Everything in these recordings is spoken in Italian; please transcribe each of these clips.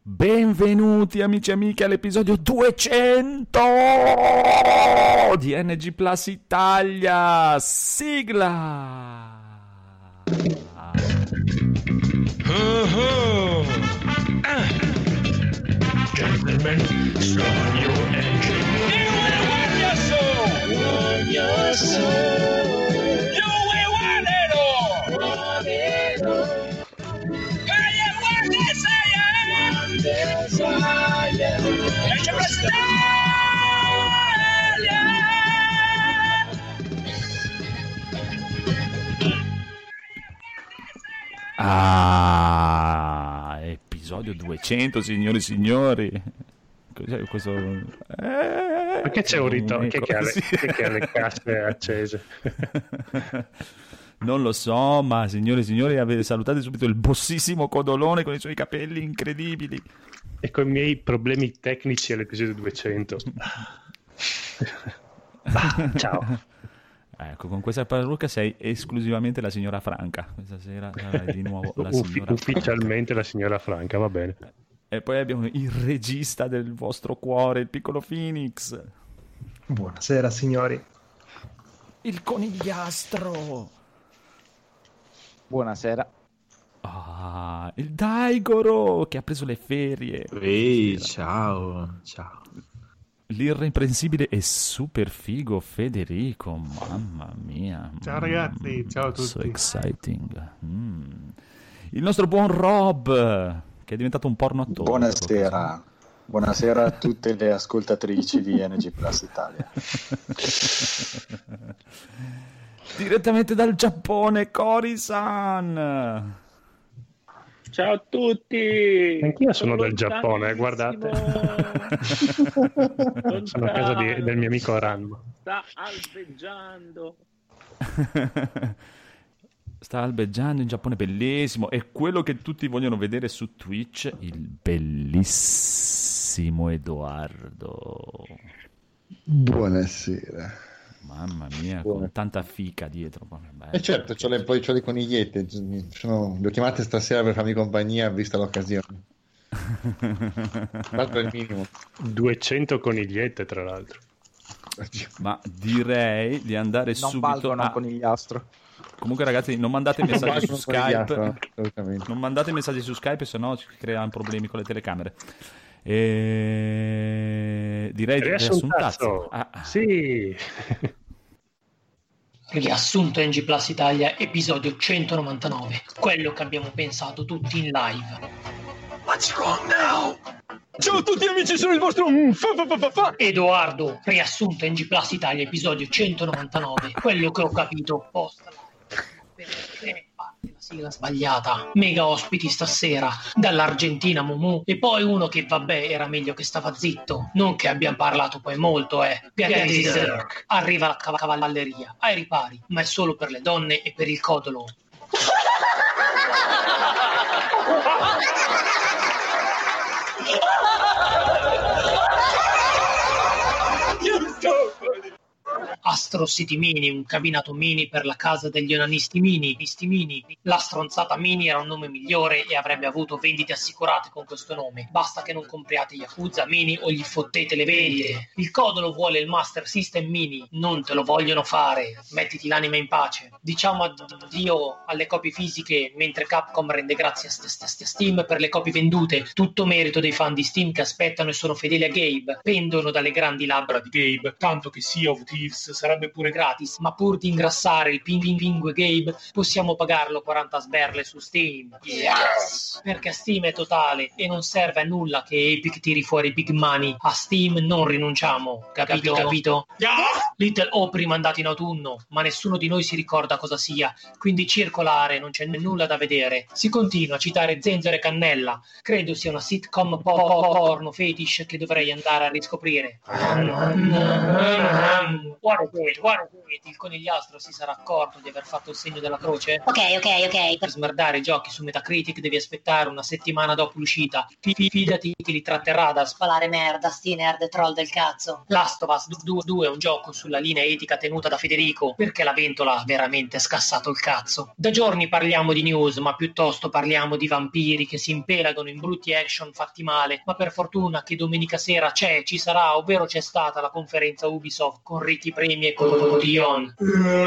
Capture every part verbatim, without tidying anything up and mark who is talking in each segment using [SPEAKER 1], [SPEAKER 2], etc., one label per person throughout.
[SPEAKER 1] Benvenuti amici e amiche all'episodio duecento di N G Plus Italia. Sigla.
[SPEAKER 2] Oh-ho. Ah. Gentlemen, start your engine. You will want your soul. Want your soul. You will want it all. Want it all. Hey, you want desire. Want desire. Let's go,
[SPEAKER 1] Ah, episodio duecento, signori e signori. Cos'è questo? Eh,
[SPEAKER 3] Perché c'è un ritorno? Chi è che ha le,
[SPEAKER 1] sì.
[SPEAKER 3] chi è che ha le casse accese?
[SPEAKER 1] Non lo so, ma signori e signori, avete salutate subito il bossissimo Codolone con i suoi capelli incredibili.
[SPEAKER 3] E con i miei problemi tecnici all'episodio duecento. Ah, ciao.
[SPEAKER 1] Ecco, con questa parrucca sei esclusivamente la signora Franca. Questa sera sarai di nuovo la
[SPEAKER 3] Uffi-
[SPEAKER 1] signora
[SPEAKER 3] ufficialmente
[SPEAKER 1] Franca.
[SPEAKER 3] La signora Franca, va bene.
[SPEAKER 1] E poi abbiamo il regista del vostro cuore, il piccolo Phoenix.
[SPEAKER 4] Buonasera signori.
[SPEAKER 1] Il conigliastro.
[SPEAKER 5] Buonasera.
[SPEAKER 1] Ah, il Daigoro che ha preso le ferie.
[SPEAKER 6] Ehi, ciao, ciao.
[SPEAKER 1] L'irreprensibile e super figo Federico, mamma mia.
[SPEAKER 4] Ciao ragazzi, ciao a tutti.
[SPEAKER 1] So exciting. Mm. Il nostro buon Rob, che è diventato un porno attore.
[SPEAKER 7] Buonasera. Buonasera a tutte le ascoltatrici di N G Plus Italia.
[SPEAKER 1] Direttamente dal Giappone, Cori-san.
[SPEAKER 5] Ciao a tutti.
[SPEAKER 3] Anch'io sono del Giappone, eh, guardate. Sono a casa di- del mio amico Ranma.
[SPEAKER 5] Sta albeggiando.
[SPEAKER 1] Sta albeggiando in Giappone, bellissimo. E quello che tutti vogliono vedere su Twitch, il bellissimo Edoardo.
[SPEAKER 8] Buonasera.
[SPEAKER 1] Mamma mia, con tanta fica dietro.
[SPEAKER 8] E certo, c'ho le, poi c'ho le conigliette. Sono, le ho chiamate stasera per farmi compagnia, vista l'occasione. Tanto è il minimo.
[SPEAKER 3] duecento conigliette, tra l'altro.
[SPEAKER 1] Ma direi di andare
[SPEAKER 5] Non
[SPEAKER 1] subito
[SPEAKER 5] valgono
[SPEAKER 1] a...
[SPEAKER 5] un conigliastro.
[SPEAKER 1] Comunque ragazzi, non mandate messaggi su
[SPEAKER 8] Non sono conigliastro,
[SPEAKER 1] Skype.
[SPEAKER 8] assolutamente.
[SPEAKER 1] Non mandate messaggi su Skype, se no ci creano problemi con le telecamere. E... direi di
[SPEAKER 3] Riassuntazzo.
[SPEAKER 1] riassuntazzo. Ah,
[SPEAKER 3] Sì.
[SPEAKER 9] Riassunto N G Plus Italia, episodio centonovantanove. Quello che abbiamo pensato tutti in live.
[SPEAKER 2] What's wrong now? Ciao a tutti amici, sono il vostro mm, fa, fa, fa, fa, fa.
[SPEAKER 9] Edoardo, riassunto N G Plus Italia, episodio centonovantanove. Quello che ho capito, posta perché parte la sigla sbagliata. Mega ospiti stasera, dall'Argentina Mumu, e poi uno che vabbè era meglio che stava zitto. Non che abbiamo parlato poi molto, eh. Piatti Zerk. Arriva la cav- cavalleria, ai ripari, ma è solo per le donne e per il codolo. Astro City Mini, un cabinato mini per la casa degli onanisti mini, visti mini. La stronzata mini era un nome migliore e avrebbe avuto vendite assicurate con questo nome. Basta che non compriate Yakuza mini o gli fottete le vendite. Il codolo vuole il Master System mini, non te lo vogliono fare. Mettiti l'anima in pace. Diciamo addio alle copie fisiche, mentre Capcom rende grazie a st- st- st- Steam per le copie vendute. Tutto merito dei fan di Steam che aspettano e sono fedeli a Gabe. Pendono dalle grandi labbra di Gabe, tanto che Sea of Thieves sarebbe pure gratis, ma pur di ingrassare il ping ping ping Gabe possiamo pagarlo quaranta sberle su Steam. Yes! Perché Steam è totale e non serve a nulla che Epic tiri fuori big money. A Steam non rinunciamo, capito? Capito? Little Opry mandato in autunno, ma nessuno di noi si ricorda cosa sia, quindi circolare, non c'è nulla da vedere. Si continua a citare Zenzero e Cannella, credo sia una sitcom porno fetish che dovrei andare a riscoprire. What a day. wait, wait, wait. Il conigliastro si sarà accorto di aver fatto il segno della croce?
[SPEAKER 10] Ok, ok, ok.
[SPEAKER 9] Per smerdare i giochi su Metacritic devi aspettare una settimana dopo l'uscita. Fidati che li tratterrà da
[SPEAKER 10] Spalare merda, sti nerd troll del cazzo.
[SPEAKER 9] Last of Us due è un gioco sulla linea etica tenuta da Federico, perché la ventola ha veramente scassato il cazzo. Da giorni parliamo di news, ma piuttosto parliamo di vampiri che si impelagano in brutti action fatti male, ma per fortuna che domenica sera c'è, ci sarà, ovvero c'è stata la conferenza Ubisoft con ricchi premi e codion.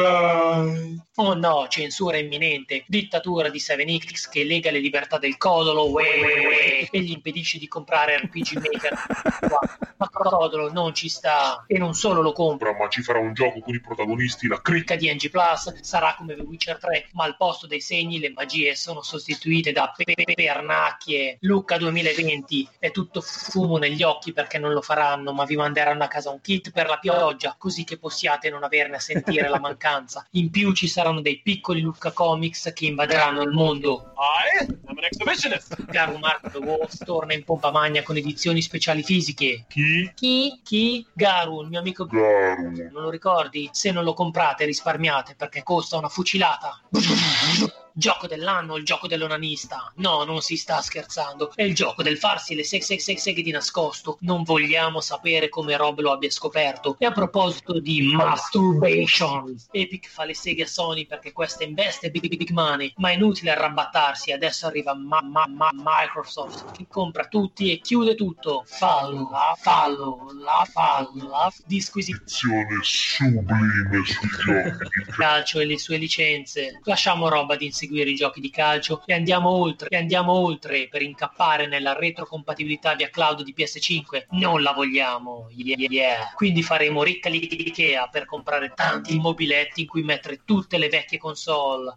[SPEAKER 9] Oh no, censura imminente, dittatura di seven X che lega le libertà del codolo uè, uè, uè, e gli impedisce di comprare R P G Maker. Ma Codolo non ci sta, e non solo lo compra,
[SPEAKER 11] ma ci farà un gioco con i protagonisti, la
[SPEAKER 9] cricca di N G Plus, sarà come The Witcher tre, ma al posto dei segni le magie sono sostituite da pe- pe- pernacchie. Lucca duemilaventi, è tutto fumo negli occhi perché non lo faranno, ma vi manderanno a casa un kit per la pioggia, così che possiate non averne a sentire la mancanza. In più ci saranno dei piccoli Lucca Comics che invaderanno il mondo.
[SPEAKER 11] I am an exhibitionist.
[SPEAKER 9] Garu Mark the Wolf torna in pompa magna con edizioni speciali fisiche.
[SPEAKER 11] Chi?
[SPEAKER 9] Chi? Chi? Garu, il mio amico
[SPEAKER 11] Garu.
[SPEAKER 9] Non lo ricordi? Se non lo comprate risparmiate perché costa una fucilata. Gioco dell'anno, il gioco dell'onanista. No, non si sta scherzando. È il gioco del farsi le seg- seg- seg- seghe di nascosto. Non vogliamo sapere come Rob lo abbia scoperto. E a proposito di masturbation, Epic fa le seghe a Sony perché questa investe big big, big money. Ma è inutile arrabattarsi. Adesso arriva ma- ma- ma- Microsoft che compra tutti e chiude tutto. Fallo, la fallo, la fallo, la disquisizione
[SPEAKER 11] sublime sui giochi.
[SPEAKER 9] Calcio e le sue licenze. Lasciamo roba di inseguire i giochi di calcio e andiamo oltre, e andiamo oltre per incappare nella retrocompatibilità via cloud di P S cinque. Non la vogliamo, yeah, yeah. Quindi faremo ricca l'Ikea per comprare tanti mobiletti in cui mettere tutte le vecchie console.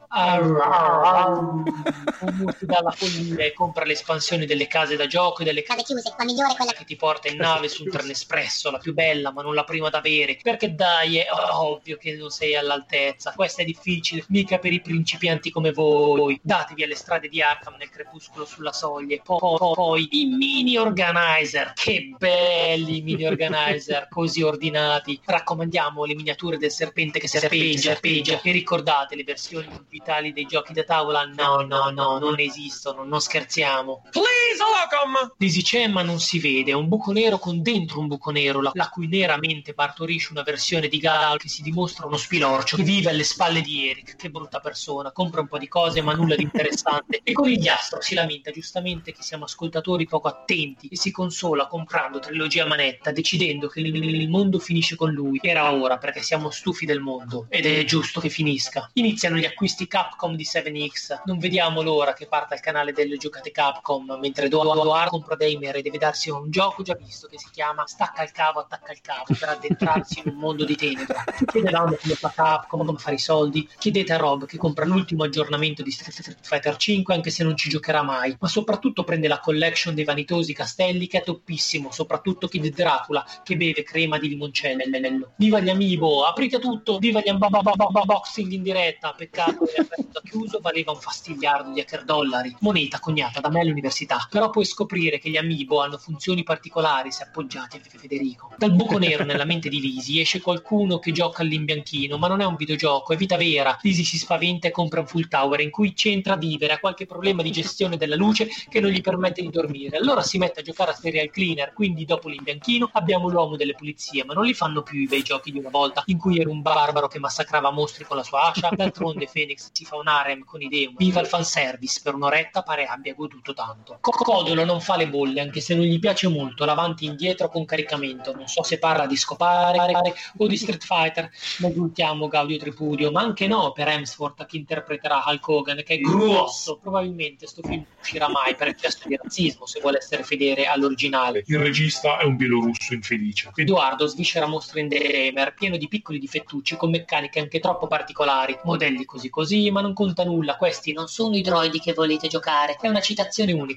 [SPEAKER 9] Un multi dalla follia e compra le espansioni delle case da gioco e delle case
[SPEAKER 10] chiuse, la migliore quella
[SPEAKER 9] che ti porta in nave su un tren espresso, la più bella ma non la prima da avere, perché dai è ovvio che non sei all'altezza, questa è difficile, mica per i principianti come voi. Datevi alle strade di Arkham nel crepuscolo sulla soglia. Poi, poi, poi i mini organizer, che belli i mini organizer, così ordinati. Raccomandiamo le miniature del serpente che serpeggia, serpeggia. E ricordate le versioni digitali dei giochi da tavola? No, no, no, non esistono, non scherziamo.
[SPEAKER 11] Please, welcome!
[SPEAKER 9] Dice ma non si vede, è un buco nero con dentro un buco nero, la, la cui nera mente partorisce una versione di Gal che si dimostra uno spilorcio che vive alle spalle di Eric. Che brutta persona, compra un po' di cose ma nulla di interessante. E Conigliastro si lamenta giustamente che siamo ascoltatori poco attenti e si consola comprando trilogia manetta, decidendo che il mondo finisce con lui. Era ora perché siamo stufi del mondo ed è giusto che finisca. Iniziano gli acquisti Capcom di seven X, non vediamo l'ora che parta il canale delle giocate Capcom, mentre Edoardo compra Damer e deve darsi un gioco già visto che si chiama Stacca il cavo, attacca il cavo per addentrarsi in un mondo di tenebra. Chiedevamo come fa Capcom, come fare i soldi, chiedete a Rob che compra l'ultimo aggiornamento di Street Fighter cinque anche se non ci giocherà mai, ma soprattutto prende la collection dei vanitosi castelli che è toppissimo, soprattutto Kid Dracula che beve crema di limoncello. Viva gli amiibo, aprite tutto, viva gli unboxing in diretta, peccato che aperto chiuso valeva un fastigliardo di hacker dollari, moneta coniata da me all'università, però puoi scoprire che gli amiibo hanno funzioni particolari se appoggiati a Federico. Dal buco nero nella mente di Lisi esce qualcuno che gioca all'imbianchino, ma non è un videogioco, è vita vera. Lisi si spaventa e compra un full tower in cui c'entra a vivere, ha qualche problema di gestione della luce che non gli permette di dormire, allora si mette a giocare a serial cleaner, quindi dopo l'imbianchino abbiamo l'uomo delle pulizie, ma non li fanno più i bei giochi di una volta in cui era un barbaro che massacrava mostri con la sua ascia. D'altronde Phoenix si fa un harem con i demoni. Viva il fanservice, per un'oretta pare abbia goduto tanto. Codolo non fa le bolle anche se non gli piace molto l'avanti e indietro con caricamento, non so se parla di scopare o di Street Fighter, ma ultiamo Gaudio Tripudio, ma anche no per Hemsworth che interpreterà Hulk Hogan, che è grosso. Probabilmente sto film non uscirà mai per eccesso di razzismo se vuole essere fedele all'originale.
[SPEAKER 11] Il regista è un bielorusso infelice.
[SPEAKER 9] Edoardo sviscera mostri in Dreamer pieno di piccoli difettucci con meccaniche anche troppo particolari, modelli così così, ma non conta nulla, questi non sono i droidi che volete giocare. È una citazione unica dall'inizio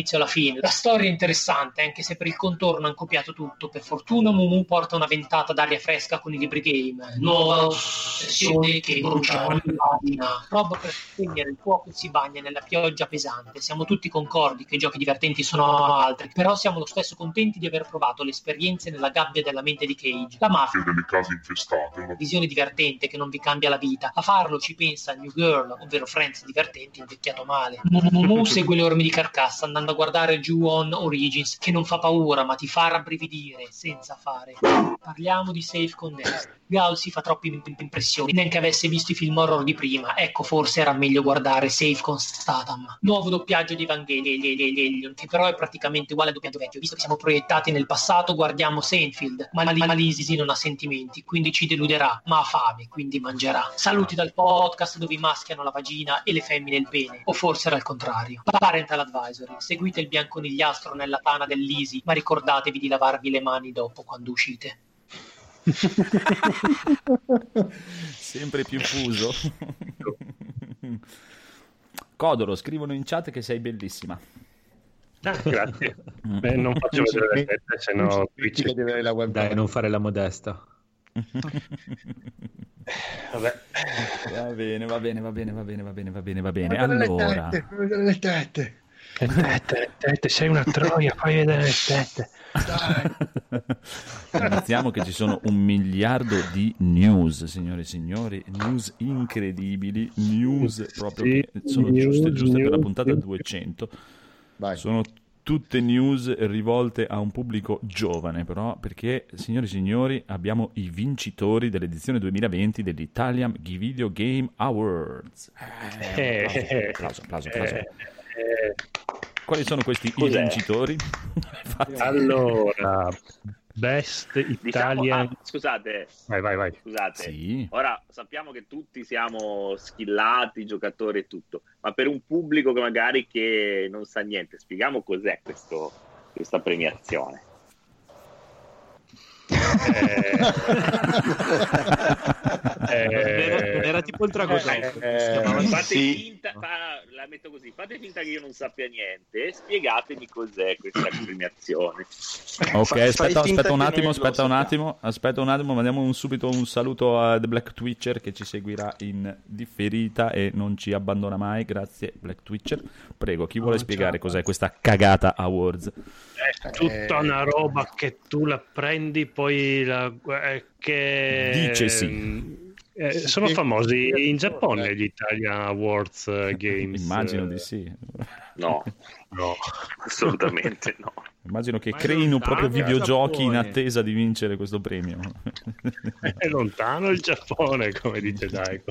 [SPEAKER 9] dall'inizio alla fine. La storia è interessante, anche se per il contorno hanno copiato tutto. Per fortuna Mumu porta una ventata d'aria fresca con i libri game. Nuova ossessione che brucia ogni pagina. Rob per spegnere il fuoco si bagna nella pioggia pesante. Siamo tutti concordi che i giochi divertenti sono altri, però siamo lo stesso contenti di aver provato le esperienze nella gabbia della mente di Cage. La mafia
[SPEAKER 11] delle case infestate.
[SPEAKER 9] una visione divertente che non vi cambia la vita. A farlo ci pensa New Girl, ovvero Friends divertenti invecchiato male. Mumu segue le orme di Carcassa andando a guardare Ju-On Origins, che non fa paura ma ti fa rabbrividire senza fare. Parliamo di Safe con Dexter. Gal si fa troppe impressioni, neanche avesse visto i film horror di prima. Ecco, forse era meglio guardare Safe con Statham. Nuovo doppiaggio di Evangelion, che però è praticamente uguale al doppiaggio vecchio. Visto che siamo proiettati nel passato, guardiamo Seinfeld. Ma Lisi non ha sentimenti, quindi ci deluderà, ma ha fame, quindi mangerà. Saluti dal podcast dove i maschi hanno la vagina e le femmine il pene. O forse era il contrario. Parental Advisory. Seguite il bianconigliastro nella tana dell'Isi, ma ricordatevi di lavarvi le mani dopo quando uscite.
[SPEAKER 1] Sempre più fuso. Codoro, scrivono in chat che sei bellissima.
[SPEAKER 3] Ah, grazie. Beh, non faccio vedere le tette, se no
[SPEAKER 6] dai, non fare la modesta.
[SPEAKER 3] Vabbè.
[SPEAKER 1] Va bene, va bene, va bene, va bene, va bene, va bene, va bene.
[SPEAKER 8] Guarda
[SPEAKER 1] Allora,
[SPEAKER 8] le tette, guarda le tette.
[SPEAKER 3] Le tette, le tette, sei una troia, fai vedere le tette.
[SPEAKER 1] iniziamo che ci sono un miliardo di news, signore e signori, news incredibili, news proprio
[SPEAKER 3] Sì,
[SPEAKER 1] che sono
[SPEAKER 3] news,
[SPEAKER 1] giuste, giuste per la
[SPEAKER 3] news.
[SPEAKER 1] puntata duecento.
[SPEAKER 8] Vai.
[SPEAKER 1] Sono tutte news rivolte a un pubblico giovane, però, perché, signori e signori, abbiamo i vincitori dell'edizione duemilaventi dell'Italian Video Game Awards. Eh, applauso, applauso, applauso, applauso.
[SPEAKER 3] Eh, eh,
[SPEAKER 1] Quali sono questi i
[SPEAKER 5] Cos'è?
[SPEAKER 1] vincitori? Infatti-
[SPEAKER 3] allora, Best
[SPEAKER 5] Diciamo,
[SPEAKER 3] Italian...
[SPEAKER 5] ah, scusate,
[SPEAKER 3] Vai, vai, vai.
[SPEAKER 5] scusate.
[SPEAKER 1] Sì.
[SPEAKER 5] Ora sappiamo che tutti siamo skillati, giocatori e tutto, ma per un pubblico che magari che non sa niente, spieghiamo cos'è questo, questa premiazione.
[SPEAKER 3] Eh,
[SPEAKER 6] Era, era tipo il drago
[SPEAKER 8] Eh,
[SPEAKER 6] d'oro.
[SPEAKER 8] eh,
[SPEAKER 5] Fate
[SPEAKER 8] sì.
[SPEAKER 5] finta, fa- la metto così, fate finta che io non sappia niente e spiegatemi cos'è questa premiazione.
[SPEAKER 1] Ok,
[SPEAKER 7] Fa- fai
[SPEAKER 1] aspetta,
[SPEAKER 7] finta
[SPEAKER 1] aspetta
[SPEAKER 7] che
[SPEAKER 1] un attimo,
[SPEAKER 7] noi lo
[SPEAKER 1] aspetta un
[SPEAKER 7] sappiamo.
[SPEAKER 1] attimo, aspetta un attimo, mandiamo un, subito un saluto a The Black Twitcher che ci seguirà in differita e non ci abbandona mai, grazie Black Twitcher. Prego, chi vuole
[SPEAKER 4] Oh,
[SPEAKER 1] spiegare
[SPEAKER 4] ciao.
[SPEAKER 1] cos'è questa cagata Awards?
[SPEAKER 3] È tutta una roba che tu la prendi, poi la... eh, che...
[SPEAKER 1] Dice sì.
[SPEAKER 3] Eh, sono famosi in Giappone gli Italian Awards eh, Games.
[SPEAKER 1] Immagino di sì.
[SPEAKER 5] No,
[SPEAKER 3] No.
[SPEAKER 5] assolutamente no.
[SPEAKER 1] Immagino che
[SPEAKER 6] Ma è
[SPEAKER 1] creino
[SPEAKER 6] lontano
[SPEAKER 1] proprio
[SPEAKER 6] il
[SPEAKER 1] videogiochi in
[SPEAKER 6] Giappone.
[SPEAKER 1] attesa di vincere questo premio.
[SPEAKER 3] È lontano il Giappone, come dice Daigo.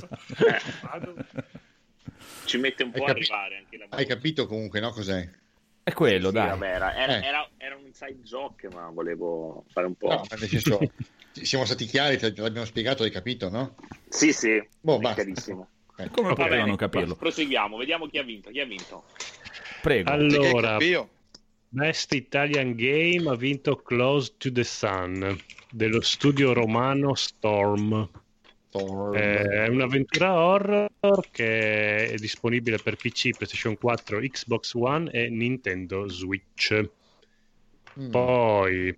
[SPEAKER 5] Ci mette un po'
[SPEAKER 8] Hai
[SPEAKER 5] a
[SPEAKER 8] capi-
[SPEAKER 5] arrivare anche la
[SPEAKER 8] Hai capito comunque, no? Cos'è?
[SPEAKER 1] È quello,
[SPEAKER 5] Sì,
[SPEAKER 1] dai.
[SPEAKER 5] vabbè, era, era,
[SPEAKER 8] Eh.
[SPEAKER 5] era- era un inside joke, ma volevo fare un po'.
[SPEAKER 8] No, nel senso, siamo stati chiari, te l'abbiamo spiegato, hai capito, no?
[SPEAKER 5] Sì, sì,
[SPEAKER 8] Boh,
[SPEAKER 5] è
[SPEAKER 8] basta.
[SPEAKER 5] chiarissimo.
[SPEAKER 8] Eh.
[SPEAKER 1] Come
[SPEAKER 5] Va
[SPEAKER 1] potevano
[SPEAKER 5] bene,
[SPEAKER 1] capirlo?
[SPEAKER 5] pro- proseguiamo, vediamo chi ha vinto. Chi ha vinto?
[SPEAKER 1] Prego.
[SPEAKER 3] Allora, Best Italian Game ha vinto Close to the Sun dello studio romano Storm.
[SPEAKER 8] Storm.
[SPEAKER 3] Eh, È un'avventura horror che è disponibile per P C, PlayStation quattro, Xbox One e Nintendo Switch.
[SPEAKER 8] Mm.
[SPEAKER 3] Poi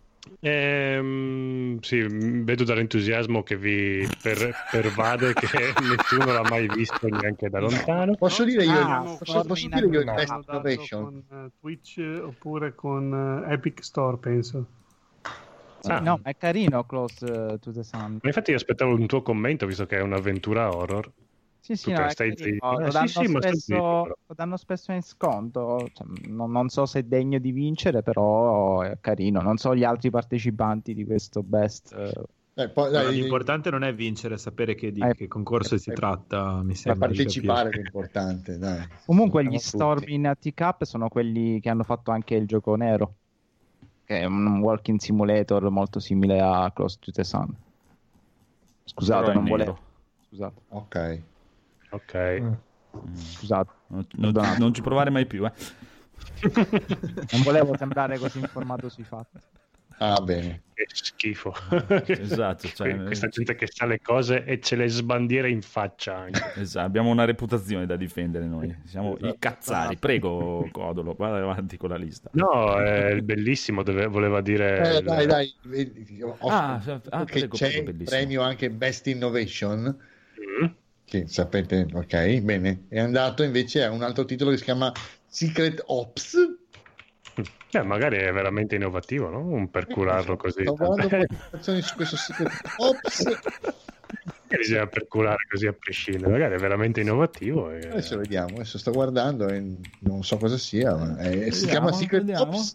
[SPEAKER 3] ehm, sì, vedo dall'entusiasmo che vi per- pervade che nessuno l'ha mai visto neanche da lontano.
[SPEAKER 8] Posso dire io,
[SPEAKER 4] Ah,
[SPEAKER 8] posso,
[SPEAKER 4] Storm
[SPEAKER 8] posso
[SPEAKER 4] in
[SPEAKER 8] dire io il
[SPEAKER 4] Agricola.
[SPEAKER 8] Best
[SPEAKER 4] Hanno dato
[SPEAKER 8] Innovation?
[SPEAKER 4] con eh, Twitch oppure con eh, Epic Store, penso.
[SPEAKER 12] Sì,
[SPEAKER 3] Ah.
[SPEAKER 12] no, ma è carino Close eh, to the Sun.
[SPEAKER 3] Ma infatti io aspettavo un tuo commento, visto che è un'avventura horror.
[SPEAKER 12] Sì, sì,
[SPEAKER 3] Tu
[SPEAKER 12] no,
[SPEAKER 3] te
[SPEAKER 12] è
[SPEAKER 3] stai
[SPEAKER 12] carino.
[SPEAKER 3] zitto.
[SPEAKER 12] Lo
[SPEAKER 3] Eh,
[SPEAKER 12] danno,
[SPEAKER 3] sì, sì, ma stai
[SPEAKER 12] spesso,
[SPEAKER 3] zitto, però.
[SPEAKER 12] lo danno spesso in sconto. Cioè, non, non so se è degno di vincere, però è carino. Non so gli altri partecipanti di questo Best. eh,
[SPEAKER 8] Eh, poi,
[SPEAKER 6] No,
[SPEAKER 8] dai,
[SPEAKER 6] l'importante non è vincere, sapere che di
[SPEAKER 12] Eh,
[SPEAKER 6] che concorso si
[SPEAKER 8] eh,
[SPEAKER 6] tratta, mi
[SPEAKER 8] ma
[SPEAKER 6] sembra di
[SPEAKER 8] partecipare
[SPEAKER 6] capire.
[SPEAKER 8] è importante, dai.
[SPEAKER 12] Comunque gli
[SPEAKER 8] Siamo
[SPEAKER 12] Storm in T-Cup sono quelli che hanno fatto anche il gioco nero, che è un walking simulator molto simile a Close to the Sun. Scusate,
[SPEAKER 1] Però è
[SPEAKER 12] non
[SPEAKER 1] nero.
[SPEAKER 12] volevo. Scusate,
[SPEAKER 8] Ok.
[SPEAKER 3] Ok.
[SPEAKER 12] scusate.
[SPEAKER 1] Non, non-
[SPEAKER 12] Perdonate.
[SPEAKER 1] non ci provare mai più, eh.
[SPEAKER 12] Non volevo sembrare così informato sui fatti.
[SPEAKER 8] Ah, bene.
[SPEAKER 3] Che schifo.
[SPEAKER 1] Esatto, cioè,
[SPEAKER 3] questa gente che sa le cose e ce le sbandiera in faccia anche.
[SPEAKER 1] Esatto, abbiamo una reputazione da difendere noi. Siamo
[SPEAKER 3] Esatto.
[SPEAKER 1] i cazzari. Prego, Codolo, vada avanti con la lista.
[SPEAKER 3] No, è il bellissimo, dove, voleva dire...
[SPEAKER 8] Eh,
[SPEAKER 3] il-
[SPEAKER 8] dai, dai. vedi, ho-
[SPEAKER 1] Ah,
[SPEAKER 8] ho-
[SPEAKER 1] ah,
[SPEAKER 8] che
[SPEAKER 1] prego,
[SPEAKER 8] c'è
[SPEAKER 1] prego,
[SPEAKER 8] il
[SPEAKER 1] bellissimo.
[SPEAKER 8] premio anche Best Innovation,
[SPEAKER 3] Mm.
[SPEAKER 8] che sapete, ok, bene. È andato invece a un altro titolo che si chiama Secret Ops.
[SPEAKER 3] Eh, magari è veramente innovativo, no? Un per curarlo così.
[SPEAKER 8] Sto guardando
[SPEAKER 3] Perché
[SPEAKER 8] informazioni su questo Secret Ops.
[SPEAKER 3] bisogna per curare così a prescindere? Magari è veramente innovativo. E...
[SPEAKER 8] Adesso vediamo, adesso sto guardando e non so cosa sia, ma è- si
[SPEAKER 1] Vediamo,
[SPEAKER 8] chiama Secret
[SPEAKER 1] vediamo.
[SPEAKER 8] Ops.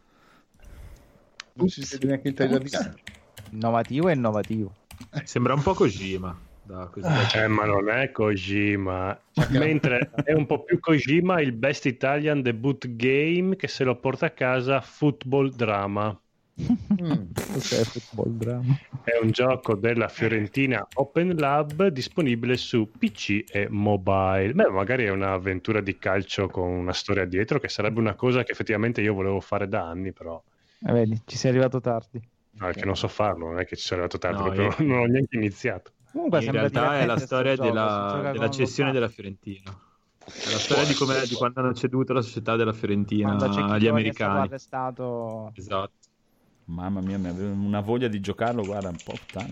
[SPEAKER 8] Non si vede neanche il trailer di gara.
[SPEAKER 12] Innovativo e innovativo.
[SPEAKER 6] Sembra un po' Kojima. Da così.
[SPEAKER 3] Eh, ma non è Kojima. Mentre è un po' più Kojima il Best Italian Debut Game che se lo porta a casa Football Drama.
[SPEAKER 8] Mm.
[SPEAKER 12] Cos'è football drama?
[SPEAKER 3] È un gioco della Fiorentina Open Lab disponibile su P C e mobile. Beh, magari è un'avventura di calcio con una storia dietro, che sarebbe una cosa che effettivamente io volevo fare da anni, però
[SPEAKER 12] Eh, vedi, ci sei arrivato tardi.
[SPEAKER 3] no, è che non so farlo, non è che ci sono arrivato tardi,
[SPEAKER 6] No,
[SPEAKER 3] proprio,
[SPEAKER 6] io-
[SPEAKER 3] non ho neanche iniziato.
[SPEAKER 12] Comunque
[SPEAKER 6] In
[SPEAKER 12] sembra
[SPEAKER 6] realtà è la
[SPEAKER 12] divertente
[SPEAKER 6] storia
[SPEAKER 12] sto gioco, si
[SPEAKER 6] della,
[SPEAKER 12] gioca
[SPEAKER 6] della
[SPEAKER 12] con
[SPEAKER 6] cessione
[SPEAKER 12] lo
[SPEAKER 6] della Fiorentina. È la storia di, come, di quando hanno ceduto la società della Fiorentina
[SPEAKER 12] Quando
[SPEAKER 6] agli
[SPEAKER 12] Cecchini è stato
[SPEAKER 6] americani.
[SPEAKER 12] arrestato.
[SPEAKER 6] Esatto.
[SPEAKER 1] Mamma mia, mi avevo una voglia di giocarlo, guarda, un po' puttana.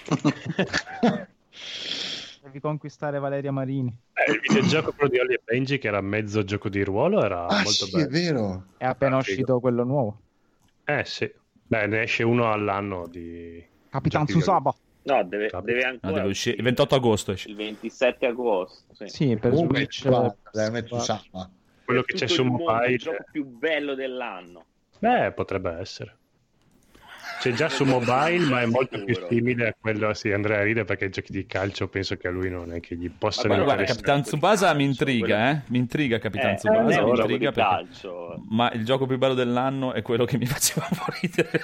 [SPEAKER 12] Devi conquistare Valeria Marini.
[SPEAKER 3] Eh, il videogioco quello di Ollie e Benji, che era mezzo gioco di ruolo, era
[SPEAKER 8] Ah,
[SPEAKER 3] molto
[SPEAKER 8] sì, è
[SPEAKER 3] bello.
[SPEAKER 8] vero.
[SPEAKER 12] È appena
[SPEAKER 3] Ah,
[SPEAKER 12] uscito quello nuovo.
[SPEAKER 3] Eh sì, beh, ne esce uno all'anno di
[SPEAKER 12] Capitan
[SPEAKER 3] giochi di-
[SPEAKER 12] Susaba.
[SPEAKER 5] No, deve,
[SPEAKER 3] Capito.
[SPEAKER 5] deve
[SPEAKER 1] No,
[SPEAKER 5] ancora
[SPEAKER 1] deve uscire il ventotto agosto esce.
[SPEAKER 5] il ventisette agosto. Sì.
[SPEAKER 12] Sì, per
[SPEAKER 8] Comunque
[SPEAKER 12] Switch.
[SPEAKER 8] guarda, dai, non è tu sa, ma-
[SPEAKER 3] quello
[SPEAKER 5] È
[SPEAKER 3] che c'è
[SPEAKER 5] tutto
[SPEAKER 3] su
[SPEAKER 5] il mondo,
[SPEAKER 3] mobile.
[SPEAKER 5] il gioco più bello dell'anno.
[SPEAKER 3] Beh, potrebbe essere. C'è già su mobile, ma è molto più
[SPEAKER 5] Sicuro.
[SPEAKER 3] simile a quello. Sì, Andrea ride perché i giochi di calcio penso che a lui non è che gli possano
[SPEAKER 5] Ma
[SPEAKER 1] Guarda,
[SPEAKER 5] Guarda,
[SPEAKER 1] Capitan
[SPEAKER 5] quelli
[SPEAKER 1] Tsubasa
[SPEAKER 5] di
[SPEAKER 1] mi
[SPEAKER 5] calcio,
[SPEAKER 1] intriga, eh? Mi intriga Capitan
[SPEAKER 5] Eh,
[SPEAKER 1] Tsubasa,
[SPEAKER 5] eh,
[SPEAKER 1] mi
[SPEAKER 5] ora
[SPEAKER 1] intriga
[SPEAKER 5] quelli di
[SPEAKER 1] perché...
[SPEAKER 5] calcio.
[SPEAKER 1] Ma il gioco più bello dell'anno è quello che mi faceva un po' ridere.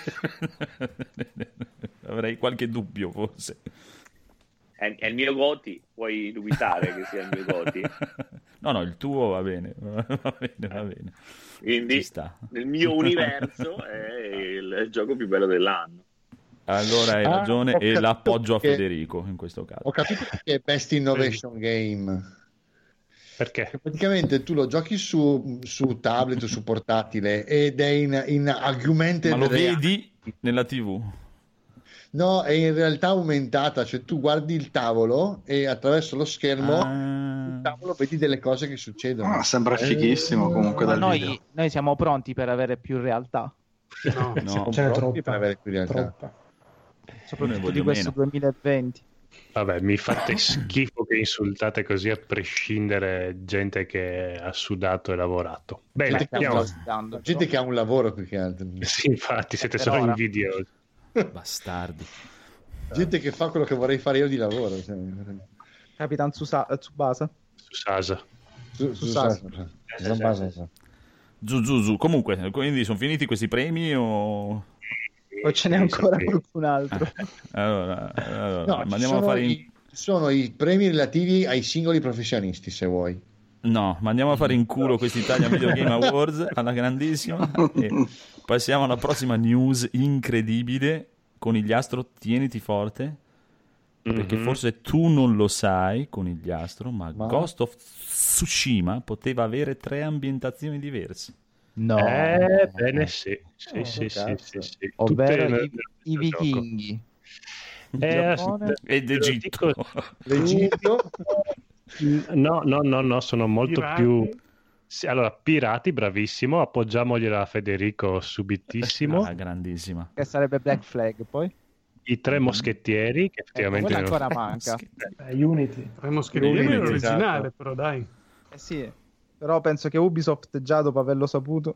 [SPEAKER 1] Avrei qualche dubbio, forse.
[SPEAKER 5] È, è il mio Goti, puoi dubitare che sia il mio Goti.
[SPEAKER 1] No, no, il tuo va bene, va bene, va bene.
[SPEAKER 5] Quindi
[SPEAKER 1] Ci sta.
[SPEAKER 5] nel mio universo è il, il gioco più bello dell'anno.
[SPEAKER 1] Allora hai
[SPEAKER 8] Ah,
[SPEAKER 1] ragione
[SPEAKER 8] ho
[SPEAKER 1] e
[SPEAKER 8] capito
[SPEAKER 1] l'appoggio a
[SPEAKER 8] che-
[SPEAKER 1] Federico in questo caso.
[SPEAKER 8] Ho capito che è Best Innovation Game.
[SPEAKER 3] Perché?
[SPEAKER 8] Che praticamente tu lo giochi su, su tablet o su portatile ed è in, in augmented
[SPEAKER 1] Ma lo
[SPEAKER 8] reality.
[SPEAKER 1] vedi nella tivù?
[SPEAKER 8] No, è in realtà aumentata, cioè tu guardi il tavolo e attraverso lo schermo
[SPEAKER 1] Ah.
[SPEAKER 8] il tavolo vedi delle cose che succedono.
[SPEAKER 7] Ah, sembra fighissimo comunque
[SPEAKER 12] Ma
[SPEAKER 7] dal
[SPEAKER 12] noi,
[SPEAKER 7] video.
[SPEAKER 12] noi siamo pronti per avere più realtà,
[SPEAKER 4] No,
[SPEAKER 1] No.
[SPEAKER 4] ce n'è
[SPEAKER 8] Pronti per
[SPEAKER 4] troppa.
[SPEAKER 8] avere più realtà.
[SPEAKER 4] troppa.
[SPEAKER 12] soprattutto
[SPEAKER 1] voglio
[SPEAKER 12] di questo
[SPEAKER 1] meno.
[SPEAKER 12] duemilaventi.
[SPEAKER 3] Vabbè, mi fate schifo che insultate così a prescindere gente che ha sudato e lavorato. Bene,
[SPEAKER 8] Gente che,
[SPEAKER 3] andiamo.
[SPEAKER 8] ha,
[SPEAKER 12] Stando,
[SPEAKER 8] gente che ha un lavoro più che altro.
[SPEAKER 3] Sì, infatti, siete
[SPEAKER 12] Per
[SPEAKER 3] solo
[SPEAKER 12] ora.
[SPEAKER 3] invidiosi.
[SPEAKER 1] Bastardi.
[SPEAKER 8] Gente che fa quello che vorrei fare io di lavoro. Cioè.
[SPEAKER 12] Capitan Susa- Tsubasa.
[SPEAKER 3] Su Sasa.
[SPEAKER 8] Su, su,
[SPEAKER 12] Su
[SPEAKER 8] sa-
[SPEAKER 12] Sasa.
[SPEAKER 8] sa- sa- sa- sa.
[SPEAKER 1] Zuzuzu. Comunque, quindi sono finiti questi premi o...
[SPEAKER 12] O ce n'è ancora qualcun altro?
[SPEAKER 1] Allora, allora
[SPEAKER 8] No, ci
[SPEAKER 1] mandiamo
[SPEAKER 8] sono,
[SPEAKER 1] a fare in...
[SPEAKER 8] i, ci sono i premi relativi ai singoli professionisti, se vuoi.
[SPEAKER 1] No, mandiamo a fare in culo questi Italian Video Game Awards alla grandissima e passiamo alla prossima news incredibile. Conigliastro, tieniti forte perché
[SPEAKER 3] Mhm.
[SPEAKER 1] forse tu non lo sai, Conigliastro, ma,
[SPEAKER 8] Ma?
[SPEAKER 1] Ghost of Tsushima poteva avere tre ambientazioni diverse.
[SPEAKER 12] No.
[SPEAKER 3] Eh, bene, sì. Sì,
[SPEAKER 8] Oh,
[SPEAKER 3] sì, sì,
[SPEAKER 8] cazzo.
[SPEAKER 3] sì, sì.
[SPEAKER 12] Ovvero
[SPEAKER 3] Tutte
[SPEAKER 12] i,
[SPEAKER 3] nel-
[SPEAKER 12] i
[SPEAKER 3] nel gioco.
[SPEAKER 12] vichinghi. Il
[SPEAKER 3] Eh,
[SPEAKER 12] Giappone?
[SPEAKER 3] sì,
[SPEAKER 1] Ed
[SPEAKER 3] te lo
[SPEAKER 1] Egitto.
[SPEAKER 3] dico-
[SPEAKER 8] L'Egitto,
[SPEAKER 3] No, no, no, no, sono molto
[SPEAKER 4] Pirati?
[SPEAKER 3] più... Sì, allora, pirati, bravissimo, appoggiamogliela a Federico subitissimo.
[SPEAKER 1] Ah, grandissima.
[SPEAKER 12] Che sarebbe Black Flag, poi?
[SPEAKER 3] I tre moschettieri, che
[SPEAKER 12] Ecco,
[SPEAKER 3] effettivamente...
[SPEAKER 12] quella
[SPEAKER 3] non-
[SPEAKER 12] ancora manca.
[SPEAKER 4] Eh, Unity. Tre moschettieri
[SPEAKER 1] Unity,
[SPEAKER 4] è originale,
[SPEAKER 8] esatto.
[SPEAKER 4] però dai.
[SPEAKER 12] Eh sì, però penso che Ubisoft già dopo averlo saputo...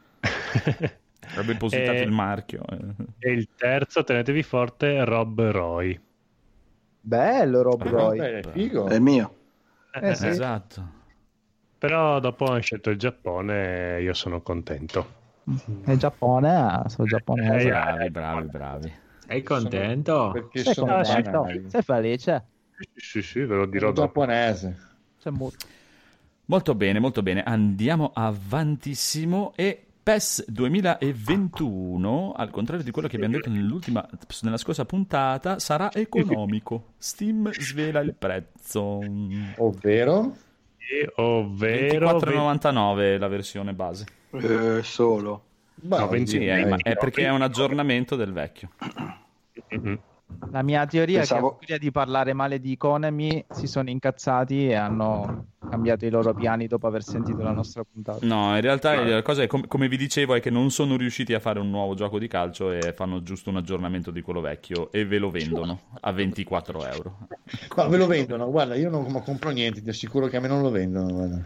[SPEAKER 1] Avrebbe depositato
[SPEAKER 3] Eh,
[SPEAKER 1] il marchio. eh.
[SPEAKER 3] E il terzo, tenetevi forte, Rob Roy.
[SPEAKER 12] Bello Rob
[SPEAKER 1] Ah,
[SPEAKER 12] Roy.
[SPEAKER 8] Beh, è figo.
[SPEAKER 7] È il mio.
[SPEAKER 12] Eh sì.
[SPEAKER 1] Esatto.
[SPEAKER 3] Però dopo hanno scelto il Giappone e io sono contento.
[SPEAKER 12] È Giappone, ah, sono giapponese.
[SPEAKER 3] Eh,
[SPEAKER 1] Bravi, bravi, bravi.
[SPEAKER 6] Sei contento?
[SPEAKER 8] Perché
[SPEAKER 12] Sei
[SPEAKER 8] sono
[SPEAKER 12] contento?
[SPEAKER 8] banali.
[SPEAKER 12] Sei felice?
[SPEAKER 3] Sì, sì, sì, ve lo dirò
[SPEAKER 8] Sono
[SPEAKER 3] dopo.
[SPEAKER 8] giapponese.
[SPEAKER 12] Sei molto...
[SPEAKER 1] Molto bene, molto bene. Andiamo avantissimo e P E S duemilaventuno, al contrario di quello che abbiamo detto nell'ultima, nella scorsa puntata, sarà economico. Steam svela il prezzo.
[SPEAKER 8] Ovvero?
[SPEAKER 3] Ovvero
[SPEAKER 1] ventiquattro e novantanove la versione base.
[SPEAKER 7] Eh, solo.
[SPEAKER 3] No, venti
[SPEAKER 1] Sì, è, ma è perché è un aggiornamento del vecchio.
[SPEAKER 3] Mm-hmm.
[SPEAKER 12] La mia teoria
[SPEAKER 7] Pensavo-
[SPEAKER 12] è che a furia di parlare male di Konami si sono incazzati e hanno cambiato i loro piani dopo aver sentito la nostra puntata.
[SPEAKER 1] No, in realtà la cosa è, com- come vi dicevo, è che non sono riusciti a fare un nuovo gioco di calcio e fanno giusto un aggiornamento di quello vecchio e ve lo vendono a ventiquattro euro.
[SPEAKER 8] Ma ve lo vendono, guarda, io non compro niente, ti assicuro che a me non lo vendono. Guarda.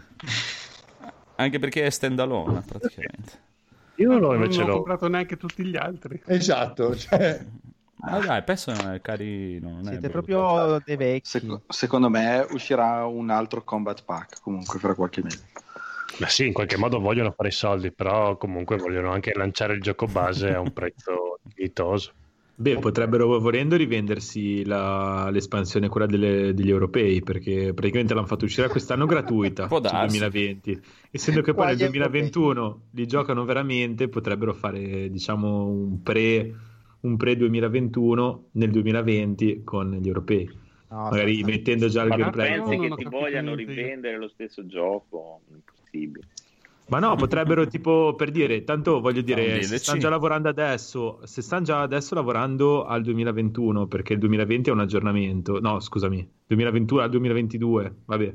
[SPEAKER 1] Anche perché è stand alone praticamente.
[SPEAKER 3] Io non l'ho
[SPEAKER 4] Non
[SPEAKER 3] invece
[SPEAKER 4] ho
[SPEAKER 3] l'ho.
[SPEAKER 4] comprato neanche tutti gli altri.
[SPEAKER 8] Esatto, cioè...
[SPEAKER 1] Ma dai, P E S è carino. Non è
[SPEAKER 12] Siete
[SPEAKER 1] brutto.
[SPEAKER 12] proprio dei vecchi.
[SPEAKER 7] Sec- secondo me uscirà un altro Combat Pack comunque fra qualche mese.
[SPEAKER 3] Ma sì, in qualche modo vogliono fare i soldi, però comunque vogliono anche lanciare il gioco base a un prezzo dignitoso.
[SPEAKER 6] Beh, potrebbero volendo rivendersi la- l'espansione, quella delle- degli europei, perché praticamente l'hanno fatto uscire quest'anno gratuita
[SPEAKER 1] Può
[SPEAKER 6] sul
[SPEAKER 1] darsi.
[SPEAKER 6] duemilaventi. Essendo che poi nel
[SPEAKER 12] Quali
[SPEAKER 6] duemilaventuno li giocano veramente, potrebbero fare, diciamo, un pre un pre duemilaventuno nel duemilaventi con gli europei.
[SPEAKER 12] No,
[SPEAKER 6] Magari
[SPEAKER 12] aspetta.
[SPEAKER 6] mettendo già il
[SPEAKER 5] Ma non
[SPEAKER 6] gameplay.
[SPEAKER 5] pensi
[SPEAKER 4] non
[SPEAKER 5] che
[SPEAKER 4] ho
[SPEAKER 5] ti
[SPEAKER 4] capito
[SPEAKER 5] vogliano
[SPEAKER 4] niente io.
[SPEAKER 5] rivendere lo stesso gioco? Impossibile.
[SPEAKER 6] Ma no, potrebbero tipo per dire, tanto voglio
[SPEAKER 1] Fa un
[SPEAKER 6] dire,
[SPEAKER 1] D L C.
[SPEAKER 6] se stanno già lavorando adesso, se stanno già adesso lavorando al duemilaventuno, perché il duemilaventi è un aggiornamento, no, scusami, duemilaventuno al duemilaventidue, vabbè.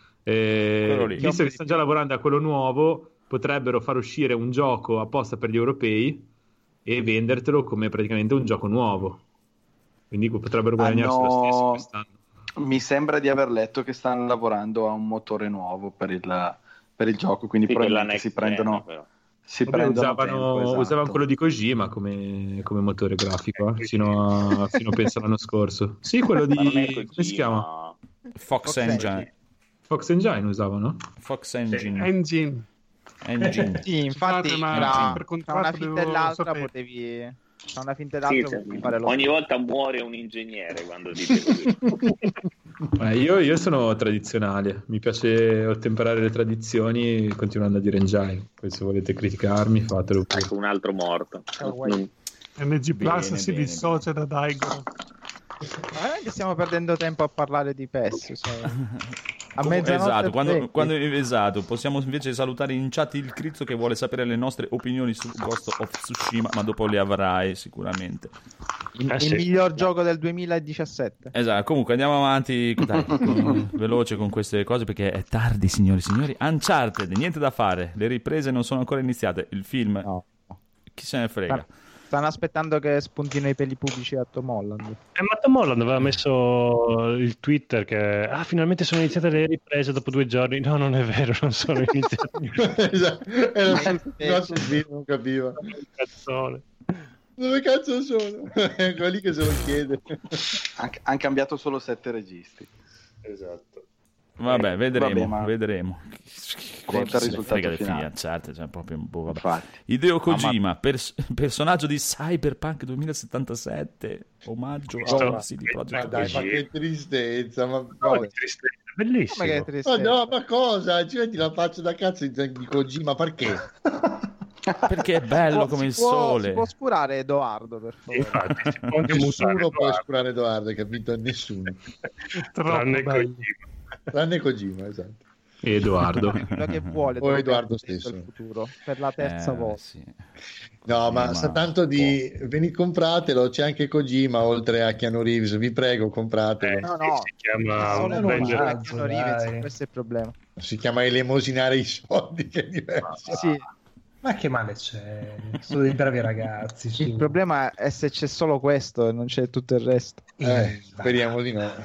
[SPEAKER 6] Eh,
[SPEAKER 1] Quello lì.
[SPEAKER 6] visto che stanno già lavorando a quello nuovo, potrebbero far uscire un gioco apposta per gli europei e vendertelo come praticamente un gioco nuovo. Quindi potrebbero guadagnarsi lo stesso
[SPEAKER 7] Hanno-
[SPEAKER 6] quest'anno.
[SPEAKER 7] Mi sembra di aver letto che stanno lavorando a un motore nuovo per il, per il gioco, quindi
[SPEAKER 5] Sì, quella
[SPEAKER 7] probabilmente
[SPEAKER 5] next
[SPEAKER 7] si prendono,
[SPEAKER 5] gen, però.
[SPEAKER 7] si
[SPEAKER 6] Vabbè,
[SPEAKER 7] prendono
[SPEAKER 6] usavano,
[SPEAKER 7] tempo, esatto.
[SPEAKER 6] usavano quello di Kojima come, come motore grafico eh, fino, a, fino a penso l'anno scorso. Sì, quello di
[SPEAKER 5] Ma non è
[SPEAKER 6] come si
[SPEAKER 5] Kojima.
[SPEAKER 6] chiama?
[SPEAKER 1] Fox Engine.
[SPEAKER 6] Fox Engine usavano?
[SPEAKER 1] Fox Engine.
[SPEAKER 4] Engine.
[SPEAKER 1] Engine.
[SPEAKER 12] Sì, infatti
[SPEAKER 4] Scusate, ma
[SPEAKER 12] tra,
[SPEAKER 4] per
[SPEAKER 12] tra una
[SPEAKER 4] contratto
[SPEAKER 12] finta e
[SPEAKER 4] devo
[SPEAKER 12] l'altra
[SPEAKER 4] sapere.
[SPEAKER 12] potevi tra una finta e
[SPEAKER 5] Sì,
[SPEAKER 12] l'altra
[SPEAKER 5] sì.
[SPEAKER 12] potevi fare lo
[SPEAKER 5] Ogni
[SPEAKER 12] stesso.
[SPEAKER 5] volta muore un ingegnere quando dite così.
[SPEAKER 6] Eh, io, io sono tradizionale, mi piace ottemperare le tradizioni continuando a dire Engine. Poi se volete criticarmi fatelo pure.
[SPEAKER 5] Ecco, un altro morto. Non-
[SPEAKER 4] N G Plus
[SPEAKER 1] Bene,
[SPEAKER 4] si
[SPEAKER 1] bene,
[SPEAKER 4] dissocia da Daigo.
[SPEAKER 12] Ma è che stiamo perdendo tempo a parlare di P E S, cioè. A
[SPEAKER 1] Comu-
[SPEAKER 12] mezzanotte
[SPEAKER 1] esatto,
[SPEAKER 12] e
[SPEAKER 1] quando,
[SPEAKER 12] venti.
[SPEAKER 1] quando- esatto, possiamo invece salutare in chat il Crizzo che vuole sapere le nostre opinioni su Ghost of Tsushima, ma dopo le avrai sicuramente.
[SPEAKER 12] il,
[SPEAKER 3] Eh,
[SPEAKER 12] il
[SPEAKER 3] sì.
[SPEAKER 12] miglior gioco del duemiladiciassette.
[SPEAKER 1] Esatto, comunque andiamo avanti dai, con- veloce con queste cose perché è tardi, signori e signori. Uncharted, niente da fare, le riprese non sono ancora iniziate, il film,
[SPEAKER 12] No.
[SPEAKER 1] chi se ne frega.
[SPEAKER 12] Stanno aspettando che spuntino i peli pubblici a Tom Holland.
[SPEAKER 3] Eh, ma Tom Holland aveva messo il Twitter che ah, finalmente sono iniziate le riprese dopo due giorni. No, non è vero, non sono iniziate.
[SPEAKER 8] Esatto. Era sul nostro video, non capiva.
[SPEAKER 3] Cazzone.
[SPEAKER 8] Dove cazzo sono? È quello lì che se lo chiede.
[SPEAKER 7] Hanno cambiato solo sette registi.
[SPEAKER 3] Esatto.
[SPEAKER 1] Vabbè, vedremo,
[SPEAKER 7] vabbè, ma-
[SPEAKER 1] vedremo.
[SPEAKER 7] Conta il
[SPEAKER 1] Se ne
[SPEAKER 7] risultato
[SPEAKER 1] frega del
[SPEAKER 7] finale.
[SPEAKER 1] film, Uncharted, cioè proprio un po', vabbè.
[SPEAKER 7] Infatti.
[SPEAKER 1] Hideo Kojima, pers- personaggio di Cyberpunk duemilasettantasette, omaggio
[SPEAKER 3] Sto-
[SPEAKER 1] a C D
[SPEAKER 8] Ma
[SPEAKER 1] Projekt
[SPEAKER 8] dai, ma
[SPEAKER 1] Red.
[SPEAKER 8] che tristezza. Ma,
[SPEAKER 3] Oh,
[SPEAKER 8] vabbè.
[SPEAKER 3] che tristezza, bellissimo.
[SPEAKER 12] Come che
[SPEAKER 8] Ma
[SPEAKER 12] tristezza.
[SPEAKER 8] no, ma cosa? Ci metti la faccia da cazzo di di Kojima, perché?
[SPEAKER 1] Perché è bello
[SPEAKER 12] Oh,
[SPEAKER 1] come il
[SPEAKER 12] si può-
[SPEAKER 1] sole.
[SPEAKER 12] Si può oscurare Edoardo, per favore.
[SPEAKER 3] Infatti, si può anche
[SPEAKER 8] Nessuno
[SPEAKER 3] mutare,
[SPEAKER 8] può oscurare Edoardo, capito? Nessuno.
[SPEAKER 4] Troppo
[SPEAKER 3] tranne
[SPEAKER 4] bello.
[SPEAKER 3] Kojima.
[SPEAKER 8] Tranne Kojima, esatto.
[SPEAKER 6] Edoardo.
[SPEAKER 12] Quello che vuole.
[SPEAKER 8] O
[SPEAKER 12] dopo
[SPEAKER 8] Edoardo
[SPEAKER 12] che ha visto
[SPEAKER 8] stesso.
[SPEAKER 12] il futuro, per la terza
[SPEAKER 1] Eh,
[SPEAKER 12] volta.
[SPEAKER 1] sì.
[SPEAKER 8] No, ma
[SPEAKER 1] Ma-
[SPEAKER 8] sa tanto di venite compratelo, c'è anche Kojima oltre a Keanu Reeves, vi prego, compratelo.
[SPEAKER 3] Eh,
[SPEAKER 12] No,
[SPEAKER 3] sì,
[SPEAKER 12] no.
[SPEAKER 3] si chiama
[SPEAKER 12] Solo
[SPEAKER 3] un
[SPEAKER 12] non
[SPEAKER 3] vendere-
[SPEAKER 12] c'è
[SPEAKER 13] Mazzo,
[SPEAKER 12] Keanu Reeves,
[SPEAKER 13] dai.
[SPEAKER 12] questo è il problema.
[SPEAKER 8] Si chiama elemosinare i soldi, che è diverso.
[SPEAKER 12] Sì,
[SPEAKER 13] Ma che male c'è? Sono dei bravi ragazzi. su.
[SPEAKER 12] il problema è se c'è solo questo e non c'è tutto il resto.
[SPEAKER 8] Eh, speriamo di no.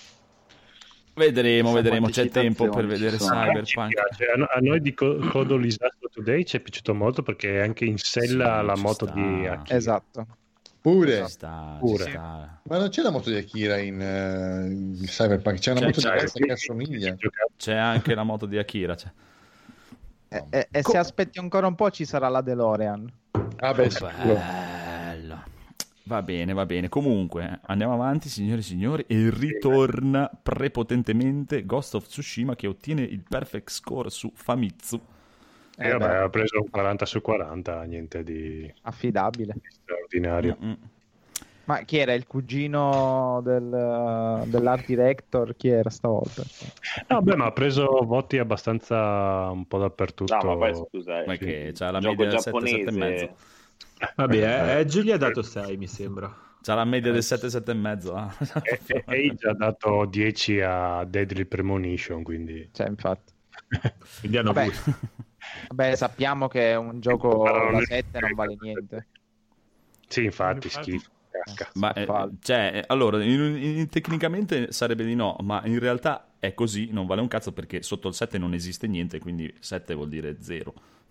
[SPEAKER 1] Vedremo,
[SPEAKER 7] Chissà
[SPEAKER 1] vedremo,
[SPEAKER 7] quante
[SPEAKER 1] c'è tempo per
[SPEAKER 7] citazioni ci
[SPEAKER 1] vedere
[SPEAKER 7] sono.
[SPEAKER 3] A me ci
[SPEAKER 1] Cyberpunk.
[SPEAKER 3] piace. A, a noi di Co- Codol Disaster Today ci è piaciuto molto perché è anche in sella
[SPEAKER 1] Sì,
[SPEAKER 3] la
[SPEAKER 1] ci
[SPEAKER 3] moto
[SPEAKER 1] sta.
[SPEAKER 3] di Akira.
[SPEAKER 12] Esatto.
[SPEAKER 8] Pure.
[SPEAKER 1] Ci sta,
[SPEAKER 3] Pure.
[SPEAKER 1] ci sta.
[SPEAKER 8] Ma non c'è la moto di Akira in, eh, in Cyberpunk, c'è una
[SPEAKER 1] C'è,
[SPEAKER 8] moto
[SPEAKER 1] c'è,
[SPEAKER 8] diversa
[SPEAKER 3] sì,
[SPEAKER 8] che assomiglia.
[SPEAKER 1] C'è anche la moto di Akira. Cioè.
[SPEAKER 12] E, e- e se aspetti ancora un po' ci sarà la DeLorean.
[SPEAKER 8] Ah, beh, sicuro.
[SPEAKER 1] Bello. Va bene, va bene. Comunque, andiamo avanti, signori e signori, e ritorna prepotentemente Ghost of Tsushima che ottiene il perfect score su Famitsu.
[SPEAKER 3] Eh, vabbè, ha preso un quaranta su quaranta, niente di
[SPEAKER 12] affidabile,
[SPEAKER 3] di straordinario.
[SPEAKER 12] Mm-mm. Ma chi era il cugino del, dell'art director? Chi era stavolta?
[SPEAKER 3] No, beh, ma ha preso voti abbastanza un po' dappertutto.
[SPEAKER 5] No, ma poi scusa,
[SPEAKER 1] Ma
[SPEAKER 5] eh,
[SPEAKER 1] che c'ha la
[SPEAKER 5] gioco
[SPEAKER 1] media del
[SPEAKER 5] giapponese.
[SPEAKER 1] sette, sette e mezzo.
[SPEAKER 6] Vabbè, Edge gli ha dato sei, mi sembra.
[SPEAKER 1] C'ha la media del sette, sette e mezzo. Ah.
[SPEAKER 3] E, e Age ha dato dieci a Deadly Premonition, quindi...
[SPEAKER 12] Cioè, infatti.
[SPEAKER 6] Quindi hanno
[SPEAKER 12] Vabbè.
[SPEAKER 6] avuto.
[SPEAKER 12] Vabbè, sappiamo che un gioco
[SPEAKER 3] Però non
[SPEAKER 12] da
[SPEAKER 3] è-
[SPEAKER 12] sette non vale niente.
[SPEAKER 3] Sì, infatti, schifo. cacca.
[SPEAKER 1] Ma eh, cioè, eh, allora, in- in- tecnicamente sarebbe di no, ma in realtà è così, non vale un cazzo perché sotto il sette non esiste niente, quindi sette vuol dire zero.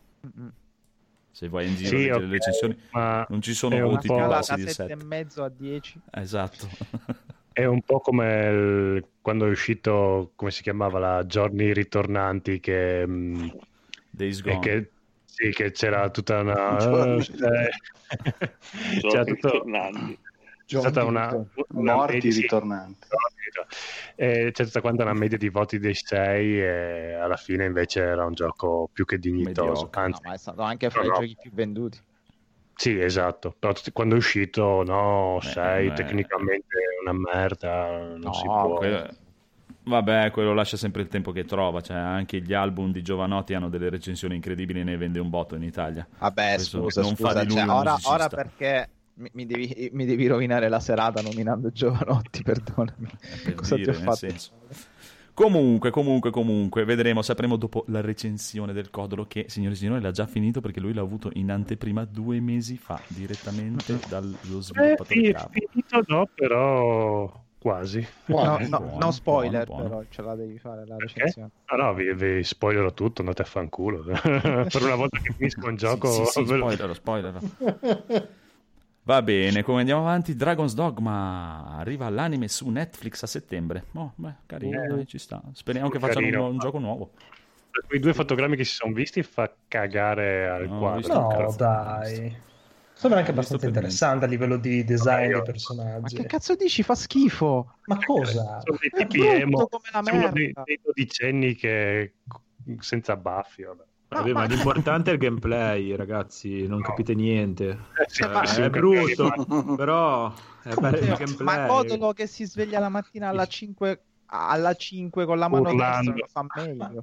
[SPEAKER 1] Se vai in giro
[SPEAKER 3] Sì,
[SPEAKER 1] a leggere
[SPEAKER 3] ok,
[SPEAKER 1] le recensioni,
[SPEAKER 3] ma
[SPEAKER 1] non ci sono
[SPEAKER 3] è un
[SPEAKER 1] voti
[SPEAKER 3] po'-
[SPEAKER 1] più
[SPEAKER 12] Scala
[SPEAKER 1] bassi
[SPEAKER 12] da
[SPEAKER 1] di
[SPEAKER 12] sette e
[SPEAKER 1] sette.
[SPEAKER 12] mezzo a dieci.
[SPEAKER 1] Esatto.
[SPEAKER 3] È un po' come il- quando è uscito, come si chiamava, la Giorni Ritornanti, che, mh,
[SPEAKER 1] Days
[SPEAKER 3] e
[SPEAKER 1] Gone.
[SPEAKER 3] che, sì, che c'era tutta una...
[SPEAKER 7] Giorni
[SPEAKER 3] eh, c'era
[SPEAKER 5] Giorni
[SPEAKER 3] tutto-
[SPEAKER 5] ritornanti.
[SPEAKER 3] c'è stata una, una
[SPEAKER 7] morti
[SPEAKER 3] media- sì,
[SPEAKER 7] ritornanti.
[SPEAKER 3] eh, c'è tutta quanta una media di voti dei sei e alla fine invece era un gioco più che dignitoso.
[SPEAKER 1] Mediocre.
[SPEAKER 3] Anzi,
[SPEAKER 12] No, ma è stato anche fra
[SPEAKER 3] No,
[SPEAKER 12] i
[SPEAKER 3] no.
[SPEAKER 12] giochi più venduti.
[SPEAKER 3] sì, esatto. Però tutti- quando è uscito, no,
[SPEAKER 1] Beh,
[SPEAKER 3] sei
[SPEAKER 1] beh.
[SPEAKER 3] tecnicamente è una merda, non
[SPEAKER 12] No,
[SPEAKER 3] si può.
[SPEAKER 1] Quello- Vabbè, quello lascia sempre il tempo che trova, cioè anche gli album di Giovanotti hanno delle recensioni incredibili e ne vende un botto in Italia.
[SPEAKER 12] Vabbè,
[SPEAKER 1] Questo
[SPEAKER 12] scusa,
[SPEAKER 1] non
[SPEAKER 12] scusa,
[SPEAKER 1] fa di lui
[SPEAKER 12] cioè,
[SPEAKER 1] un
[SPEAKER 12] ora,
[SPEAKER 1] musicista.
[SPEAKER 12] ora perché mi, mi devi, mi devi rovinare la serata nominando Giovanotti, perdonami.
[SPEAKER 1] Per
[SPEAKER 12] Cosa
[SPEAKER 1] dire,
[SPEAKER 12] ti ho
[SPEAKER 1] nel
[SPEAKER 12] fatto?
[SPEAKER 1] senso. Comunque, comunque, comunque, vedremo, sapremo dopo la recensione del Codolo che, signori e signori, l'ha già finito perché lui l'ha avuto in anteprima due mesi fa, direttamente dallo
[SPEAKER 3] Eh,
[SPEAKER 1] sviluppatore
[SPEAKER 3] fi-
[SPEAKER 1] capo.
[SPEAKER 3] finito no, però quasi.
[SPEAKER 12] No,
[SPEAKER 8] Guarda,
[SPEAKER 12] no,
[SPEAKER 1] buono,
[SPEAKER 12] no spoiler,
[SPEAKER 1] buono, buono.
[SPEAKER 12] però ce la devi fare la
[SPEAKER 3] Perché?
[SPEAKER 12] recensione.
[SPEAKER 3] Ah no, vi, vi spoilerò tutto, andate a fanculo. Per una volta che finisco un gioco...
[SPEAKER 1] Sì, sì, sì,
[SPEAKER 3] ve lo-
[SPEAKER 1] spoiler, spoiler. Va bene, come andiamo avanti? Dragon's Dogma arriva l'anime su Netflix a settembre. Oh, beh, carino,
[SPEAKER 3] Eh,
[SPEAKER 1] dai, ci sta. Speriamo che facciano un,
[SPEAKER 3] carino.
[SPEAKER 1] un gioco nuovo.
[SPEAKER 3] Quei due fotogrammi che si sono visti fa cagare al
[SPEAKER 1] No, ho
[SPEAKER 3] quadro.
[SPEAKER 1] visto un
[SPEAKER 13] No,
[SPEAKER 1] cazzo.
[SPEAKER 13] dai. Sembra anche
[SPEAKER 1] Ho visto
[SPEAKER 13] abbastanza
[SPEAKER 1] per
[SPEAKER 13] interessante a livello di design
[SPEAKER 3] Vabbè, io-
[SPEAKER 13] dei
[SPEAKER 12] Ma
[SPEAKER 13] personaggi.
[SPEAKER 12] che cazzo dici? Fa schifo.
[SPEAKER 13] Ma cosa?
[SPEAKER 3] Sono dei
[SPEAKER 12] È
[SPEAKER 3] tipi
[SPEAKER 12] brutto
[SPEAKER 3] emo,
[SPEAKER 12] come la
[SPEAKER 3] sono dei,
[SPEAKER 12] merda.
[SPEAKER 3] dei dodicenni che senza baffi. Vabbè.
[SPEAKER 6] Vabbè, ma l'importante è il gameplay, ragazzi, non capite niente.
[SPEAKER 3] Eh, sì,
[SPEAKER 6] Cioè,
[SPEAKER 3] ma sì,
[SPEAKER 6] è
[SPEAKER 3] un
[SPEAKER 6] brutto,
[SPEAKER 3] gameplay.
[SPEAKER 6] però è bello il
[SPEAKER 12] Ma
[SPEAKER 6] gameplay.
[SPEAKER 12] Codolo che si sveglia la mattina alla cinque, alla cinque con la mano
[SPEAKER 3] Urlando.
[SPEAKER 12] destra lo fa meglio.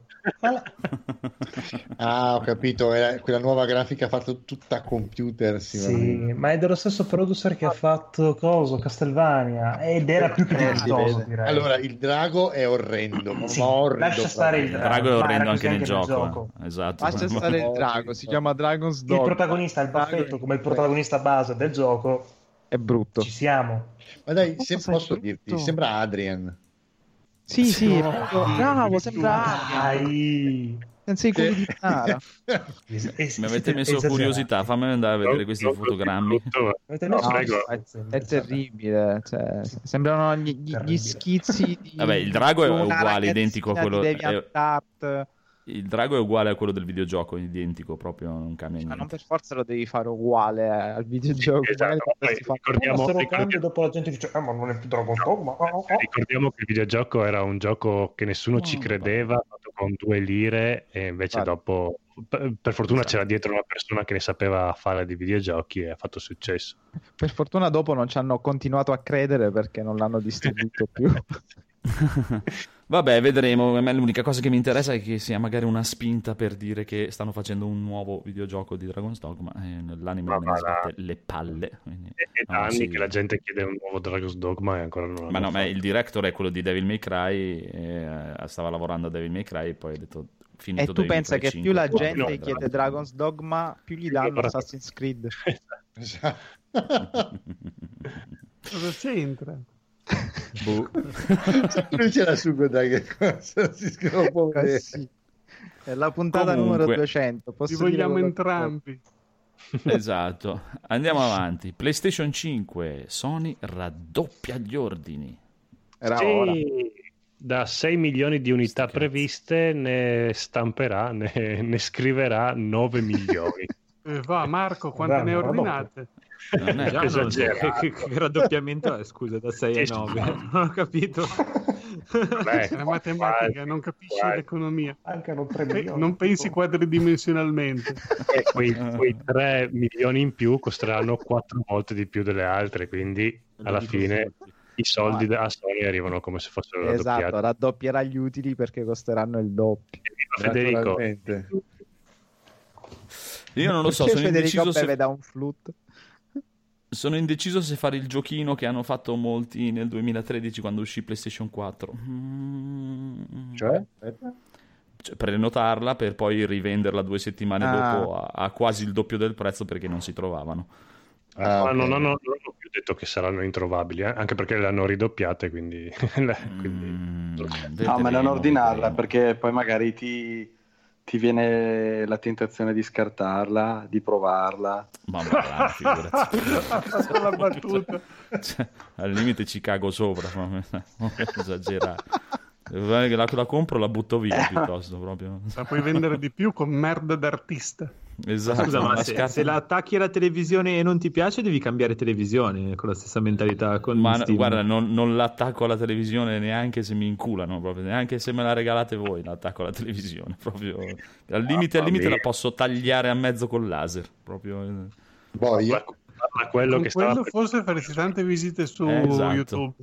[SPEAKER 8] Ah, ho capito, è quella nuova grafica fatta tutta a computer. Sì,
[SPEAKER 13] Sì, ma è dello stesso producer che ha fatto coso, Castlevania, ed era più che dignitoso, direi.
[SPEAKER 8] Allora, il drago è orrendo, ma
[SPEAKER 13] Sì,
[SPEAKER 8] orrendo
[SPEAKER 13] lascia stare il
[SPEAKER 1] Il
[SPEAKER 8] proprio.
[SPEAKER 1] drago è
[SPEAKER 13] Ma era
[SPEAKER 1] orrendo anche
[SPEAKER 13] così
[SPEAKER 1] nel
[SPEAKER 13] anche nel
[SPEAKER 1] gioco.
[SPEAKER 13] gioco.
[SPEAKER 1] eh. Esatto.
[SPEAKER 12] Lascia stare il drago, si chiama Dragon's
[SPEAKER 13] Il
[SPEAKER 12] Dogma.
[SPEAKER 13] protagonista, il baffetto, come il protagonista base del gioco,
[SPEAKER 12] È brutto.
[SPEAKER 13] ci siamo.
[SPEAKER 8] Ma dai,
[SPEAKER 12] Cosa
[SPEAKER 8] se
[SPEAKER 12] sei
[SPEAKER 8] posso
[SPEAKER 12] brutto?
[SPEAKER 8] dirti, sembra Adrian.
[SPEAKER 12] Sì, sì, è
[SPEAKER 13] No.
[SPEAKER 12] proprio- bravo, sembra Aria.
[SPEAKER 13] Dai.
[SPEAKER 12] Senza i culo di Nara.
[SPEAKER 13] Es- es-
[SPEAKER 1] Mi avete
[SPEAKER 13] siete
[SPEAKER 1] messo
[SPEAKER 13] esagerati.
[SPEAKER 1] curiosità, fammi andare a vedere
[SPEAKER 3] No,
[SPEAKER 1] questi
[SPEAKER 3] no,
[SPEAKER 1] fotogrammi.
[SPEAKER 3] brutto.
[SPEAKER 13] Avete
[SPEAKER 3] No,
[SPEAKER 13] messo-
[SPEAKER 3] prego.
[SPEAKER 12] È, è terribile, cioè, sembrano gli, gli- gli
[SPEAKER 13] Terribile.
[SPEAKER 12] schizzi di
[SPEAKER 1] Vabbè, il drago è
[SPEAKER 12] una
[SPEAKER 1] uguale,
[SPEAKER 12] ragazzina
[SPEAKER 1] identico a quello-
[SPEAKER 12] di DeviantArt.
[SPEAKER 1] Il drago è uguale a quello del videogioco, identico, proprio non cambia
[SPEAKER 12] Ma non
[SPEAKER 1] niente.
[SPEAKER 12] per forza lo devi fare uguale al videogioco.
[SPEAKER 3] Esatto,
[SPEAKER 12] magari
[SPEAKER 3] ma
[SPEAKER 12] potresti
[SPEAKER 3] poi
[SPEAKER 12] fare-
[SPEAKER 3] ricordiamo,
[SPEAKER 13] Ma se lo
[SPEAKER 3] ricordiamo-
[SPEAKER 13] cambio dopo la gente dice "Eh, ma non è più Dragon Dogma". Oh, oh, oh.
[SPEAKER 3] ricordiamo che il videogioco era un gioco che nessuno ci
[SPEAKER 1] Oh,
[SPEAKER 3] credeva, fatto con due lire, e invece
[SPEAKER 12] Guarda.
[SPEAKER 3] dopo, per, per fortuna
[SPEAKER 1] Esatto.
[SPEAKER 3] c'era dietro una persona che ne sapeva fare di videogiochi e ha fatto successo.
[SPEAKER 12] Per fortuna dopo non ci hanno continuato a credere perché non l'hanno distribuito più.
[SPEAKER 1] Vabbè, vedremo. A me l'unica cosa che mi interessa è che sia magari una spinta per dire che stanno facendo un nuovo videogioco di Dragon's Dogma. E l'anime
[SPEAKER 3] Ma
[SPEAKER 1] me ne
[SPEAKER 3] va
[SPEAKER 1] sbatte le palle. quindi-
[SPEAKER 3] È, è da
[SPEAKER 1] no,
[SPEAKER 3] anni
[SPEAKER 1] sì.
[SPEAKER 3] che la gente chiede un nuovo Dragon's Dogma e ancora non l'hanno
[SPEAKER 1] Ma no, ma
[SPEAKER 3] fatto.
[SPEAKER 1] il director è quello di Devil May Cry. E, eh, stava lavorando a Devil May Cry e poi ha detto finito
[SPEAKER 12] E tu
[SPEAKER 1] Devil May
[SPEAKER 12] pensa
[SPEAKER 1] Cry
[SPEAKER 12] che
[SPEAKER 1] cinque,
[SPEAKER 12] più la
[SPEAKER 1] poi
[SPEAKER 12] gente
[SPEAKER 1] no,
[SPEAKER 12] chiede
[SPEAKER 1] Dragon's
[SPEAKER 12] Dragon's Dogma, più gli danno
[SPEAKER 3] Allora-
[SPEAKER 12] Assassin's Creed.
[SPEAKER 8] Esatto.
[SPEAKER 4] Cosa c'entra?
[SPEAKER 1] Boh.
[SPEAKER 8] Non c'era sugo, dai, che cosa si scrive un po'
[SPEAKER 12] Eh
[SPEAKER 8] vedere.
[SPEAKER 12] sì. È la puntata
[SPEAKER 1] Comunque-
[SPEAKER 12] numero duecento. Posso
[SPEAKER 4] Li vogliamo
[SPEAKER 12] dire quello che
[SPEAKER 4] entrambi.
[SPEAKER 1] Esatto. Andiamo avanti. PlayStation cinque, Sony raddoppia gli ordini.
[SPEAKER 12] Era
[SPEAKER 3] Sì,
[SPEAKER 12] ora.
[SPEAKER 3] da sei milioni di unità
[SPEAKER 1] Sti cazzi.
[SPEAKER 3] previste ne stamperà, ne, ne scriverà nove milioni.
[SPEAKER 4] Eh, va, Marco, quante
[SPEAKER 13] Guarda,
[SPEAKER 4] ne hai
[SPEAKER 13] guarda.
[SPEAKER 4] ordinate?
[SPEAKER 1] Non è
[SPEAKER 6] Già non so
[SPEAKER 3] esagerato.
[SPEAKER 6] che, che- che raddoppiamento è, scusa, da sei a
[SPEAKER 3] Sì,
[SPEAKER 6] nove. Non ho capito.
[SPEAKER 3] Beh,
[SPEAKER 4] È la matematica, non capisci
[SPEAKER 3] quasi.
[SPEAKER 4] l'economia.
[SPEAKER 13] Mancano tre
[SPEAKER 4] Pe-
[SPEAKER 13] milioni.
[SPEAKER 4] non pensi quadridimensionalmente.
[SPEAKER 3] E quei, quei tre milioni in più costeranno quattro volte di più delle altre, quindi alla fine i soldi a Sony arrivano come se fossero
[SPEAKER 12] Esatto,
[SPEAKER 3] raddoppiati.
[SPEAKER 12] raddoppierà gli utili perché costeranno il doppio.
[SPEAKER 3] Federico,
[SPEAKER 8] Naturalmente.
[SPEAKER 1] Io non lo so,
[SPEAKER 12] Perché
[SPEAKER 1] sono
[SPEAKER 12] Federico
[SPEAKER 1] indeciso
[SPEAKER 12] beve
[SPEAKER 1] se...
[SPEAKER 12] da un flute.
[SPEAKER 1] Sono indeciso se fare il giochino che hanno fatto molti nel duemilatredici quando uscì PlayStation quattro. Mm.
[SPEAKER 8] Cioè? Aspetta.
[SPEAKER 1] Cioè, prenotarla per poi rivenderla due settimane
[SPEAKER 12] Ah.
[SPEAKER 1] dopo a, a quasi il doppio del prezzo perché non si trovavano.
[SPEAKER 8] Ah,
[SPEAKER 3] ma
[SPEAKER 8] ok.
[SPEAKER 3] non, hanno, non hanno più detto che saranno introvabili, eh? Anche perché le hanno ridoppiate, quindi... quindi...
[SPEAKER 1] Mm,
[SPEAKER 7] No, ma
[SPEAKER 1] vedremo,
[SPEAKER 7] non ordinarla
[SPEAKER 1] vedremo.
[SPEAKER 7] perché poi magari ti, ti viene la tentazione di scartarla, di provarla.
[SPEAKER 1] Ma va, figurati.
[SPEAKER 4] Ha fatto la battuta.
[SPEAKER 1] Cioè, al limite ci cago sopra, ma non esagerare. La, la compro, la butto via piuttosto proprio.
[SPEAKER 4] La puoi vendere di più con merda d'artista.
[SPEAKER 1] Esatto.
[SPEAKER 6] Scusa, ma
[SPEAKER 1] una
[SPEAKER 6] se,
[SPEAKER 1] scarta-
[SPEAKER 6] se la attacchi alla televisione e non ti piace, devi cambiare televisione con la stessa mentalità. Con
[SPEAKER 1] Ma
[SPEAKER 6] Steam.
[SPEAKER 1] guarda, non, non l'attacco alla televisione neanche se mi inculano, proprio, neanche se me la regalate voi, l'attacco alla televisione. Proprio al limite, al limite la posso tagliare a mezzo col laser. Proprio. eh.
[SPEAKER 8] Boia.
[SPEAKER 3] Ma quello
[SPEAKER 4] Con
[SPEAKER 3] che
[SPEAKER 4] quello
[SPEAKER 3] stava...
[SPEAKER 4] forse faresti tante visite su
[SPEAKER 1] Eh, esatto.
[SPEAKER 4] YouTube.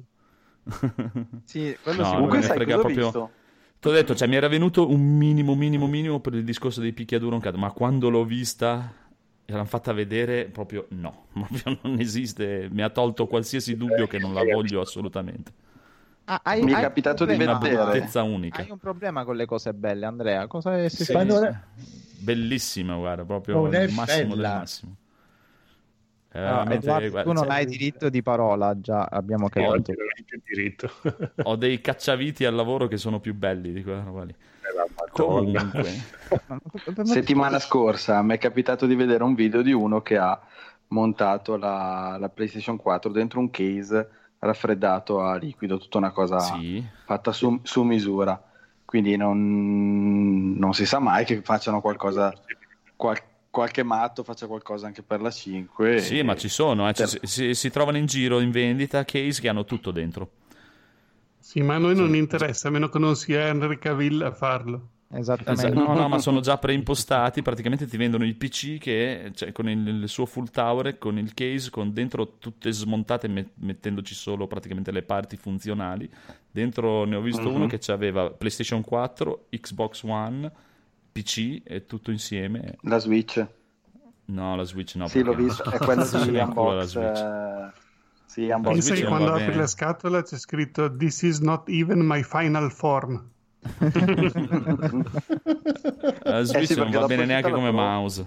[SPEAKER 12] Sì, quello
[SPEAKER 1] No,
[SPEAKER 12] sì.
[SPEAKER 1] me
[SPEAKER 7] Comunque
[SPEAKER 1] ne
[SPEAKER 7] sai
[SPEAKER 1] frega
[SPEAKER 7] cosa ho
[SPEAKER 1] proprio.
[SPEAKER 7] visto?
[SPEAKER 1] Ti ho detto, cioè, mi era venuto un minimo, minimo, minimo per il discorso dei picchiaduro un cazzo, ma quando l'ho vista e l'hanno fatta vedere, proprio no, proprio non esiste, mi ha tolto qualsiasi dubbio che non la voglio assolutamente.
[SPEAKER 12] Ah, hai,
[SPEAKER 7] Mi è
[SPEAKER 12] hai
[SPEAKER 7] capitato
[SPEAKER 12] un
[SPEAKER 7] di
[SPEAKER 12] problema-
[SPEAKER 1] Una
[SPEAKER 7] vedere.
[SPEAKER 1] bruttezza unica.
[SPEAKER 12] Hai un problema con le cose belle, Andrea? Cosa è
[SPEAKER 1] Sì,
[SPEAKER 8] Ma non
[SPEAKER 1] sì.
[SPEAKER 8] è-
[SPEAKER 1] Bellissima, guarda, proprio
[SPEAKER 8] Non è
[SPEAKER 1] il massimo del
[SPEAKER 8] bella.
[SPEAKER 1] massimo. È
[SPEAKER 12] No,
[SPEAKER 1] veramente-
[SPEAKER 12] Edoardo,
[SPEAKER 1] guarda,
[SPEAKER 12] tu non
[SPEAKER 1] cioè,
[SPEAKER 12] hai diritto di parola, già abbiamo
[SPEAKER 3] Sì,
[SPEAKER 12] capito.
[SPEAKER 3] oggi non hai più diritto.
[SPEAKER 1] ho dei cacciaviti al lavoro che sono più belli di quella roba lì.
[SPEAKER 3] Eh, la Madonna.
[SPEAKER 1] Comunque,
[SPEAKER 7] Settimana scorsa mi è capitato di vedere un video di uno che ha montato la, la PlayStation quattro dentro un case raffreddato a liquido, tutta una cosa
[SPEAKER 1] sì,
[SPEAKER 7] fatta su, su misura. Quindi non, non si sa mai che facciano qualcosa, qual- qualche matto faccia qualcosa anche per la cinque.
[SPEAKER 1] sì,
[SPEAKER 7] e-
[SPEAKER 1] ma ci sono, eh, ci-
[SPEAKER 7] per-
[SPEAKER 1] si, si trovano in giro in vendita case che hanno tutto dentro.
[SPEAKER 4] Sì, ma a noi non interessa, a meno che non sia Henry Cavill a farlo.
[SPEAKER 12] Esattamente.
[SPEAKER 1] Esatto. No, no, ma sono già preimpostati. Praticamente ti vendono il P C che cioè, con il, il suo full tower, con il case, con dentro tutte smontate, met- mettendoci solo praticamente le parti funzionali. Dentro ne ho visto
[SPEAKER 7] Mhm.
[SPEAKER 1] uno che aveva PlayStation quattro, Xbox One, P C e tutto insieme.
[SPEAKER 7] La Switch.
[SPEAKER 1] No, la Switch no.
[SPEAKER 7] Sì, l'ho
[SPEAKER 1] perché-
[SPEAKER 7] visto, è quello
[SPEAKER 1] Se
[SPEAKER 7] di
[SPEAKER 1] ne inculo la
[SPEAKER 7] Unbox.
[SPEAKER 1] Switch.
[SPEAKER 7] eh, Sì, Unbox.
[SPEAKER 4] Pensa
[SPEAKER 1] Switch
[SPEAKER 4] che
[SPEAKER 1] non
[SPEAKER 4] quando
[SPEAKER 1] va
[SPEAKER 4] apri
[SPEAKER 1] bene.
[SPEAKER 4] la scatola c'è scritto "This is not even my final form".
[SPEAKER 1] La
[SPEAKER 7] Eh
[SPEAKER 1] Switch
[SPEAKER 7] sì,
[SPEAKER 1] non
[SPEAKER 7] perché
[SPEAKER 1] va
[SPEAKER 7] dopo
[SPEAKER 1] bene
[SPEAKER 7] è
[SPEAKER 1] neanche
[SPEAKER 7] uscita la
[SPEAKER 1] come
[SPEAKER 7] Pro.
[SPEAKER 1] mouse.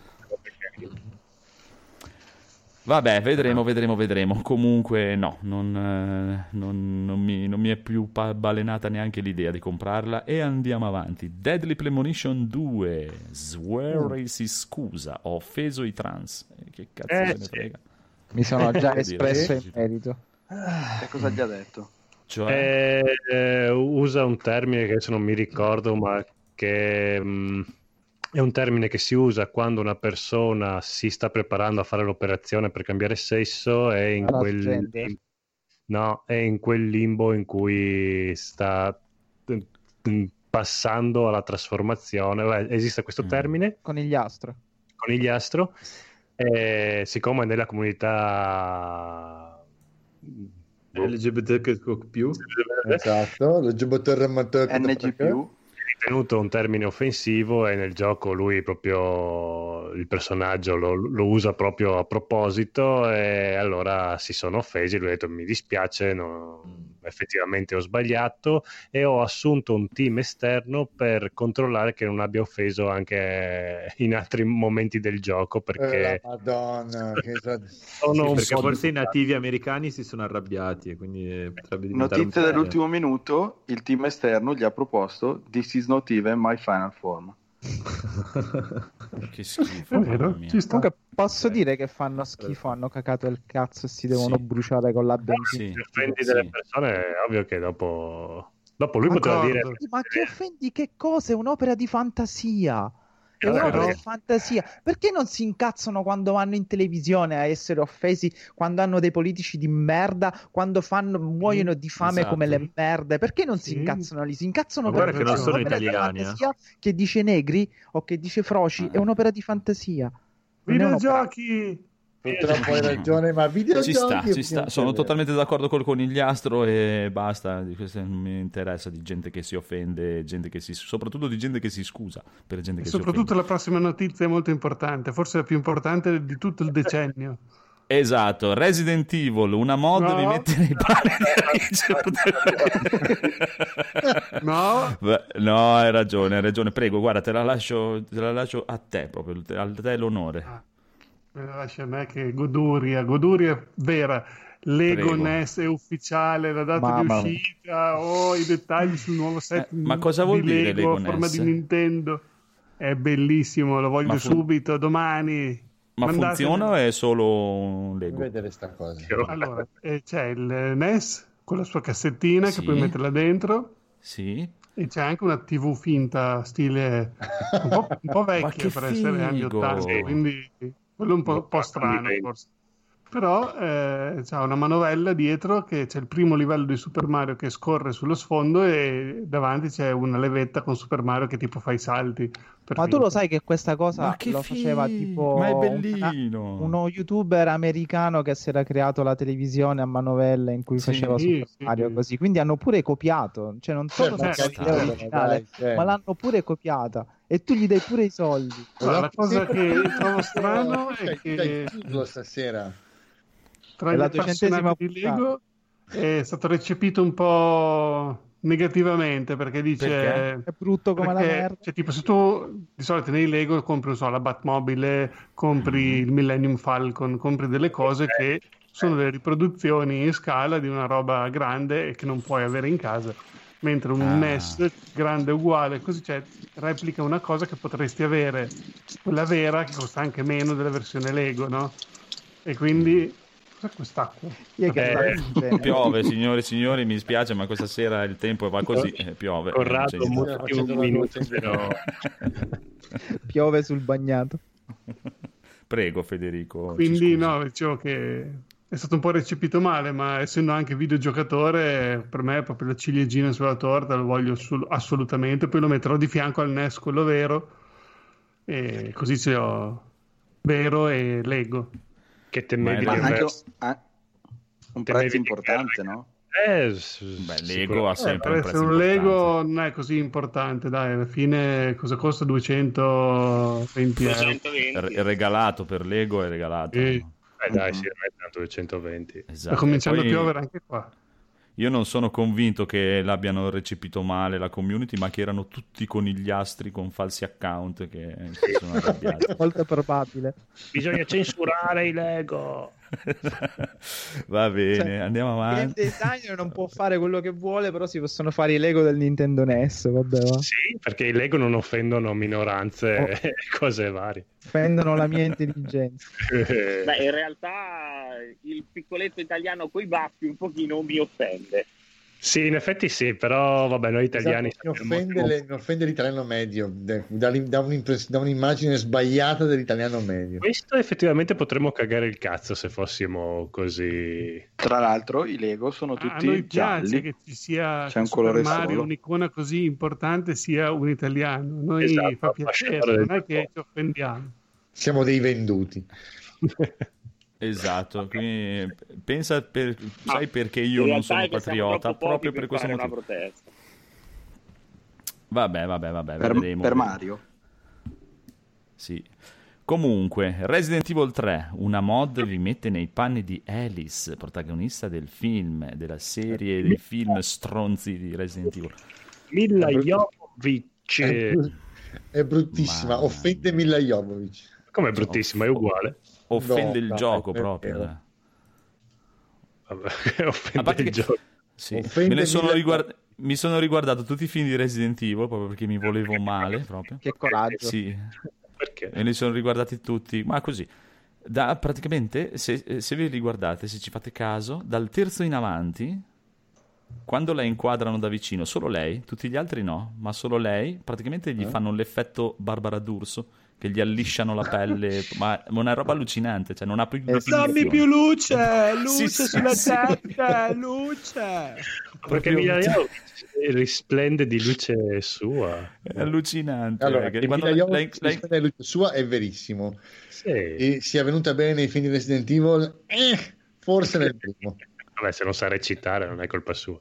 [SPEAKER 1] Vabbè, vedremo, vedremo, vedremo. Comunque, no, non, eh, non- non mi, non mi è più pa- balenata neanche l'idea di comprarla. E andiamo avanti. Deadly Premonition due. Swear si scusa. Ho offeso i trans. Eh, Che cazzo
[SPEAKER 3] Eh,
[SPEAKER 1] se ne
[SPEAKER 3] sì.
[SPEAKER 1] frega.
[SPEAKER 12] Mi sono già
[SPEAKER 1] Vuol dire,
[SPEAKER 12] espresso
[SPEAKER 1] sì.
[SPEAKER 12] in merito.
[SPEAKER 7] Che cosa gli ha detto?
[SPEAKER 1] Cioè,
[SPEAKER 3] Eh, eh, usa un termine che adesso non mi ricordo, ma che mh, è un termine che si usa quando una persona si sta preparando a fare l'operazione per cambiare sesso, è in quel
[SPEAKER 12] Transgender.
[SPEAKER 3] no, è in quel limbo in cui sta mm, passando alla trasformazione. Beh, esiste questo
[SPEAKER 1] Mm.
[SPEAKER 3] termine,
[SPEAKER 12] Conigliastro.
[SPEAKER 3] conigliastro, e siccome nella comunità
[SPEAKER 6] L G B T Q più,
[SPEAKER 8] Esatto, lo giocatore
[SPEAKER 7] N G più.
[SPEAKER 3] ritenuto un termine offensivo e nel gioco lui proprio il personaggio lo, lo usa proprio a proposito e allora si sono offesi, lui ha detto mi dispiace, no, effettivamente ho sbagliato e ho assunto un team esterno per controllare che non abbia offeso anche in altri momenti del gioco perché
[SPEAKER 8] Eh, la Madonna, che sa-
[SPEAKER 3] sono un
[SPEAKER 6] perché
[SPEAKER 3] po'
[SPEAKER 6] forse i
[SPEAKER 3] di-
[SPEAKER 6] nativi americani si sono arrabbiati e quindi eh, potrebbe diventare un
[SPEAKER 7] Notizia
[SPEAKER 6] problema.
[SPEAKER 7] dell'ultimo minuto, il team esterno gli ha proposto "This is not even my final form".
[SPEAKER 1] che schifo.
[SPEAKER 4] È vero,
[SPEAKER 1] mamma mia.
[SPEAKER 4] ci sta.
[SPEAKER 12] Comunque posso dire che fanno schifo, hanno cacato il cazzo e si devono
[SPEAKER 1] Sì.
[SPEAKER 12] bruciare con la
[SPEAKER 3] se
[SPEAKER 12] benzina.
[SPEAKER 1] Sì,
[SPEAKER 3] offendi
[SPEAKER 1] sì.
[SPEAKER 3] delle persone è ovvio che dopo dopo lui poteva
[SPEAKER 4] Concordo.
[SPEAKER 3] dire
[SPEAKER 12] Ma che offendi che cosa? È un'opera di fantasia. è un'opera
[SPEAKER 3] però-
[SPEAKER 12] di fantasia. Perché non si incazzano quando vanno in televisione a essere offesi, quando hanno dei politici di merda, quando fanno, muoiono di fame
[SPEAKER 1] esatto.
[SPEAKER 12] come le merde? Perché non si
[SPEAKER 3] Sì.
[SPEAKER 12] incazzano lì? Si incazzano
[SPEAKER 6] Ma
[SPEAKER 12] per
[SPEAKER 6] guarda che non sono
[SPEAKER 12] un'opera di
[SPEAKER 6] italiani, eh.
[SPEAKER 12] fantasia che dice negri o che dice froci, è un'opera di fantasia. Non è un'opera-
[SPEAKER 4] Videogiochi!
[SPEAKER 8] Purtroppo hai ragione, ma videogiochi...
[SPEAKER 1] Ci sta, ci sta.
[SPEAKER 8] effettivamente
[SPEAKER 1] Sono
[SPEAKER 8] è vero.
[SPEAKER 1] totalmente d'accordo col conigliastro e basta. Di questo non mi interessa di gente che si offende, gente che si, soprattutto di gente che si scusa per gente
[SPEAKER 4] E
[SPEAKER 1] che
[SPEAKER 4] soprattutto
[SPEAKER 1] si
[SPEAKER 4] la prossima notizia è molto importante, forse la più importante di tutto il decennio.
[SPEAKER 1] offende. Esatto, Resident Evil, una mod
[SPEAKER 4] No.
[SPEAKER 1] vi mette nei panni di Richard.
[SPEAKER 4] No,
[SPEAKER 1] Beh, no, hai ragione, hai ragione. Prego, guarda, te la lascio, te la lascio a te proprio, a te l'onore.
[SPEAKER 4] me la lascia a me che goduria, goduria vera. Lego
[SPEAKER 1] Prego.
[SPEAKER 4] N E S è ufficiale, la data
[SPEAKER 12] Mamma
[SPEAKER 4] di
[SPEAKER 12] mia.
[SPEAKER 4] uscita, oh, i dettagli sul nuovo set
[SPEAKER 1] Eh, ma cosa vuol
[SPEAKER 4] di
[SPEAKER 1] dire
[SPEAKER 4] Lego
[SPEAKER 1] Lego
[SPEAKER 4] a forma
[SPEAKER 1] N E S?
[SPEAKER 4] di Nintendo. È bellissimo, lo voglio
[SPEAKER 1] Ma fu-
[SPEAKER 4] subito, domani.
[SPEAKER 1] Ma
[SPEAKER 4] Mandatemi-
[SPEAKER 1] funziona o è solo un
[SPEAKER 8] Devi
[SPEAKER 1] Lego?
[SPEAKER 8] vedere sta cosa.
[SPEAKER 4] Allora, eh, c'è il N E S con la sua cassettina
[SPEAKER 1] Sì.
[SPEAKER 4] che puoi metterla dentro
[SPEAKER 1] Sì?
[SPEAKER 4] e c'è anche una tivù finta stile un po', un po'
[SPEAKER 1] Ma
[SPEAKER 4] vecchia
[SPEAKER 1] che
[SPEAKER 4] per essere anni
[SPEAKER 1] figo!
[SPEAKER 4] ottanta, quindi quello è un po', un po' strano forse. Però eh, c'ha una manovella dietro che c'è il primo livello di Super Mario che scorre sullo sfondo e davanti c'è una levetta con Super Mario che tipo fa i salti. per
[SPEAKER 12] Ma tu
[SPEAKER 4] finta.
[SPEAKER 12] lo sai che questa cosa
[SPEAKER 1] Ma che
[SPEAKER 12] lo faceva
[SPEAKER 1] figo!
[SPEAKER 12] tipo
[SPEAKER 1] Ma è
[SPEAKER 12] un
[SPEAKER 1] bellino!
[SPEAKER 12] cana- uno youtuber americano che si era creato la televisione a manovella in cui
[SPEAKER 1] Sì,
[SPEAKER 12] faceva Super
[SPEAKER 4] sì.
[SPEAKER 12] Mario così, quindi hanno pure copiato, cioè non solo
[SPEAKER 8] Cioè,
[SPEAKER 12] sono
[SPEAKER 8] ma
[SPEAKER 12] stati l'idea
[SPEAKER 8] carino,
[SPEAKER 12] originale,
[SPEAKER 8] dai, cioè.
[SPEAKER 12] ma l'hanno pure copiata e tu gli dai pure i soldi.
[SPEAKER 4] Guarda, la cosa che trovo strano è
[SPEAKER 8] Dai,
[SPEAKER 4] che
[SPEAKER 8] dai, chiuso stasera.
[SPEAKER 4] tra
[SPEAKER 12] È
[SPEAKER 4] gli
[SPEAKER 12] la duecentesima
[SPEAKER 4] appassionati di Lego è stato recepito un po' negativamente perché dice
[SPEAKER 1] Perché?
[SPEAKER 12] È brutto come
[SPEAKER 4] perché,
[SPEAKER 12] la merda.
[SPEAKER 4] cioè, tipo se tu di solito nei Lego compri non so, la Batmobile, compri il Millennium Falcon, compri delle cose che sono delle riproduzioni in scala di una roba grande e che non puoi avere in casa, mentre un
[SPEAKER 1] Ah.
[SPEAKER 4] N E S grande uguale così, cioè replica una cosa che potresti avere quella vera che costa anche meno della versione Lego, no? E quindi cos'è quest'acqua?
[SPEAKER 12] Chi è che
[SPEAKER 3] Eh,
[SPEAKER 12] sta bene?
[SPEAKER 1] Piove, signore e signori, mi spiace, ma questa sera il tempo va così, eh, piove.
[SPEAKER 3] Corrado,
[SPEAKER 1] Eh, non c'è
[SPEAKER 3] mo-
[SPEAKER 1] niente.
[SPEAKER 3] un minuto, però-
[SPEAKER 12] Piove sul bagnato.
[SPEAKER 1] Prego, Federico. ci
[SPEAKER 4] Quindi
[SPEAKER 1] scusi.
[SPEAKER 4] no, dicevo che è stato un po' recepito male, ma essendo anche videogiocatore, per me è proprio la ciliegina sulla torta, lo voglio assul- assolutamente, poi lo metterò di fianco al N E S, quello vero, e così ce l'ho vero e Lego.
[SPEAKER 3] Che temevi
[SPEAKER 7] Ma
[SPEAKER 3] di
[SPEAKER 7] anche
[SPEAKER 3] aver-
[SPEAKER 7] ah, un
[SPEAKER 3] temevi
[SPEAKER 7] prezzo
[SPEAKER 3] di
[SPEAKER 7] importante,
[SPEAKER 3] aver-
[SPEAKER 7] no?
[SPEAKER 3] Eh, s-
[SPEAKER 1] Beh,
[SPEAKER 3] sicuro-
[SPEAKER 1] Lego ha
[SPEAKER 4] Eh,
[SPEAKER 1] sempre
[SPEAKER 4] per
[SPEAKER 1] un
[SPEAKER 4] essere
[SPEAKER 1] prezzo
[SPEAKER 4] un
[SPEAKER 1] importante.
[SPEAKER 4] Lego non è così importante, dai, alla fine cosa costa? duecentoventi euro.
[SPEAKER 5] duecentoventi.
[SPEAKER 1] Re- regalato per Lego è regalato.
[SPEAKER 4] Sì.
[SPEAKER 3] Eh dai, sì, mettono duecentoventi.
[SPEAKER 4] Sta
[SPEAKER 1] Esatto.
[SPEAKER 4] cominciando
[SPEAKER 1] Poi
[SPEAKER 4] a piovere anche qua.
[SPEAKER 1] io non sono convinto che l'abbiano recepito male la community, ma che erano tutti conigliastri con falsi account che si sono arrabbiati.
[SPEAKER 12] Molto probabile.
[SPEAKER 3] Bisogna censurare i Lego.
[SPEAKER 1] Va bene,
[SPEAKER 12] Cioè,
[SPEAKER 1] andiamo
[SPEAKER 12] Il
[SPEAKER 1] avanti.
[SPEAKER 12] designer non può fare quello che vuole, però si possono fare i Lego del Nintendo N E S, vabbè, va.
[SPEAKER 3] Sì, perché i Lego non offendono minoranze
[SPEAKER 12] Oh.
[SPEAKER 3] e cose varie.
[SPEAKER 12] Offendono la mia intelligenza.
[SPEAKER 5] Beh, in realtà il piccoletto italiano coi baffi un pochino mi offende.
[SPEAKER 3] Sì, in effetti sì, però vabbè, noi italiani
[SPEAKER 8] Esatto, mi,
[SPEAKER 3] sappiamo
[SPEAKER 8] offende
[SPEAKER 3] più-
[SPEAKER 8] le- mi offende l'italiano medio, de- dà, l'im- dà un'impress- dà un'immagine sbagliata dell'italiano medio.
[SPEAKER 3] Questo effettivamente potremmo cagare il cazzo se fossimo così.
[SPEAKER 7] Tra l'altro i Lego sono
[SPEAKER 4] A
[SPEAKER 7] tutti
[SPEAKER 4] noi piace
[SPEAKER 7] gialli.
[SPEAKER 4] che ci sia
[SPEAKER 7] C'è un
[SPEAKER 4] Super
[SPEAKER 7] colore
[SPEAKER 4] Mario,
[SPEAKER 7] solo.
[SPEAKER 4] un'icona così importante, sia un italiano. A noi
[SPEAKER 3] Esatto,
[SPEAKER 4] fa piacere,
[SPEAKER 3] ambasciatore
[SPEAKER 4] non è
[SPEAKER 3] del
[SPEAKER 4] che ci offendiamo.
[SPEAKER 8] Siamo dei venduti.
[SPEAKER 1] Esatto, quindi pensa per, sai perché io
[SPEAKER 5] In
[SPEAKER 1] non
[SPEAKER 5] realtà
[SPEAKER 1] sono
[SPEAKER 5] è che siamo
[SPEAKER 1] patriota
[SPEAKER 5] troppo pochi
[SPEAKER 1] proprio per questo
[SPEAKER 5] fare una
[SPEAKER 1] motivo.
[SPEAKER 5] protesta.
[SPEAKER 1] Vabbè, vabbè, vabbè,
[SPEAKER 7] Per,
[SPEAKER 1] vedremo.
[SPEAKER 7] per Mario.
[SPEAKER 1] Sì. Comunque, Resident Evil tre, una mod vi mette nei panni di Alice, protagonista del film, della serie dei film stronzi di Resident Evil.
[SPEAKER 3] Milla Jovovich.
[SPEAKER 8] È, bru- è bruttissima,
[SPEAKER 1] Ma-
[SPEAKER 8] offende Milla Jovovich.
[SPEAKER 3] Come è bruttissima, è uguale.
[SPEAKER 1] Offende
[SPEAKER 8] No,
[SPEAKER 1] il
[SPEAKER 8] dai,
[SPEAKER 1] gioco
[SPEAKER 8] è
[SPEAKER 1] proprio.
[SPEAKER 8] vero.
[SPEAKER 1] eh.
[SPEAKER 3] Vabbè, offende
[SPEAKER 1] A parte
[SPEAKER 3] il
[SPEAKER 1] che-
[SPEAKER 3] gioco.
[SPEAKER 1] Sì.
[SPEAKER 8] Offende
[SPEAKER 1] Me ne sono
[SPEAKER 8] Milla-
[SPEAKER 1] riguard- mi sono riguardato tutti i film di Resident Evil proprio perché mi volevo male proprio.
[SPEAKER 12] Che coraggio.
[SPEAKER 1] Sì,
[SPEAKER 3] Perché?
[SPEAKER 1] me li sono riguardati tutti, ma così. Da, praticamente, se, se vi riguardate, se ci fate caso, dal terzo in avanti quando la inquadrano da vicino, solo lei, tutti gli altri no, ma solo lei, praticamente gli
[SPEAKER 8] Eh?
[SPEAKER 1] fanno l'effetto Barbara D'Urso, che gli allisciano la pelle, ma ma una roba allucinante, cioè non ha più
[SPEAKER 6] Dammi
[SPEAKER 1] definizione.
[SPEAKER 6] più luce, luce
[SPEAKER 1] Sì, sì,
[SPEAKER 6] sulla
[SPEAKER 1] sì.
[SPEAKER 6] testa, luce.
[SPEAKER 3] Perché Mila Jovovich risplende di luce sua.
[SPEAKER 1] È allucinante.
[SPEAKER 8] Allora,
[SPEAKER 1] eh, che
[SPEAKER 8] che
[SPEAKER 1] quando
[SPEAKER 8] Mila
[SPEAKER 1] lei-
[SPEAKER 8] Jovovich
[SPEAKER 1] lei-
[SPEAKER 8] si spende la luce sua è verissimo.
[SPEAKER 3] Sì.
[SPEAKER 8] E sia venuta bene nei film di Resident Evil, eh, forse nel primo.
[SPEAKER 3] Vabbè, se non sa recitare non è colpa sua.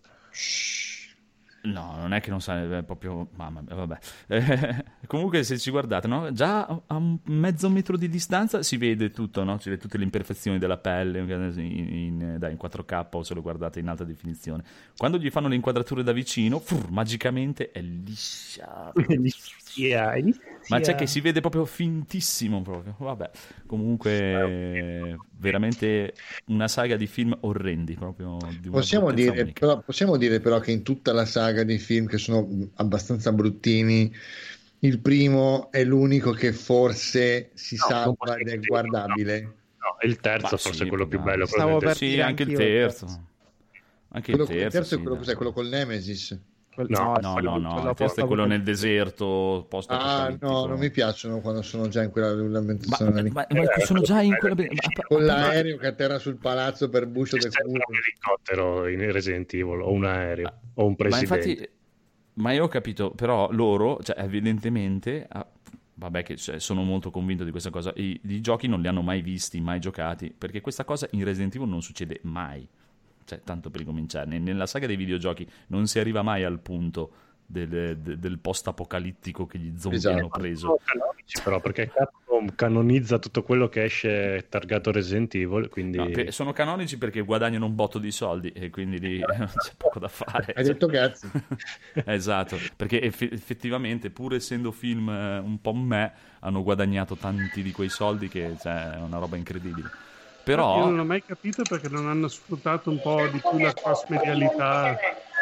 [SPEAKER 1] No, non è che non sa, è proprio... Mamma mia, vabbè. Eh, comunque se ci guardate, no? Già a un mezzo metro di distanza si vede tutto, no? Si vede tutte le imperfezioni della pelle in, in, dai, in quattro K o se lo guardate in alta definizione. Quando gli fanno le inquadrature da vicino, fur, magicamente è liscia.
[SPEAKER 3] Liscia, liscia.
[SPEAKER 1] Ma c'è che si vede proprio fintissimo proprio. Vabbè, comunque veramente una saga di film orrendi proprio di una
[SPEAKER 8] Possiamo
[SPEAKER 1] bruttezza
[SPEAKER 8] dire,
[SPEAKER 1] unica.
[SPEAKER 8] però, possiamo dire però che in tutta la saga di film che sono abbastanza bruttini, il primo è l'unico che forse si
[SPEAKER 3] No, non
[SPEAKER 8] salva
[SPEAKER 3] posso
[SPEAKER 8] ed è
[SPEAKER 3] dire,
[SPEAKER 8] guardabile.
[SPEAKER 3] No, il terzo
[SPEAKER 1] Ma
[SPEAKER 3] forse
[SPEAKER 1] sì,
[SPEAKER 3] è quello più
[SPEAKER 1] no.
[SPEAKER 3] bello.
[SPEAKER 12] Stavo
[SPEAKER 3] probabilmente.
[SPEAKER 12] per
[SPEAKER 1] Sì,
[SPEAKER 12] dire
[SPEAKER 1] anche il
[SPEAKER 12] anch'io il
[SPEAKER 1] terzo. Anche
[SPEAKER 8] Quello,
[SPEAKER 1] il terzo,
[SPEAKER 8] il terzo
[SPEAKER 1] sì,
[SPEAKER 8] è quello,
[SPEAKER 1] dai.
[SPEAKER 8] cos'è? Quello col Nemesis.
[SPEAKER 12] Quel-
[SPEAKER 3] No,
[SPEAKER 1] No,
[SPEAKER 12] quello-
[SPEAKER 1] no, no,
[SPEAKER 12] quello
[SPEAKER 1] il terzo è quello nel deserto post
[SPEAKER 8] Ah,
[SPEAKER 1] apocalittico.
[SPEAKER 8] no, non mi piacciono quando sono già in quella
[SPEAKER 1] Ma,
[SPEAKER 8] ambientazione lì.
[SPEAKER 1] ma- ma sono già in quella... ma-
[SPEAKER 8] Con l'aereo che atterra sul palazzo per Bush del
[SPEAKER 3] C'è un
[SPEAKER 8] culo.
[SPEAKER 3] elicottero in Resident Evil o un aereo o un
[SPEAKER 1] Ma
[SPEAKER 3] presidente.
[SPEAKER 1] infatti, ma io ho capito, però loro, cioè evidentemente, ah, vabbè che cioè, sono molto convinto di questa cosa, i, i giochi non li hanno mai visti, mai giocati, perché questa cosa in Resident Evil non succede mai, cioè tanto per ricominciare, Ne- nella saga dei videogiochi non si arriva mai al punto del, de- del post-apocalittico che gli zombie
[SPEAKER 8] Esatto.
[SPEAKER 1] hanno preso.
[SPEAKER 3] Sono canonici, però, perché Capcom canonizza tutto quello che esce targato Resident Evil, quindi
[SPEAKER 1] No, per- sono canonici perché guadagnano un botto di soldi e quindi lì non c'è poco da fare.
[SPEAKER 8] Hai detto cazzo.
[SPEAKER 1] Esatto, perché eff- effettivamente, pur essendo film eh, un po' me, hanno guadagnato tanti di quei soldi che cioè, è una roba incredibile.
[SPEAKER 4] Io
[SPEAKER 1] Però,
[SPEAKER 4] non ho mai capito perché non hanno sfruttato un po' di più la cross-medialità.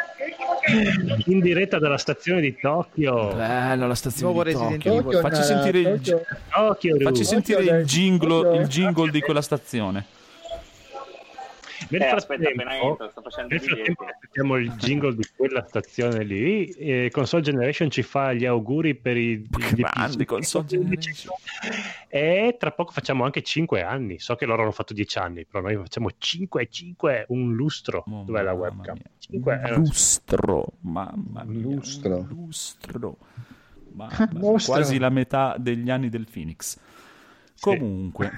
[SPEAKER 3] in diretta dalla stazione di Tokyo.
[SPEAKER 1] bella la stazione
[SPEAKER 12] Nuovo
[SPEAKER 1] di
[SPEAKER 12] Resident
[SPEAKER 1] Tokyo.
[SPEAKER 8] Evil.
[SPEAKER 1] Facci
[SPEAKER 8] Tokyo,
[SPEAKER 1] sentire il,
[SPEAKER 8] Tokyo.
[SPEAKER 1] gi-
[SPEAKER 3] Tokyo,
[SPEAKER 1] facci
[SPEAKER 3] Ru.
[SPEAKER 1] sentire
[SPEAKER 8] Tokyo,
[SPEAKER 1] il jingle,
[SPEAKER 8] Tokyo.
[SPEAKER 1] il jingle di quella stazione.
[SPEAKER 3] Nel
[SPEAKER 5] Eh, aspetta,
[SPEAKER 3] frattempo,
[SPEAKER 5] appena entro, sto facendo
[SPEAKER 3] nel
[SPEAKER 5] i
[SPEAKER 3] frattempo
[SPEAKER 5] biglietti.
[SPEAKER 3] aspettiamo il jingle di quella stazione lì. E Console Generation ci fa gli auguri per i gli
[SPEAKER 1] Grandi Console Generation.
[SPEAKER 3] E tra poco facciamo anche cinque anni. So che loro hanno fatto dieci anni, però noi facciamo cinque, cinque, un lustro.
[SPEAKER 1] Oh,
[SPEAKER 3] Dov'è la
[SPEAKER 1] mamma
[SPEAKER 3] webcam?
[SPEAKER 1] mia.
[SPEAKER 3] cinque, eh,
[SPEAKER 1] Un lustro, mamma mia,
[SPEAKER 8] Lustro.
[SPEAKER 1] un lustro. Mamma mia,
[SPEAKER 8] Mostro.
[SPEAKER 1] quasi la metà degli anni del Phoenix. Comunque,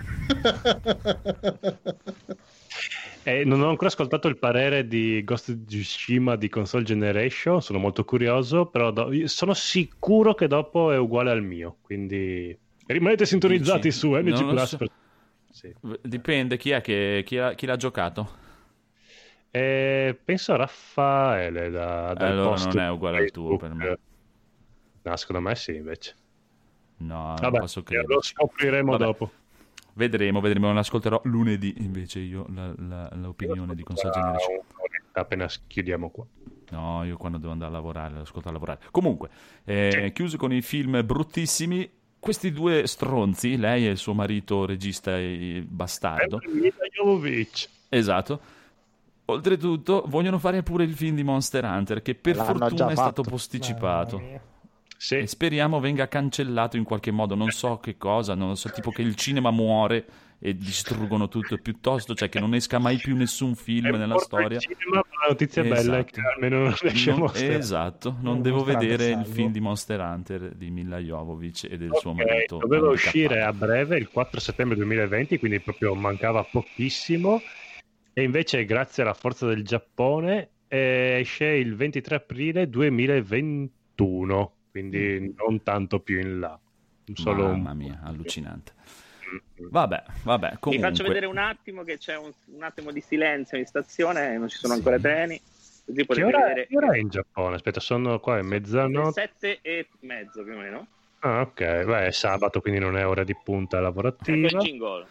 [SPEAKER 3] Eh, non ho ancora ascoltato il parere di Ghost of Tsushima di Console Generation, sono molto curioso, però do- io sono sicuro che dopo è uguale al mio, quindi rimanete sintonizzati
[SPEAKER 1] Dici?
[SPEAKER 3] su M G
[SPEAKER 1] Non lo
[SPEAKER 3] Plus.
[SPEAKER 1] so.
[SPEAKER 3] per- Sì.
[SPEAKER 1] dipende chi è che chi, ha- chi l'ha giocato.
[SPEAKER 3] Eh, penso a Raffaele da, dal
[SPEAKER 1] Allora
[SPEAKER 3] post
[SPEAKER 1] non è uguale al tuo
[SPEAKER 3] Facebook.
[SPEAKER 1] per me.
[SPEAKER 3] No, secondo me sì, invece.
[SPEAKER 1] No,
[SPEAKER 3] Vabbè,
[SPEAKER 1] non posso credere.
[SPEAKER 3] lo scopriremo
[SPEAKER 1] Vabbè.
[SPEAKER 3] dopo.
[SPEAKER 1] Vedremo, vedremo. Non ascolterò lunedì invece io la- la- l'opinione di Console Generation.
[SPEAKER 3] Appena chiudiamo qua.
[SPEAKER 1] No, io quando devo andare a lavorare, l'ascolto a lavorare. Comunque, eh, chiuso con i film bruttissimi, questi due stronzi, lei e il suo marito regista e bastardo,
[SPEAKER 3] Mila Jovovich.
[SPEAKER 1] esatto, oltretutto vogliono fare pure il film di Monster Hunter, che per
[SPEAKER 12] L'hanno
[SPEAKER 1] fortuna
[SPEAKER 12] già
[SPEAKER 1] è stato
[SPEAKER 12] fatto.
[SPEAKER 1] posticipato.
[SPEAKER 13] Mamma mia.
[SPEAKER 3] Sì.
[SPEAKER 1] E speriamo venga cancellato in qualche modo, non so che cosa, non so, tipo che il cinema muore e distruggono tutto, piuttosto, cioè che non esca mai più nessun film
[SPEAKER 3] È
[SPEAKER 1] nella
[SPEAKER 3] morto il
[SPEAKER 1] storia.
[SPEAKER 3] cinema, ma la notizia bella è che
[SPEAKER 1] Esatto.
[SPEAKER 3] almeno non riesce a
[SPEAKER 1] Non-
[SPEAKER 3] mostrare.
[SPEAKER 1] esatto, non
[SPEAKER 13] Non
[SPEAKER 1] devo
[SPEAKER 13] mostrare
[SPEAKER 1] vedere il
[SPEAKER 13] salvo.
[SPEAKER 1] film di Monster Hunter di Mila Jovovich e del suo
[SPEAKER 3] Ok,
[SPEAKER 1] marito.
[SPEAKER 3] doveva
[SPEAKER 1] handicappato.
[SPEAKER 3] uscire a breve il quattro settembre duemilaventi, quindi proprio mancava pochissimo, e invece grazie alla forza del Giappone eh, esce il ventitré aprile duemilaventuno, quindi non tanto più in là, solo un-
[SPEAKER 1] Mamma mia, allucinante. Vabbè, vabbè,
[SPEAKER 5] Vi
[SPEAKER 1] comunque.
[SPEAKER 5] faccio vedere un attimo che c'è un, un attimo di silenzio in stazione, non ci sono
[SPEAKER 1] Sì.
[SPEAKER 5] ancora treni, così
[SPEAKER 3] Che
[SPEAKER 5] potete
[SPEAKER 3] ora,
[SPEAKER 5] vedere
[SPEAKER 3] che ora è in Giappone? Aspetta, sono qua, è
[SPEAKER 5] le
[SPEAKER 3] mezzanotte.
[SPEAKER 5] sette e mezzo più o meno.
[SPEAKER 3] Ah, ok, beh, è sabato, quindi non è ora di punta
[SPEAKER 5] Ecco
[SPEAKER 3] lavorativa.
[SPEAKER 5] il jingle.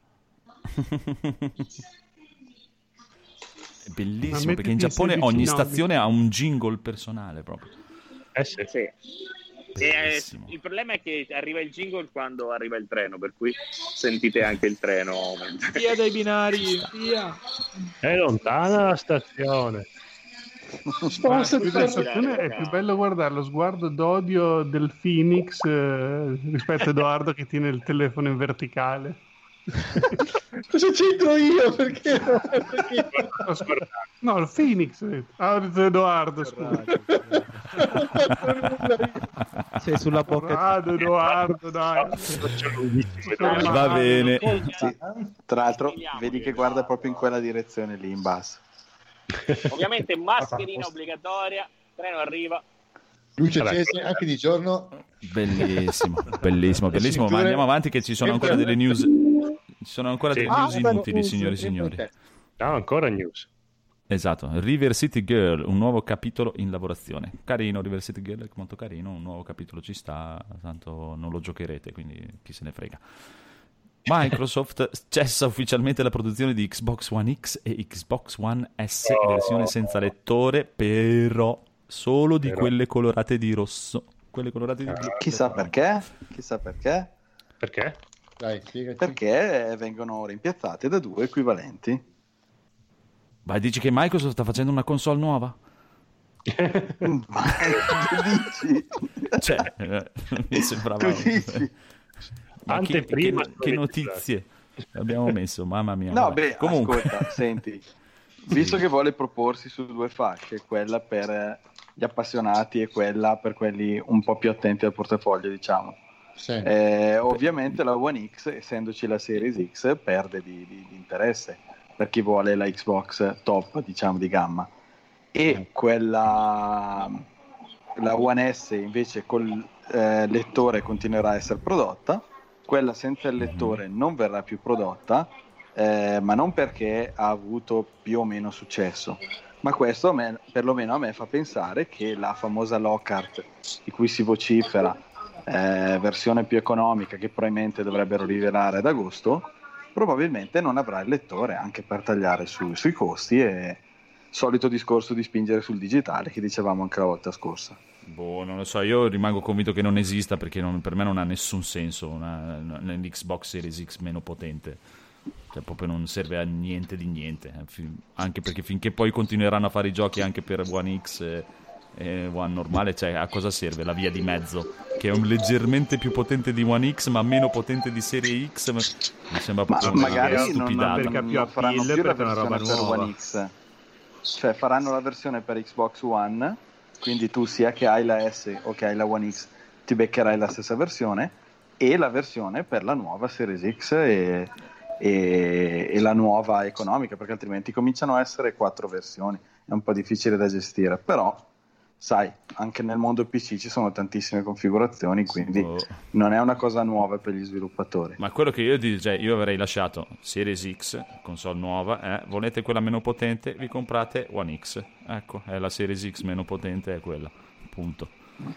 [SPEAKER 1] È bellissimo
[SPEAKER 4] Ma
[SPEAKER 1] perché in
[SPEAKER 4] mettiti
[SPEAKER 1] Giappone
[SPEAKER 4] sedici
[SPEAKER 1] ogni
[SPEAKER 4] nomi.
[SPEAKER 1] stazione ha un jingle personale proprio.
[SPEAKER 3] Eh sì.
[SPEAKER 5] Sì. E, eh,
[SPEAKER 1] Bellissimo.
[SPEAKER 5] il problema è che arriva il jingle quando arriva il treno, per cui sentite anche il treno.
[SPEAKER 6] Via dai binari, via.
[SPEAKER 3] È lontana la stazione.
[SPEAKER 4] Ma qui del Saturno è più bello guardare lo sguardo d'odio del Phoenix eh, rispetto a Edoardo che tiene il telefono in verticale.
[SPEAKER 8] Cosa c'entro io? Perché? Perché?
[SPEAKER 4] No, il Phoenix. Ah, ho detto Edoardo, scusa.
[SPEAKER 12] Sei sulla bocca.
[SPEAKER 4] Edoardo, Edoardo, dai.
[SPEAKER 1] Va bene.
[SPEAKER 7] Sì. Tra l'altro, vedi che guarda proprio in quella direzione lì in basso.
[SPEAKER 5] Ovviamente mascherina obbligatoria, treno arriva.
[SPEAKER 8] Luce accesa anche di giorno.
[SPEAKER 1] Bellissimo, bellissimo, bellissimo. Ma andiamo avanti che ci sono ancora delle news. Ci sono ancora
[SPEAKER 3] Sì.
[SPEAKER 1] delle news
[SPEAKER 8] Ah,
[SPEAKER 1] inutili,
[SPEAKER 8] news,
[SPEAKER 1] signori e
[SPEAKER 8] sempre
[SPEAKER 1] signori.
[SPEAKER 8] te.
[SPEAKER 3] No, ancora news.
[SPEAKER 1] Esatto, River City Girl, un nuovo capitolo in lavorazione. Carino, River City Girl è molto carino, un nuovo capitolo ci sta, tanto non lo giocherete, quindi chi se ne frega. Microsoft cessa ufficialmente la produzione di Xbox One X e Xbox One S,
[SPEAKER 3] Oh.
[SPEAKER 1] versione senza lettore, però solo di
[SPEAKER 3] Però.
[SPEAKER 1] quelle colorate di rosso. Quelle colorate di blu.
[SPEAKER 7] Chissà perché? Chissà perché?
[SPEAKER 3] Perché?
[SPEAKER 8] Dai, spiegaci.
[SPEAKER 7] Perché vengono rimpiazzate da due equivalenti.
[SPEAKER 1] Ma dici che Microsoft sta facendo una console nuova?
[SPEAKER 7] Ma tu dici?
[SPEAKER 1] Cioè, eh, mi sembrava...
[SPEAKER 7] Tu dici?
[SPEAKER 1] Ma che,
[SPEAKER 3] Anteprima
[SPEAKER 1] che, che notizie abbiamo messo, mamma mia.
[SPEAKER 7] No,
[SPEAKER 1] vabbè.
[SPEAKER 7] beh,
[SPEAKER 1] Comunque.
[SPEAKER 7] ascolta, senti, visto che vuole proporsi su due fasce, quella per gli appassionati e quella per quelli un po' più attenti al portafoglio, diciamo.
[SPEAKER 8] Sì.
[SPEAKER 7] Eh, ovviamente la One X, essendoci la Series X, perde di, di- di interesse per chi vuole la Xbox top, diciamo, di gamma. E quella, la One S invece col eh, lettore continuerà a essere prodotta, quella senza il lettore non verrà più prodotta, eh, ma non perché ha avuto più o meno successo, ma questo a me, perlomeno a me fa pensare che la famosa Lockhart di cui si vocifera, eh, versione più economica che probabilmente dovrebbero rivelare ad agosto, probabilmente non avrà il lettore, anche per tagliare su- sui costi, e solito discorso di spingere sul digitale che dicevamo anche la volta scorsa.
[SPEAKER 1] Boh, non lo so, io rimango convinto che non esista perché non- per me non ha nessun senso una, una- l'Xbox Series X meno potente. Cioè, proprio non serve a niente di niente. eh, fi- Anche perché finché poi continueranno a fare i giochi anche per One X e, e One normale, cioè a cosa serve la via di mezzo? Che è un leggermente più potente di One X ma meno potente di Serie X? Ma- Mi sembra
[SPEAKER 7] Ma
[SPEAKER 1] proprio una
[SPEAKER 7] magari non,
[SPEAKER 1] stupidata.
[SPEAKER 6] perché ha più
[SPEAKER 7] non faranno
[SPEAKER 6] appeal,
[SPEAKER 7] più la
[SPEAKER 6] perché è una roba
[SPEAKER 7] versione per
[SPEAKER 6] nuova.
[SPEAKER 7] One X, cioè faranno la versione per Xbox One, quindi tu sia che hai la S o che hai la One X ti beccherai la stessa versione, e la versione per la nuova Series X e, e, e la nuova economica, perché altrimenti cominciano a essere quattro versioni, è un po' difficile da gestire, però sai, anche nel mondo P C ci sono tantissime configurazioni, quindi
[SPEAKER 1] Oh.
[SPEAKER 7] non è una cosa nuova per gli sviluppatori.
[SPEAKER 1] Ma quello che io dico, cioè, io avrei lasciato Series X, console nuova, eh, volete quella meno potente, vi comprate One X. Ecco, è la Series X meno potente, è quella. Punto.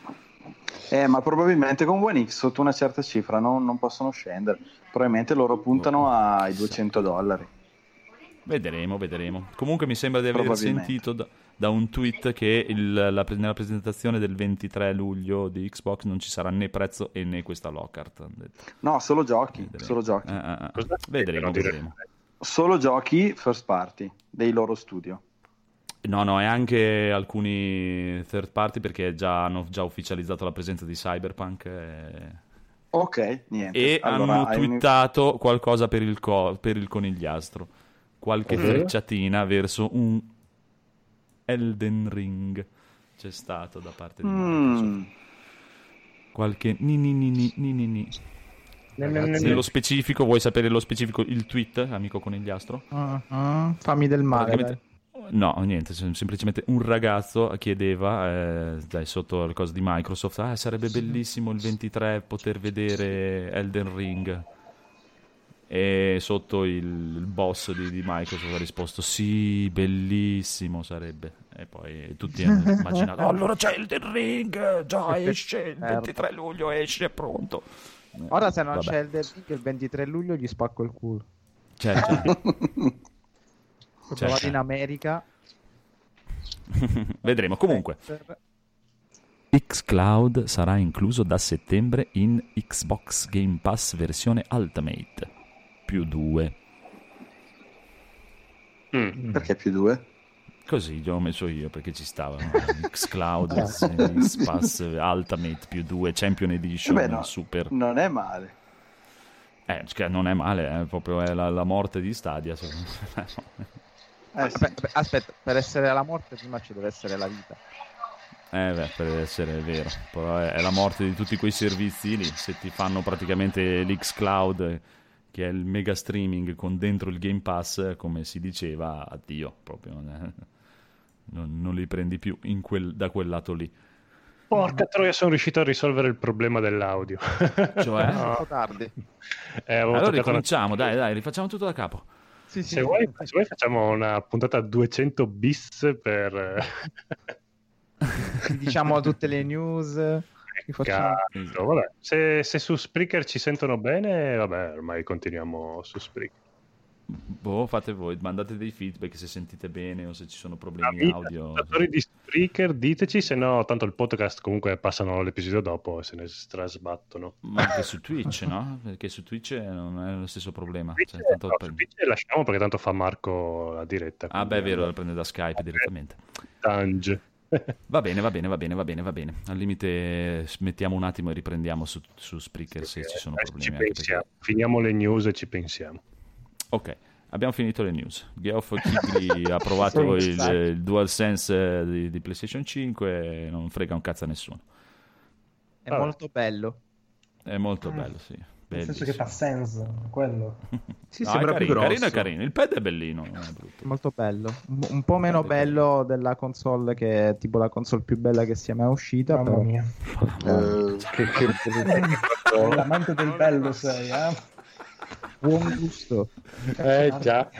[SPEAKER 7] Eh, ma probabilmente con One X sotto una certa cifra non, non possono scendere. Probabilmente loro puntano ai duecento dollari.
[SPEAKER 1] Vedremo, vedremo. Comunque mi sembra di aver
[SPEAKER 7] Probabilmente.
[SPEAKER 1] sentito da, da un tweet che il- la- nella presentazione del ventitré luglio di Xbox non ci sarà né prezzo e né questa Lockhart. hanno detto.
[SPEAKER 7] No, solo giochi.
[SPEAKER 1] Vedremo.
[SPEAKER 7] Solo giochi.
[SPEAKER 1] Eh, eh, eh.
[SPEAKER 3] Cosa
[SPEAKER 1] Vedremo,
[SPEAKER 3] aspettano di
[SPEAKER 1] vedremo.
[SPEAKER 7] Solo giochi first party dei loro studio.
[SPEAKER 1] No, no, e anche alcuni third party perché già hanno già ufficializzato la presenza di Cyberpunk e,
[SPEAKER 7] Ok, niente.
[SPEAKER 1] e
[SPEAKER 7] Allora,
[SPEAKER 1] hanno
[SPEAKER 7] hai un-
[SPEAKER 1] twittato qualcosa per il, co- per il conigliastro. Qualche
[SPEAKER 3] Ovvero?
[SPEAKER 1] frecciatina verso un Elden Ring c'è stato da parte di Microsoft.
[SPEAKER 7] Mm,
[SPEAKER 1] Qualche ni ni ni ni ni ni ni.
[SPEAKER 13] Ragazzi,
[SPEAKER 1] Nello specifico, vuoi sapere lo specifico il tweet, amico conigliastro?
[SPEAKER 12] Ah, ah, fammi del male.
[SPEAKER 1] Praticamente- No, niente, sem- semplicemente un ragazzo chiedeva, eh, dai, sotto le cose di Microsoft, ah, sarebbe bellissimo il ventitré poter vedere Elden Ring. E sotto il, il boss di, di Microsoft ha risposto, sì, bellissimo sarebbe. E poi tutti hanno immaginato, "Oh, allora c'è Elden Ring, già esce, il ventitré luglio esce, è pronto. Eh,
[SPEAKER 12] Ora se non
[SPEAKER 1] vabbè.
[SPEAKER 12] c'è il Elden Ring il ventitré luglio gli spacco il culo.
[SPEAKER 1] Certo, certo.
[SPEAKER 12] Ho
[SPEAKER 1] Certo.
[SPEAKER 12] provato in America.
[SPEAKER 1] Vedremo. Comunque, xCloud sarà incluso da settembre in Xbox Game Pass versione Ultimate più due.
[SPEAKER 3] Mm.
[SPEAKER 7] Perché più due?
[SPEAKER 1] Così l'ho messo io perché ci stava, no? Xcloud, X-Pass, Ultimate più due, Champion Edition,
[SPEAKER 7] Eh beh, no,
[SPEAKER 1] Super.
[SPEAKER 7] non è male.
[SPEAKER 1] Eh, cioè, non è male, è proprio è la, la morte di Stadia. secondo me.
[SPEAKER 7] Eh, sì.
[SPEAKER 12] Aspetta, aspetta, per essere la morte prima ci deve essere la vita.
[SPEAKER 1] Eh beh, per essere vero, però è, è la morte di tutti quei servizi lì. Se ti fanno praticamente l'Xcloud, che è il mega streaming con dentro il Game Pass, come si diceva, addio, proprio eh, non, non li prendi più in quel, da quel lato lì.
[SPEAKER 3] Porca troia, sono riuscito a risolvere il problema dell'audio.
[SPEAKER 1] Cioè?
[SPEAKER 3] No.
[SPEAKER 12] Un po' tardi.
[SPEAKER 3] Eh, avevo
[SPEAKER 1] Allora
[SPEAKER 3] toccato
[SPEAKER 1] ricominciamo,
[SPEAKER 3] una-
[SPEAKER 1] dai, dai, rifacciamo tutto da capo.
[SPEAKER 12] Sì, sì.
[SPEAKER 3] Se vuoi, se vuoi facciamo una puntata a duecento bis per...
[SPEAKER 12] Diciamo tutte le news. Che facciamo?
[SPEAKER 3] Cazzo, vabbè. Se, se su Spreaker ci sentono bene, vabbè, ormai continuiamo su Spreaker.
[SPEAKER 1] Boh, fate voi, mandate dei feedback se sentite bene o se ci sono problemi
[SPEAKER 3] Amici
[SPEAKER 1] audio.
[SPEAKER 3] ascoltatori di Spreaker, diteci, se no tanto il podcast comunque passano l'episodio dopo e se ne strasbattono.
[SPEAKER 1] Ma anche su Twitch, no? Perché su Twitch non è lo stesso problema.
[SPEAKER 3] Twitch,
[SPEAKER 1] Cioè, tanto
[SPEAKER 3] no,
[SPEAKER 1] per-
[SPEAKER 3] su Twitch lasciamo perché tanto fa Marco la diretta.
[SPEAKER 1] Ah beh, è vero, la prende da Skype direttamente.
[SPEAKER 3] Tange.
[SPEAKER 1] Va bene, va bene, va bene, va bene, va bene. Al limite smettiamo un attimo e riprendiamo su, su Spreaker se ci sono
[SPEAKER 3] Adesso
[SPEAKER 1] problemi.
[SPEAKER 3] ci
[SPEAKER 1] anche
[SPEAKER 3] pensiamo.
[SPEAKER 1] perché-
[SPEAKER 3] Finiamo le news e ci pensiamo.
[SPEAKER 1] Ok, abbiamo finito le news. Geoff Keighley ha provato il, il DualSense di, di PlayStation cinque e non frega un cazzo a nessuno.
[SPEAKER 12] È
[SPEAKER 3] Vabbè.
[SPEAKER 12] molto bello.
[SPEAKER 1] È molto
[SPEAKER 13] Ah.
[SPEAKER 1] bello, sì.
[SPEAKER 13] Nel senso che
[SPEAKER 1] Bellissimo.
[SPEAKER 13] fa senso, quello.
[SPEAKER 12] Sì,
[SPEAKER 1] No,
[SPEAKER 12] sembra
[SPEAKER 1] è
[SPEAKER 12] più
[SPEAKER 1] carino,
[SPEAKER 12] grosso.
[SPEAKER 1] carino è carino. Il pad è bellino, non è brutto.
[SPEAKER 12] Molto bello. Un, un po' meno bello della console, che è tipo la console più bella che sia mai uscita.
[SPEAKER 13] Mamma
[SPEAKER 12] Però...
[SPEAKER 13] mia.
[SPEAKER 7] Eh, che, che...
[SPEAKER 13] L'amante del bello sei, eh?
[SPEAKER 12] Buon gusto.
[SPEAKER 8] Eh già.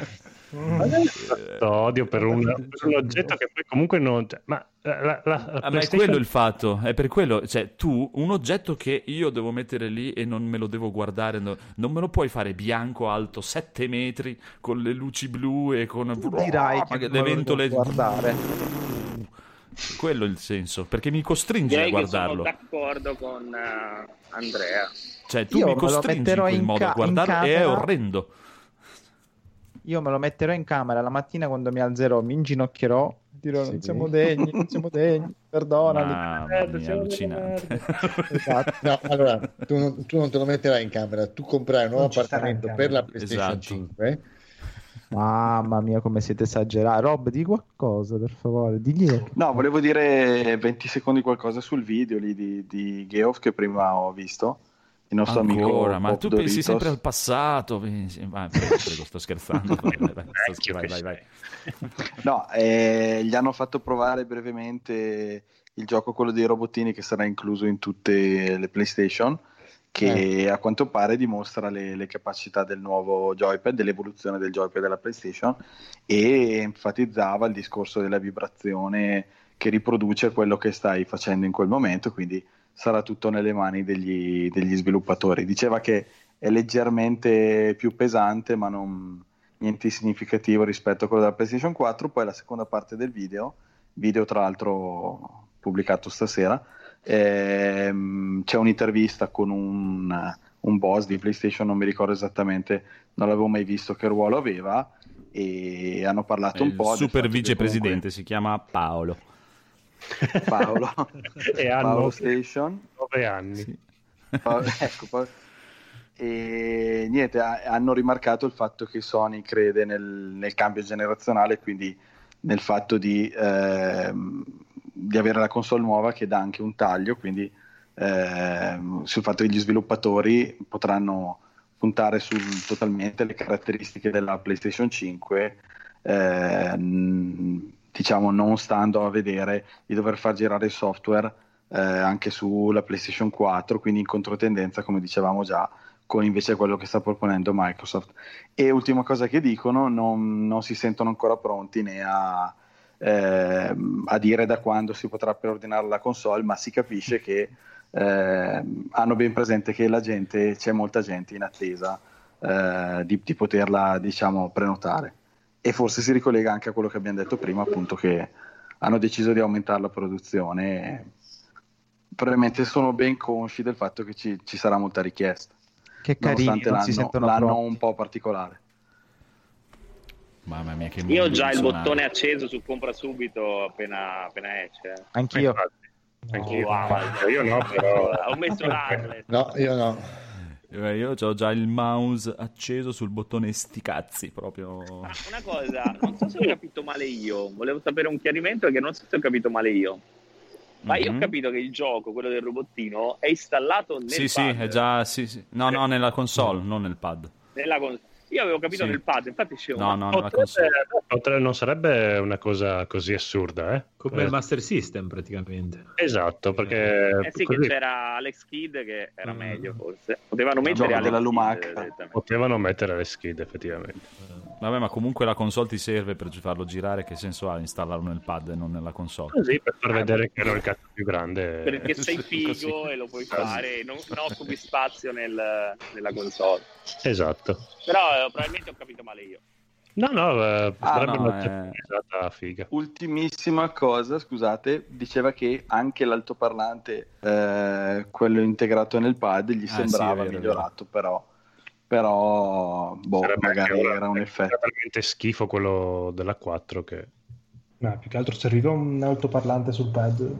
[SPEAKER 3] Questo odio per un, per un oggetto che poi comunque non... cioè, ma la, la, la
[SPEAKER 1] Ah, ma è
[SPEAKER 3] PlayStation-
[SPEAKER 1] quello il fatto, è per quello, cioè tu, un oggetto che io devo mettere lì e non me lo devo guardare, no- non me lo puoi fare bianco, alto sette metri, con le luci blu e con...
[SPEAKER 12] Tu dirai
[SPEAKER 1] Oh,
[SPEAKER 12] che
[SPEAKER 1] ma
[SPEAKER 12] non me lo
[SPEAKER 1] le ventole...
[SPEAKER 12] devo guardare.
[SPEAKER 1] Quello è il senso, perché mi costringi
[SPEAKER 5] Direi
[SPEAKER 1] a
[SPEAKER 5] che sono
[SPEAKER 1] guardarlo.
[SPEAKER 5] d'accordo con eh, Andrea.
[SPEAKER 1] Cioè tu
[SPEAKER 12] Io
[SPEAKER 1] mi
[SPEAKER 12] me lo
[SPEAKER 1] costringi in
[SPEAKER 12] metterò
[SPEAKER 1] quel
[SPEAKER 12] in
[SPEAKER 1] modo
[SPEAKER 12] ca-
[SPEAKER 1] a guardarlo
[SPEAKER 12] in
[SPEAKER 1] e è
[SPEAKER 12] camera.
[SPEAKER 1] orrendo.
[SPEAKER 12] Io me lo metterò in camera la mattina quando mi alzerò, mi inginocchierò, dirò
[SPEAKER 8] Sì.
[SPEAKER 12] non siamo degni, non siamo degni, perdonali.
[SPEAKER 1] Mamma mia, allucinante.
[SPEAKER 12] Esatto.
[SPEAKER 8] No, allora, tu non, tu non te lo metterai in camera, tu comprai un nuovo
[SPEAKER 13] Non ci starà in
[SPEAKER 8] appartamento per la
[SPEAKER 13] camera.
[SPEAKER 8] PlayStation
[SPEAKER 1] Esatto.
[SPEAKER 8] cinque.
[SPEAKER 12] Mamma mia, come siete esagerati. Rob, di qualcosa, per favore, diglielo.
[SPEAKER 7] No, volevo dire venti secondi qualcosa sul video lì di, di Geoff che prima ho visto. Il nostro
[SPEAKER 1] Ancora,
[SPEAKER 7] amico
[SPEAKER 1] ma
[SPEAKER 7] Pop
[SPEAKER 1] tu pensi
[SPEAKER 7] Doritos.
[SPEAKER 1] sempre al passato. pensi- Vai, prego, prego, sto scherzando. Vai, vai, vai, sto- vai, vai, vai.
[SPEAKER 7] No, eh, gli hanno fatto provare brevemente il gioco, quello dei robottini, che sarà incluso in tutte le PlayStation, che a quanto pare dimostra le, le capacità del nuovo joypad, dell'evoluzione del joypad della PlayStation, e enfatizzava il discorso della vibrazione che riproduce quello che stai facendo in quel momento, quindi sarà tutto nelle mani degli, degli sviluppatori. Diceva che è leggermente più pesante, ma non niente di significativo rispetto a quello della PlayStation quattro. Poi la seconda parte del video, video tra l'altro pubblicato stasera, ehm, c'è un'intervista con un, un boss di PlayStation, non mi ricordo esattamente, non l'avevo mai visto che ruolo aveva, e hanno parlato un
[SPEAKER 1] Il
[SPEAKER 7] po' del
[SPEAKER 1] super
[SPEAKER 7] fatto che
[SPEAKER 1] vicepresidente si chiama Paolo.
[SPEAKER 7] comunque Paolo,
[SPEAKER 3] E hanno
[SPEAKER 7] Paolo Station.
[SPEAKER 3] nove anni.
[SPEAKER 1] Sì.
[SPEAKER 7] Pa- ecco, pa- e niente, ha- hanno rimarcato il fatto che Sony crede nel, nel cambio generazionale, quindi nel fatto di, ehm, di avere la console nuova che dà anche un taglio, quindi ehm, sul fatto che gli sviluppatori potranno puntare su totalmente le caratteristiche della PlayStation cinque, ehm, diciamo non stando a vedere di dover far girare il software eh, anche sulla PlayStation quattro, quindi in controtendenza, come dicevamo già, con invece quello che sta proponendo Microsoft. E ultima cosa che dicono, non, non si sentono ancora pronti né a, eh, a dire da quando si potrà preordinare la console, ma si capisce che eh, hanno ben presente che la gente, c'è molta gente in attesa eh, di, di poterla, diciamo, prenotare. E forse si ricollega anche a quello che abbiamo detto prima, appunto, che hanno deciso di aumentare la produzione e probabilmente sono ben consci del fatto che ci, ci sarà molta richiesta,
[SPEAKER 12] Che carini,
[SPEAKER 7] nonostante
[SPEAKER 12] non si
[SPEAKER 7] l'anno,
[SPEAKER 12] sentono
[SPEAKER 7] l'anno
[SPEAKER 12] pronti.
[SPEAKER 7] un po' particolare.
[SPEAKER 1] Mamma mia, che
[SPEAKER 5] Io ho già il
[SPEAKER 1] mondo
[SPEAKER 5] bottone acceso su compra subito appena, appena esce.
[SPEAKER 12] Anch'io.
[SPEAKER 3] Anch'io.
[SPEAKER 5] Wow.
[SPEAKER 3] Io no, però.
[SPEAKER 5] Ho messo l'Atlas.
[SPEAKER 8] No, io no.
[SPEAKER 1] Eh, Io ho già il mouse acceso sul bottone sti cazzi, proprio.
[SPEAKER 5] Ah, una cosa, non so se ho capito male io. Volevo sapere un chiarimento perché non so se ho capito male io. Ma io ho
[SPEAKER 1] Mhm.
[SPEAKER 5] capito che il gioco, quello del robottino, è installato nel
[SPEAKER 1] Sì, sì,
[SPEAKER 5] pad.
[SPEAKER 1] è già. Sì, sì. No, no, nella console, non nel pad.
[SPEAKER 5] Nella con- Io avevo capito
[SPEAKER 1] Sì.
[SPEAKER 5] nel pad, infatti dicevo,
[SPEAKER 1] No,
[SPEAKER 5] ma-
[SPEAKER 1] no, nella
[SPEAKER 3] Potrebbe-
[SPEAKER 1] console.
[SPEAKER 3] potrebbe- non sarebbe una cosa così assurda, eh?
[SPEAKER 6] Come
[SPEAKER 3] Eh,
[SPEAKER 6] il Master System praticamente.
[SPEAKER 3] Esatto, perché
[SPEAKER 5] Eh sì,
[SPEAKER 3] così
[SPEAKER 5] che c'era Alex Kidd che era
[SPEAKER 6] Mm.
[SPEAKER 5] meglio forse. Potevano
[SPEAKER 7] Il
[SPEAKER 5] mettere
[SPEAKER 7] gioco
[SPEAKER 5] Alex
[SPEAKER 7] della
[SPEAKER 5] Kidd,
[SPEAKER 7] lumaca.
[SPEAKER 5] direttamente.
[SPEAKER 3] potevano mettere le schede effettivamente.
[SPEAKER 1] Vabbè, ma comunque la console ti serve per farlo girare. Che senso ha installarlo nel pad e non nella console?
[SPEAKER 3] Così per far vedere che ero il cazzo più grande.
[SPEAKER 5] Perché sei figo
[SPEAKER 1] Così.
[SPEAKER 5] e lo puoi fare, non, non occupi spazio nel- nella console.
[SPEAKER 3] Esatto.
[SPEAKER 5] Però eh, probabilmente ho capito male io.
[SPEAKER 3] No, no, eh,
[SPEAKER 7] Ah,
[SPEAKER 3] sarebbe
[SPEAKER 1] no,
[SPEAKER 3] una
[SPEAKER 1] eh.
[SPEAKER 3] utilizzata figa.
[SPEAKER 7] Ultimissima cosa, scusate, diceva che anche l'altoparlante, eh, quello integrato nel pad, gli
[SPEAKER 1] Ah,
[SPEAKER 7] sembrava
[SPEAKER 1] sì, è vero, è
[SPEAKER 7] migliorato, però, però boh,
[SPEAKER 3] Sarebbe
[SPEAKER 7] magari
[SPEAKER 3] anche
[SPEAKER 7] era un effetto.
[SPEAKER 3] talmente schifo quello della quattro che
[SPEAKER 13] No, più che altro serviva un altoparlante sul pad.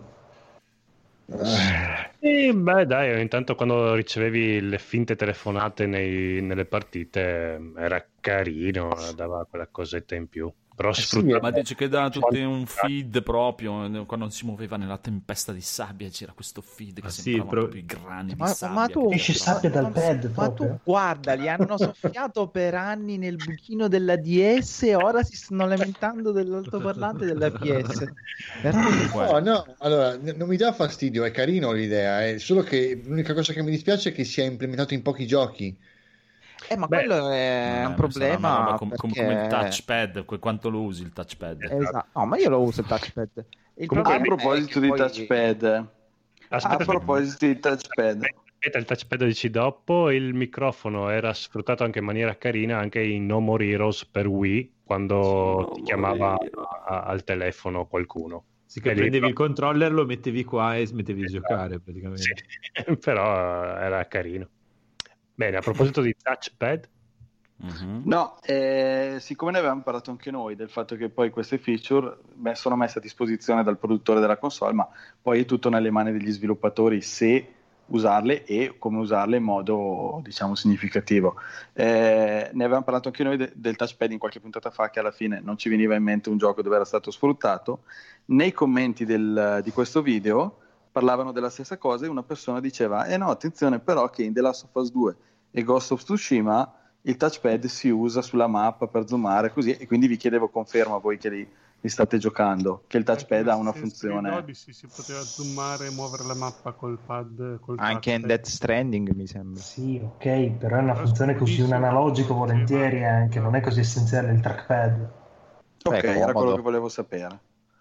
[SPEAKER 3] Sì, beh, dai, intanto quando ricevevi le finte telefonate nei- nelle partite era carino, dava quella cosetta in più. Però sfruttava-
[SPEAKER 1] Ma dice che dà tutti un feed proprio eh, quando si muoveva nella tempesta di sabbia c'era questo feed che
[SPEAKER 6] Ah, sì,
[SPEAKER 1] sembrava
[SPEAKER 6] però-
[SPEAKER 1] proprio i grani
[SPEAKER 12] Ma-
[SPEAKER 1] di sabbia.
[SPEAKER 12] ma tu-
[SPEAKER 1] che
[SPEAKER 13] Esce
[SPEAKER 1] c'erano.
[SPEAKER 13] sabbia dal pad
[SPEAKER 12] Ma tu
[SPEAKER 13] proprio.
[SPEAKER 12] guarda, li hanno soffiato per anni nel buchino della D S e ora si stanno lamentando dell'altoparlante della P S. Veramente.
[SPEAKER 8] No, no, allora n- non mi dà fastidio, è carino l'idea, è solo che l'unica cosa che mi dispiace è che sia implementato in pochi giochi.
[SPEAKER 12] Eh, ma
[SPEAKER 3] Beh,
[SPEAKER 12] quello è
[SPEAKER 1] Eh,
[SPEAKER 12] un
[SPEAKER 1] sarà una
[SPEAKER 12] problema
[SPEAKER 1] roba com- com-
[SPEAKER 12] perché...
[SPEAKER 1] come il touchpad, que- quanto lo usi il touchpad?
[SPEAKER 12] Esatto. No, ma io lo uso il touchpad. Il
[SPEAKER 3] Comunque,
[SPEAKER 7] A
[SPEAKER 12] problema è
[SPEAKER 7] proposito
[SPEAKER 12] che
[SPEAKER 7] di
[SPEAKER 12] poi-
[SPEAKER 7] touchpad,
[SPEAKER 3] Aspetta,
[SPEAKER 7] a proposito di touchpad,
[SPEAKER 3] aspetta, il touchpad dici dopo, il microfono era sfruttato anche in maniera carina anche in No More Heroes per Wii, quando ti chiamava a- al telefono qualcuno.
[SPEAKER 6] Sì, che
[SPEAKER 3] E lì-
[SPEAKER 6] prendevi il controller, lo mettevi qua e smettevi di giocare praticamente.
[SPEAKER 3] Sì, però eh, era carino. Bene, a proposito di touchpad,
[SPEAKER 1] Mhm.
[SPEAKER 7] no, eh, siccome ne avevamo parlato anche noi del fatto che poi queste feature beh, sono messe a disposizione dal produttore della console, ma poi è tutto nelle mani degli sviluppatori se usarle e come usarle in modo diciamo significativo. Eh, ne avevamo parlato anche noi de- del touchpad in qualche puntata fa, che alla fine non ci veniva in mente un gioco dove era stato sfruttato. Nei commenti del- di questo video parlavano della stessa cosa e una persona diceva eh no, attenzione però che in The Last of Us due e Ghost of Tsushima il touchpad si usa sulla mappa per zoomare così, e quindi vi chiedevo conferma voi che li, li state giocando che il touchpad ha una
[SPEAKER 4] Assassin's Creed
[SPEAKER 7] funzione.
[SPEAKER 4] Odyssey si poteva zoomare e muovere la mappa col pad. Col
[SPEAKER 12] Anche in
[SPEAKER 4] touchpad.
[SPEAKER 12] Death Stranding mi sembra.
[SPEAKER 13] Sì, ok, però è una funzione che usi un analogico volentieri anche, non è così essenziale il trackpad.
[SPEAKER 7] Ok,
[SPEAKER 12] Beh,
[SPEAKER 7] era
[SPEAKER 12] comodo.
[SPEAKER 7] quello che volevo sapere.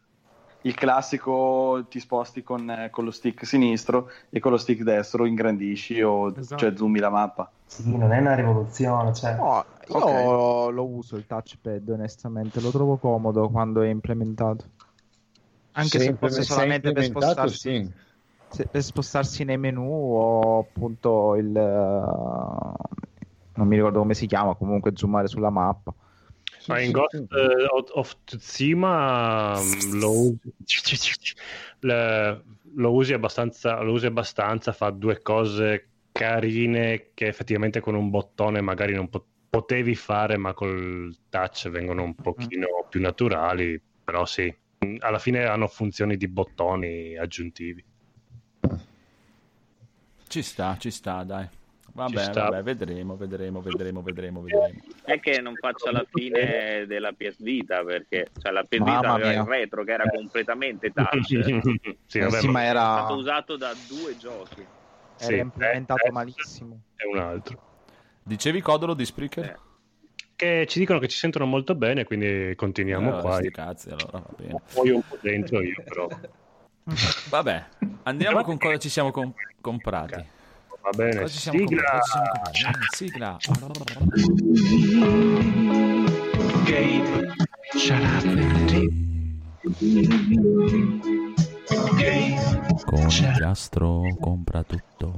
[SPEAKER 7] Il classico ti sposti con, eh, con lo stick sinistro e con lo stick destro ingrandisci o
[SPEAKER 4] Esatto.
[SPEAKER 7] cioè zoomi la mappa.
[SPEAKER 13] Sì, non è una rivoluzione, cioè...
[SPEAKER 12] No, io
[SPEAKER 7] Ok.
[SPEAKER 12] lo uso il touchpad onestamente, lo trovo comodo quando è implementato. Anche se, fosse
[SPEAKER 8] implement-
[SPEAKER 12] solamente per
[SPEAKER 8] implementato,
[SPEAKER 12] spostarsi,
[SPEAKER 8] sì.
[SPEAKER 12] se- per spostarsi nei menu o appunto il... eh, non mi ricordo come si chiama, comunque zoomare sulla mappa.
[SPEAKER 3] ma in
[SPEAKER 8] sì,
[SPEAKER 3] Ghost
[SPEAKER 8] sì.
[SPEAKER 3] eh, of- of Tsushima mm, lo usi, le- lo usi abbastanza, lo usi abbastanza, fa due cose carine che effettivamente con un bottone magari non po- potevi fare, ma col touch vengono un pochino più naturali, però sì, alla fine hanno funzioni di bottoni aggiuntivi.
[SPEAKER 1] Ci sta, ci sta, dai. Vabbè,
[SPEAKER 3] sta.
[SPEAKER 1] vabbè, vedremo, vedremo, vedremo, vedremo, vedremo.
[SPEAKER 5] È che non faccia la fine della P S Vita, perché cioè, la P S
[SPEAKER 12] Mamma
[SPEAKER 5] Vita aveva
[SPEAKER 12] mia.
[SPEAKER 5] il retro che era completamente touch.
[SPEAKER 3] Sì,
[SPEAKER 12] Eh
[SPEAKER 3] vabbè,
[SPEAKER 12] sì,
[SPEAKER 3] ma
[SPEAKER 12] ma
[SPEAKER 5] È
[SPEAKER 12] era,
[SPEAKER 5] stato usato da due giochi.
[SPEAKER 3] sì,
[SPEAKER 12] era implementato
[SPEAKER 3] eh, eh,
[SPEAKER 12] malissimo.
[SPEAKER 3] è un altro.
[SPEAKER 1] Dicevi Codolo di Spreaker?
[SPEAKER 5] Eh.
[SPEAKER 3] Che ci dicono che ci sentono molto bene, quindi continuiamo
[SPEAKER 1] Eh,
[SPEAKER 3] qua.
[SPEAKER 1] sti cazzi, allora va bene.
[SPEAKER 3] Poi un po' dentro io, però.
[SPEAKER 1] Vabbè, andiamo con cosa ci siamo com- comprati.
[SPEAKER 3] Va bene,
[SPEAKER 1] Cosa ci siamo
[SPEAKER 3] sigla!
[SPEAKER 1] comprati? Cosa ci siamo comprati? Sigla. Con Piastro compra tutto.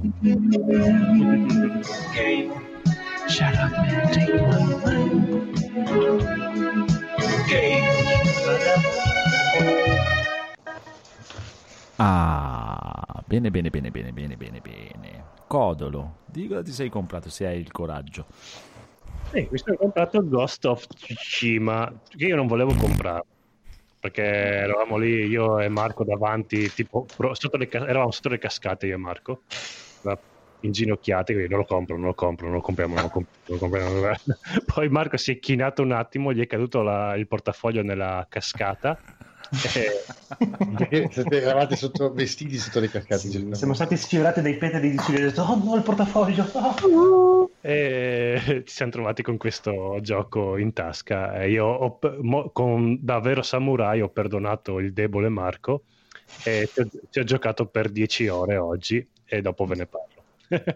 [SPEAKER 1] Ah, bene, bene, bene, bene, bene, bene, bene. Codolo, di cosa ti sei comprato se hai il coraggio?
[SPEAKER 3] Eh, mi sono comprato Ghost of Tsushima, che io non volevo comprare, perché eravamo lì, io e Marco davanti, tipo, pro- sotto le ca- eravamo sotto le cascate io e Marco, la- inginocchiati, quindi non lo compro, non lo compro, non lo compriamo, non lo compriamo, non lo compriamo, non lo compriamo. Poi Marco si è chinato un attimo, gli è caduto la- il portafoglio nella cascata.
[SPEAKER 8] Perché siete- eravate sotto, vestiti sotto le cascate.
[SPEAKER 13] Siamo stati sfiorati dai petali di Giulio e ho detto oh no il portafoglio ah.
[SPEAKER 3] E ci siamo trovati con questo gioco in tasca e io ho, mo, con davvero samurai ho perdonato il debole Marco e ci ho, ci ho giocato per dieci ore oggi e dopo ve ne parlo.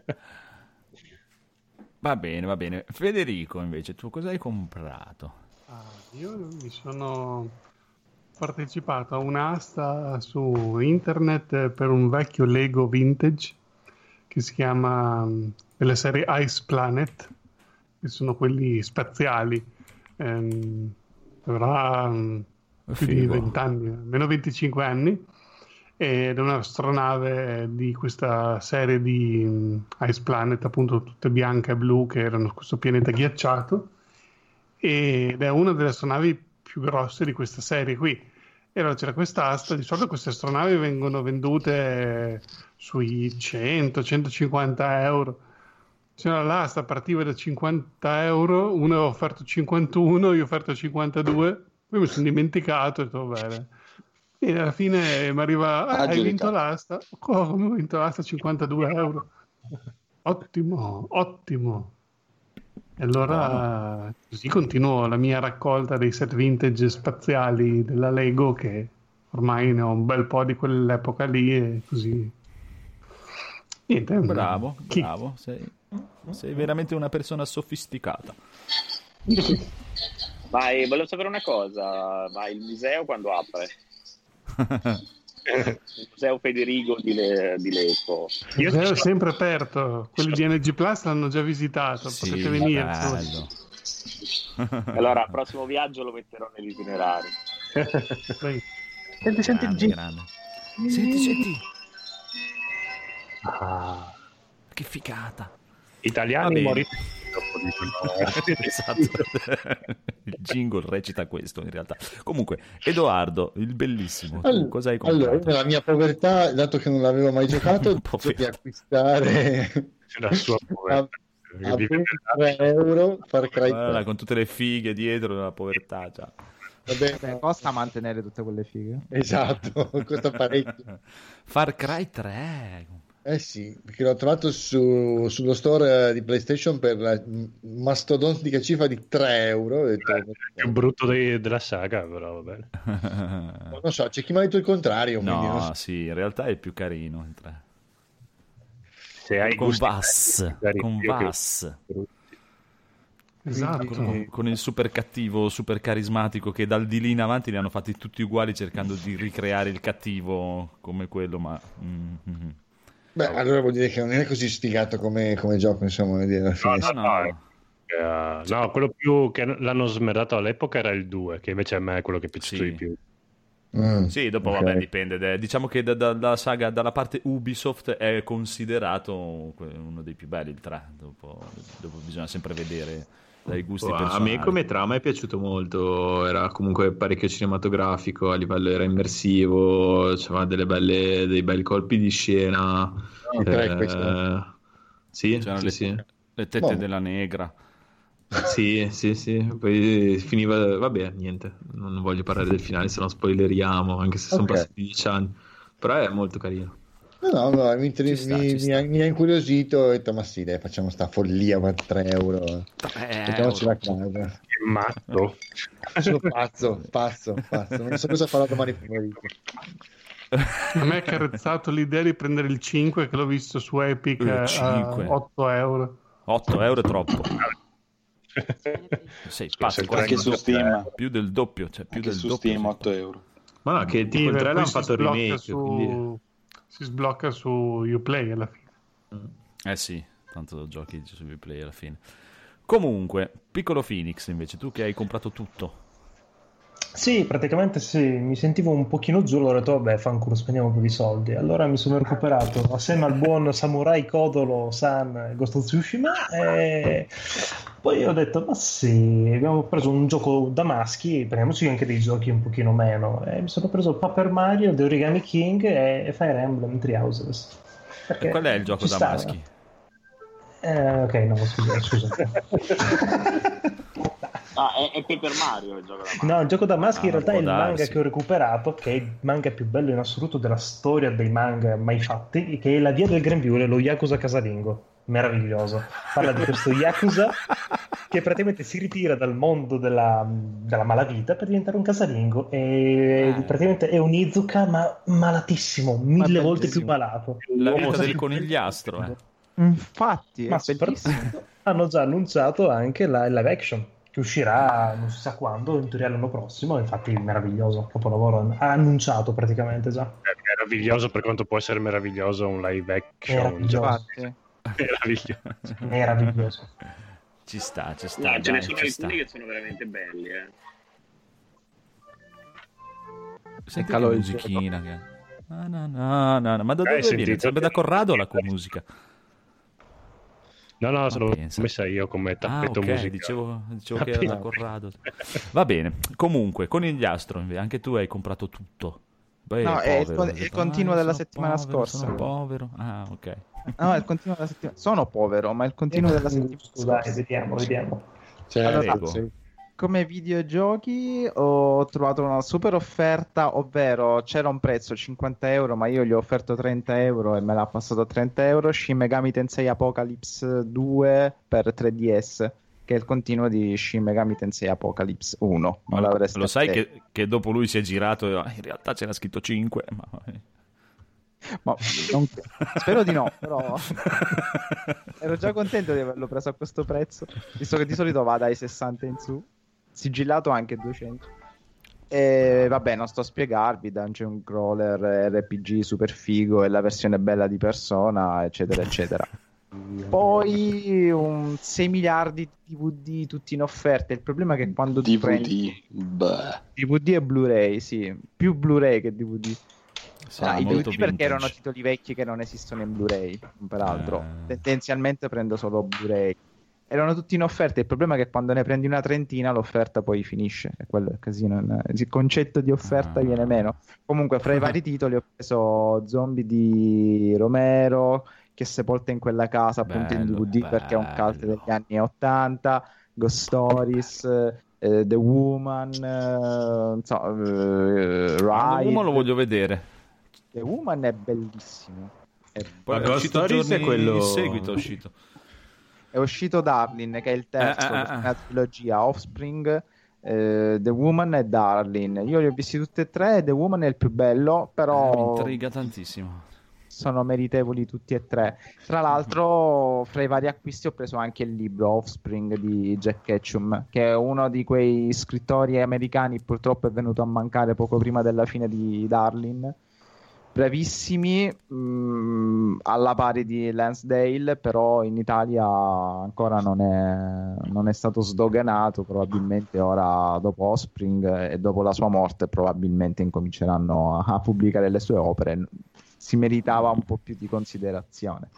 [SPEAKER 1] Va bene, va bene. Federico invece, tu cosa hai comprato?
[SPEAKER 4] Ah, io mi sono partecipato a un'asta su internet per un vecchio Lego vintage che si chiama um, della serie Ice Planet, che sono quelli spaziali. Ehm, avrà um, più di
[SPEAKER 1] Figo.
[SPEAKER 4] venti anni, almeno venticinque anni, ed è un'astronave di questa serie di um, Ice Planet, appunto tutte bianche e blu, che erano su questo pianeta ghiacciato, ed è una delle astronavi più grosse di questa serie qui. E allora c'era questa asta, di solito queste astronavi vengono vendute sui cento centocinquanta euro. C'era l'asta, partiva da cinquanta euro, uno aveva offerto cinquantuno, io ho offerto cinquantadue, poi mi sono dimenticato e ho detto bene. E alla fine mi arriva, ah, hai vinto l'asta? Come ho vinto l'asta? cinquantadue euro. Ottimo, ottimo. E allora così continuo la mia raccolta dei set vintage spaziali della Lego, che ormai ne ho un bel po' di quell'epoca lì e così. Niente,
[SPEAKER 1] Bravo,
[SPEAKER 4] chi-
[SPEAKER 1] bravo, sei, sei veramente una persona sofisticata.
[SPEAKER 5] Ma eh, volevo sapere una cosa, ma il museo quando apre? Il museo Federico di, Le- di Lecco.
[SPEAKER 4] Il museo è sempre aperto, quelli di N G Plus l'hanno già visitato,
[SPEAKER 1] Sì,
[SPEAKER 4] potete venire.
[SPEAKER 1] bello.
[SPEAKER 5] Allora, al prossimo viaggio lo metterò nell'itinerario.
[SPEAKER 13] Senti, senti il
[SPEAKER 1] Grande,
[SPEAKER 13] G.
[SPEAKER 1] grande. Senti, senti.
[SPEAKER 3] Ah,
[SPEAKER 1] Che figata. Va
[SPEAKER 3] italiani
[SPEAKER 1] bene.
[SPEAKER 3] morite dopo dicono.
[SPEAKER 1] Esatto. Il jingle recita questo in realtà. Comunque, Edoardo, il bellissimo, tu
[SPEAKER 8] All-
[SPEAKER 1] cosa hai comprato?
[SPEAKER 8] Allora, nella mia povertà, dato che non l'avevo mai giocato, ho deciso di acquistare
[SPEAKER 3] La sua
[SPEAKER 8] a,
[SPEAKER 3] povertà.
[SPEAKER 8] a ventitré euro Far Cry
[SPEAKER 1] Guarda,
[SPEAKER 8] tre.
[SPEAKER 1] con tutte le fighe dietro la povertà già.
[SPEAKER 8] Va bene.
[SPEAKER 12] Costa mantenere tutte quelle fighe?
[SPEAKER 8] Esatto, costa parecchio.
[SPEAKER 1] Far Cry tre.
[SPEAKER 8] Eh sì, perché l'ho trovato su- sullo store eh, di PlayStation per la mastodontica cifra di tre euro. Ho detto,
[SPEAKER 3] Più brutto dei- della saga, però va bene.
[SPEAKER 8] non lo so, c'è chi mi ha detto il contrario. quindi non
[SPEAKER 1] No,
[SPEAKER 8] so.
[SPEAKER 1] sì, in realtà è più carino il tre.
[SPEAKER 3] Se hai
[SPEAKER 1] Con
[SPEAKER 3] gusti
[SPEAKER 1] Vass,
[SPEAKER 3] belli,
[SPEAKER 1] con
[SPEAKER 3] io che-
[SPEAKER 1] Vass.
[SPEAKER 4] Esatto.
[SPEAKER 1] Con, con il super cattivo, super carismatico, che dal di lì in avanti li hanno fatti tutti uguali cercando di ricreare il cattivo come quello, ma... mm, mm.
[SPEAKER 8] Beh, allora vuol dire che non è così sfigato come, come gioco, insomma, voglio dire, alla fine.
[SPEAKER 1] No, no,
[SPEAKER 3] Eh, no, quello più che l'hanno smerdato all'epoca era il due, che invece a me è quello che è piaciuto
[SPEAKER 1] Sì.
[SPEAKER 3] di più.
[SPEAKER 8] Mm,
[SPEAKER 1] Sì, dopo
[SPEAKER 8] ok.
[SPEAKER 1] vabbè dipende. de- Diciamo che da- da- dalla saga, dalla parte Ubisoft è considerato que- uno dei più belli il tre. Dopo, dopo bisogna sempre vedere dai gusti
[SPEAKER 6] Oh, a
[SPEAKER 1] personali.
[SPEAKER 6] me come trama è piaciuto molto, era comunque parecchio cinematografico, a livello era immersivo, c'aveva delle belle, dei bei colpi di scena.
[SPEAKER 8] Il tre,
[SPEAKER 6] eh,
[SPEAKER 8] questo.
[SPEAKER 6] sì,
[SPEAKER 1] C'erano
[SPEAKER 6] sì,
[SPEAKER 1] le,
[SPEAKER 6] sì.
[SPEAKER 1] le tette
[SPEAKER 8] Boh.
[SPEAKER 1] della negra.
[SPEAKER 6] Sì, sì, sì. Poi finiva, vabbè, niente, non voglio parlare del finale, se no spoileriamo, anche se sono
[SPEAKER 8] Ok.
[SPEAKER 6] passati dieci anni. Però è molto carino.
[SPEAKER 8] No, no, no, mi, inter-
[SPEAKER 1] Ci sta,
[SPEAKER 8] mi-
[SPEAKER 1] ci
[SPEAKER 8] mi
[SPEAKER 1] sta.
[SPEAKER 8] ha, mi ha incuriosito. Ho detto, ma sì, dai, facciamo sta follia per tre euro. Mettiamoci la casa.
[SPEAKER 3] Che matto.
[SPEAKER 8] Sono pazzo, pazzo, pazzo. Non so cosa farò domani pomeriggio.
[SPEAKER 4] A me è carezzato l'idea di prendere il cinque, che l'ho visto su Epic
[SPEAKER 1] Il
[SPEAKER 4] a
[SPEAKER 1] cinque.
[SPEAKER 4] otto euro.
[SPEAKER 1] otto euro è troppo. Sei pazzo,
[SPEAKER 3] Anche
[SPEAKER 1] quasi
[SPEAKER 7] su
[SPEAKER 1] il doppio,
[SPEAKER 7] Steam.
[SPEAKER 1] più del doppio, cioè più
[SPEAKER 7] Anche
[SPEAKER 1] del
[SPEAKER 7] su
[SPEAKER 1] doppio.
[SPEAKER 7] Steam
[SPEAKER 1] sei
[SPEAKER 7] otto euro.
[SPEAKER 6] Ma no, che
[SPEAKER 4] Sì,
[SPEAKER 6] tipo il
[SPEAKER 4] beh,
[SPEAKER 6] tre
[SPEAKER 4] poi
[SPEAKER 6] l'hanno
[SPEAKER 4] si
[SPEAKER 6] fatto il
[SPEAKER 4] sblocca
[SPEAKER 6] remake,
[SPEAKER 4] su-
[SPEAKER 6] quindi...
[SPEAKER 4] si sblocca su Uplay alla fine.
[SPEAKER 1] Eh sì, tanto giochi su Uplay alla fine. Comunque, piccolo Phoenix invece, tu che hai comprato tutto.
[SPEAKER 13] Sì, praticamente sì, mi sentivo un pochino giù, allora ho detto vabbè, fanculo, spendiamo un po' di soldi. Allora mi sono recuperato assieme al buon Samurai Kodolo San Ghost of Tsushima e poi ho detto ma sì, abbiamo preso un gioco da maschi, prendiamoci anche dei giochi un pochino meno. E mi sono preso Paper Mario, The Origami King e Fire Emblem Three Houses.
[SPEAKER 1] E qual è il gioco
[SPEAKER 13] ci
[SPEAKER 1] da
[SPEAKER 13] sta,
[SPEAKER 1] maschi?
[SPEAKER 13] Eh, ok, no, scusa, scusa.
[SPEAKER 5] Ah, è, è Paper Mario il gioco da maschi.
[SPEAKER 13] No, il gioco da maschi in
[SPEAKER 1] Ah,
[SPEAKER 13] realtà è
[SPEAKER 1] può
[SPEAKER 13] il
[SPEAKER 1] darsi.
[SPEAKER 13] manga che ho recuperato, che è il manga più bello in assoluto della storia dei manga mai fatti, che è La via del grembiule, lo Yakuza casalingo. Meraviglioso. Parla di questo Yakuza che praticamente si ritira dal mondo della, della malavita per diventare un casalingo e
[SPEAKER 1] Eh.
[SPEAKER 13] praticamente è un Izuka ma malatissimo, mille volte più
[SPEAKER 12] bellissimo.
[SPEAKER 13] malato.
[SPEAKER 1] La
[SPEAKER 13] È
[SPEAKER 1] vita
[SPEAKER 13] cosa
[SPEAKER 1] del
[SPEAKER 13] più
[SPEAKER 1] conigliastro,
[SPEAKER 13] bella.
[SPEAKER 1] eh.
[SPEAKER 12] Infatti,
[SPEAKER 13] Ma
[SPEAKER 12] è bellissimo.
[SPEAKER 13] soprattutto hanno già annunciato anche la live action che uscirà non si sa quando, in teoria l'anno prossimo, infatti meraviglioso, capolavoro, ha annunciato praticamente già.
[SPEAKER 3] È meraviglioso per quanto può essere meraviglioso un live action.
[SPEAKER 13] Meraviglioso.
[SPEAKER 12] Infatti.
[SPEAKER 3] Meraviglioso.
[SPEAKER 13] Meraviglioso.
[SPEAKER 1] Ci sta, ci sta.
[SPEAKER 5] No, ce ne
[SPEAKER 1] dai,
[SPEAKER 5] sono
[SPEAKER 1] ci sta.
[SPEAKER 5] alcuni che sono veramente belli, eh.
[SPEAKER 1] Senti
[SPEAKER 12] calò
[SPEAKER 1] che
[SPEAKER 12] il
[SPEAKER 1] musichina che... Ah, no, no, no, no. Ma da
[SPEAKER 3] Eh,
[SPEAKER 1] dove
[SPEAKER 3] sentite?
[SPEAKER 1] viene? Sarebbe da Corrado la musica.
[SPEAKER 3] No, no, se l'ho
[SPEAKER 1] pensa.
[SPEAKER 3] messa io come
[SPEAKER 1] Ah,
[SPEAKER 3] tappeto
[SPEAKER 1] ok,
[SPEAKER 3] musicale.
[SPEAKER 1] dicevo, dicevo
[SPEAKER 3] Ah,
[SPEAKER 1] che era da
[SPEAKER 3] pensa.
[SPEAKER 1] Corrado. Va bene. Comunque, Conigliastro, invece, anche tu hai comprato tutto. Poi
[SPEAKER 12] No, è il con-
[SPEAKER 1] hai
[SPEAKER 12] il
[SPEAKER 1] detto,
[SPEAKER 12] continuo
[SPEAKER 1] "Ah,
[SPEAKER 12] della
[SPEAKER 1] sono
[SPEAKER 12] settimana
[SPEAKER 1] povero,
[SPEAKER 12] scorsa."
[SPEAKER 1] Sono povero. Ah, ok.
[SPEAKER 12] No, è il continuo della settimana. Sono povero, ma è il continuo della settimana
[SPEAKER 13] Dai,
[SPEAKER 12] scorsa.
[SPEAKER 13] vediamo, vediamo.
[SPEAKER 8] Cioè,
[SPEAKER 12] Allora,
[SPEAKER 1] prego.
[SPEAKER 8] sì.
[SPEAKER 12] come videogiochi ho trovato una super offerta, ovvero c'era un prezzo cinquanta euro, ma io gli ho offerto trenta euro e me l'ha passato a trenta euro. Shin Megami Tensei Apocalypse due per tre D S, che è il continuo di Shin Megami Tensei Apocalypse uno.
[SPEAKER 1] Ma
[SPEAKER 12] Non
[SPEAKER 1] lo,
[SPEAKER 12] l'avreste
[SPEAKER 1] lo sai
[SPEAKER 12] detto.
[SPEAKER 1] che, che dopo lui si è girato e "Ah, in realtà c'era scritto cinque, ma...
[SPEAKER 12] Ma non- spero di no, però ero già contento di averlo preso a questo prezzo, visto che di solito va dai sessanta in su, sigillato anche duecento. E vabbè, non sto a spiegarvi, Dungeon Crawler, R P G super figo e la versione bella di Persona, eccetera, eccetera. Poi un sei miliardi di D V D tutti in offerta. Il problema è che quando tu
[SPEAKER 7] D V D.
[SPEAKER 12] prendi
[SPEAKER 7] Beh.
[SPEAKER 12] D V D e Blu-ray, sì, più Blu-ray che D V D.
[SPEAKER 1] Sarà
[SPEAKER 12] Ah, i
[SPEAKER 1] molto
[SPEAKER 12] D V D perché
[SPEAKER 1] vintage.
[SPEAKER 12] erano titoli vecchi che non esistono in Blu-ray, peraltro.
[SPEAKER 1] Eh.
[SPEAKER 12] Tendenzialmente prendo solo Blu-ray. Erano tutti in offerta. Il problema è che quando ne prendi una trentina, l'offerta poi finisce. E quello è il casino. Il concetto di offerta
[SPEAKER 1] Ah.
[SPEAKER 12] viene meno. Comunque, fra i vari titoli ho preso Zombie di Romero, che è sepolta in quella casa, appunto in
[SPEAKER 1] Bello,
[SPEAKER 12] D V D perché è un cult
[SPEAKER 1] bello.
[SPEAKER 12] degli anni ottanta. Ghost Stories, eh, The Woman, eh, non so, eh,
[SPEAKER 1] Ma
[SPEAKER 12] Ride.
[SPEAKER 1] uno lo voglio vedere.
[SPEAKER 12] The Woman è bellissimo. È,
[SPEAKER 1] Poi
[SPEAKER 6] Ma
[SPEAKER 1] è
[SPEAKER 6] Ghost
[SPEAKER 1] uscito
[SPEAKER 6] Stories
[SPEAKER 1] giorni
[SPEAKER 6] è quello-
[SPEAKER 1] in seguito, è uscito.
[SPEAKER 12] è uscito Darlin, che è il terzo
[SPEAKER 1] Eh, eh, eh,
[SPEAKER 12] della trilogia Offspring. eh, The Woman e Darlin. Io li ho visti tutti e tre. The Woman è il più bello,
[SPEAKER 1] Eh, mi
[SPEAKER 12] però
[SPEAKER 1] intriga tantissimo.
[SPEAKER 12] sono meritevoli tutti e tre. Tra l'altro, fra i vari acquisti ho preso anche il libro Offspring di Jack Ketchum, che è uno di quei scrittori americani, purtroppo è venuto a mancare poco prima della fine di Darlin. Bravissimi, mh, alla pari di Lansdale, però in Italia ancora non è, non è stato sdoganato. Probabilmente ora, dopo Offspring e dopo la sua morte, probabilmente incominceranno a, a pubblicare le sue opere. Si meritava un po' più di considerazione.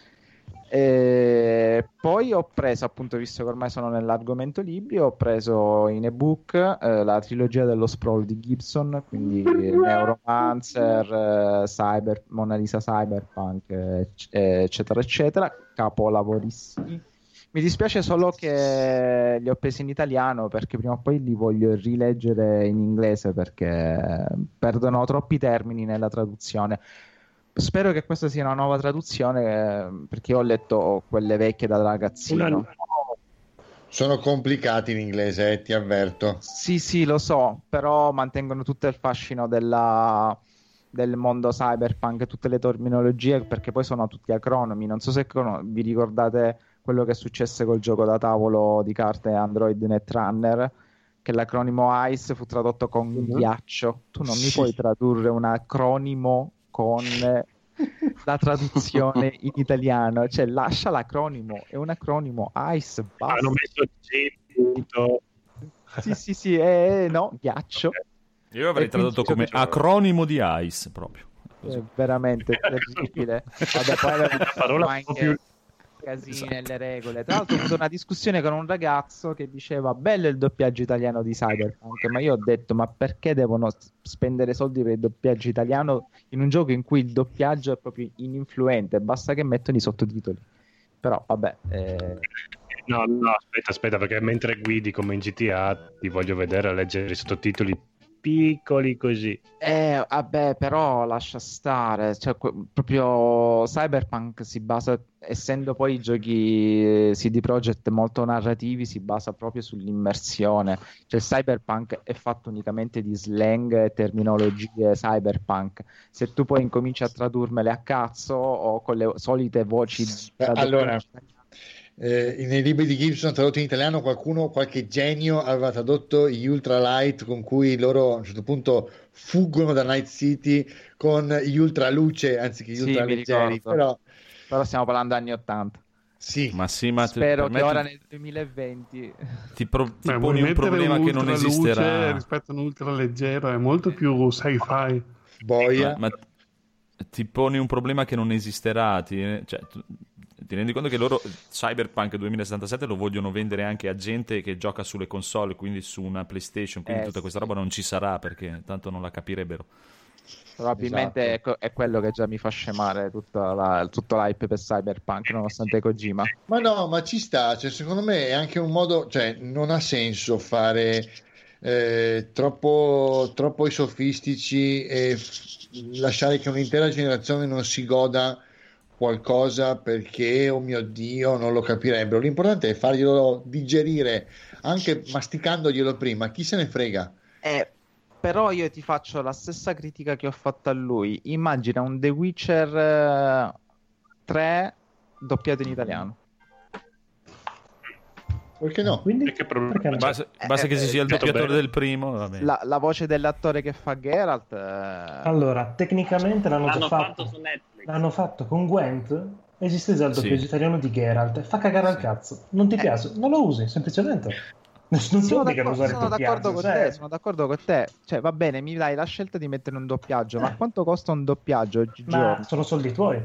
[SPEAKER 12] E poi ho preso, appunto, visto che ormai sono nell'argomento libri, ho preso in ebook eh, la trilogia dello Sprawl di Gibson, quindi Neuromancer, eh, Cyber, Mona Lisa Cyberpunk, eh, eccetera, eccetera, capolavorissimi. Mi dispiace solo che li ho presi in italiano, perché prima o poi li voglio rileggere in inglese, perché perdono troppi termini nella traduzione. Spero che questa sia una nuova traduzione, eh, perché io ho letto quelle vecchie da ragazzino.
[SPEAKER 11] Una-
[SPEAKER 8] Sono complicati in inglese, eh, ti avverto.
[SPEAKER 12] Sì, sì, lo so, però mantengono tutto il fascino della, del mondo cyberpunk, tutte le terminologie, perché poi sono tutti acronimi. Non so se cono- vi ricordate quello che successe col gioco da tavolo di carte Android Netrunner, che l'acronimo ICE fu tradotto con ghiaccio. Tu non mi
[SPEAKER 8] Sì.
[SPEAKER 12] puoi tradurre un acronimo con la traduzione in italiano, cioè lascia l'acronimo, è un acronimo ICE, basta.
[SPEAKER 3] Hanno messo G. punto.
[SPEAKER 12] Sì, sì, sì, eh, no, ghiaccio.
[SPEAKER 1] Io avrei
[SPEAKER 12] E
[SPEAKER 1] tradotto
[SPEAKER 12] quindi-
[SPEAKER 1] come acronimo di ICE proprio.
[SPEAKER 12] È veramente terribile. Vabbè, poi avevano
[SPEAKER 3] parola
[SPEAKER 12] fatto
[SPEAKER 3] un po'
[SPEAKER 12] anche
[SPEAKER 3] più-
[SPEAKER 12] casini
[SPEAKER 1] Esatto.
[SPEAKER 12] nelle regole. Tra l'altro ho avuto una discussione con un ragazzo che diceva bello il doppiaggio italiano di Cyberpunk, ma io ho detto ma perché devono s- spendere soldi per il doppiaggio italiano in un gioco in cui il doppiaggio è proprio ininfluente, basta che mettono i sottotitoli. Però vabbè, eh,
[SPEAKER 3] No, no, aspetta, aspetta, perché mentre guidi come in G T A ti voglio vedere a leggere i sottotitoli piccoli così.
[SPEAKER 12] Eh, vabbè, però lascia stare, cioè, que- proprio Cyberpunk si basa, essendo poi i giochi eh, C D Projekt molto narrativi, si basa proprio sull'immersione, cioè Cyberpunk è fatto unicamente di slang e terminologie cyberpunk, se tu poi incominci a tradurmele a cazzo o con le solite voci
[SPEAKER 8] Eh,
[SPEAKER 12] da-
[SPEAKER 8] allora, eh, nei libri di Gibson tradotti in italiano qualcuno, qualche genio aveva tradotto gli ultralight con cui loro a un certo punto fuggono da Night City con gli ultraluce anziché gli
[SPEAKER 12] Sì, mi
[SPEAKER 8] ultraleggeri,
[SPEAKER 12] ricordo.
[SPEAKER 8] però
[SPEAKER 12] però stiamo parlando anni ottanta.
[SPEAKER 8] sì,
[SPEAKER 1] Ma sì, ma te-
[SPEAKER 12] Spero
[SPEAKER 1] per
[SPEAKER 12] che
[SPEAKER 1] me
[SPEAKER 12] ora
[SPEAKER 1] ti-
[SPEAKER 12] nel duemilaventi
[SPEAKER 1] ti, pro- ti
[SPEAKER 4] Beh, vuoi
[SPEAKER 1] poni un
[SPEAKER 4] mettere
[SPEAKER 1] problema che non
[SPEAKER 4] ultraluce
[SPEAKER 1] esisterà.
[SPEAKER 4] rispetto a un ultraleggero, è molto più sci-fi.
[SPEAKER 8] boia.
[SPEAKER 1] Ma, ma ti poni un problema che non esisterà. Ti, cioè, tu- ti rendi conto che loro Cyberpunk duemilasettantasette lo vogliono vendere anche a gente che gioca sulle console, quindi su una PlayStation, quindi
[SPEAKER 12] Eh,
[SPEAKER 1] tutta questa
[SPEAKER 12] sì.
[SPEAKER 1] roba non ci sarà perché tanto non la capirebbero.
[SPEAKER 12] Probabilmente
[SPEAKER 8] Esatto.
[SPEAKER 12] è, co- è quello che già mi fa scemare tutta la- tutto l'hype per Cyberpunk, nonostante Kojima.
[SPEAKER 8] Ma no, ma ci sta, cioè, secondo me è anche un modo, cioè non ha senso fare eh, troppo, troppo i sofistici e f- lasciare che un'intera generazione non si goda qualcosa perché, oh mio Dio, non lo capirebbero. L'importante è farglielo digerire, anche masticandoglielo prima, chi se ne frega.
[SPEAKER 12] Eh, però io ti faccio la stessa critica che ho fatto a lui. Immagina un The Witcher eh, tre doppiato in italiano.
[SPEAKER 8] Perché no?
[SPEAKER 13] Quindi,
[SPEAKER 3] E che problema
[SPEAKER 13] perché no?
[SPEAKER 3] c'è?
[SPEAKER 1] Basta, basta che ci sia il
[SPEAKER 3] detto
[SPEAKER 1] doppiatore
[SPEAKER 3] bene.
[SPEAKER 1] del primo, va bene.
[SPEAKER 12] La, la voce dell'attore che fa Geralt... eh,
[SPEAKER 13] Allora, tecnicamente l'hanno,
[SPEAKER 5] L'hanno
[SPEAKER 13] già
[SPEAKER 5] fatto
[SPEAKER 13] fatto.
[SPEAKER 5] su Netflix.
[SPEAKER 13] L'hanno fatto con Gwent. Esiste già il
[SPEAKER 1] Sì.
[SPEAKER 13] doppiaggio italiano di Geralt. Fa cagare al cazzo. Non ti
[SPEAKER 12] Eh.
[SPEAKER 13] piace? Non lo usi, semplicemente. Non ti
[SPEAKER 12] Sono
[SPEAKER 13] obbligano a
[SPEAKER 12] d'accordo,
[SPEAKER 13] usare il
[SPEAKER 12] sono d'accordo
[SPEAKER 13] doppiaggio.
[SPEAKER 12] con
[SPEAKER 13] cioè-
[SPEAKER 12] te, sono d'accordo con te. Cioè, va bene, mi dai la scelta di mettere un doppiaggio, ma quanto costa un doppiaggio oggigiorno?
[SPEAKER 13] Ma sono soldi tuoi.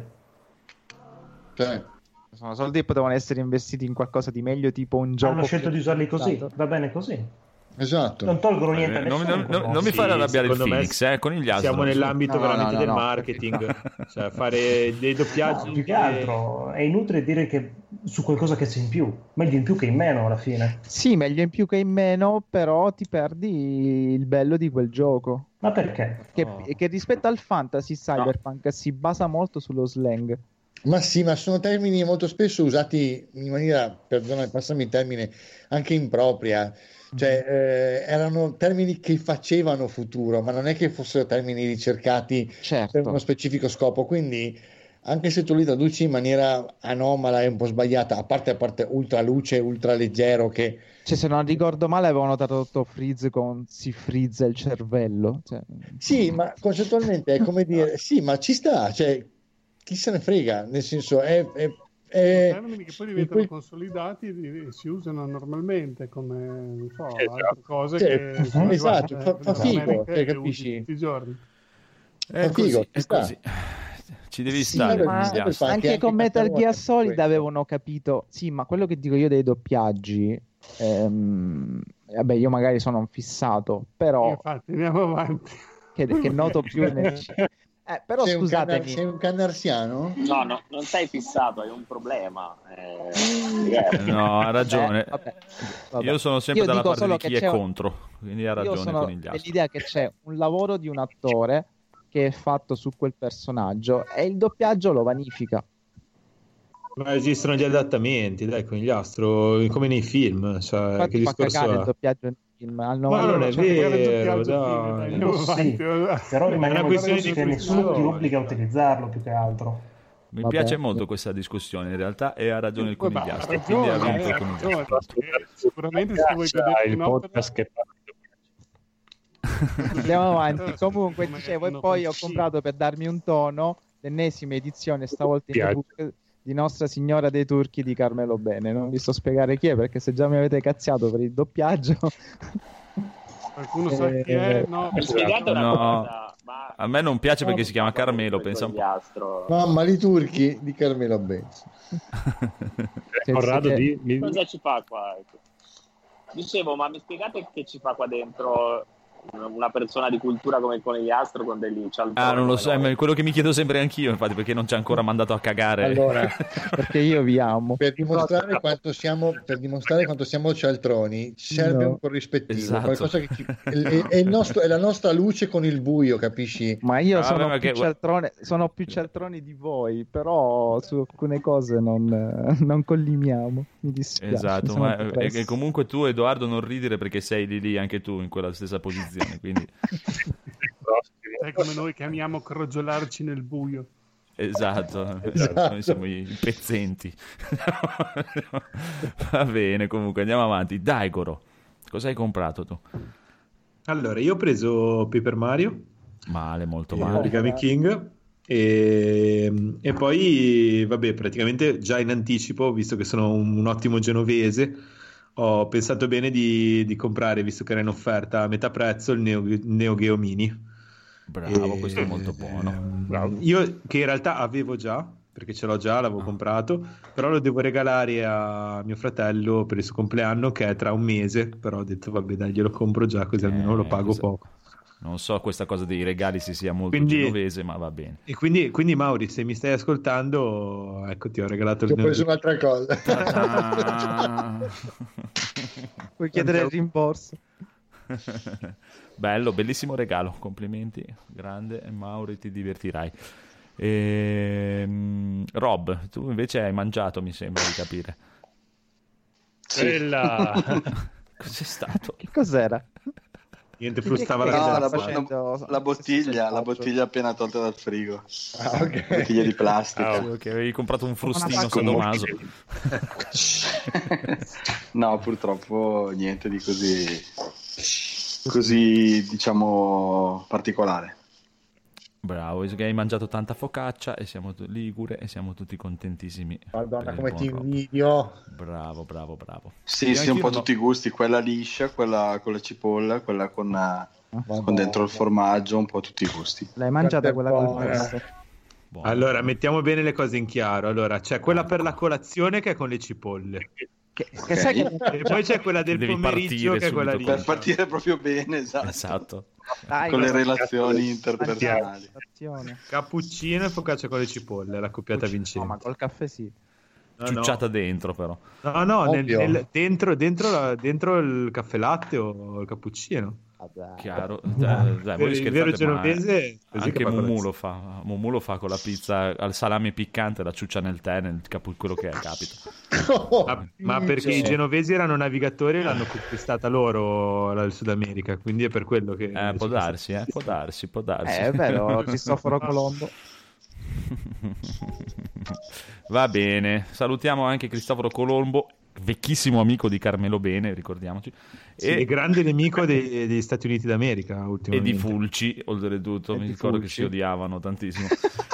[SPEAKER 8] Cioè,
[SPEAKER 12] Sono soldi che potevano essere investiti in qualcosa di meglio, tipo un gioco.
[SPEAKER 13] Hanno scelto
[SPEAKER 12] più
[SPEAKER 13] di usarli così.
[SPEAKER 12] ottimizzato.
[SPEAKER 13] Va bene così.
[SPEAKER 8] esatto.
[SPEAKER 13] Non tolgono niente a
[SPEAKER 1] Eh, non,
[SPEAKER 13] nessuno.
[SPEAKER 1] non-
[SPEAKER 13] con
[SPEAKER 1] non-
[SPEAKER 13] loro.
[SPEAKER 1] non mi fare
[SPEAKER 6] Sì,
[SPEAKER 1] arrabbiare il
[SPEAKER 6] secondo me
[SPEAKER 1] Phoenix, eh, con gli altri.
[SPEAKER 6] Siamo nell'ambito
[SPEAKER 12] No, no,
[SPEAKER 6] veramente
[SPEAKER 12] no,
[SPEAKER 6] del
[SPEAKER 12] no,
[SPEAKER 6] marketing, cioè fare dei doppiaggi
[SPEAKER 13] No, più che
[SPEAKER 6] che-
[SPEAKER 13] altro è inutile dire che su qualcosa che c'è in più. Meglio in più che in meno alla fine.
[SPEAKER 12] Sì, meglio in più che in meno, però ti perdi il bello di quel gioco.
[SPEAKER 13] Ma perché?
[SPEAKER 12] Che,
[SPEAKER 6] Oh.
[SPEAKER 12] che rispetto al fantasy Cyberpunk si basa molto sullo slang.
[SPEAKER 8] Ma sì, ma sono termini molto spesso usati in maniera, perdona, passami il termine, anche impropria. Cioè, eh, erano termini che facevano futuro, ma non è che fossero termini ricercati
[SPEAKER 12] Certo.
[SPEAKER 8] per uno specifico scopo. Quindi, anche se tu li traduci in maniera anomala e un po' sbagliata, a parte, a parte ultra luce, ultra leggero, che
[SPEAKER 12] Cioè, se non ricordo male, avevano tradotto freeze con si frizza il cervello. Cioè,
[SPEAKER 8] sì, ma concettualmente è come dire, sì, ma ci sta, cioè, chi se ne frega, nel senso, è... è, è
[SPEAKER 4] termini che poi
[SPEAKER 8] in
[SPEAKER 4] diventano
[SPEAKER 8] quel-
[SPEAKER 4] consolidati e si usano normalmente come non so,
[SPEAKER 3] Esatto.
[SPEAKER 4] altre cose
[SPEAKER 8] Cioè,
[SPEAKER 4] che sono
[SPEAKER 8] esatto,
[SPEAKER 4] arrivate
[SPEAKER 8] fa- fa
[SPEAKER 4] in
[SPEAKER 8] figo,
[SPEAKER 4] America
[SPEAKER 8] cioè,
[SPEAKER 4] e
[SPEAKER 8] capisci?
[SPEAKER 4] usi tutti i giorni.
[SPEAKER 1] È
[SPEAKER 8] Fa
[SPEAKER 1] così,
[SPEAKER 8] figo, ci
[SPEAKER 1] è
[SPEAKER 8] sta.
[SPEAKER 1] così. Ci devi
[SPEAKER 8] Sì,
[SPEAKER 1] stare.
[SPEAKER 8] vabbè,
[SPEAKER 1] con
[SPEAKER 12] ma
[SPEAKER 1] gli
[SPEAKER 8] Cyberpunk
[SPEAKER 1] altri.
[SPEAKER 8] è
[SPEAKER 12] anche
[SPEAKER 8] anche
[SPEAKER 12] con Metal
[SPEAKER 8] Metal
[SPEAKER 12] Gear
[SPEAKER 8] Gear
[SPEAKER 12] Solid
[SPEAKER 8] questo.
[SPEAKER 12] avevano capito. Sì, ma quello che dico io dei doppiaggi, ehm, vabbè, io magari sono un fissato, però
[SPEAKER 4] Infatti, andiamo avanti.
[SPEAKER 12] che, che noto più nel... Eh, però
[SPEAKER 8] sei, un canna-
[SPEAKER 12] scusatemi,
[SPEAKER 8] sei un cannarsiano?
[SPEAKER 5] No, no, non sei fissato, hai un problema. Eh, diverso.
[SPEAKER 1] No, ha ragione.
[SPEAKER 12] Eh, vabbè, vabbè.
[SPEAKER 1] Io sono sempre
[SPEAKER 12] Io
[SPEAKER 1] dalla
[SPEAKER 12] dico
[SPEAKER 1] parte
[SPEAKER 12] solo
[SPEAKER 1] di chi
[SPEAKER 12] che
[SPEAKER 1] è
[SPEAKER 12] c'è un-
[SPEAKER 1] contro, quindi ha
[SPEAKER 12] Io
[SPEAKER 1] ragione
[SPEAKER 12] sono
[SPEAKER 1] con gli altri.
[SPEAKER 12] dell'idea che c'è un lavoro di un attore che è fatto su quel personaggio e il doppiaggio lo vanifica.
[SPEAKER 6] Ma esistono gli adattamenti, dai, con gli astro, come nei film, cioè,
[SPEAKER 12] Infatti
[SPEAKER 6] che
[SPEAKER 12] fa
[SPEAKER 6] discorso
[SPEAKER 12] cagare il
[SPEAKER 6] è?
[SPEAKER 12] doppiaggio nel film. Al
[SPEAKER 6] Ma
[SPEAKER 12] novanta
[SPEAKER 6] non è
[SPEAKER 4] Allora, c'è che il
[SPEAKER 6] vero,
[SPEAKER 4] doppiaggio
[SPEAKER 6] dai.
[SPEAKER 4] fine, andiamo
[SPEAKER 13] Sì,
[SPEAKER 4] avanti.
[SPEAKER 13] però rimaniamo
[SPEAKER 6] una questione
[SPEAKER 13] discorsi
[SPEAKER 6] di
[SPEAKER 13] che nessuno ti
[SPEAKER 6] cultura.
[SPEAKER 13] obbliga a utilizzarlo più che altro.
[SPEAKER 1] Mi
[SPEAKER 12] Vabbè.
[SPEAKER 1] piace molto questa discussione in realtà e ha ragione il
[SPEAKER 4] Vabbè, ha
[SPEAKER 1] conigliastro, quindi ha
[SPEAKER 4] ragione,
[SPEAKER 1] vinto il
[SPEAKER 4] ha
[SPEAKER 1] conigliastro.
[SPEAKER 4] ragione. Sicuramente se vuoi
[SPEAKER 3] Caccia,
[SPEAKER 4] goderti
[SPEAKER 3] il
[SPEAKER 4] un'opera
[SPEAKER 3] podcast che parla di doppiaggio.
[SPEAKER 12] Andiamo avanti. Comunque,
[SPEAKER 4] Come
[SPEAKER 12] dicevo, e
[SPEAKER 4] sono
[SPEAKER 12] poi ho
[SPEAKER 4] così.
[SPEAKER 12] comprato per darmi un tono l'ennesima edizione, stavolta in
[SPEAKER 3] Piace.
[SPEAKER 12] ebook, di Nostra Signora dei Turchi di Carmelo Bene. Non vi sto a spiegare chi è, perché se già mi avete cazziato per il doppiaggio.
[SPEAKER 4] Qualcuno sa chi è? No,
[SPEAKER 5] Mi spiegate una
[SPEAKER 1] No.
[SPEAKER 5] cosa, ma
[SPEAKER 1] A me non piace perché si chiama Carmelo, pensa un po'.
[SPEAKER 5] Conigliastro,
[SPEAKER 8] Mamma di turchi di Carmelo Benz.
[SPEAKER 3] Corrado di... mi-
[SPEAKER 5] cosa ci fa qua? Ecco. Dicevo, ma mi spiegate che ci fa qua dentro una persona di cultura come il Conigliastro con degli cialtroni?
[SPEAKER 1] Ah, non lo so,
[SPEAKER 5] come noi?
[SPEAKER 1] è quello che mi chiedo sempre anch'io, infatti, perché non ci ha ancora mandato a cagare.
[SPEAKER 8] Allora,
[SPEAKER 12] Perché io vi amo.
[SPEAKER 8] per dimostrare quanto siamo, per dimostrare quanto siamo cialtroni, ci serve
[SPEAKER 12] No.
[SPEAKER 8] un corrispettivo,
[SPEAKER 1] Esatto.
[SPEAKER 8] qualcosa che ci, è, è il nostro- è la nostra luce con il buio, capisci?
[SPEAKER 12] Ma io
[SPEAKER 1] Ah,
[SPEAKER 12] sono,
[SPEAKER 1] vabbè, ma
[SPEAKER 12] più
[SPEAKER 1] che-
[SPEAKER 12] cialtrone, sono più cialtroni di voi, però su alcune cose non, non collimiamo. Mi dispiace.
[SPEAKER 1] Esatto,
[SPEAKER 12] sono
[SPEAKER 1] ma
[SPEAKER 12] depresso.
[SPEAKER 1] e, e comunque tu, Edoardo, non ridere perché sei lì lì anche tu in quella stessa posizione, quindi
[SPEAKER 4] È come noi che amiamo crogiolarci nel buio.
[SPEAKER 1] esatto,
[SPEAKER 8] Esatto.
[SPEAKER 1] noi siamo i i pezzenti. Va bene, comunque andiamo avanti. Daigoro, cosa hai comprato tu?
[SPEAKER 6] Allora, io ho preso Paper Mario,
[SPEAKER 1] Male, molto
[SPEAKER 6] e
[SPEAKER 1] male.
[SPEAKER 6] Origami King, e, e poi, vabbè, praticamente già in anticipo, visto che sono un, un ottimo genovese, ho pensato bene di, di comprare, visto che era in offerta a metà prezzo, il Neo, Neo Geo Mini.
[SPEAKER 1] Bravo,
[SPEAKER 6] E-
[SPEAKER 1] questo è molto buono.
[SPEAKER 6] Bravo. Io che in realtà avevo già, perché ce l'ho già, l'avevo
[SPEAKER 1] Ah.
[SPEAKER 6] comprato, però lo devo regalare a mio fratello per il suo compleanno, che è tra un mese, però ho detto vabbè dai, glielo compro già così almeno
[SPEAKER 1] Eh,
[SPEAKER 6] lo pago
[SPEAKER 1] questo-
[SPEAKER 6] poco.
[SPEAKER 1] Non so questa cosa dei regali se sia molto
[SPEAKER 6] Quindi-
[SPEAKER 1] genovese, ma va bene.
[SPEAKER 6] E quindi, quindi Mauri, se mi stai ascoltando, ecco, ti ho regalato
[SPEAKER 8] Ti ho
[SPEAKER 6] il
[SPEAKER 8] preso un'altra cosa.
[SPEAKER 1] Ta-ta!
[SPEAKER 12] Puoi chiedere il rimborso.
[SPEAKER 1] Bello, bellissimo regalo, complimenti, grande, Mauri, ti divertirai. Ehm, Rob, tu invece hai mangiato, mi sembra di capire.
[SPEAKER 3] Quella...
[SPEAKER 1] Cos'è stato?
[SPEAKER 12] Che cos'era?
[SPEAKER 6] Niente, frustava
[SPEAKER 7] No,
[SPEAKER 6] la
[SPEAKER 7] la,
[SPEAKER 6] ragazza.
[SPEAKER 7] bo-
[SPEAKER 12] facendo-
[SPEAKER 7] la bottiglia, la bottiglia appena tolta dal frigo.
[SPEAKER 8] Ah, ok.
[SPEAKER 7] Bottiglia di plastica.
[SPEAKER 3] Ah,
[SPEAKER 1] Ok, avevi comprato un frustino
[SPEAKER 12] Una
[SPEAKER 1] sadomaso.
[SPEAKER 7] No, purtroppo niente di così, così diciamo particolare.
[SPEAKER 1] Bravo, che hai mangiato tanta focaccia e siamo tu- ligure e siamo tutti contentissimi.
[SPEAKER 8] Madonna,
[SPEAKER 1] per il
[SPEAKER 8] come
[SPEAKER 1] buon
[SPEAKER 8] ti
[SPEAKER 1] Rob.
[SPEAKER 8] invidio.
[SPEAKER 1] Bravo, bravo, bravo.
[SPEAKER 7] Sì,
[SPEAKER 1] Io
[SPEAKER 7] sì, un
[SPEAKER 1] anch'io
[SPEAKER 7] po'
[SPEAKER 1] non ho-
[SPEAKER 7] tutti i gusti, quella liscia, quella con la cipolla, quella con, eh, con dentro il formaggio, un po' tutti i gusti.
[SPEAKER 12] L'hai mangiata
[SPEAKER 8] Quanto è
[SPEAKER 12] quella col
[SPEAKER 8] buona.
[SPEAKER 12] pesto?
[SPEAKER 1] Buono.
[SPEAKER 6] Allora, mettiamo bene le cose in chiaro. Allora, c'è quella per la colazione che è con le cipolle.
[SPEAKER 12] Che, che
[SPEAKER 7] Ok.
[SPEAKER 12] sai che...
[SPEAKER 6] E poi c'è quella del
[SPEAKER 1] Devi
[SPEAKER 6] pomeriggio
[SPEAKER 1] partire
[SPEAKER 6] che è quella
[SPEAKER 1] subito
[SPEAKER 6] lì.
[SPEAKER 7] Per partire proprio bene, esatto,
[SPEAKER 1] Esatto.
[SPEAKER 12] Dai,
[SPEAKER 7] con le
[SPEAKER 12] cosa-
[SPEAKER 7] relazioni interpersonali.
[SPEAKER 12] Azione.
[SPEAKER 6] Cappuccino e focaccia con le cipolle, la coppiata
[SPEAKER 12] No,
[SPEAKER 6] vincente.
[SPEAKER 12] ma col caffè sì.
[SPEAKER 6] No, no.
[SPEAKER 1] Ciucciata dentro, però.
[SPEAKER 6] No, no, nel-
[SPEAKER 8] Ovvio.
[SPEAKER 6] nel- dentro, dentro, la- dentro il caffè latte o il cappuccino.
[SPEAKER 12] Vabbè.
[SPEAKER 1] Chiaro. Dai, dai, voi
[SPEAKER 6] Il vero
[SPEAKER 1] scherzate, ma
[SPEAKER 6] genovese, così
[SPEAKER 1] anche
[SPEAKER 6] che fa
[SPEAKER 1] Mumu
[SPEAKER 6] colazione.
[SPEAKER 1] lo fa. Mumu lo fa con la pizza al salame piccante, la ciuccia nel tè, nel capo, quello che è, capita.
[SPEAKER 6] Ma, ma perché i genovesi erano navigatori e l'hanno conquistata loro la- il Sud America, quindi è per quello che...
[SPEAKER 1] Eh, può darsi, eh, può darsi, può darsi.
[SPEAKER 12] Eh, è vero, Cristoforo Colombo.
[SPEAKER 1] Va bene, salutiamo anche Cristoforo Colombo, vecchissimo amico di Carmelo Bene, ricordiamoci.
[SPEAKER 6] Sì, è
[SPEAKER 1] E,
[SPEAKER 6] grande nemico dei- degli Stati Uniti d'America
[SPEAKER 1] e
[SPEAKER 6] ultimamente.
[SPEAKER 1] di Fulci, oltretutto,
[SPEAKER 12] E
[SPEAKER 1] mi
[SPEAKER 12] di
[SPEAKER 1] ricordo che
[SPEAKER 12] Fulci.
[SPEAKER 1] si odiavano tantissimo.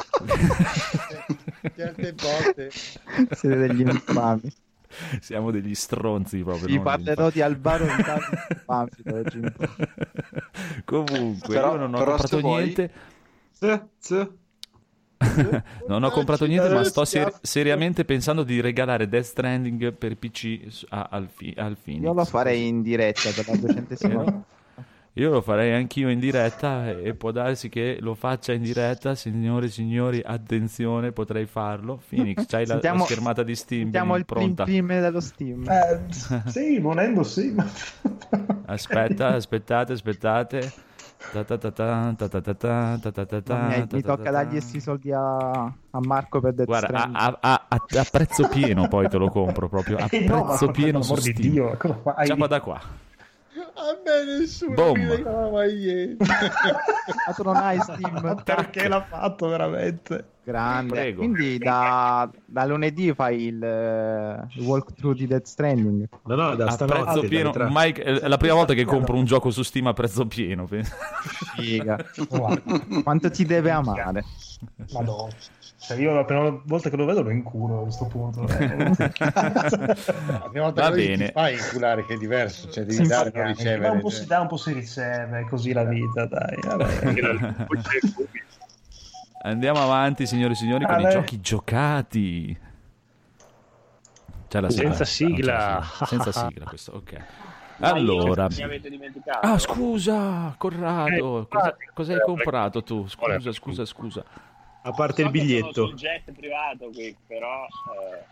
[SPEAKER 8] Certe volte.
[SPEAKER 12] Siete degli infami.
[SPEAKER 1] Siamo degli stronzi proprio.
[SPEAKER 12] Vi
[SPEAKER 1] no?
[SPEAKER 12] parlerò di Alvaro Infami da oggi in poi.
[SPEAKER 1] Comunque,
[SPEAKER 7] Però-
[SPEAKER 1] io non ho
[SPEAKER 7] però
[SPEAKER 1] comprato
[SPEAKER 7] se vuoi-
[SPEAKER 1] niente.
[SPEAKER 6] Z, z.
[SPEAKER 1] Non ho comprato niente, ma sto ser- seriamente pensando di regalare Death Stranding per P C su- a- al, fi- al Phoenix.
[SPEAKER 12] Io lo farei in diretta per la duecentesima.
[SPEAKER 1] Vero? Io lo farei anch'io in diretta e può darsi che lo faccia in diretta, signore e signori, attenzione, potrei farlo. Phoenix, c'hai la, la
[SPEAKER 12] Sentiamo-
[SPEAKER 1] schermata di Steam
[SPEAKER 12] Sentiamo il plim
[SPEAKER 1] pronta.
[SPEAKER 12] plim dello Steam.
[SPEAKER 13] Eh, sì, volendo sì. ma-
[SPEAKER 1] Aspetta, aspettate, aspettate. Ta ta ta ta, ta ta ta ta, ta ta ta ta,
[SPEAKER 12] Mi,
[SPEAKER 1] ta
[SPEAKER 12] mi
[SPEAKER 1] ta
[SPEAKER 12] tocca
[SPEAKER 1] ta
[SPEAKER 12] dargli
[SPEAKER 1] ta.
[SPEAKER 12] questi soldi a, a Marco per Death
[SPEAKER 1] Guarda,
[SPEAKER 12] Stranding.
[SPEAKER 1] a, a- a- a prezzo pieno poi te lo compro proprio, a
[SPEAKER 13] Eh, no, ma
[SPEAKER 1] prezzo
[SPEAKER 13] per
[SPEAKER 1] pieno su
[SPEAKER 13] l'amor di
[SPEAKER 1] Steam.
[SPEAKER 13] Dio, cosa fai?
[SPEAKER 1] Ciao da qua.
[SPEAKER 8] A me nessuno
[SPEAKER 1] Boom.
[SPEAKER 8] mi regala mai niente.
[SPEAKER 12] Ma tu non hai Steam.
[SPEAKER 13] Ma perché l'ha fatto veramente?
[SPEAKER 12] Grande.
[SPEAKER 1] Prego.
[SPEAKER 12] Quindi da, da lunedì fai il, eh, il walkthrough di Death Stranding.
[SPEAKER 6] No, no, da
[SPEAKER 1] A
[SPEAKER 6] stanotte.
[SPEAKER 1] prezzo pieno.
[SPEAKER 6] dalle tre.
[SPEAKER 1] Mike, è la prima volta che compro un gioco su Steam a prezzo pieno. penso.
[SPEAKER 12] Figa. Quanto ti deve amare.
[SPEAKER 13] Madonna. Cioè, io la prima volta che lo vedo lo inculo a questo punto.
[SPEAKER 8] La prima volta
[SPEAKER 1] Va
[SPEAKER 8] che lo vedi
[SPEAKER 1] bene.
[SPEAKER 8] ti fai inculare, che è diverso, cioè devi
[SPEAKER 12] Sì,
[SPEAKER 8] dare non
[SPEAKER 13] Ma
[SPEAKER 8] ricevere.
[SPEAKER 13] un po' si dà, un po' si riceve, è così la vita, dai. Vabbè.
[SPEAKER 1] Andiamo avanti, signori e signori, con
[SPEAKER 13] Ah,
[SPEAKER 1] i
[SPEAKER 13] dai.
[SPEAKER 1] giochi giocati. C'è la
[SPEAKER 3] Senza
[SPEAKER 1] sigla?
[SPEAKER 3] sigla.
[SPEAKER 1] No, c'è la sigla. Senza sigla questo, ok. Allora,
[SPEAKER 5] Mi avete dimenticato?
[SPEAKER 1] ah scusa, Corrado,
[SPEAKER 3] Eh,
[SPEAKER 1] cosa,
[SPEAKER 3] infatti,
[SPEAKER 1] cosa hai
[SPEAKER 3] eh,
[SPEAKER 1] comprato tu? Scusa,
[SPEAKER 3] Ora-
[SPEAKER 1] scusa, scusa.
[SPEAKER 6] A parte il
[SPEAKER 5] So che sono
[SPEAKER 6] biglietto.
[SPEAKER 5] sul jet privato qui, però eh,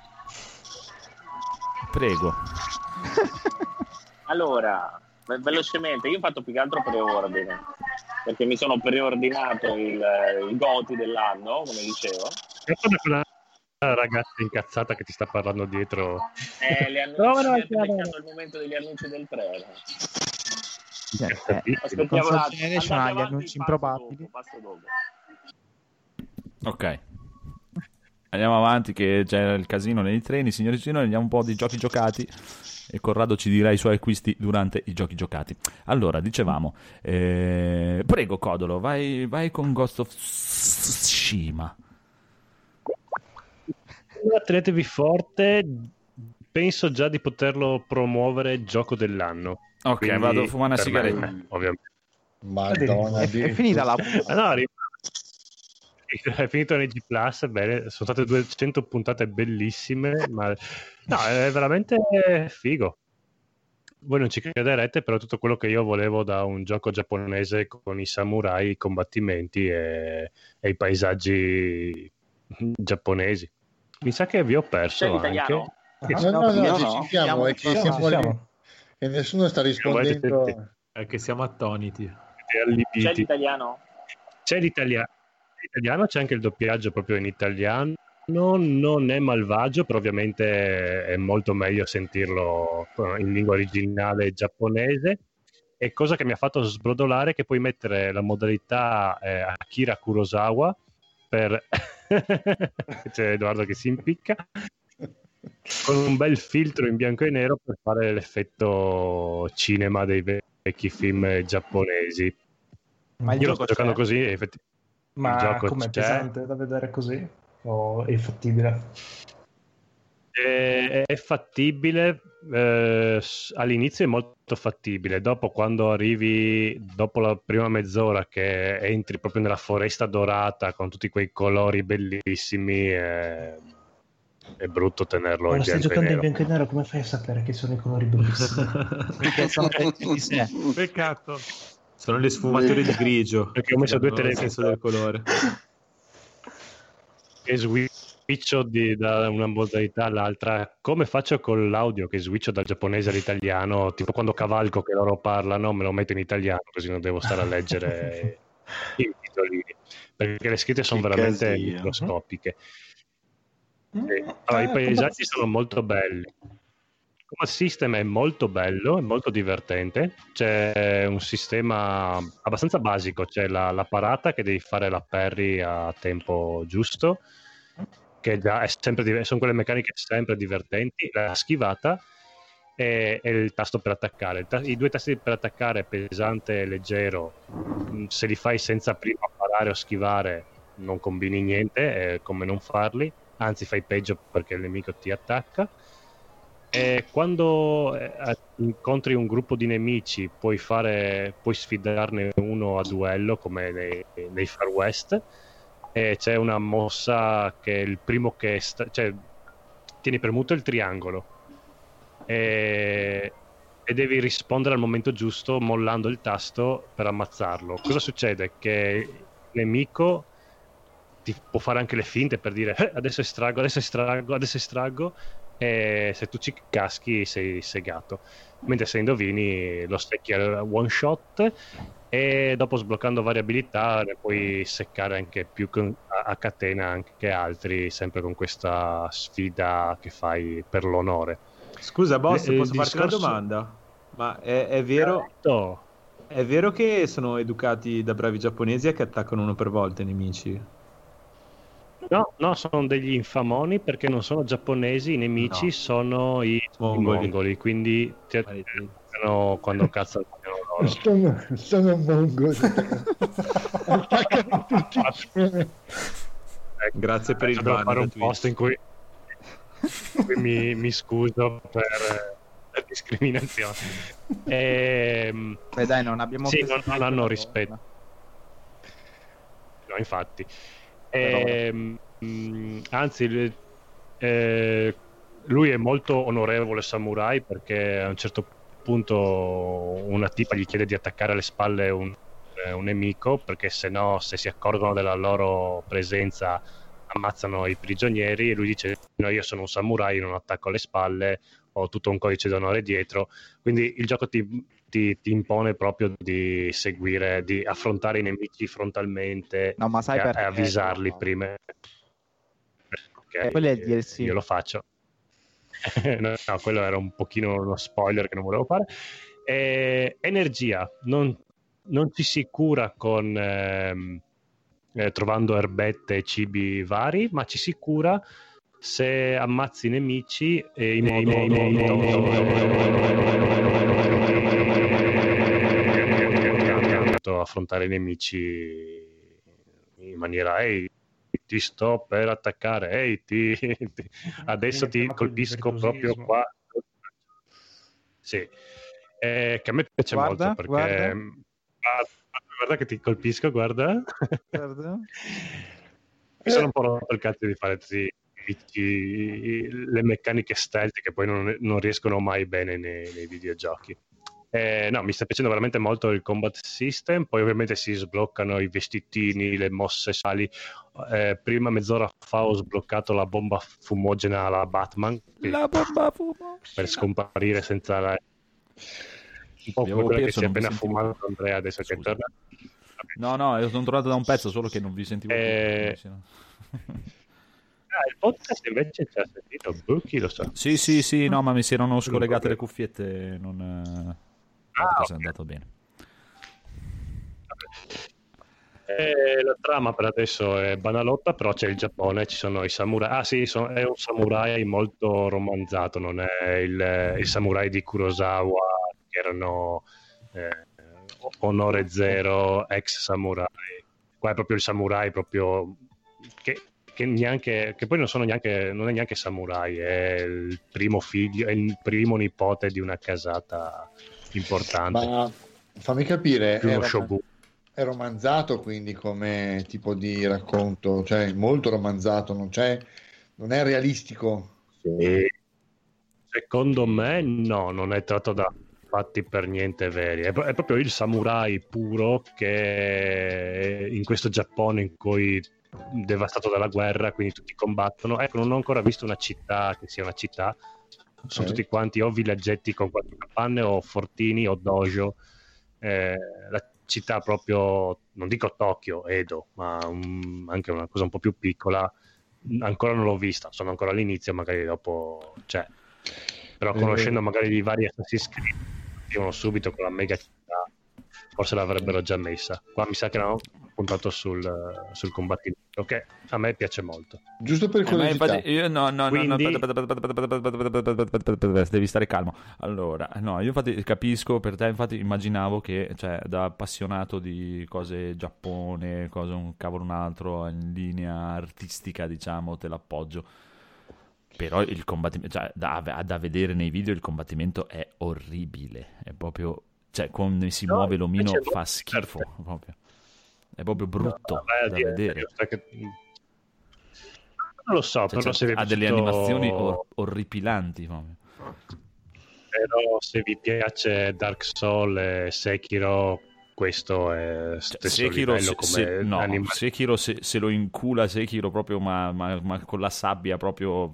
[SPEAKER 1] Prego.
[SPEAKER 5] allora ve- velocemente, io ho fatto più che altro preordine perché mi sono preordinato il, il Goti dell'anno, come dicevo.
[SPEAKER 3] Guarda quella ragazza incazzata che ti sta parlando dietro.
[SPEAKER 5] Eh, le annunci,
[SPEAKER 13] No, no,
[SPEAKER 5] avete
[SPEAKER 13] chiaro.
[SPEAKER 5] beccato il momento degli annunci del trailer.
[SPEAKER 12] Eh, eh,
[SPEAKER 5] Aspettiamo un
[SPEAKER 12] Console
[SPEAKER 5] attimo,
[SPEAKER 12] Generation
[SPEAKER 5] andate
[SPEAKER 12] ha gli
[SPEAKER 5] avanti,
[SPEAKER 12] annunci
[SPEAKER 5] passo
[SPEAKER 12] improbabili.
[SPEAKER 5] dopo, passo dopo.
[SPEAKER 1] Ok. Andiamo avanti che c'è il casino nei treni, signori e signori, andiamo un po' di giochi giocati e Corrado ci dirà i suoi acquisti durante i giochi giocati. Allora, dicevamo, eh, prego Codolo, vai, vai con Ghost of Tsushima.
[SPEAKER 3] Tenetevi forte, penso già di poterlo promuovere gioco dell'anno.
[SPEAKER 1] Ok,
[SPEAKER 3] Quindi,
[SPEAKER 1] vado a fumare una
[SPEAKER 3] per me,
[SPEAKER 1] sigaretta.
[SPEAKER 3] eh, ovviamente.
[SPEAKER 8] Madonna,
[SPEAKER 12] È, è finita la
[SPEAKER 3] Ah, no, arriva- è finito N G Plus, bene, sono state duecento puntate bellissime, ma no, è veramente figo. Voi non ci crederete, però tutto quello che io volevo da un gioco giapponese con i samurai, i combattimenti e, e i paesaggi giapponesi. Mi sa che vi ho perso
[SPEAKER 5] C'è l'italiano?
[SPEAKER 3] anche.
[SPEAKER 8] No, no, no,
[SPEAKER 7] No,
[SPEAKER 8] ci
[SPEAKER 7] no.
[SPEAKER 8] sentiamo, è che
[SPEAKER 13] Siamo,
[SPEAKER 8] siamo
[SPEAKER 13] ci
[SPEAKER 8] lì
[SPEAKER 13] siamo.
[SPEAKER 8] e nessuno sta
[SPEAKER 3] Siamo
[SPEAKER 8] rispondendo.
[SPEAKER 6] È che siamo attoniti.
[SPEAKER 3] Siete allibiti.
[SPEAKER 5] C'è l'italiano?
[SPEAKER 3] C'è l'italia- l'italiano, c'è anche il doppiaggio proprio in italiano. Non è malvagio, però ovviamente è molto meglio sentirlo in lingua originale giapponese. E cosa che mi ha fatto sbrodolare è che puoi mettere la modalità eh, Akira Kurosawa per c'è Edoardo che si impicca con un bel filtro in bianco e nero per fare l'effetto cinema dei vecchi film giapponesi.
[SPEAKER 13] Ma il
[SPEAKER 3] Io lo
[SPEAKER 13] gioco
[SPEAKER 3] sto giocando
[SPEAKER 13] c'è?
[SPEAKER 3] così e effettivamente il
[SPEAKER 13] Ma
[SPEAKER 3] gioco
[SPEAKER 13] com'è
[SPEAKER 3] c'è.
[SPEAKER 13] pesante da vedere così? O è fattibile?
[SPEAKER 3] È, è fattibile, eh, s- all'inizio è molto fattibile, dopo quando arrivi, dopo la prima mezz'ora che entri proprio nella foresta dorata con tutti quei colori bellissimi, è, è brutto tenerlo
[SPEAKER 13] Ma
[SPEAKER 3] in
[SPEAKER 13] lo stai
[SPEAKER 3] bianco e
[SPEAKER 13] giocando in
[SPEAKER 3] nero.
[SPEAKER 13] bianco e nero, come fai a sapere che sono i colori bellissimi?
[SPEAKER 12] perché sono fatti di sé.
[SPEAKER 6] Peccato. Sono le sfumature di grigio.
[SPEAKER 3] Perché ho messo due
[SPEAKER 6] Danno il senso del colore.
[SPEAKER 3] Che switcho di- da una modalità all'altra, come faccio con l'audio che switcho dal giapponese all'italiano, tipo quando cavalco che loro parlano me lo metto in italiano così non devo stare a leggere i titolini, perché le scritte sono
[SPEAKER 7] Che
[SPEAKER 3] veramente
[SPEAKER 7] casino.
[SPEAKER 3] microscopiche. Sì.
[SPEAKER 13] Mm,
[SPEAKER 3] Allora,
[SPEAKER 13] eh,
[SPEAKER 3] i paesaggi
[SPEAKER 13] combat-
[SPEAKER 3] sono molto belli. Come system è molto bello, è molto divertente. C'è un sistema abbastanza basico, c'è la, la parata che devi fare la parry a tempo giusto, che già è sempre div- sono quelle meccaniche sempre divertenti, la schivata e, e il tasto per attaccare. Il ta- I due tasti per attaccare, pesante e leggero, mh, se li fai senza prima parare o schivare non combini niente, è come non farli, anzi fai peggio perché il nemico ti attacca. E quando eh, incontri un gruppo di nemici puoi fare puoi sfidarne uno a duello come nei, nei Far West, e c'è una mossa che è il primo che sta, cioè tieni premuto il triangolo e, e devi rispondere al momento giusto mollando il tasto per ammazzarlo. Cosa succede? Che il nemico ti può fare anche le finte per dire eh, adesso estraggo, adesso estraggo, adesso estraggo, e se tu ci caschi sei segato, mentre se indovini lo stecchi a one shot e dopo sbloccando varie abilità ne puoi seccare anche più con- a, a catena anche altri, sempre con questa sfida che fai per l'onore.
[SPEAKER 6] Scusa, boss,
[SPEAKER 3] Eh, il
[SPEAKER 6] posso farti
[SPEAKER 3] discorso-
[SPEAKER 6] una domanda? Ma è, è vero,
[SPEAKER 3] Certo.
[SPEAKER 6] è vero che sono educati da bravi giapponesi e che attaccano uno per volta i nemici?
[SPEAKER 3] No, no, sono degli infamoni perché non sono giapponesi, i nemici
[SPEAKER 6] No.
[SPEAKER 3] sono i
[SPEAKER 6] Mongoli.
[SPEAKER 3] mongoli, quindi ti attaccano quando cazzo vogliono loro.
[SPEAKER 8] Sono, sono mongoli. Attaccano tutti insieme.
[SPEAKER 3] Ecco,
[SPEAKER 6] Grazie per il
[SPEAKER 3] adesso devo
[SPEAKER 6] ban
[SPEAKER 3] fare
[SPEAKER 6] da
[SPEAKER 3] un
[SPEAKER 6] Twitch.
[SPEAKER 3] post in cui, in cui mi, mi scuso per eh, la discriminazione. Ehm,
[SPEAKER 12] Beh, dai, non abbiamo
[SPEAKER 3] sì,
[SPEAKER 12] preso
[SPEAKER 3] non, non
[SPEAKER 12] neanche
[SPEAKER 3] hanno
[SPEAKER 12] la
[SPEAKER 3] rispetto.
[SPEAKER 12] donna.
[SPEAKER 3] No, infatti.
[SPEAKER 12] Per ora.
[SPEAKER 3] Ehm, mh, anzi, il- eh, lui è molto onorevole samurai perché a un certo punto una tipa gli chiede di attaccare alle spalle un, eh, un nemico perché se no, se si accorgono della loro presenza, ammazzano i prigionieri e lui dice no, io sono un samurai, non attacco alle spalle, ho tutto un codice d'onore dietro, quindi il gioco ti, ti- ti impone proprio di seguire, di affrontare i nemici frontalmente
[SPEAKER 12] No, ma sai
[SPEAKER 3] e,
[SPEAKER 12] perché?
[SPEAKER 3] e avvisarli prima. Ok,
[SPEAKER 12] Eh, quello è il D L C.
[SPEAKER 3] io lo faccio. no, no, quello era un pochino uno spoiler che non volevo fare. Eh, energia, non, non ci si cura con ehm, eh, trovando erbette e cibi vari, ma ci si cura se ammazzi i nemici e in modo importante affrontare i nemici in maniera ehi, ti sto per attaccare, ehi, ti, ti- adesso ti
[SPEAKER 13] chiamato il
[SPEAKER 3] colpisco proprio
[SPEAKER 13] virtuosismo.
[SPEAKER 3] qua. Sì, eh, che a me piace
[SPEAKER 12] Guarda,
[SPEAKER 3] molto perché
[SPEAKER 12] guarda.
[SPEAKER 3] guarda, guarda che ti colpisco, guarda.
[SPEAKER 12] Guarda.
[SPEAKER 3] Mi sono un po' rotto il cazzo di fare sì, i- le meccaniche stealth che poi non, non riescono mai bene nei, nei videogiochi. Eh, no, mi sta piacendo veramente molto il combat system, poi ovviamente si sbloccano i vestitini, le mosse sali. Eh, prima mezz'ora fa ho sbloccato la bomba fumogena alla Batman che-
[SPEAKER 1] La bomba fumo.
[SPEAKER 3] per scomparire senza la... un po'
[SPEAKER 1] Vi
[SPEAKER 3] come
[SPEAKER 1] avevo
[SPEAKER 3] quella che
[SPEAKER 1] perso,
[SPEAKER 3] si è
[SPEAKER 1] non vi
[SPEAKER 3] appena
[SPEAKER 1] sentivo.
[SPEAKER 3] fumato Andrea adesso che è
[SPEAKER 1] Scusa.
[SPEAKER 3] tornato.
[SPEAKER 1] No, no, io sono tornato da un pezzo, solo che non vi sentivo più.
[SPEAKER 3] Eh,
[SPEAKER 1] quindi sì, no.
[SPEAKER 3] Ah, il podcast invece ci ha sentito, boh, chi lo sa.
[SPEAKER 1] Sì, sì, sì, no, ma mi si erano scollegate le cuffiette, non... eh,
[SPEAKER 3] Ah,
[SPEAKER 1] cosa è
[SPEAKER 3] ok.
[SPEAKER 1] andato bene.
[SPEAKER 3] Eh, la trama per adesso è banalotta, però c'è il Giappone, ci sono i samurai. Ah sì, so- è un samurai molto romanzato, non è il, il samurai di Kurosawa, che erano eh, onore zero, ex samurai. Qua è proprio il samurai proprio che, che neanche, che poi non sono neanche, non è neanche samurai, è il primo figlio, è il primo nipote di una casata importante.
[SPEAKER 8] Ma fammi capire,
[SPEAKER 3] Più
[SPEAKER 8] è,
[SPEAKER 3] uno
[SPEAKER 8] rom-
[SPEAKER 3] shogun.
[SPEAKER 8] è romanzato quindi come tipo di racconto, cioè molto romanzato, non c'è, non è realistico.
[SPEAKER 3] Sì. Secondo me no, non è tratto da fatti per niente veri, è, è proprio il samurai puro che in questo Giappone in cui devastato dalla guerra, quindi tutti combattono. Ecco, non ho ancora visto una città che sia una città, sono
[SPEAKER 8] Ok.
[SPEAKER 3] tutti quanti o villaggetti con quattro capanne o fortini o dojo. Eh, la città proprio, non dico Tokyo, Edo, ma un- anche una cosa un po' più piccola, ancora non l'ho vista, sono ancora all'inizio, magari dopo c'è. Però
[SPEAKER 8] Eh.
[SPEAKER 3] conoscendo magari i vari Assassin's Creed, partivano subito con la mega città, forse l'avrebbero già messa. Qua mi sa che hanno puntato sul, sul combattimento, che a me piace molto.
[SPEAKER 8] Giusto per
[SPEAKER 1] Eh, ma
[SPEAKER 8] curiosità.
[SPEAKER 1] infatti io no, no, no, no,
[SPEAKER 3] Quindi-
[SPEAKER 1] aspetta, aspetta, aspetta, aspetta, aspetta, aspetta, aspetta, aspetta, aspetta, devi stare calmo. Allora, no, io infatti capisco per te, infatti immaginavo che, cioè, da appassionato di cose Giappone, cose un cavolo un altro, in linea artistica, diciamo, te l'appoggio. Però il combattimento, cioè, da, da vedere nei video il combattimento è orribile, è proprio, cioè, come si
[SPEAKER 3] No,
[SPEAKER 1] muove l'omino
[SPEAKER 3] invece
[SPEAKER 1] fa
[SPEAKER 3] no,
[SPEAKER 1] schifo,
[SPEAKER 3] perfetto.
[SPEAKER 1] proprio. È proprio brutto
[SPEAKER 3] No, vai a
[SPEAKER 1] da
[SPEAKER 3] dire,
[SPEAKER 1] vedere.
[SPEAKER 3] giusto che- Non lo so,
[SPEAKER 1] Cioè,
[SPEAKER 3] però
[SPEAKER 1] cioè,
[SPEAKER 3] se vi
[SPEAKER 1] ha delle
[SPEAKER 3] piaciuto-
[SPEAKER 1] animazioni or- orripilanti proprio.
[SPEAKER 3] Però se vi piace Dark Souls e Sekiro, questo è
[SPEAKER 1] Cioè,
[SPEAKER 3] stesso
[SPEAKER 1] Sekiro,
[SPEAKER 3] livello
[SPEAKER 1] se,
[SPEAKER 3] come
[SPEAKER 1] se- no,
[SPEAKER 3] anima-
[SPEAKER 1] Sekiro se, se lo incula Sekiro proprio ma, ma- ma con la sabbia proprio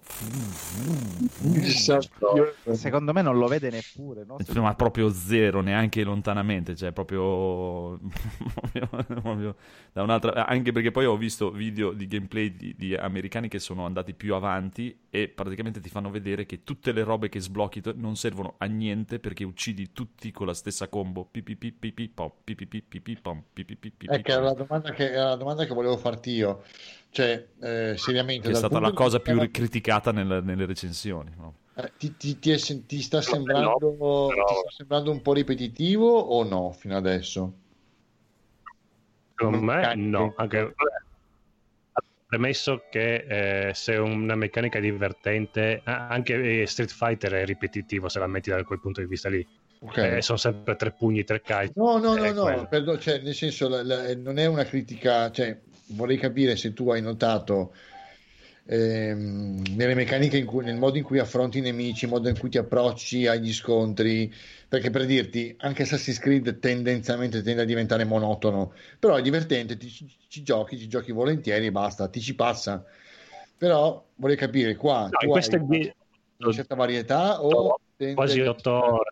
[SPEAKER 12] Secondo me non lo vede neppure, no?
[SPEAKER 1] ma proprio zero, neanche lontanamente, cioè proprio, proprio- proprio da un'altra, anche perché poi ho visto video di gameplay di, di americani che sono andati più avanti e praticamente ti fanno vedere che tutte le robe che sblocchi non servono a niente perché uccidi tutti con la stessa combo pi pi pi pi pi pop, pi pipi pipi pom, pipi pipi
[SPEAKER 8] È che era
[SPEAKER 1] pom.
[SPEAKER 8] la domanda che, era la domanda che volevo farti io. Cioè, eh, seriamente,
[SPEAKER 1] Che è
[SPEAKER 8] dal
[SPEAKER 1] stata
[SPEAKER 8] punto
[SPEAKER 1] la
[SPEAKER 8] di
[SPEAKER 1] cosa
[SPEAKER 8] vista-
[SPEAKER 1] più criticata nel- nelle recensioni. No?
[SPEAKER 8] eh, ti, ti- ti è sen- ti sta sembrando,
[SPEAKER 3] no, però-
[SPEAKER 8] ti sta sembrando un po' ripetitivo o no fino adesso?
[SPEAKER 3] Secondo me
[SPEAKER 8] Meccaniche.
[SPEAKER 3] no, anche premesso che eh, se una meccanica è divertente, ah, anche eh, Street Fighter è ripetitivo se la metti da quel punto di vista lì.
[SPEAKER 8] Ok.
[SPEAKER 3] Eh, sono sempre tre pugni, tre calci.
[SPEAKER 8] No, no, no,
[SPEAKER 3] è
[SPEAKER 8] no,
[SPEAKER 3] quello.
[SPEAKER 8] perdo- cioè, nel senso, la- la- non è una critica, cioè, vorrei capire se tu hai notato ehm, nelle meccaniche, in cui, nel modo in cui affronti i nemici, il modo in cui ti approcci agli scontri, perché per dirti, anche Assassin's Creed tendenzialmente tende a diventare monotono, però è divertente, ti, ci, ci giochi, ci giochi volentieri e basta, ti ci passa. Però vorrei capire qua,
[SPEAKER 3] No,
[SPEAKER 8] tu
[SPEAKER 3] in queste
[SPEAKER 8] hai
[SPEAKER 3] di-
[SPEAKER 8] una certa varietà o tende-
[SPEAKER 3] quasi otto ore.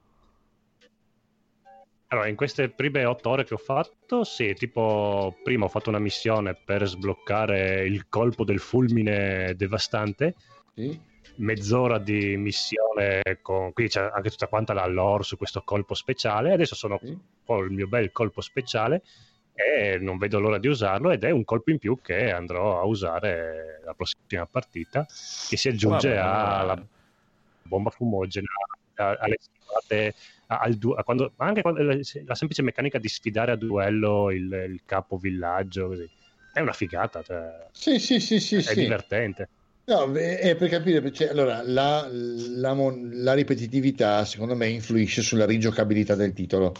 [SPEAKER 3] Allora, in queste prime otto ore che ho fatto, sì, tipo prima ho fatto una missione per sbloccare il colpo del fulmine devastante,
[SPEAKER 8] Sì?
[SPEAKER 3] mezz'ora di missione con, qui c'è anche tutta quanta la lore su questo colpo speciale, adesso sono
[SPEAKER 8] Sì?
[SPEAKER 3] ho il mio bel colpo speciale e non vedo l'ora di usarlo, ed è un colpo in più che andrò a usare la prossima partita, che si aggiunge
[SPEAKER 1] Vabbè,
[SPEAKER 3] alla
[SPEAKER 1] vabbè.
[SPEAKER 3] bomba fumogena, a- alle schivate, a- al du- a quando, ma anche quando, la, la semplice meccanica di sfidare a duello il, il capo villaggio, così. È una figata, cioè,
[SPEAKER 8] Sì, sì, sì, sì,
[SPEAKER 3] è
[SPEAKER 8] sì.
[SPEAKER 3] divertente.
[SPEAKER 8] No, è è per capire, cioè, allora, la, la mon- la ripetitività secondo me influisce sulla rigiocabilità del titolo.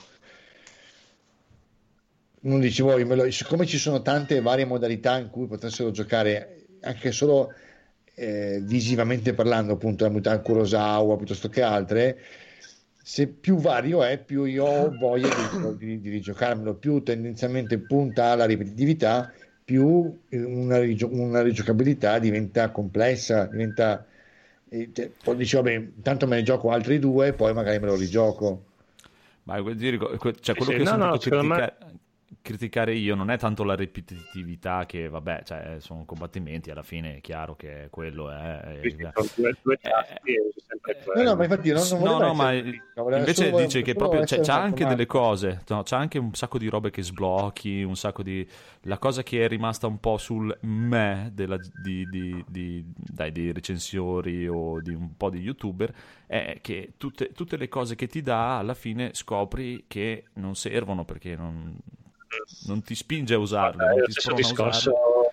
[SPEAKER 8] Non dici voi, me lo- siccome ci sono tante varie modalità in cui potessero giocare anche solo eh, visivamente parlando, appunto la Mutant Kurosawa piuttosto che altre, se più vario è, più io ho voglia di, di, di rigiocarmelo, più tendenzialmente punta alla ripetitività, più eh, una, rigio- una rigiocabilità diventa complessa, diventa eh, cioè, poi dici vabbè, intanto me ne gioco altri due, poi magari me lo rigioco.
[SPEAKER 1] Ma vuol dire, que- cioè, quello
[SPEAKER 3] Sì,
[SPEAKER 1] che ho
[SPEAKER 3] no, no,
[SPEAKER 1] sentito
[SPEAKER 3] secondo me-
[SPEAKER 1] critica- criticare io non è tanto la ripetitività, che vabbè, cioè, sono combattimenti, alla fine è chiaro che quello è...
[SPEAKER 3] Sì, sì, sono due, due tasti e usi sempre
[SPEAKER 8] No,
[SPEAKER 3] quello.
[SPEAKER 8] no, ma infatti non, non
[SPEAKER 1] No,
[SPEAKER 8] voleva
[SPEAKER 1] no, ma
[SPEAKER 8] essere critica, voleva
[SPEAKER 1] invece
[SPEAKER 8] solo-
[SPEAKER 1] dice che
[SPEAKER 8] solo
[SPEAKER 1] proprio c'è,
[SPEAKER 8] essere
[SPEAKER 1] c'ha anche
[SPEAKER 8] informato.
[SPEAKER 1] delle cose, no, c'ha anche un sacco di robe che sblocchi, un sacco di... La cosa che è rimasta un po' sul me della, di, di, di- dai, dei recensori o di un po' di youtuber è che tutte, tutte le cose che ti dà alla fine scopri che non servono, perché non, non ti spinge a usarle,
[SPEAKER 3] Guarda, è
[SPEAKER 1] non
[SPEAKER 3] lo
[SPEAKER 1] ti
[SPEAKER 3] stesso
[SPEAKER 1] sprona a
[SPEAKER 3] discorso,
[SPEAKER 1] usarle.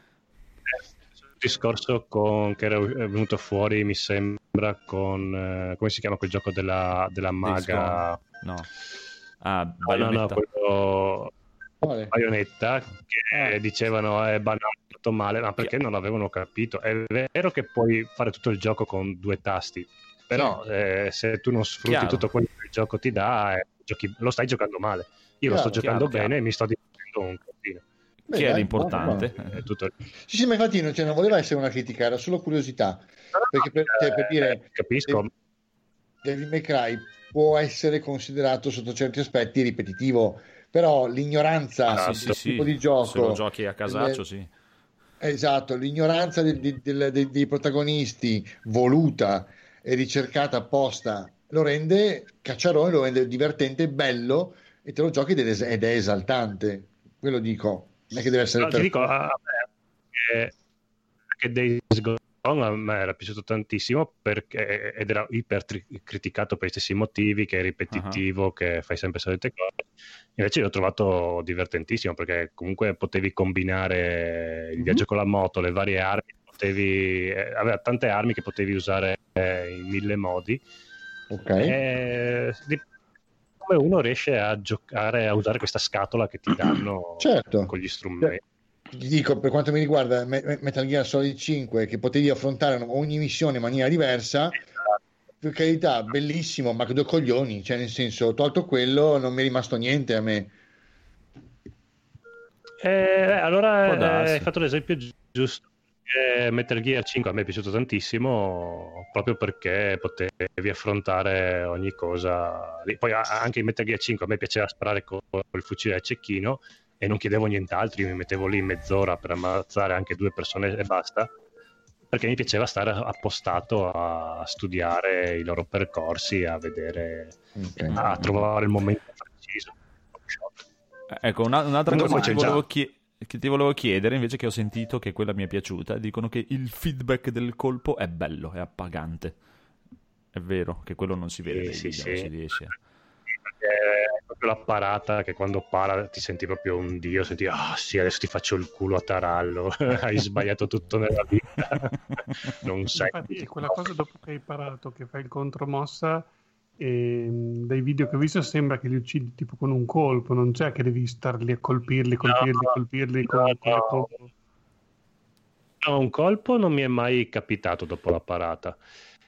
[SPEAKER 3] è lo stesso discorso con, che era è venuto fuori, mi sembra, con eh, come si chiama quel gioco della, della
[SPEAKER 1] Days
[SPEAKER 3] maga?
[SPEAKER 1] Gone. No. Ah,
[SPEAKER 3] No, no, no,
[SPEAKER 1] Bayonetta.
[SPEAKER 3] quello
[SPEAKER 8] Quale?
[SPEAKER 3] Bayonetta, che dicevano è banale, tutto male, ma perché non l'avevano capito. È vero che puoi fare tutto il gioco con due tasti, però eh, se tu non sfrutti
[SPEAKER 1] Chiaro.
[SPEAKER 3] tutto quello che il gioco ti dà, eh, giochi- lo stai giocando male. Io lo
[SPEAKER 8] Chiaro,
[SPEAKER 3] sto giocando
[SPEAKER 1] chiaro,
[SPEAKER 3] bene
[SPEAKER 1] chiaro.
[SPEAKER 3] e mi sto divertendo un casino.
[SPEAKER 8] Beh,
[SPEAKER 1] Che è
[SPEAKER 8] dai,
[SPEAKER 1] l'importante.
[SPEAKER 8] buono,
[SPEAKER 3] È tutto...
[SPEAKER 8] Sì, sì, ma infatti non, cioè, non voleva essere una critica, era solo curiosità. Perché per, cioè, per dire,
[SPEAKER 3] Eh, capisco.
[SPEAKER 8] Devil May Cry può essere considerato sotto certi aspetti ripetitivo, però l'ignoranza
[SPEAKER 1] Ah,
[SPEAKER 8] del
[SPEAKER 1] sì, sì, sì.
[SPEAKER 8] tipo di
[SPEAKER 1] Se
[SPEAKER 8] gioco,
[SPEAKER 1] lo giochi a casaccio, sì.
[SPEAKER 8] esatto, l'ignoranza del- del- del- dei, dei protagonisti voluta e ricercata apposta lo rende cacciarone, lo rende divertente, bello, e te lo giochi ed è, es- ed è esaltante. Quello dico, non è che deve essere
[SPEAKER 3] No, ti
[SPEAKER 8] per-
[SPEAKER 3] dico, a a me, eh, che Days Gone a me era piaciuto tantissimo perché, ed era iper tri- criticato per gli stessi motivi, che è ripetitivo, che fai sempre le solite cose. Invece l'ho trovato divertentissimo perché comunque potevi combinare il viaggio con la moto, le varie armi, potevi, eh, aveva tante armi che potevi usare eh, in mille modi.
[SPEAKER 8] Ok.
[SPEAKER 3] Eh, di- come uno riesce a giocare, a usare questa scatola che ti danno
[SPEAKER 8] Certo.
[SPEAKER 3] con gli strumenti.
[SPEAKER 8] Ti dico, per quanto mi riguarda Me- Me- Metal Gear Solid cinque, che potevi affrontare ogni missione in maniera diversa, per carità, bellissimo, ma che due coglioni, cioè nel senso, tolto quello non mi è rimasto niente a me.
[SPEAKER 3] Eh, allora
[SPEAKER 1] Può
[SPEAKER 3] eh,
[SPEAKER 1] darsi.
[SPEAKER 3] hai fatto l'esempio gi- giusto. Eh, Metal Gear cinque a me è piaciuto tantissimo proprio perché potevi affrontare ogni cosa lì. Poi a- anche in Metal Gear cinque a me piaceva sparare con il fucile a cecchino e non chiedevo nient'altro, io mi mettevo lì mezz'ora per ammazzare anche due persone e basta, perché mi piaceva stare appostato a studiare i loro percorsi, a vedere,
[SPEAKER 8] Ok.
[SPEAKER 3] a trovare il momento preciso.
[SPEAKER 1] Ecco, una- un'altra
[SPEAKER 3] Comunque
[SPEAKER 1] cosa che
[SPEAKER 3] c'è già.
[SPEAKER 1] volevo, chie- che ti volevo chiedere, invece, che ho sentito che quella mi è piaciuta, dicono che il feedback del colpo è bello, è appagante. È vero che quello non si vede dai
[SPEAKER 3] Sì,
[SPEAKER 1] video,
[SPEAKER 3] sì,
[SPEAKER 1] non
[SPEAKER 3] sì.
[SPEAKER 1] si riesce a...
[SPEAKER 3] È proprio la parata che quando para ti senti proprio un dio, senti ah sì, adesso ti faccio il culo a tarallo. Hai sbagliato tutto nella vita. Non sai.
[SPEAKER 4] Infatti, è quella cosa dopo che hai parato, che fai il contromossa, e dai video che ho visto sembra che li uccidi tipo con un colpo, non c'è che devi starli a colpirli, colpirli,
[SPEAKER 3] No,
[SPEAKER 4] colpirli
[SPEAKER 3] no,
[SPEAKER 4] con, con le
[SPEAKER 3] no.
[SPEAKER 4] combo.
[SPEAKER 3] No, un colpo non mi è mai capitato dopo la parata.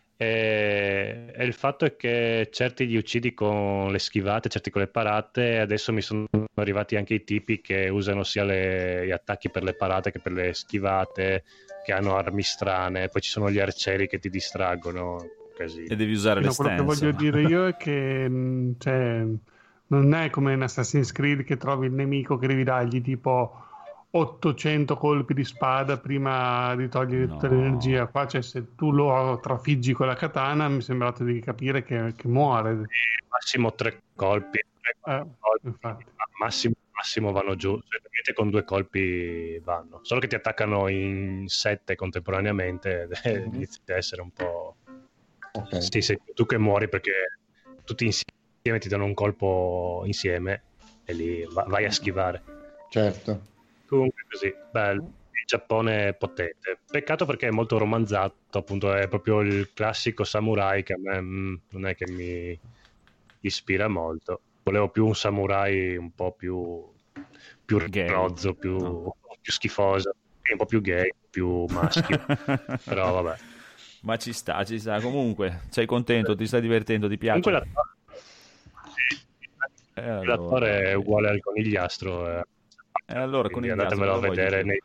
[SPEAKER 3] E, e il fatto è che certi li uccidi con le schivate, certi con le parate. E adesso mi sono arrivati anche i tipi che usano sia le- gli attacchi per le parate che per le schivate, che hanno armi strane. Poi ci sono gli arcieri che ti distraggono. Così.
[SPEAKER 1] E devi usare le
[SPEAKER 4] No, quello che
[SPEAKER 1] stance.
[SPEAKER 4] voglio dire io è che mh, cioè, non è come in Assassin's Creed che trovi il nemico che devi dargli tipo ottocento colpi di spada prima di togliere tutta
[SPEAKER 1] No.
[SPEAKER 4] l'energia. Qua, cioè, se tu lo trafiggi con la katana, mi è sembrato di capire che, che muore.
[SPEAKER 3] Massimo tre colpi. Tre
[SPEAKER 4] Eh,
[SPEAKER 3] colpi.
[SPEAKER 4] infatti.
[SPEAKER 3] Massimo, massimo vanno giù. Solitamente con due colpi vanno. Solo che ti attaccano in sette contemporaneamente ed inizia a essere un po'...
[SPEAKER 8] Ok.
[SPEAKER 3] Sì, sei tu che muori perché tutti insieme ti danno un colpo insieme e lì va- vai a schivare.
[SPEAKER 8] Certo.
[SPEAKER 3] Comunque così, bello. Il Giappone è potente. Peccato perché è molto romanzato, appunto, è proprio il classico samurai che a me mm, non è che mi ispira molto. Volevo più un samurai un po' più, più
[SPEAKER 1] Gay.
[SPEAKER 3] rozzo, più,
[SPEAKER 1] No.
[SPEAKER 3] più schifoso, un po' più gay, più maschio. Però vabbè.
[SPEAKER 1] Ma ci sta, ci sta. Comunque, sei contento, ti stai divertendo, ti piace?
[SPEAKER 3] Comunque l'attore, sì,
[SPEAKER 1] E allora,
[SPEAKER 3] l'attore è uguale al conigliastro. eh.
[SPEAKER 1] e allora con
[SPEAKER 3] Quindi
[SPEAKER 1] il
[SPEAKER 3] andatemelo a vedere. Nei...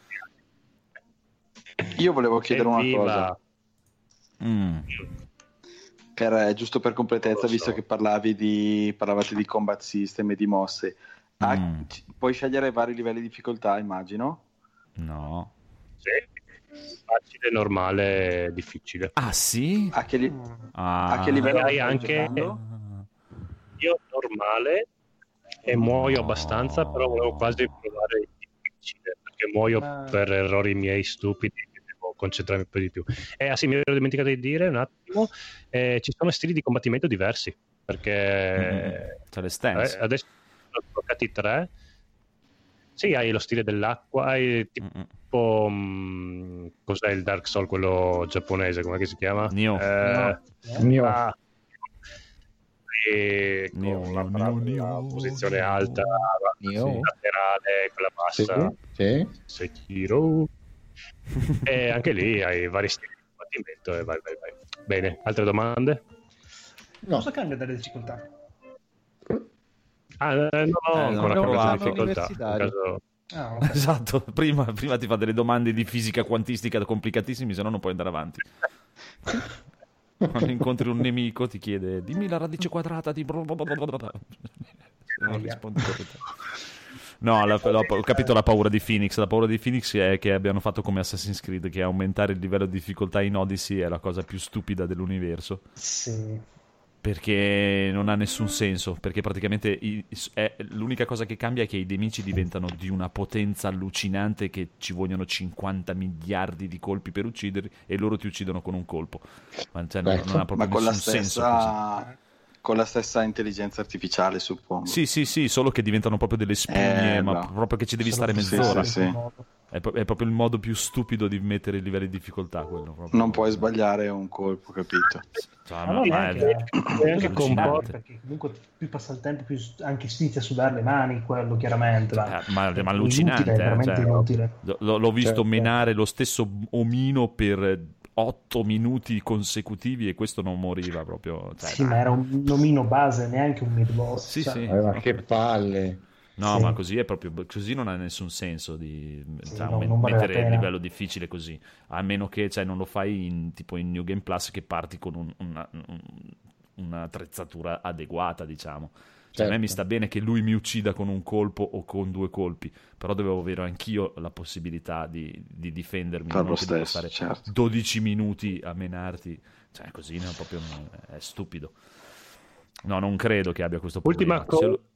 [SPEAKER 7] Io volevo chiedere una
[SPEAKER 3] Evviva!
[SPEAKER 7] cosa,
[SPEAKER 1] Mm.
[SPEAKER 7] per, eh, giusto per completezza,
[SPEAKER 3] Non lo so.
[SPEAKER 7] visto che parlavi di, parlavate di combat system e di mosse. Ah,
[SPEAKER 1] Mm.
[SPEAKER 7] c- puoi scegliere vari livelli di difficoltà, immagino?
[SPEAKER 1] No.
[SPEAKER 3] Sì. Facile, normale, difficile.
[SPEAKER 1] Ah, sì?
[SPEAKER 7] A che, li-
[SPEAKER 1] Ah.
[SPEAKER 7] a che livello
[SPEAKER 3] Hai
[SPEAKER 7] stai
[SPEAKER 3] anche-
[SPEAKER 7] giocando?
[SPEAKER 3] Io normale e muoio abbastanza, però volevo quasi provare il difficile, perché muoio
[SPEAKER 13] Ma-
[SPEAKER 3] per errori miei stupidi, che devo concentrarmi un po' di più. E ah sì, mi ero dimenticato di dire un attimo, eh, ci sono stili di combattimento diversi, perché
[SPEAKER 1] C'è le stance.
[SPEAKER 3] eh, adesso ne ho giocati tre. Sì, hai lo stile dell'acqua, hai tipo mh, cos'è il Dark Soul, quello giapponese, come si chiama?
[SPEAKER 1] Nioh.
[SPEAKER 3] Eh,
[SPEAKER 8] Nioh.
[SPEAKER 3] ah, e con
[SPEAKER 1] Nioh,
[SPEAKER 3] la,
[SPEAKER 1] Nioh,
[SPEAKER 3] la
[SPEAKER 1] Nioh,
[SPEAKER 3] posizione
[SPEAKER 1] Nioh.
[SPEAKER 3] alta,
[SPEAKER 8] Nioh.
[SPEAKER 3] laterale, quella
[SPEAKER 8] Sì,
[SPEAKER 3] bassa,
[SPEAKER 8] sì.
[SPEAKER 3] Sekiro. E anche lì hai vari stili di combattimento e vai, vai, vai. Bene, altre domande?
[SPEAKER 8] No.
[SPEAKER 13] Cosa cambia dalle difficoltà?
[SPEAKER 3] Ah, eh, no, no,
[SPEAKER 1] Eh, non
[SPEAKER 3] ancora
[SPEAKER 1] ho
[SPEAKER 3] per la
[SPEAKER 1] provato.
[SPEAKER 3] difficoltà.
[SPEAKER 12] Universitario.
[SPEAKER 3] In caso-
[SPEAKER 13] Ah, ok.
[SPEAKER 1] Esatto, prima, prima ti fa delle domande di fisica quantistica complicatissime, se no non puoi andare avanti. Quando incontri un nemico ti chiede dimmi la radice quadrata di... Non rispondi correttamente. No, la- la- ho capito la paura di Phoenix. La paura di Phoenix è che abbiano fatto come Assassin's Creed, che aumentare il livello di difficoltà in Odyssey è la cosa più stupida dell'universo.
[SPEAKER 13] Sì.
[SPEAKER 1] Perché non ha nessun senso. Perché praticamente i- è- l'unica cosa che cambia è che i nemici diventano di una potenza allucinante, che ci vogliono cinquanta miliardi di colpi per ucciderli, e loro ti uccidono con un colpo. Ma cioè, non,
[SPEAKER 8] Ecco.
[SPEAKER 1] non ha proprio
[SPEAKER 7] Ma con la,
[SPEAKER 1] nessun senso così.
[SPEAKER 7] stessa, con la stessa intelligenza artificiale, suppongo.
[SPEAKER 1] Sì, sì, sì, solo che diventano proprio delle spugne,
[SPEAKER 7] Eh,
[SPEAKER 1] ma
[SPEAKER 7] bravo.
[SPEAKER 1] proprio che ci devi
[SPEAKER 13] Sono
[SPEAKER 1] stare
[SPEAKER 7] sì,
[SPEAKER 1] mezz'ora.
[SPEAKER 7] sì, sì.
[SPEAKER 1] È, pro- è proprio il modo più stupido di mettere i livelli di difficoltà, quello. Proprio.
[SPEAKER 7] Non puoi sbagliare un colpo, capito?
[SPEAKER 1] Cioè,
[SPEAKER 13] Ma
[SPEAKER 1] ma-
[SPEAKER 13] non
[SPEAKER 1] ma
[SPEAKER 13] è
[SPEAKER 1] è-
[SPEAKER 13] che,
[SPEAKER 3] è anche
[SPEAKER 13] anche
[SPEAKER 3] comporta-
[SPEAKER 13] perché comunque più passa il tempo più s- anche inizi a sudare le mani, quello chiaramente. Ma,
[SPEAKER 1] Eh, ma- ma
[SPEAKER 13] è
[SPEAKER 1] allucinante,
[SPEAKER 13] inutile, è veramente
[SPEAKER 1] cioè,
[SPEAKER 13] inutile.
[SPEAKER 1] L- l- l'ho visto
[SPEAKER 8] Certo.
[SPEAKER 1] menare lo stesso omino per otto minuti consecutivi e questo non moriva proprio. Cioè,
[SPEAKER 13] Sì, ma era un nomino base, neanche un mid boss.
[SPEAKER 1] Sì,
[SPEAKER 13] cioè,
[SPEAKER 1] sì.
[SPEAKER 8] Eh, ma che palle.
[SPEAKER 1] No,
[SPEAKER 13] Sì.
[SPEAKER 1] ma così è proprio così non ha nessun senso di
[SPEAKER 13] Sì,
[SPEAKER 1] cioè,
[SPEAKER 13] no,
[SPEAKER 1] me-
[SPEAKER 13] non vale la
[SPEAKER 1] mettere il
[SPEAKER 13] pena.
[SPEAKER 1] livello difficile così, a meno che cioè, non lo fai in, tipo in New Game Plus, che parti con un- una, un- un'attrezzatura adeguata, diciamo. Cioè, a me
[SPEAKER 8] Certo.
[SPEAKER 1] mi sta bene che lui mi uccida con un colpo o con due colpi, però dovevo avere anch'io la possibilità di, di difendermi,
[SPEAKER 7] Per
[SPEAKER 1] non
[SPEAKER 7] lo
[SPEAKER 1] che devo
[SPEAKER 7] stesso,
[SPEAKER 1] stare
[SPEAKER 7] certo.
[SPEAKER 1] dodici minuti a menarti, cioè così no, proprio è stupido. No, non credo che abbia questo problema.
[SPEAKER 3] Ultima
[SPEAKER 1] Se lo-
[SPEAKER 3] cosa,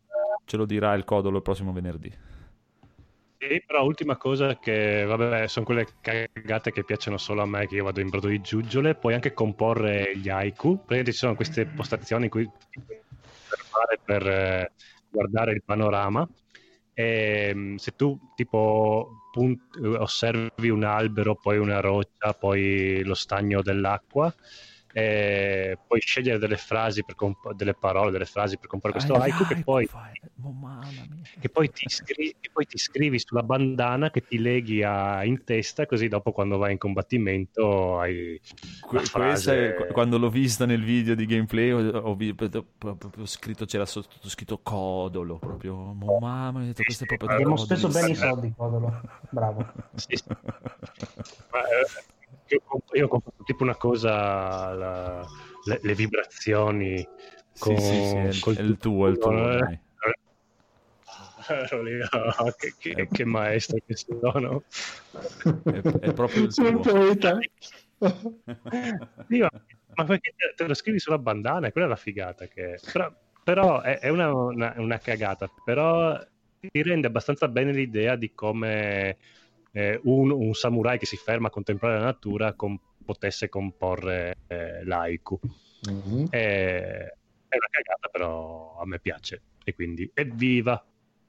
[SPEAKER 1] ce lo dirà il Codolo il prossimo venerdì.
[SPEAKER 3] Sì, però ultima cosa che, vabbè, sono quelle cagate che piacciono solo a me, che io vado in brodo di giuggiole. Puoi anche comporre gli haiku. Praticamente ci sono queste postazioni in cui ti puoi fermare per eh, guardare il panorama. E mh, se tu tipo punt- osservi un albero, poi una roccia, poi lo stagno dell'acqua, e puoi scegliere delle frasi per comp- delle parole, delle frasi per comporre questo
[SPEAKER 1] Ah,
[SPEAKER 3] haiku,
[SPEAKER 1] haiku,
[SPEAKER 3] che poi
[SPEAKER 1] fai- oh, mamma mia.
[SPEAKER 3] che poi ti iscri- che poi ti scrivi sulla bandana, che ti leghi a- in testa, così dopo quando vai in combattimento hai
[SPEAKER 1] Que-
[SPEAKER 3] la
[SPEAKER 1] questa
[SPEAKER 3] frase.
[SPEAKER 1] è- qu- quando l'ho vista nel video di gameplay ho, ho vi- proprio scritto, c'era sotto scritto Codolo, proprio oh, mamma, ho detto, questo è proprio da
[SPEAKER 13] Abbiamo
[SPEAKER 1] Codolo.
[SPEAKER 13] speso bene i soldi, Codolo. Bravo.
[SPEAKER 3] Sì, sì. Ma, eh, io, comp- io ho comprato tipo una cosa, la- le, le vibrazioni con,
[SPEAKER 1] Sì, sì, sì, è il-
[SPEAKER 3] col
[SPEAKER 1] è il tuo, è il tuo,
[SPEAKER 3] eh.
[SPEAKER 1] ormai.
[SPEAKER 3] Ero lì, ah, che, che- che maestro che sono.
[SPEAKER 1] È, è proprio il
[SPEAKER 4] Sono un
[SPEAKER 1] tuo.
[SPEAKER 4] poeta.
[SPEAKER 3] Sì, ma, ma perché te, te lo scrivi sulla bandana? Quella è la figata che... Però, però è, è una, una- una cagata, però ti rende abbastanza bene l'idea di come eh, un, un samurai che si ferma a contemplare la natura com- potesse comporre eh, l'haiku.
[SPEAKER 8] Mhm.
[SPEAKER 3] È, è una cagata, però a me piace, e quindi evviva!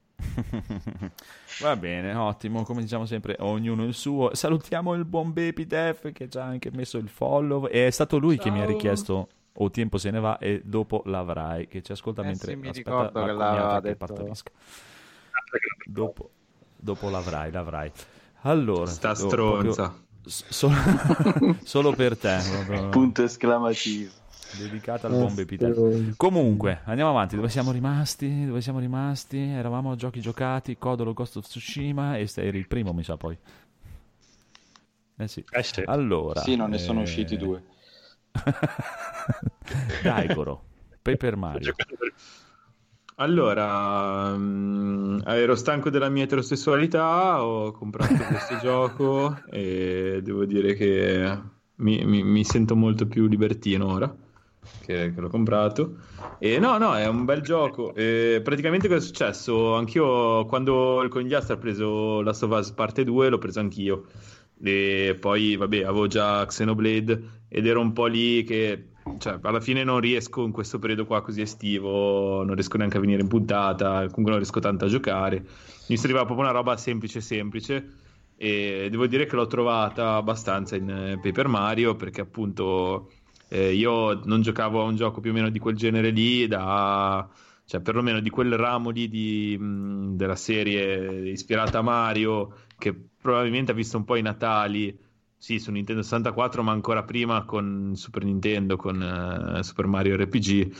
[SPEAKER 1] Va bene, ottimo, come diciamo sempre, ognuno il suo. Salutiamo il buon Baby Def che ci ha anche messo il follow, e è stato lui che mi ha richiesto o tempo se ne va e dopo l'avrai, che ci ascolta
[SPEAKER 12] Eh
[SPEAKER 1] mentre
[SPEAKER 12] sì, mi
[SPEAKER 1] aspetta
[SPEAKER 12] ricordo
[SPEAKER 1] la
[SPEAKER 12] che
[SPEAKER 1] cognata
[SPEAKER 12] l'aveva
[SPEAKER 1] che
[SPEAKER 12] detto.
[SPEAKER 1] partorisca. Dopo, dopo l'avrai, l'avrai. Allora,
[SPEAKER 6] Sta
[SPEAKER 1] oh,
[SPEAKER 6] stronza.
[SPEAKER 1] proprio s- solo, solo per te, proprio
[SPEAKER 7] Punto esclamativo.
[SPEAKER 1] dedicata al buon Baby Def. Comunque, andiamo avanti. Dove siamo rimasti? Dove siamo rimasti? Eravamo a giochi giocati, Codolo, Ghost of Tsushima, e eri il primo, mi sa, poi. Eh sì.
[SPEAKER 3] Eh sì.
[SPEAKER 1] Allora,
[SPEAKER 7] Sì, non ne sono
[SPEAKER 1] eh,
[SPEAKER 7] usciti due.
[SPEAKER 1] Daigoro, Paper Mario.
[SPEAKER 6] Allora, mm, ero stanco della mia eterosessualità, ho comprato questo gioco e devo dire che mi, mi- mi sento molto più libertino ora che, che l'ho comprato. E no, no, è un bel gioco. E praticamente cosa è successo? Anch'io, quando il conigliastro ha preso Last of Us parte due, l'ho preso anch'io. E poi, vabbè, avevo già Xenoblade ed ero un po' lì che, cioè, alla fine non riesco in questo periodo qua così estivo, non riesco neanche a venire in puntata, comunque non riesco tanto a giocare. Mi serviva proprio una roba semplice semplice, e devo dire che l'ho trovata abbastanza in eh, Paper Mario, perché appunto eh, io non giocavo a un gioco più o meno di quel genere lì da, cioè perlomeno di quel ramo lì di, mh, della serie ispirata a Mario, che probabilmente ha visto un po' i Natali, sì, su Nintendo sessantaquattro, ma ancora prima con Super Nintendo, con eh, Super Mario R P G.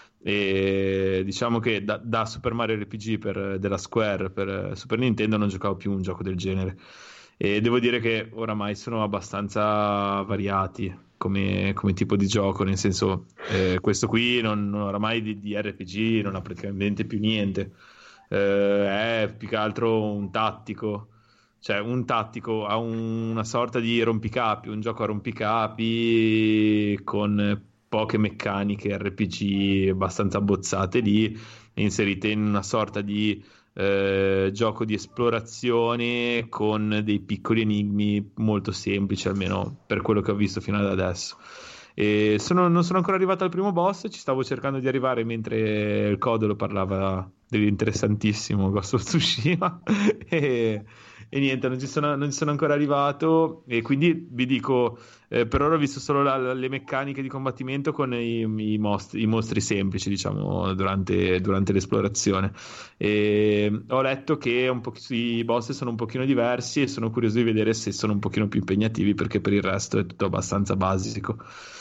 [SPEAKER 6] E diciamo che da, da Super Mario R P G per, della Square per eh, Super Nintendo non giocavo più un gioco del genere. E devo dire che oramai sono abbastanza variati come, come tipo di gioco, nel senso, eh, questo qui non, non oramai di, di R P G non ha praticamente più niente. Eh, è più che altro un tattico, cioè un tattico ha un- una sorta di rompicapi, un gioco a rompicapi con poche meccaniche R P G abbastanza abbozzate lì, inserite in una sorta di eh, gioco di esplorazione con dei piccoli enigmi molto semplici, almeno per quello che ho visto fino ad adesso. E sono- non sono ancora arrivato al primo boss, ci stavo cercando di arrivare mentre il Codolo parlava dell'interessantissimo Ghost of Tsushima e, e niente, non ci sono, non ci sono ancora arrivato, e quindi vi dico, eh, per ora ho visto solo la- la- le meccaniche di combattimento con i, i mostri, i mostri semplici, diciamo, durante, durante l'esplorazione. E ho letto che un po' i boss sono un pochino diversi e sono curioso di vedere se sono un pochino più impegnativi, perché per il resto è tutto abbastanza basico.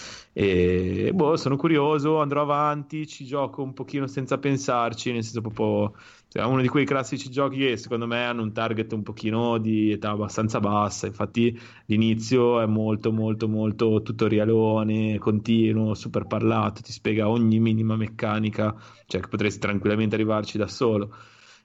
[SPEAKER 6] E boh, sono curioso, andrò avanti, ci gioco un pochino senza pensarci, nel senso proprio, cioè, è uno di quei classici giochi che secondo me hanno un target un pochino di età abbastanza bassa. Infatti l'inizio è molto molto molto tutorialone, continuo, super parlato, ti spiega ogni minima meccanica, cioè che potresti tranquillamente arrivarci da solo.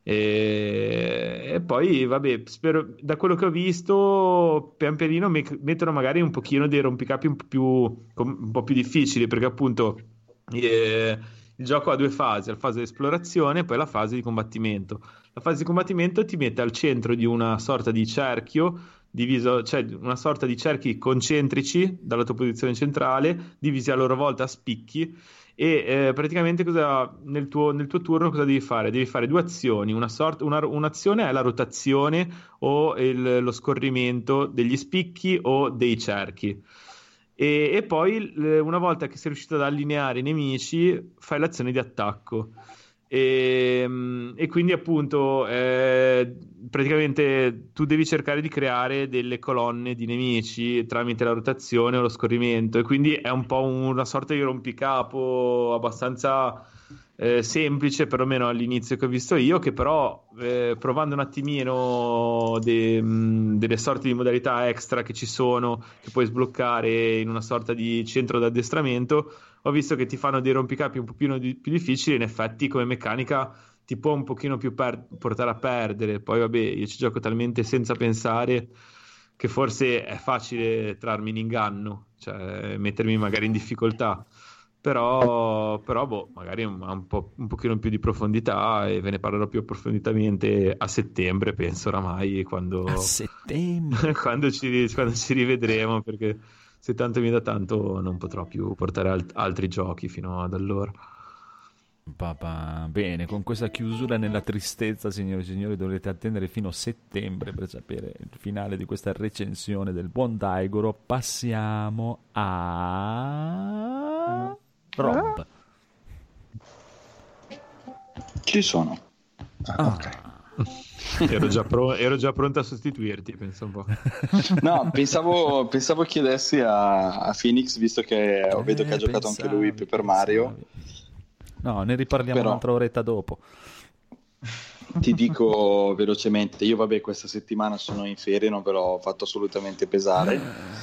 [SPEAKER 6] E, e poi vabbè, spero, da quello che ho visto, pian pianino me- mettono magari un pochino dei rompicapi un po' più, com- un po' più difficili, perché appunto eh, il gioco ha due fasi, la fase di esplorazione e poi la fase di combattimento. La fase di combattimento ti mette al centro di una sorta di cerchio diviso, cioè una sorta di cerchi concentrici dalla tua posizione centrale, divisi a loro volta a spicchi. E eh, praticamente cosa, nel, tuo, nel tuo turno cosa devi fare? Devi fare due azioni, una sorta, una, un'azione è la rotazione o il, lo scorrimento degli spicchi o dei cerchi e, e poi una volta che sei riuscito ad allineare i nemici fai l'azione di attacco e, e quindi appunto eh, praticamente tu devi cercare di creare delle colonne di nemici tramite la rotazione o lo scorrimento e quindi è un po' una sorta di rompicapo abbastanza eh, semplice, perlomeno all'inizio che ho visto io, che però eh, provando un attimino de, mh, delle sorte di modalità extra che ci sono, che puoi sbloccare in una sorta di centro d'addestramento, ho visto che ti fanno dei rompicapi un pochino di, più difficili. In effetti come meccanica ti può un pochino più per, portare a perdere. Poi vabbè, io ci gioco talmente senza pensare che forse è facile trarmi in inganno, cioè mettermi magari in difficoltà, però, però boh, magari ha un, un, po', un pochino più di profondità e ve ne parlerò più approfonditamente a settembre, penso oramai, quando,
[SPEAKER 1] a settembre.
[SPEAKER 6] quando, ci, quando ci rivedremo, perché se tanto mi dà tanto non potrò più portare alt- altri giochi fino ad allora.
[SPEAKER 1] Papà, bene, con questa chiusura nella tristezza, signori e signori, dovrete attendere fino a settembre per sapere il finale di questa recensione del buon Daigoro. Passiamo a Rob.
[SPEAKER 7] Ci sono.
[SPEAKER 6] Ah, ok. ero, già pro- ero già pronto a sostituirti, penso un po'.
[SPEAKER 7] No, pensavo, pensavo chiedessi a, a Phoenix, visto che eh, vedo che ha giocato pensavi, anche lui per Mario.
[SPEAKER 1] No, ne riparliamo Però, un'altra oretta dopo.
[SPEAKER 7] Ti dico velocemente, io vabbè questa settimana sono in ferie, non ve l'ho fatto assolutamente pesare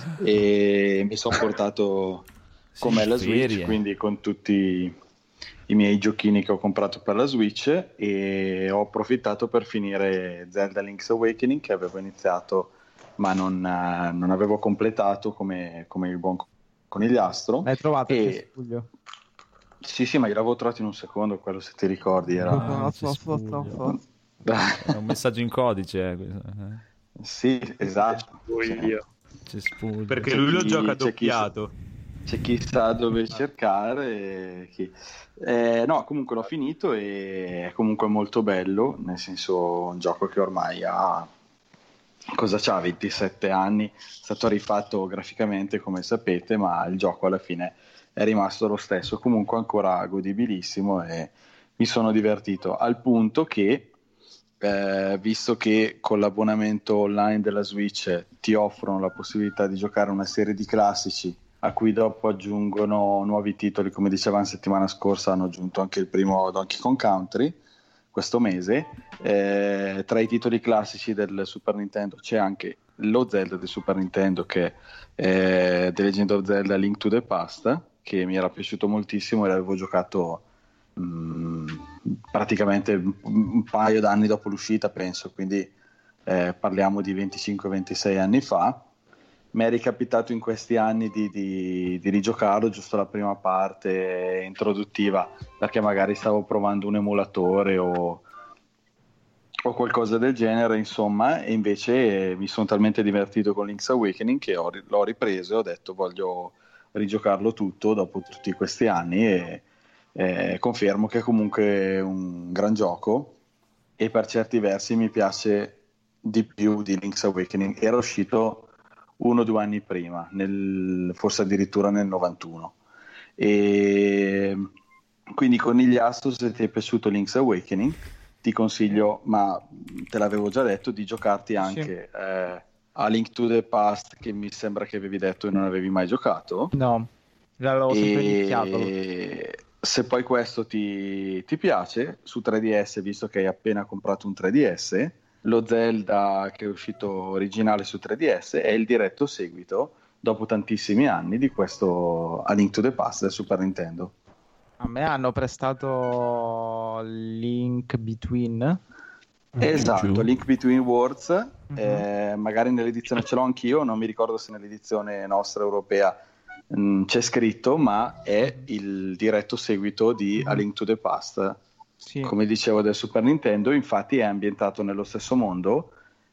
[SPEAKER 7] e mi sono portato con me la Switch, quindi con tutti i miei giochini che ho comprato per la Switch, e ho approfittato per finire Zelda Link's Awakening, che avevo iniziato ma non, non avevo completato come, come il buon conigliastro.
[SPEAKER 12] L'hai trovato?
[SPEAKER 7] E... Sì, sì, ma io l'avevo trovato in un secondo, quello, se ti ricordi. Era,
[SPEAKER 12] no, no, no, no.
[SPEAKER 1] È un messaggio in codice. Eh, questo, eh.
[SPEAKER 7] Sì, esatto.
[SPEAKER 1] C'è spuglio.
[SPEAKER 6] Perché
[SPEAKER 7] c'è
[SPEAKER 6] lui lo
[SPEAKER 7] chi,
[SPEAKER 6] gioca
[SPEAKER 7] c'è
[SPEAKER 6] doppiato.
[SPEAKER 7] Chi, c'è chi sa dove cercare. Chi... Eh, no, comunque l'ho finito e è comunque molto bello, nel senso un gioco che ormai ha... Cosa c'ha? ventisette anni, è stato rifatto graficamente come sapete, ma il gioco alla fine è rimasto lo stesso, comunque ancora godibilissimo e mi sono divertito al punto che eh, visto che con l'abbonamento online della Switch ti offrono la possibilità di giocare una serie di classici a cui dopo aggiungono nuovi titoli, come dicevamo settimana scorsa hanno aggiunto anche il primo Donkey Kong Country questo mese, eh, tra i titoli classici del Super Nintendo c'è anche lo Zelda del Super Nintendo, che è The Legend of Zelda Link to the Past, che mi era piaciuto moltissimo e l'avevo giocato mh, praticamente un paio d'anni dopo l'uscita, penso, quindi eh, parliamo di venticinque ventisei anni fa. Mi è ricapitato in questi anni di, di, di rigiocarlo, giusto la prima parte introduttiva, perché magari stavo provando un emulatore o, o qualcosa del genere, insomma, e invece eh, mi sono talmente divertito con Link's Awakening che ho, l'ho ripreso e ho detto voglio rigiocarlo tutto dopo tutti questi anni e eh, confermo che è comunque un gran gioco e per certi versi mi piace di più di Link's Awakening. Era uscito uno o due anni prima, nel, forse addirittura nel novantuno, e quindi conigliastro, se ti è piaciuto Link's Awakening ti consiglio, ma te l'avevo già detto, di giocarti anche sì. eh, a Link to the Past, che mi sembra che avevi detto e non avevi mai giocato.
[SPEAKER 12] No, l'avevo sempre iniziato.
[SPEAKER 7] Se poi questo ti, ti piace, su tre D S, visto che hai appena comprato un tre D S, lo Zelda che è uscito originale su tre D S è il diretto seguito dopo tantissimi anni di questo A Link to the Past del Super Nintendo.
[SPEAKER 12] A me hanno prestato Link Between.
[SPEAKER 7] Esatto, Link Between Worlds, uh-huh. eh, magari nell'edizione ce l'ho anch'io, non mi ricordo se nell'edizione nostra europea mh, c'è scritto, ma è il diretto seguito di A Link to the Past.
[SPEAKER 12] Sì.
[SPEAKER 7] Come dicevo, del Super Nintendo, infatti è ambientato nello stesso mondo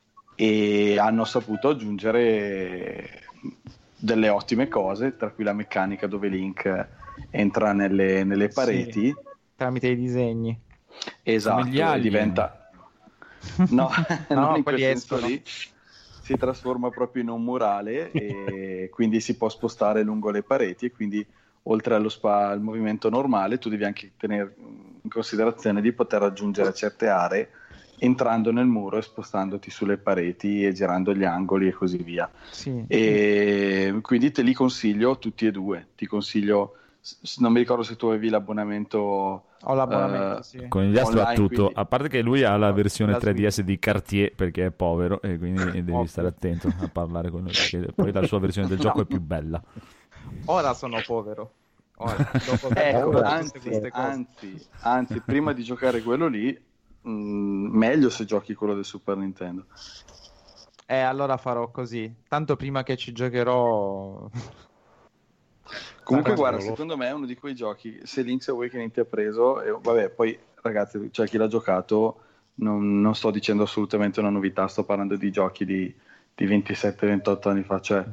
[SPEAKER 7] e hanno saputo aggiungere delle ottime cose, tra cui la meccanica dove Link entra nelle, nelle pareti.
[SPEAKER 12] Sì, tramite i disegni.
[SPEAKER 7] Esatto,
[SPEAKER 1] Come gli
[SPEAKER 7] e
[SPEAKER 1] alien.
[SPEAKER 7] diventa... No,
[SPEAKER 12] No,
[SPEAKER 7] non in quel
[SPEAKER 12] quelli
[SPEAKER 7] senso
[SPEAKER 12] escono.
[SPEAKER 7] lì. Si trasforma proprio in un murale e quindi si può spostare lungo le pareti, e quindi oltre allo spa, al movimento normale, tu devi anche tenere in considerazione di poter raggiungere certe aree entrando nel muro e spostandoti sulle pareti e girando gli angoli e così via.
[SPEAKER 12] Sì.
[SPEAKER 7] E quindi te li consiglio tutti e due. Ti consiglio, s- non mi ricordo se tu avevi l'abbonamento.
[SPEAKER 12] Ho l'abbonamento,
[SPEAKER 7] eh,
[SPEAKER 12] sì.
[SPEAKER 1] Con il destro ha
[SPEAKER 7] online,
[SPEAKER 1] tutto,
[SPEAKER 7] quindi-
[SPEAKER 1] a parte che lui ha la versione
[SPEAKER 12] la
[SPEAKER 1] tre D S di Cartier perché è povero e quindi devi
[SPEAKER 12] Ovvio.
[SPEAKER 1] stare attento a parlare con lui, perché poi la sua versione del gioco è più bella.
[SPEAKER 12] Ora sono povero. Ora, dopo aver
[SPEAKER 7] Ecco,
[SPEAKER 12] comprato
[SPEAKER 7] anzi,
[SPEAKER 12] tutte queste cose.
[SPEAKER 7] anzi, anzi, prima di giocare quello lì, mh, meglio se giochi quello del Super Nintendo.
[SPEAKER 12] Eh, allora farò così. Tanto prima che ci giocherò...
[SPEAKER 7] Comunque,
[SPEAKER 3] Ah,
[SPEAKER 7] guarda,
[SPEAKER 3] cavolo.
[SPEAKER 7] secondo me è uno di quei giochi. Se Link's Awakening ti ha preso, e vabbè, poi ragazzi, cioè chi l'ha giocato, non, non sto dicendo assolutamente una novità, sto parlando di giochi di, di ventisette ventotto anni fa, cioè,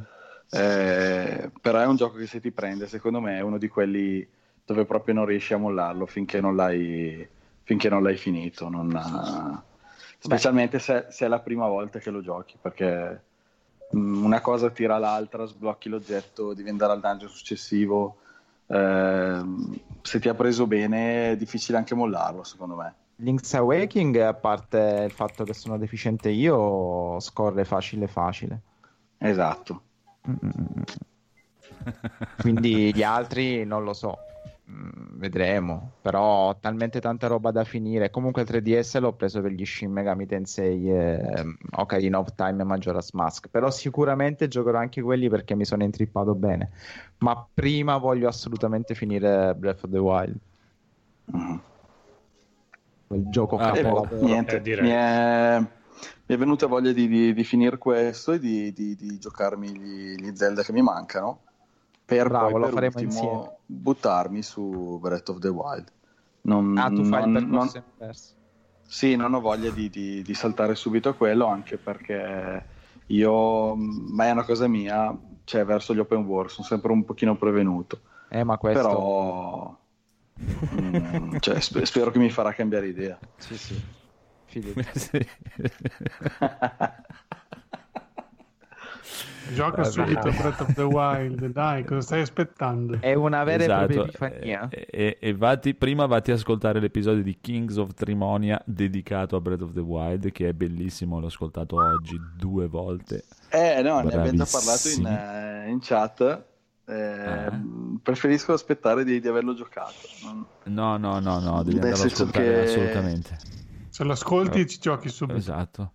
[SPEAKER 7] eh, però è un gioco che se ti prende, secondo me è uno di quelli dove proprio non riesci a mollarlo finché non l'hai, finché non l'hai finito, non ha- specialmente se, se è la prima volta che lo giochi, perché mh, una cosa tira l'altra, sblocchi l'oggetto, devi andare al dungeon successivo, ehm, se ti ha preso bene è difficile anche mollarlo, secondo me.
[SPEAKER 12] Link's Awakening, a parte il fatto che sono deficiente io, scorre facile facile.
[SPEAKER 7] Esatto.
[SPEAKER 12] Mm-mm. Quindi gli altri non lo so. Mm, vedremo, però ho talmente tanta roba da finire. Comunque il tre D S l'ho preso per gli Shin Megami Tensei e Ocarina of Time e Majora's Mask, però sicuramente giocherò anche quelli perché mi sono intrippato bene, ma prima voglio assolutamente finire Breath of the Wild,
[SPEAKER 7] Mm.
[SPEAKER 12] quel gioco
[SPEAKER 1] Ah,
[SPEAKER 7] E
[SPEAKER 12] capolavoro.
[SPEAKER 7] boh, niente,
[SPEAKER 3] eh, direi.
[SPEAKER 7] mi, è, mi è venuta voglia di, di, di finire questo e di, di, di giocarmi gli, gli Zelda che mi mancano, per
[SPEAKER 12] Bravo,
[SPEAKER 7] poi
[SPEAKER 12] lo
[SPEAKER 7] per
[SPEAKER 12] faremo
[SPEAKER 7] ultimo
[SPEAKER 12] insieme.
[SPEAKER 7] buttarmi su Breath of the Wild. Non,
[SPEAKER 12] Ah, tu fai il
[SPEAKER 7] non-
[SPEAKER 12] percorso
[SPEAKER 7] non-
[SPEAKER 12] inverso.
[SPEAKER 7] Sì, non ho voglia di, di- di saltare subito a quello, anche perché io, ma è una cosa mia, cioè verso gli open world sono sempre un pochino prevenuto,
[SPEAKER 12] Eh, ma questo...
[SPEAKER 7] però mm, cioè, sp- spero che mi farà cambiare idea.
[SPEAKER 12] Sì, sì. Fidati.
[SPEAKER 1] Sì.
[SPEAKER 4] Gioca
[SPEAKER 12] Vabbè.
[SPEAKER 4] subito a Breath of the Wild, dai, cosa stai aspettando?
[SPEAKER 12] È una vera e propria
[SPEAKER 1] Esatto,
[SPEAKER 12] epifania.
[SPEAKER 1] e, e- e vatti, prima vatti a ascoltare l'episodio di Kings of Trimonia dedicato a Breath of the Wild, che è bellissimo, l'ho ascoltato oggi due volte.
[SPEAKER 7] Eh no, ne abbiamo già parlato in,
[SPEAKER 1] Bravissimi.
[SPEAKER 7] eh, in chat. eh,
[SPEAKER 1] Ah.
[SPEAKER 7] Preferisco aspettare di, di averlo giocato. Non-
[SPEAKER 1] No, no, no, no, devi
[SPEAKER 7] Nel
[SPEAKER 1] andarlo a
[SPEAKER 7] senso
[SPEAKER 1] ascoltare
[SPEAKER 7] che-
[SPEAKER 1] assolutamente.
[SPEAKER 4] Se lo ascolti ci giochi subito.
[SPEAKER 1] Esatto.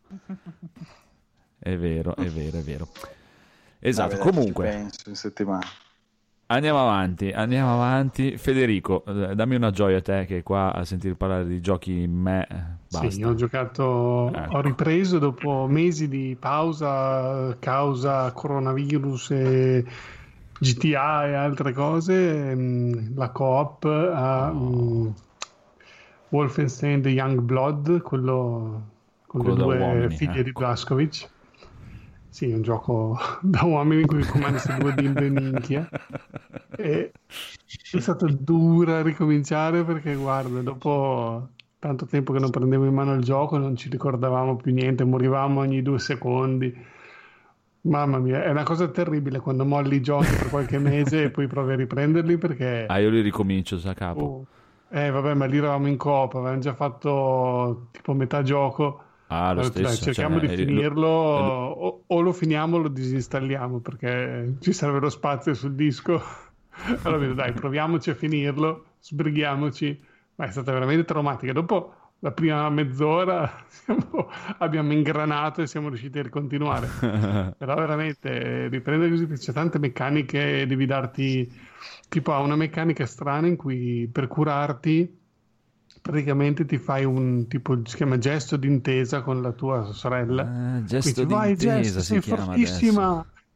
[SPEAKER 1] È vero, è vero, è vero. Esatto,
[SPEAKER 7] Vabbè, dai, ci
[SPEAKER 1] comunque
[SPEAKER 7] penso in settimana.
[SPEAKER 1] andiamo avanti, andiamo avanti. Federico, eh, dammi una gioia a te che è qua a sentire parlare di giochi me, basta.
[SPEAKER 4] Sì, ho giocato,
[SPEAKER 1] Ecco.
[SPEAKER 4] ho ripreso dopo mesi di pausa causa coronavirus e G T A e altre cose, ehm, la co-op a mm, Wolfenstein The Young Blood, quello con
[SPEAKER 1] Quello
[SPEAKER 4] le
[SPEAKER 1] da
[SPEAKER 4] due
[SPEAKER 1] uomini,
[SPEAKER 4] figlie di
[SPEAKER 1] ecco.
[SPEAKER 4] Blazkowicz. Sì, è un gioco da uomini in cui comandi queste due bimbe minchia. E è stato dura ricominciare perché, guarda, dopo tanto tempo che non prendevo in mano il gioco, non ci ricordavamo più niente, morivamo ogni due secondi. Mamma mia, è una cosa terribile quando molli i giochi per qualche mese e poi provi a riprenderli perché...
[SPEAKER 1] Ah, io li ricomincio da capo.
[SPEAKER 4] Oh, eh, vabbè, ma lì eravamo in coop, avevamo già fatto tipo metà gioco.
[SPEAKER 1] Ah, lo
[SPEAKER 4] Ho detto, dai,
[SPEAKER 1] stesso.
[SPEAKER 4] cerchiamo
[SPEAKER 1] cioè,
[SPEAKER 4] di
[SPEAKER 1] eh, lo-
[SPEAKER 4] finirlo,
[SPEAKER 1] lo-
[SPEAKER 4] o, o lo finiamo o lo disinstalliamo perché ci serve lo spazio sul disco. Allora, vedo, dai, proviamoci a finirlo, sbrighiamoci. Ma è stata veramente traumatica. Dopo la prima mezz'ora siamo- abbiamo ingranato e siamo riusciti a ricontinuare. Però veramente riprendere così, c'è tante meccaniche, devi darti tipo ha una meccanica strana in cui per curarti praticamente ti fai un tipo, si chiama gesto d'intesa con la tua sorella.
[SPEAKER 1] Ah, gesto
[SPEAKER 4] Quindi, vai
[SPEAKER 1] d'intesa
[SPEAKER 4] Jess,
[SPEAKER 1] si
[SPEAKER 4] sei
[SPEAKER 1] chiama
[SPEAKER 4] fortissima
[SPEAKER 1] adesso.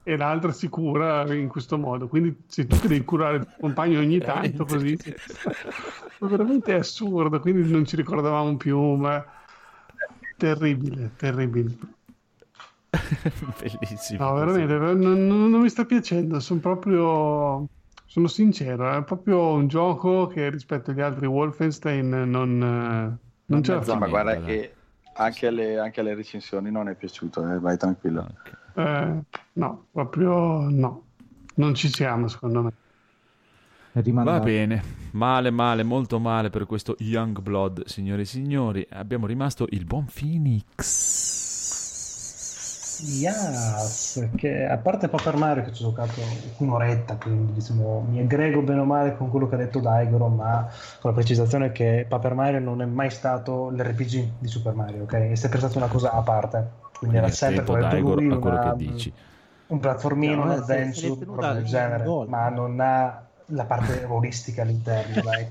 [SPEAKER 4] e l'altra si cura in questo modo. Quindi se tu ti devi curare il tuo compagno ogni tanto così, ma veramente è assurdo, quindi non ci ricordavamo più, ma terribile, terribile.
[SPEAKER 1] Bellissimo.
[SPEAKER 4] No, veramente, non, non- non mi sta piacendo, sono proprio, sono sincero, è proprio un gioco che rispetto agli altri Wolfenstein non, eh, non ce la
[SPEAKER 7] Sì,
[SPEAKER 4] fa.
[SPEAKER 7] ma guarda che anche alle, anche alle recensioni non è piaciuto, eh, vai tranquillo.
[SPEAKER 4] Eh, no, proprio no, non ci siamo secondo me.
[SPEAKER 1] Va bene, male, male, molto male per questo Youngblood, signore e signori. Abbiamo rimasto il buon Phoenix.
[SPEAKER 13] Yes, che a parte Paper Mario che ci ho giocato un'oretta, quindi diciamo, mi aggrego bene o male con quello che ha detto Daigoro, ma con la precisazione che Paper Mario non è mai stato l'R P G di Super Mario, ok? È sempre stata una cosa a parte, quindi
[SPEAKER 1] Quindi
[SPEAKER 13] era sempre
[SPEAKER 1] attento,
[SPEAKER 13] come ha detto
[SPEAKER 1] Daigoro,
[SPEAKER 13] lui,
[SPEAKER 1] a quello
[SPEAKER 13] una-
[SPEAKER 1] che dici.
[SPEAKER 13] un platformino,
[SPEAKER 14] No,
[SPEAKER 13] un
[SPEAKER 14] se- se
[SPEAKER 13] adventure,
[SPEAKER 14] l'è tenuta
[SPEAKER 13] proprio del
[SPEAKER 14] in
[SPEAKER 13] genere,
[SPEAKER 14] gol.
[SPEAKER 13] ma non ha la parte ruolistica all'interno, dai.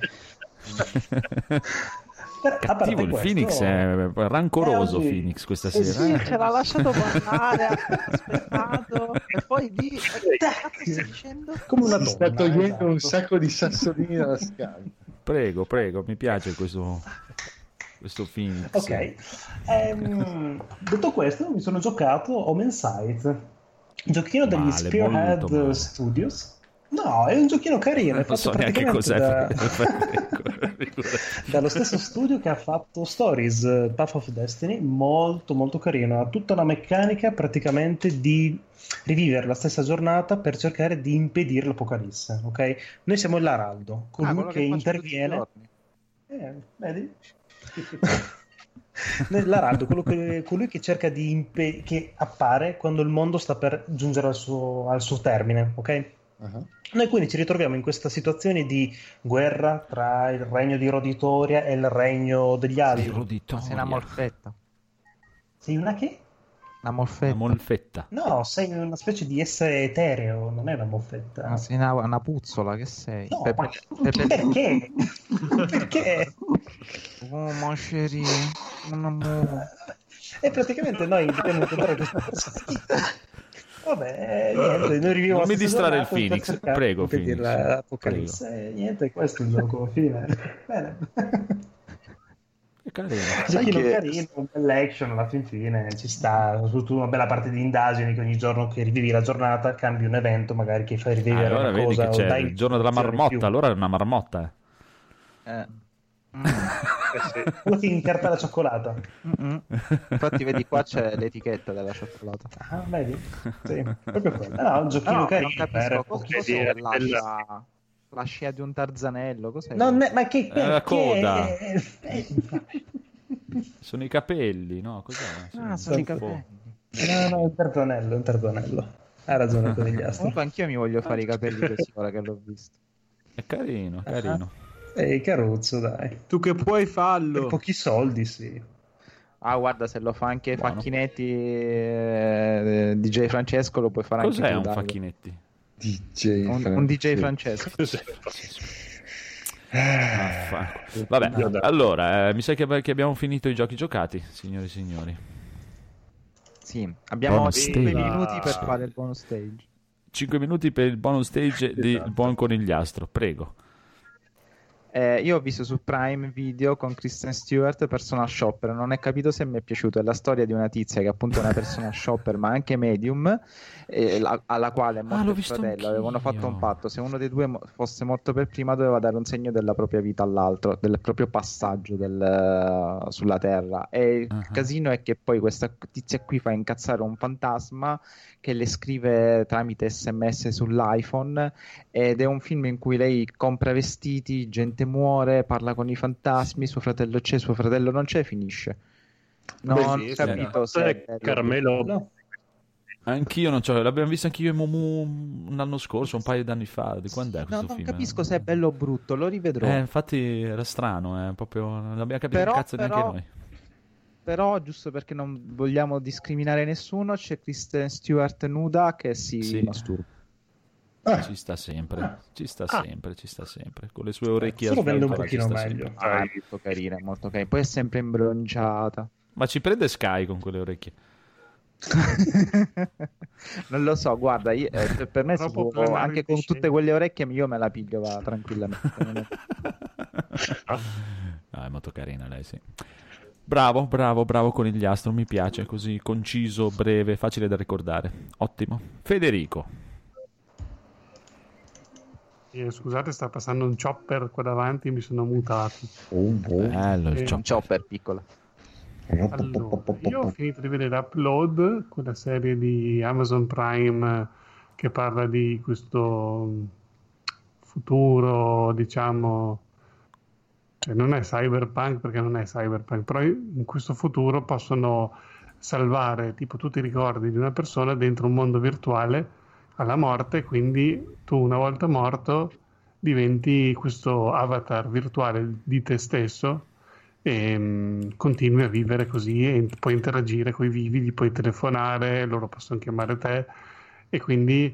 [SPEAKER 13] Per- a parte
[SPEAKER 1] Cattivo il
[SPEAKER 13] questo-
[SPEAKER 1] Phoenix, è rancoroso
[SPEAKER 13] Eh, oggi-
[SPEAKER 1] Phoenix questa
[SPEAKER 14] Sì,
[SPEAKER 1] sera.
[SPEAKER 14] sì,
[SPEAKER 1] eh.
[SPEAKER 14] ce l'ha lasciato parlare, ha aspettato e poi lì che cazzo stai dicendo?
[SPEAKER 13] Come una
[SPEAKER 8] Si sta
[SPEAKER 13] donna,
[SPEAKER 8] togliendo
[SPEAKER 13] esatto.
[SPEAKER 8] un sacco di sassolini dalla scala.
[SPEAKER 1] Prego, prego, mi piace questo, questo Phoenix.
[SPEAKER 13] Ok, Ehm, detto questo, mi sono giocato Omen Sight, un giochino degli
[SPEAKER 1] Male,
[SPEAKER 13] Spearhead
[SPEAKER 1] molto male.
[SPEAKER 13] Studios. No, è un giochino carino, è
[SPEAKER 1] Non
[SPEAKER 13] fatto
[SPEAKER 1] so neanche
[SPEAKER 13] praticamente
[SPEAKER 1] cos'è.
[SPEAKER 13] da- dallo stesso studio che ha fatto Stories, eh, Path of Destiny, molto molto carino. Ha tutta una meccanica praticamente di rivivere la stessa giornata per cercare di impedire l'apocalisse, ok? Noi siamo l'Araldo, colui
[SPEAKER 12] Ah, quello
[SPEAKER 13] che,
[SPEAKER 12] che faccio
[SPEAKER 13] interviene.
[SPEAKER 12] tutti i
[SPEAKER 13] Eh, vedi? L'Araldo, quello che, colui che cerca di impe- che appare quando il mondo sta per giungere al suo, al suo termine, ok?
[SPEAKER 8] Uh-huh.
[SPEAKER 13] Noi quindi ci ritroviamo in questa situazione di guerra tra il regno di Roditoria e il regno degli altri.
[SPEAKER 12] Sei una molfetta.
[SPEAKER 13] Sei una che?
[SPEAKER 12] Una molfetta.
[SPEAKER 1] Una molfetta.
[SPEAKER 13] No, sei una specie di essere etereo, non è una moffetta.
[SPEAKER 12] Ma sei una, una puzzola, che sei?
[SPEAKER 13] No,
[SPEAKER 12] Pepe-
[SPEAKER 13] ma
[SPEAKER 12] Pepe-
[SPEAKER 13] perché? Perché?
[SPEAKER 12] Oh, mon chéri, mon amour.
[SPEAKER 13] E praticamente noi dobbiamo incontrare questa persona. Vabbè, niente, noi riviviamo
[SPEAKER 1] Non
[SPEAKER 13] la
[SPEAKER 1] mi
[SPEAKER 13] stessa
[SPEAKER 1] distrarre il
[SPEAKER 13] giornata per
[SPEAKER 1] Phoenix,
[SPEAKER 13] cercare
[SPEAKER 1] prego,
[SPEAKER 13] di impedire
[SPEAKER 1] Phoenix.
[SPEAKER 13] l'apocalisse. E niente, questo è il gioco, fine. Bene.
[SPEAKER 1] È carino.
[SPEAKER 7] Sai
[SPEAKER 13] Giochino
[SPEAKER 7] che-
[SPEAKER 13] carino, un bell'action alla fin fine, ci sta, soprattutto una bella parte di indagini che ogni giorno che rivivi la giornata cambi un evento magari che fai
[SPEAKER 1] Ah,
[SPEAKER 13] rivivere
[SPEAKER 1] allora
[SPEAKER 13] una
[SPEAKER 1] vedi
[SPEAKER 13] cosa
[SPEAKER 1] che
[SPEAKER 13] o
[SPEAKER 1] c'è
[SPEAKER 13] dai
[SPEAKER 1] il giorno della
[SPEAKER 13] informazioni in
[SPEAKER 1] marmotta,
[SPEAKER 13] più.
[SPEAKER 1] allora è una marmotta.
[SPEAKER 12] Eh.
[SPEAKER 13] Quello che incarta la cioccolata.
[SPEAKER 12] Mm-mm. Infatti vedi qua c'è l'etichetta della cioccolata.
[SPEAKER 13] Ah, vedi? Sì, proprio quello. No, un giochino
[SPEAKER 12] No,
[SPEAKER 13] carino
[SPEAKER 12] non capisco
[SPEAKER 13] per
[SPEAKER 12] cosa
[SPEAKER 13] pochi-
[SPEAKER 12] cos'è lascia, la scia di un tarzanello, cos'è?
[SPEAKER 13] No, ne- ma che
[SPEAKER 1] È la
[SPEAKER 13] perché?
[SPEAKER 1] coda.
[SPEAKER 13] Eh, eh,
[SPEAKER 1] Sono i capelli, no? Cos'è?
[SPEAKER 12] Ah, sono i
[SPEAKER 1] un po'.
[SPEAKER 12] capelli.
[SPEAKER 13] No, no, un tarzanello, un tarzanello. Ha ragione con gli astri.
[SPEAKER 12] Comunque anch'io mi voglio fare i capelli così ora che l'ho visto.
[SPEAKER 1] È carino, carino.
[SPEAKER 13] Ehi, caruzzo, dai.
[SPEAKER 14] Tu che puoi
[SPEAKER 13] Per
[SPEAKER 14] farlo.
[SPEAKER 13] pochi soldi, sì.
[SPEAKER 12] Ah, guarda, se lo fa anche
[SPEAKER 1] Buono.
[SPEAKER 12] Facchinetti, eh, D J Francesco, lo puoi fare anche
[SPEAKER 1] Cos'è
[SPEAKER 12] tu,
[SPEAKER 1] un
[SPEAKER 12] dai.
[SPEAKER 1] facchinetti?
[SPEAKER 8] D J
[SPEAKER 12] Un, un D J Francesco.
[SPEAKER 1] Ah, Vabbè, allora, eh, mi sa che, che abbiamo finito i giochi giocati, signori e signori.
[SPEAKER 12] Sì, abbiamo
[SPEAKER 1] Bonus
[SPEAKER 12] cinque
[SPEAKER 1] stage.
[SPEAKER 12] minuti per
[SPEAKER 1] Sì.
[SPEAKER 12] fare il bonus stage.
[SPEAKER 1] cinque minuti per il bonus stage di
[SPEAKER 13] Esatto.
[SPEAKER 1] Il buon conigliastro, prego.
[SPEAKER 12] Eh, io ho visto su Prime Video con Kristen Stewart Personal Shopper, non è capito se mi è piaciuto, è la storia di una tizia che appunto è una personal shopper ma anche medium, eh, la- alla quale è morto
[SPEAKER 1] Ah, l'ho
[SPEAKER 12] il
[SPEAKER 1] visto
[SPEAKER 12] fratello,
[SPEAKER 1] anch'io.
[SPEAKER 12] avevano fatto un patto, se uno dei due mo- fosse morto per prima doveva dare un segno della propria vita all'altro, del proprio passaggio del- sulla terra, e il
[SPEAKER 1] Ah.
[SPEAKER 12] casino è che poi questa tizia qui fa incazzare un fantasma che le scrive tramite sms sull'iPhone, ed è un film in cui lei compra vestiti, gente muore, parla con i fantasmi, suo fratello c'è, suo fratello non c'è, finisce. Non ho
[SPEAKER 3] Bellissimo.
[SPEAKER 12] capito se è bello.
[SPEAKER 3] Carmelo,
[SPEAKER 13] No.
[SPEAKER 1] Anch'io non c'ho, l'abbiamo visto anch'io in Momu un anno scorso, un paio d'anni fa. Di quando è
[SPEAKER 12] No,
[SPEAKER 1] questo
[SPEAKER 12] non
[SPEAKER 1] film?
[SPEAKER 12] capisco se è bello o brutto, lo rivedrò.
[SPEAKER 1] Eh, infatti era strano, eh, proprio non abbiamo capito
[SPEAKER 12] Però-
[SPEAKER 1] un cazzo neanche
[SPEAKER 12] però-
[SPEAKER 1] noi.
[SPEAKER 12] Però, giusto perché non vogliamo discriminare nessuno, c'è Kristen Stewart nuda che si
[SPEAKER 1] Sì.
[SPEAKER 12] masturba.
[SPEAKER 1] Ci sta sempre, ci sta sempre, ci sta sempre. Con le sue orecchie
[SPEAKER 13] Questo lo vende un
[SPEAKER 1] sveltole, ci
[SPEAKER 13] pochino
[SPEAKER 1] sta
[SPEAKER 13] meglio.
[SPEAKER 1] sempre.
[SPEAKER 12] Ah, è molto carina, è molto carina. Poi è sempre imbronciata.
[SPEAKER 1] Ma ci prende Sky con quelle orecchie.
[SPEAKER 12] Non lo so, guarda, io, eh, per me si
[SPEAKER 4] Troppo
[SPEAKER 12] può,
[SPEAKER 4] planare
[SPEAKER 12] anche
[SPEAKER 4] il
[SPEAKER 12] con
[SPEAKER 4] piscino.
[SPEAKER 12] tutte quelle orecchie io me la piglio va, tranquillamente. non è-
[SPEAKER 1] Ah, è molto carina lei, sì. Bravo, bravo, bravo conigliastro, mi piace, così conciso, breve, facile da ricordare. Ottimo. Federico.
[SPEAKER 4] Eh, scusate, sta passando un chopper qua davanti, mi sono mutato.
[SPEAKER 1] Bello il
[SPEAKER 4] Eh,
[SPEAKER 1] gioco.
[SPEAKER 12] Chopper piccolo.
[SPEAKER 4] Allora, io ho finito di vedere Upload, quella serie di Amazon Prime eh, che parla di questo mm, futuro, diciamo, cioè non è cyberpunk perché non è cyberpunk, però in questo futuro possono salvare tipo tutti i ricordi di una persona dentro un mondo virtuale alla morte, quindi tu una volta morto diventi questo avatar virtuale di te stesso e mh, continui a vivere così e puoi interagire con i vivi, gli puoi telefonare, loro possono chiamare te e quindi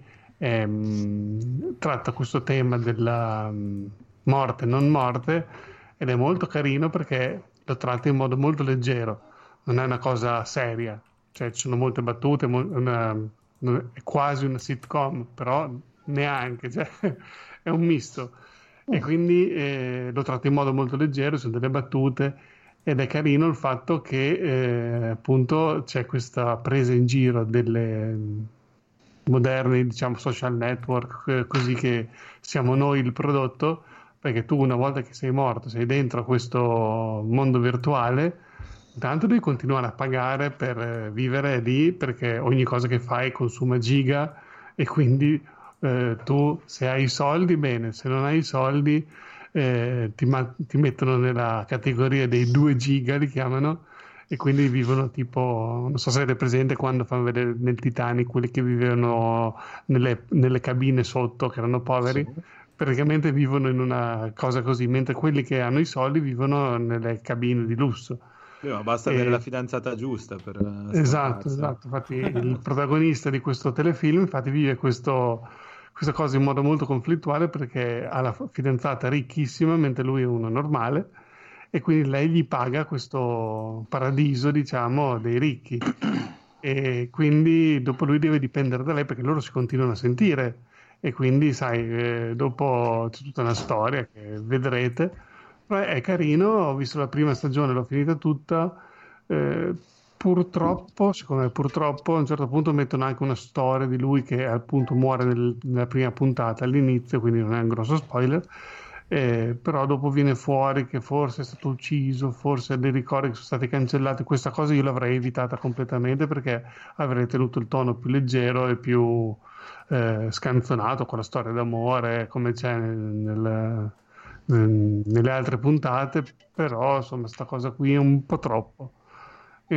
[SPEAKER 4] ehm, tratta questo tema della mh, morte non morte ed è molto carino perché lo tratta in modo molto leggero, non è una cosa seria, cioè ci sono molte battute, mo- una- non- è quasi una sitcom, però neanche, cioè, è un misto e quindi eh, lo tratta in modo molto leggero, ci sono delle battute ed è carino il fatto che eh, appunto c'è questa presa in giro delle mh, moderni, diciamo, social network, eh, così che siamo noi il prodotto, perché tu una volta che sei morto, sei dentro a questo mondo virtuale, intanto devi continuare a pagare per eh, vivere lì, perché ogni cosa che fai consuma giga e quindi eh, tu se hai i soldi, bene, se non hai i soldi eh, ti, ma- ti mettono nella categoria dei due giga, li chiamano, e quindi vivono tipo, non so se avete presente quando fanno vedere nel Titanic quelli che vivevano nelle, nelle cabine sotto, che erano poveri, praticamente vivono in una cosa così, mentre quelli che hanno i soldi vivono nelle cabine di lusso.
[SPEAKER 6] Beh, ma basta
[SPEAKER 4] E-
[SPEAKER 6] avere la fidanzata giusta per eh,
[SPEAKER 4] Esatto,
[SPEAKER 6] scapparsi.
[SPEAKER 4] esatto. Infatti il protagonista di questo telefilm infatti vive questo, questa cosa in modo molto conflittuale perché ha la fidanzata ricchissima mentre lui è uno normale e quindi lei gli paga questo paradiso, diciamo, dei ricchi e quindi dopo lui deve dipendere da lei perché loro si continuano a sentire e quindi sai, eh, dopo c'è tutta una storia che vedrete, però è carino, ho visto la prima stagione, l'ho finita tutta. Eh, purtroppo, secondo me, purtroppo a un certo punto mettono anche una storia di lui che appunto muore nel- nella prima puntata all'inizio, quindi non è un grosso spoiler. Eh, però dopo viene fuori che forse è stato ucciso, forse dei ricordi che sono stati cancellati. Questa cosa io l'avrei evitata completamente perché avrei tenuto il tono più leggero e più eh, scanzonato con la storia d'amore, come c'è nel, nel- nel- nelle altre puntate. Però insomma, sta cosa qui è un po' troppo. E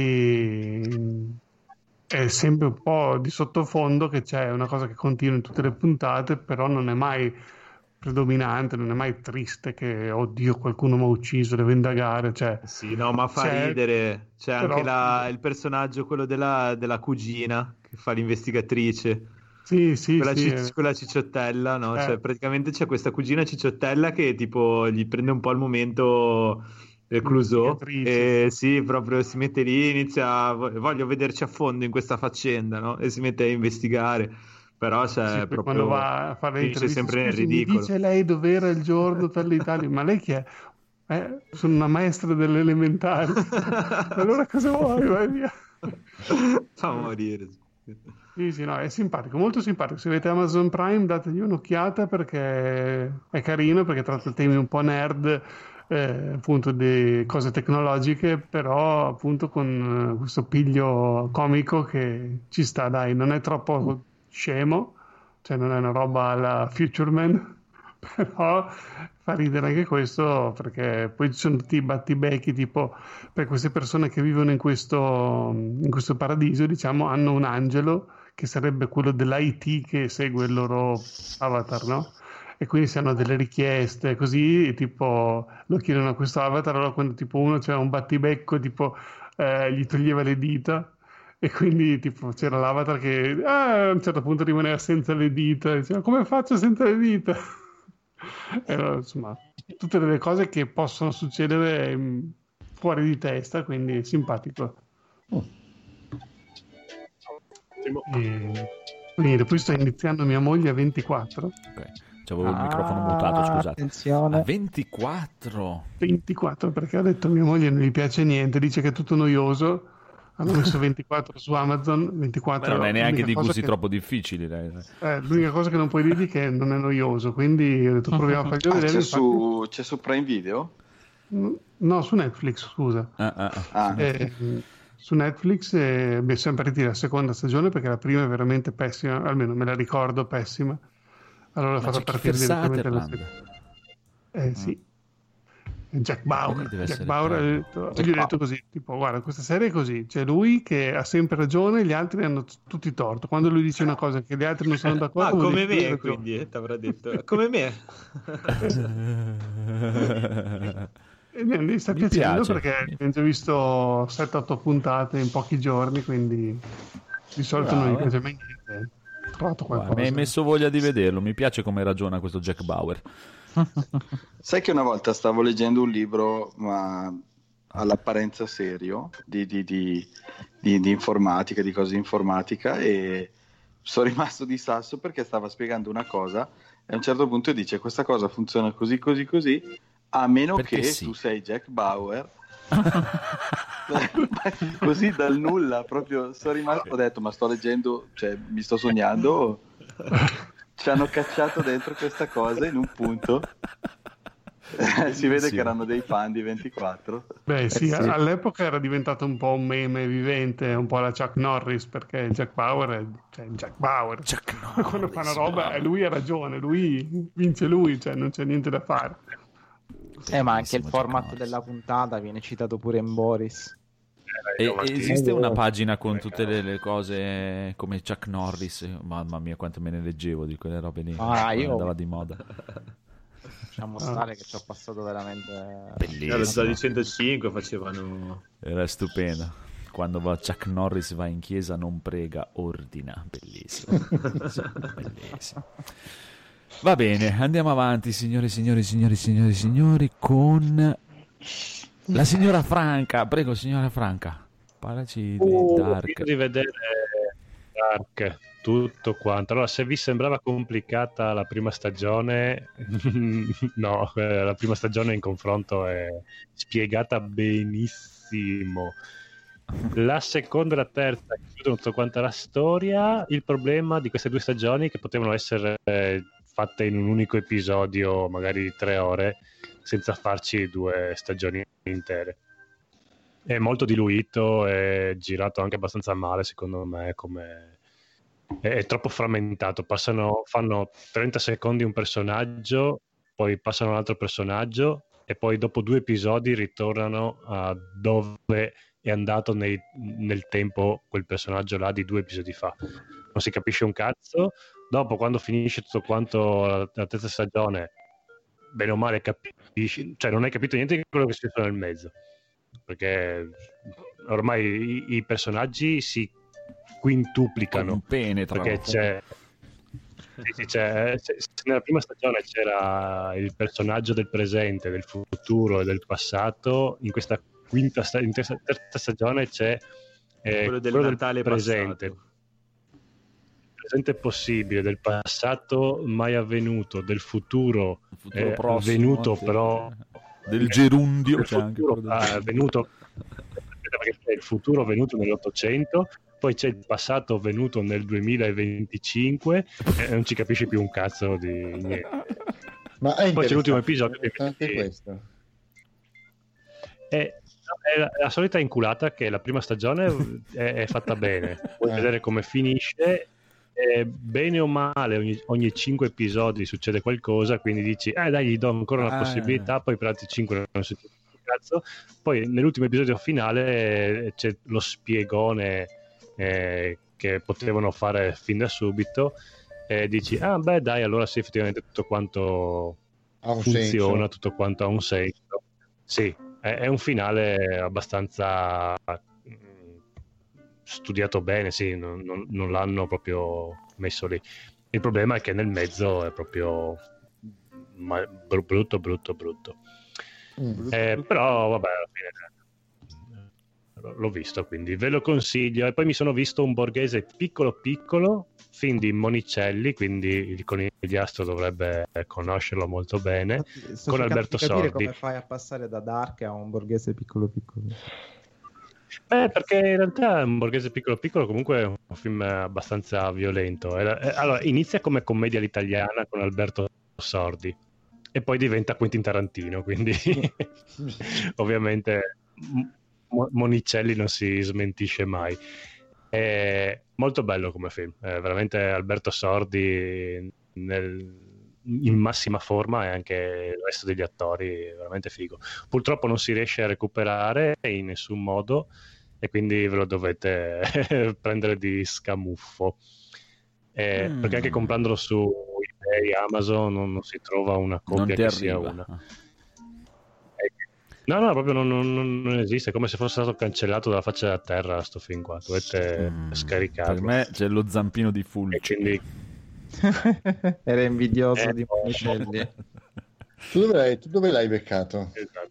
[SPEAKER 4] infatti è sempre un po' di sottofondo che c'è una cosa che continua in tutte le puntate, però non è mai predominante, non è mai triste che oddio qualcuno mi ha ucciso, devo indagare, cioè,
[SPEAKER 6] Sì, no, ma fa
[SPEAKER 4] c'è-
[SPEAKER 6] ridere. C'è
[SPEAKER 4] però-
[SPEAKER 6] anche la- il personaggio, quello della, della cugina, che fa l'investigatrice.
[SPEAKER 4] Sì, sì,
[SPEAKER 6] Quella,
[SPEAKER 4] sì,
[SPEAKER 6] ci-
[SPEAKER 4] eh.
[SPEAKER 6] quella cicciottella, no?
[SPEAKER 4] Eh.
[SPEAKER 6] Cioè, praticamente c'è questa cugina cicciottella che tipo gli prende un po' il momento del Clouseau e sì, proprio si mette lì, inizia a- voglio vederci a fondo in questa faccenda, no? E si mette a investigare. Però
[SPEAKER 4] Sì,
[SPEAKER 6] c'è
[SPEAKER 4] poi
[SPEAKER 6] proprio
[SPEAKER 4] quando va a fare le
[SPEAKER 6] finisce
[SPEAKER 4] interviste,
[SPEAKER 6] sempre nel
[SPEAKER 4] "Scusi, mi
[SPEAKER 6] ridicolo.
[SPEAKER 4] dice lei dov'era il giorno per l'Italia?" Ma lei chi è? Eh, sono una maestra delle elementari. Allora cosa vuoi? Vai via.
[SPEAKER 6] Fa morire.
[SPEAKER 4] Sì, sì, no, è simpatico, molto simpatico. Se avete Amazon Prime, dategli un'occhiata perché è carino, perché tratta temi un po' nerd, eh, appunto di cose tecnologiche, però appunto con eh, questo piglio comico che ci sta, dai, non è troppo scemo, cioè non è una roba alla Future Man, però fa ridere anche questo perché poi ci sono tutti i battibecchi tipo per queste persone che vivono in questo, in questo paradiso, diciamo, hanno un angelo che sarebbe quello dell'I T che segue il loro avatar, no? E quindi se hanno delle richieste così, tipo lo chiedono a questo avatar, allora quando tipo uno c'era un battibecco, tipo eh, gli toglieva le dita e quindi tipo c'era l'avatar che ah, a un certo punto rimaneva senza le dita, e diceva come faccio senza le dita? E allora, insomma, tutte delle cose che possono succedere mm, fuori di testa, quindi simpatico. E... Quindi poi sto iniziando Mia moglie a ventiquattro.
[SPEAKER 1] Ok, c'avevo il
[SPEAKER 12] Ah,
[SPEAKER 1] microfono mutato, scusate.
[SPEAKER 12] attenzione.
[SPEAKER 1] A ventiquattro.
[SPEAKER 4] ventiquattro perché ha detto a mia moglie non gli piace niente, dice che è tutto noioso. Hanno messo ventiquattro su Amazon. ventiquattro
[SPEAKER 1] Ma non è neanche
[SPEAKER 4] l'unica
[SPEAKER 1] di
[SPEAKER 4] cosa
[SPEAKER 1] gusti
[SPEAKER 4] che-
[SPEAKER 1] troppo difficili. Dai.
[SPEAKER 4] eh, l'unica cosa che non puoi dirgli è che non è noioso, quindi ho detto proviamo a farglielo
[SPEAKER 7] Ah,
[SPEAKER 4] vedere.
[SPEAKER 7] c'è,
[SPEAKER 4] infatti-
[SPEAKER 7] su, c'è su Prime Video?
[SPEAKER 4] No, su Netflix, scusa.
[SPEAKER 1] Ah, ah, ah.
[SPEAKER 7] Ah,
[SPEAKER 4] Eh, su Netflix eh, beh, siamo partiti la seconda stagione perché la prima è veramente pessima, almeno me la ricordo pessima. Allora l'ho
[SPEAKER 1] Ma
[SPEAKER 4] fatta
[SPEAKER 1] c'è
[SPEAKER 4] partire
[SPEAKER 1] Kiefer
[SPEAKER 4] direttamente la
[SPEAKER 1] Sutherland.
[SPEAKER 4] seconda. Eh sì. Jack Bauer,
[SPEAKER 1] Quindi deve
[SPEAKER 4] Jack
[SPEAKER 1] essere
[SPEAKER 4] Bauer ha
[SPEAKER 1] bello.
[SPEAKER 4] detto,
[SPEAKER 12] Jack
[SPEAKER 4] gli ho detto così, tipo guarda questa serie è così, c'è lui che ha sempre ragione, gli altri hanno t- tutti torto, quando lui dice una cosa che gli altri non sono d'accordo
[SPEAKER 6] Ah,
[SPEAKER 4] vuol
[SPEAKER 6] come
[SPEAKER 4] dire che lui ha
[SPEAKER 6] me,
[SPEAKER 4] ragione.
[SPEAKER 6] quindi, ti avrà detto. Come me.
[SPEAKER 4] E niente, mi sta
[SPEAKER 1] Mi
[SPEAKER 4] piacendo
[SPEAKER 1] piace.
[SPEAKER 4] perché abbiamo già visto sette otto puntate in pochi giorni, quindi di solito non mi
[SPEAKER 1] Bravo.
[SPEAKER 4] piace mai niente. Ho trovato
[SPEAKER 1] Guarda,
[SPEAKER 4] qualcosa.
[SPEAKER 1] mi hai messo voglia di vederlo. Mi piace come ragiona questo Jack Bauer.
[SPEAKER 7] sai che una volta stavo leggendo un libro, ma all'apparenza serio, di, di- di- di- di informatica, di cose di informatica, e sono rimasto di sasso perché stava spiegando una cosa e a un certo punto dice questa cosa funziona così, così, così, a meno
[SPEAKER 1] Perché
[SPEAKER 7] che
[SPEAKER 1] sì.
[SPEAKER 7] tu sei Jack Bauer. Così dal nulla proprio sono rimasto, ho detto ma sto leggendo, cioè mi sto sognando, ci hanno cacciato dentro questa cosa in un punto. Si vede che erano dei fan di ventiquattro.
[SPEAKER 4] Beh sì,
[SPEAKER 7] Eh,
[SPEAKER 4] all'epoca era diventato un po' un meme vivente, un po' la Chuck Norris, perché Jack Bauer è cioè, Jack Bauer. Quando fa una roba, eh, lui ha ragione, lui vince lui, cioè non c'è niente da fare.
[SPEAKER 12] Eh, ma anche il
[SPEAKER 1] Bellissimo Jack
[SPEAKER 12] format
[SPEAKER 1] Norris.
[SPEAKER 12] della puntata viene citato pure in Boris.
[SPEAKER 1] E,
[SPEAKER 3] Io, Martino.
[SPEAKER 1] esiste una pagina con tutte le, le cose come Chuck Norris? Mamma mia, quanto me ne leggevo di quelle robe lì.
[SPEAKER 12] Ah,
[SPEAKER 1] quando
[SPEAKER 12] io-
[SPEAKER 1] andava di moda.
[SPEAKER 12] Lasciamo stare che ci ho passato veramente...
[SPEAKER 6] Era
[SPEAKER 1] Bellissimo.
[SPEAKER 6] già di centocinque facevano.
[SPEAKER 1] Era stupendo. Quando va Chuck Norris va in chiesa non prega, ordina. Bellissimo. Bellissimo. Bellissimo. Va bene, andiamo avanti, signori, signori, signori, signori, signori, con la signora Franca. Prego, signora Franca, parlaci di
[SPEAKER 3] Uh,
[SPEAKER 1] Dark.
[SPEAKER 3] io di vedere Dark, tutto quanto. Allora, se vi sembrava complicata la prima stagione, no, eh, la prima stagione in confronto è spiegata benissimo. La seconda e la terza chiudono tutto quanto la storia. Il problema di queste due stagioni è che potevano essere eh, fatte in un unico episodio, magari di tre ore, senza farci due stagioni intere. È molto diluito, è girato anche abbastanza male, secondo me, come... è, è troppo frammentato. Passano, fanno trenta secondi un personaggio, poi passano un altro personaggio e poi dopo due episodi ritornano a dove è andato nei- nel tempo quel personaggio là di due episodi fa. Non si capisce un cazzo. Dopo, quando finisce tutto quanto la, la terza stagione, bene o male capisci, cioè non hai capito niente di quello che è successo nel mezzo, perché ormai i, i personaggi si quintuplicano,
[SPEAKER 1] Compenetrano.
[SPEAKER 3] perché c'è, sì, sì, c'è- c'è- nella prima stagione c'era il personaggio del presente, del futuro e del passato. In questa quinta sta- in terza, terza stagione c'è eh,
[SPEAKER 6] Quello del
[SPEAKER 3] quello
[SPEAKER 6] Natale
[SPEAKER 3] presente
[SPEAKER 6] passato.
[SPEAKER 3] presente possibile, del passato mai avvenuto, del futuro,
[SPEAKER 1] futuro
[SPEAKER 3] eh,
[SPEAKER 1] prossimo,
[SPEAKER 3] avvenuto
[SPEAKER 1] sì.
[SPEAKER 3] però
[SPEAKER 1] Del gerundio,
[SPEAKER 3] del
[SPEAKER 1] c'è anche
[SPEAKER 3] futuro,
[SPEAKER 1] quello del-
[SPEAKER 3] ah, avvenuto perché c'è il futuro venuto nell'Ottocento, poi c'è il passato venuto nel duemilaventicinque e non ci capisci più un cazzo di niente.
[SPEAKER 8] Ma è
[SPEAKER 3] Poi c'è l'ultimo
[SPEAKER 8] interessante
[SPEAKER 3] episodio che
[SPEAKER 8] anche
[SPEAKER 3] che-
[SPEAKER 8] questo.
[SPEAKER 3] è, è la, è la solita inculata che la prima stagione è, è fatta bene, puoi
[SPEAKER 8] Eh.
[SPEAKER 3] vedere come finisce, e bene o male ogni, ogni cinque episodi succede qualcosa, quindi dici eh dai, gli do ancora una
[SPEAKER 1] Ah.
[SPEAKER 3] possibilità, poi per altri cinque non succede un cazzo. Poi nell'ultimo episodio finale eh, c'è lo spiegone eh, che potevano fare fin da subito e dici ah beh dai, allora sì, effettivamente tutto quanto
[SPEAKER 8] Ha un
[SPEAKER 3] funziona,
[SPEAKER 8] senso.
[SPEAKER 3] tutto quanto ha un senso. Sì, è, è un finale abbastanza mm, studiato bene, sì, non, non- non l'hanno proprio messo lì. Il problema è che nel mezzo è proprio ma- br- brutto, brutto, brutto.
[SPEAKER 8] Mm.
[SPEAKER 3] Eh, però vabbè, alla fine l'ho visto, quindi ve lo consiglio. E poi mi sono visto un borghese piccolo piccolo, film di Monicelli, quindi il conigliastro dovrebbe conoscerlo molto bene,
[SPEAKER 12] Sto
[SPEAKER 3] con
[SPEAKER 12] cercando
[SPEAKER 3] Alberto
[SPEAKER 12] di capire
[SPEAKER 3] Sordi.
[SPEAKER 12] come fai a passare da Dark a un borghese piccolo piccolo.
[SPEAKER 3] Beh, perché in realtà un borghese piccolo piccolo comunque è un film abbastanza violento. Era- eh, Allora, inizia come commedia all'italiana con Alberto Sordi e poi diventa Quentin Tarantino, quindi ovviamente Mo- Monicelli non si smentisce mai. È molto bello come film, è veramente Alberto Sordi nel- in massima forma, e anche il resto degli attori è veramente figo. Purtroppo non si riesce a recuperare in nessun modo e quindi ve lo dovete prendere di scamuffo. Eh,
[SPEAKER 1] Mm.
[SPEAKER 3] Perché anche comprandolo su eBay, Amazon non, non si trova una
[SPEAKER 1] Non
[SPEAKER 3] copia
[SPEAKER 1] ti
[SPEAKER 3] che sia
[SPEAKER 1] arriva.
[SPEAKER 3] una. No, no, proprio non, non- non esiste, è come se fosse stato cancellato dalla faccia della terra sto film qua, dovete
[SPEAKER 1] Mm.
[SPEAKER 3] scaricarlo.
[SPEAKER 1] Per me c'è lo zampino di Fulci.
[SPEAKER 3] E quindi
[SPEAKER 12] Era invidioso
[SPEAKER 3] Eh,
[SPEAKER 12] di
[SPEAKER 3] no.
[SPEAKER 12] Monicelli.
[SPEAKER 8] Tu dove l'hai, tu dove l'hai beccato?
[SPEAKER 3] Esatto.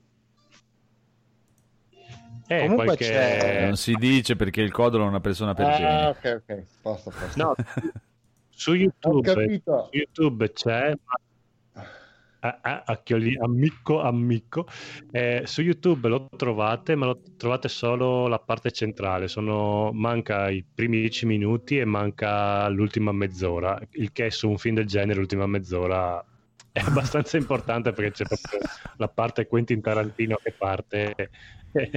[SPEAKER 3] Eh,
[SPEAKER 12] Comunque
[SPEAKER 3] qualche...
[SPEAKER 12] c'è-
[SPEAKER 1] Non si dice perché il codolo è una persona per
[SPEAKER 8] Ah,
[SPEAKER 1] bene.
[SPEAKER 8] ok, ok, posto, posto.
[SPEAKER 3] No, su
[SPEAKER 8] Ho
[SPEAKER 3] YouTube,
[SPEAKER 8] capito.
[SPEAKER 3] su YouTube c'è ah, ah, Acchioli- ammicco ammicco eh, su YouTube lo trovate, ma lo trovate solo la parte centrale. Sono, manca i primi dieci minuti e manca l'ultima mezz'ora, il che su un film del genere l'ultima mezz'ora è abbastanza importante, perché c'è proprio la parte Quentin Tarantino che parte e,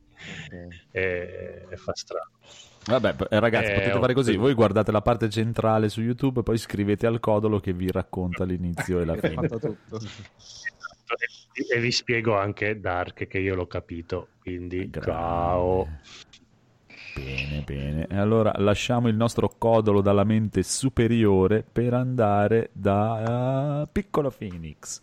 [SPEAKER 3] e fa strano.
[SPEAKER 1] Vabbè, p- eh, ragazzi,
[SPEAKER 3] Eh,
[SPEAKER 1] potete
[SPEAKER 3] ho-
[SPEAKER 1] fare così: voi guardate la parte centrale su YouTube, poi scrivete al codolo che vi racconta l'inizio e la
[SPEAKER 12] Avete
[SPEAKER 1] fine.
[SPEAKER 12] fatto tutto.
[SPEAKER 3] E vi spiego anche Dark, che io l'ho capito, quindi
[SPEAKER 1] Grande.
[SPEAKER 3] ciao.
[SPEAKER 1] Bene, bene. E allora lasciamo il nostro codolo dalla mente superiore per andare da uh, Piccolo Phoenix.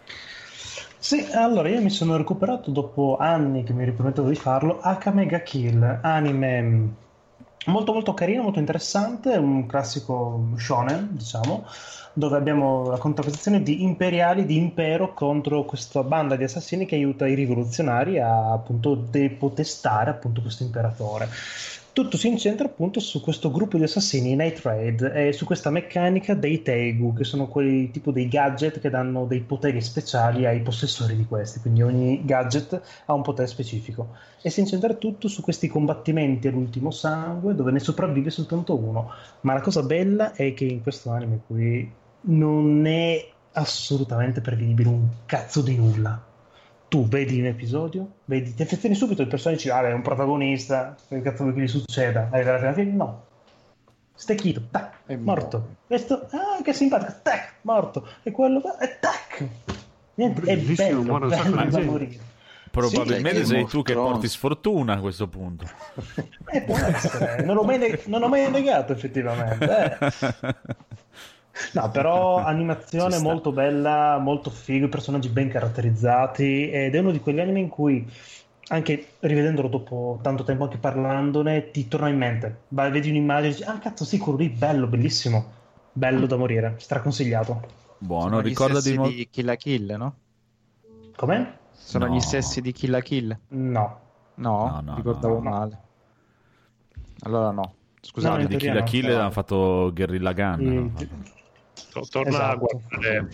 [SPEAKER 13] Sì, allora io mi sono recuperato dopo anni che mi ripromettevo di farlo H Mega Kill, anime molto molto carino, molto interessante, un classico shonen, diciamo, dove abbiamo la contrapposizione di imperiali, di impero contro questa banda di assassini che aiuta i rivoluzionari a appunto depotestare appunto questo imperatore. Tutto si incentra appunto su questo gruppo di assassini, i Night Raid, e su questa meccanica dei Teigu, che sono quei tipo dei gadget che danno dei poteri speciali ai possessori di questi, quindi ogni gadget ha un potere specifico. E si incentra tutto su questi combattimenti all'ultimo sangue, dove ne sopravvive soltanto uno. Ma la cosa bella è che in questo anime qui non è assolutamente prevedibile un cazzo di nulla. Tu vedi un episodio, vedi, ti affezioni subito il personaggio e dici, ah, è un protagonista, che cazzo vuoi che gli succeda? Arriva alla fine, no. Stecchito, tac,
[SPEAKER 8] È
[SPEAKER 13] morto. Questo, ah, che simpatico, tac, morto. E quello, e tac. Niente, è
[SPEAKER 4] Bellissimo,
[SPEAKER 13] bello,
[SPEAKER 4] muore un sacco
[SPEAKER 13] bello
[SPEAKER 4] di
[SPEAKER 13] da
[SPEAKER 4] gente.
[SPEAKER 13] morire.
[SPEAKER 1] Probabilmente
[SPEAKER 7] Sì,
[SPEAKER 1] sei
[SPEAKER 7] Game
[SPEAKER 1] tu
[SPEAKER 7] of
[SPEAKER 1] che
[SPEAKER 7] Thrones.
[SPEAKER 1] porti sfortuna a questo punto.
[SPEAKER 13] Eh, può essere, non l'ho mai, ne- non l'ho mai negato effettivamente. eh. No, però
[SPEAKER 1] Ci
[SPEAKER 13] animazione
[SPEAKER 1] sta.
[SPEAKER 13] molto bella, molto figo, personaggi ben caratterizzati, ed è uno di quegli anime in cui, anche rivedendolo dopo tanto tempo, anche parlandone, ti torna in mente. Vai, vedi un'immagine e dici, ah cazzo sì, quello lì, bello, bellissimo, bello da morire, straconsigliato.
[SPEAKER 1] Buono,
[SPEAKER 12] Sono gli
[SPEAKER 1] ricordati
[SPEAKER 12] stessi
[SPEAKER 1] mo-
[SPEAKER 12] di Kill la Kill, no?
[SPEAKER 13] Com'è?
[SPEAKER 12] Sono
[SPEAKER 1] No.
[SPEAKER 12] gli stessi di Kill la Kill?
[SPEAKER 13] No.
[SPEAKER 12] No,
[SPEAKER 1] No, no,
[SPEAKER 12] ricordavo
[SPEAKER 13] no, no.
[SPEAKER 12] male. Allora no.
[SPEAKER 13] No,
[SPEAKER 12] Scusate.
[SPEAKER 13] in
[SPEAKER 1] di
[SPEAKER 13] teoria
[SPEAKER 1] Kill la
[SPEAKER 13] no.
[SPEAKER 1] Kill hanno fatto Guerrilla Gun.
[SPEAKER 13] Mm,
[SPEAKER 1] hanno fatto-
[SPEAKER 3] To- Torna a
[SPEAKER 13] Esatto.
[SPEAKER 3] guardare.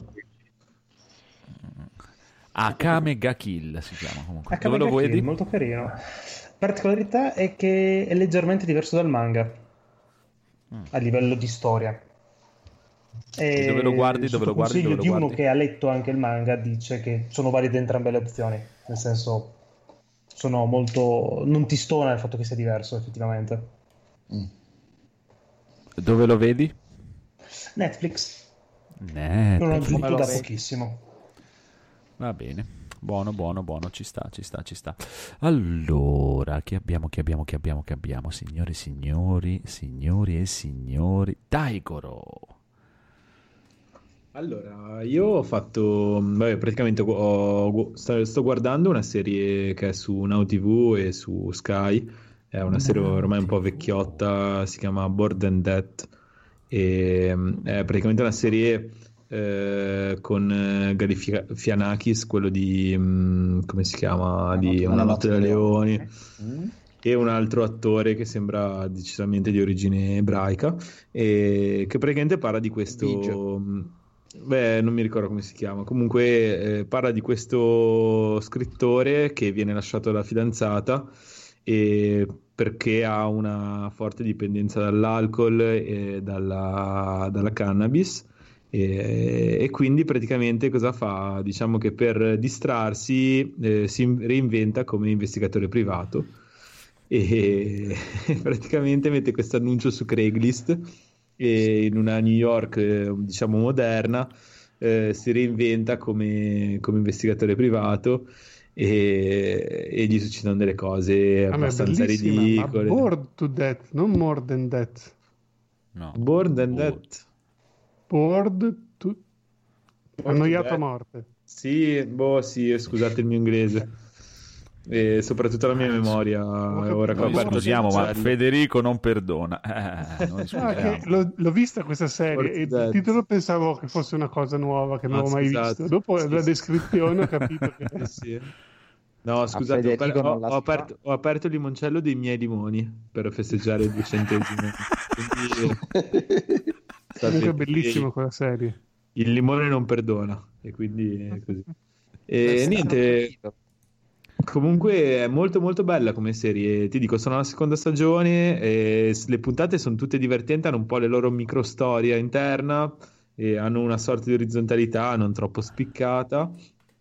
[SPEAKER 1] Akame ga Kill si chiama comunque.
[SPEAKER 13] Akame
[SPEAKER 1] Dove lo
[SPEAKER 13] ga Kill,
[SPEAKER 1] vedi?
[SPEAKER 13] molto carino. Particolarità è che è leggermente diverso dal manga
[SPEAKER 1] Mm.
[SPEAKER 13] a livello di storia.
[SPEAKER 1] E dove lo guardi?
[SPEAKER 13] sotto
[SPEAKER 1] Dove lo guardi?
[SPEAKER 13] consiglio
[SPEAKER 1] Dove lo
[SPEAKER 13] di uno
[SPEAKER 1] guardi?
[SPEAKER 13] che ha letto anche il manga, dice che sono valide entrambe le opzioni, nel senso sono molto, non ti stona il fatto che sia diverso effettivamente.
[SPEAKER 1] Dove lo vedi?
[SPEAKER 13] Netflix
[SPEAKER 1] Netflix.
[SPEAKER 13] non l'ho aggiunto
[SPEAKER 12] lo
[SPEAKER 13] da
[SPEAKER 12] vedi?
[SPEAKER 13] pochissimo.
[SPEAKER 1] Va bene. Buono, buono, buono, ci sta, ci sta, ci sta. Allora, che abbiamo, che abbiamo, che abbiamo, che abbiamo, signori e signori, signori e signori, Daigoro.
[SPEAKER 6] Allora, io ho fatto, vabbè, praticamente ho- sto, sto guardando una serie che è su Now T V e su Sky, è una serie ormai un po' vecchiotta, si chiama Bored and Dead, e mm, è praticamente una serie eh, con eh, Galifianakis, quello di, mm, come si chiama, di Una notte da leoni. e un altro attore che sembra decisamente di origine ebraica, e che praticamente parla di questo... Beh, non mi ricordo come si chiama. Comunque eh, parla di questo scrittore che viene lasciato dalla fidanzata e perché ha una forte dipendenza dall'alcol e dalla, dalla cannabis. E, e quindi praticamente cosa fa? Diciamo che per distrarsi eh, si reinventa come investigatore privato e praticamente mette questo annuncio su Craigslist e in una New York eh, diciamo moderna eh, si reinventa come, come investigatore privato e, e gli succedono delle cose
[SPEAKER 4] Ah, ma è
[SPEAKER 6] abbastanza
[SPEAKER 4] bellissima,
[SPEAKER 6] ridicole.
[SPEAKER 4] ma Bored to Death, non More Than Death.
[SPEAKER 1] No.
[SPEAKER 6] Bored and Death.
[SPEAKER 4] Bored to... Annoiato a
[SPEAKER 6] Death.
[SPEAKER 4] morte.
[SPEAKER 6] Sì, boh, sì, scusate il mio inglese. E soprattutto la mia memoria ora che ho
[SPEAKER 1] Noi
[SPEAKER 6] aperto
[SPEAKER 1] scusiamo,
[SPEAKER 6] il
[SPEAKER 1] ma
[SPEAKER 6] cancello.
[SPEAKER 1] Federico non perdona. Eh, noi
[SPEAKER 4] Ah,
[SPEAKER 1] scusiamo.
[SPEAKER 4] che l'ho, l'ho vista questa serie
[SPEAKER 6] Bored
[SPEAKER 4] e
[SPEAKER 6] to
[SPEAKER 4] il
[SPEAKER 6] Death.
[SPEAKER 4] titolo pensavo che fosse una cosa nuova che non
[SPEAKER 6] Ah,
[SPEAKER 4] avevo mai
[SPEAKER 6] scusate.
[SPEAKER 4] visto. Dopo
[SPEAKER 6] Sì,
[SPEAKER 4] la
[SPEAKER 6] sì.
[SPEAKER 4] descrizione ho capito che...
[SPEAKER 6] Sì, sì. No, scusate, ho,
[SPEAKER 12] Federico
[SPEAKER 6] aper-
[SPEAKER 12] non
[SPEAKER 6] ho-
[SPEAKER 12] la
[SPEAKER 6] ho
[SPEAKER 12] sa.
[SPEAKER 6] aperto, ho aperto il limoncello dei miei limoni per festeggiare il duecentesimo. Quindi state
[SPEAKER 4] Comunque è
[SPEAKER 6] attenti.
[SPEAKER 4] bellissima quella serie.
[SPEAKER 6] Il limone non perdona e quindi è così. E
[SPEAKER 12] Questo
[SPEAKER 6] niente,
[SPEAKER 12] l'ho capito.
[SPEAKER 6] comunque è molto molto bella come serie, ti dico, sono alla seconda stagione e s- le puntate sono tutte divertenti, hanno un po' le loro micro storia interna e hanno una sorta di orizzontalità non troppo spiccata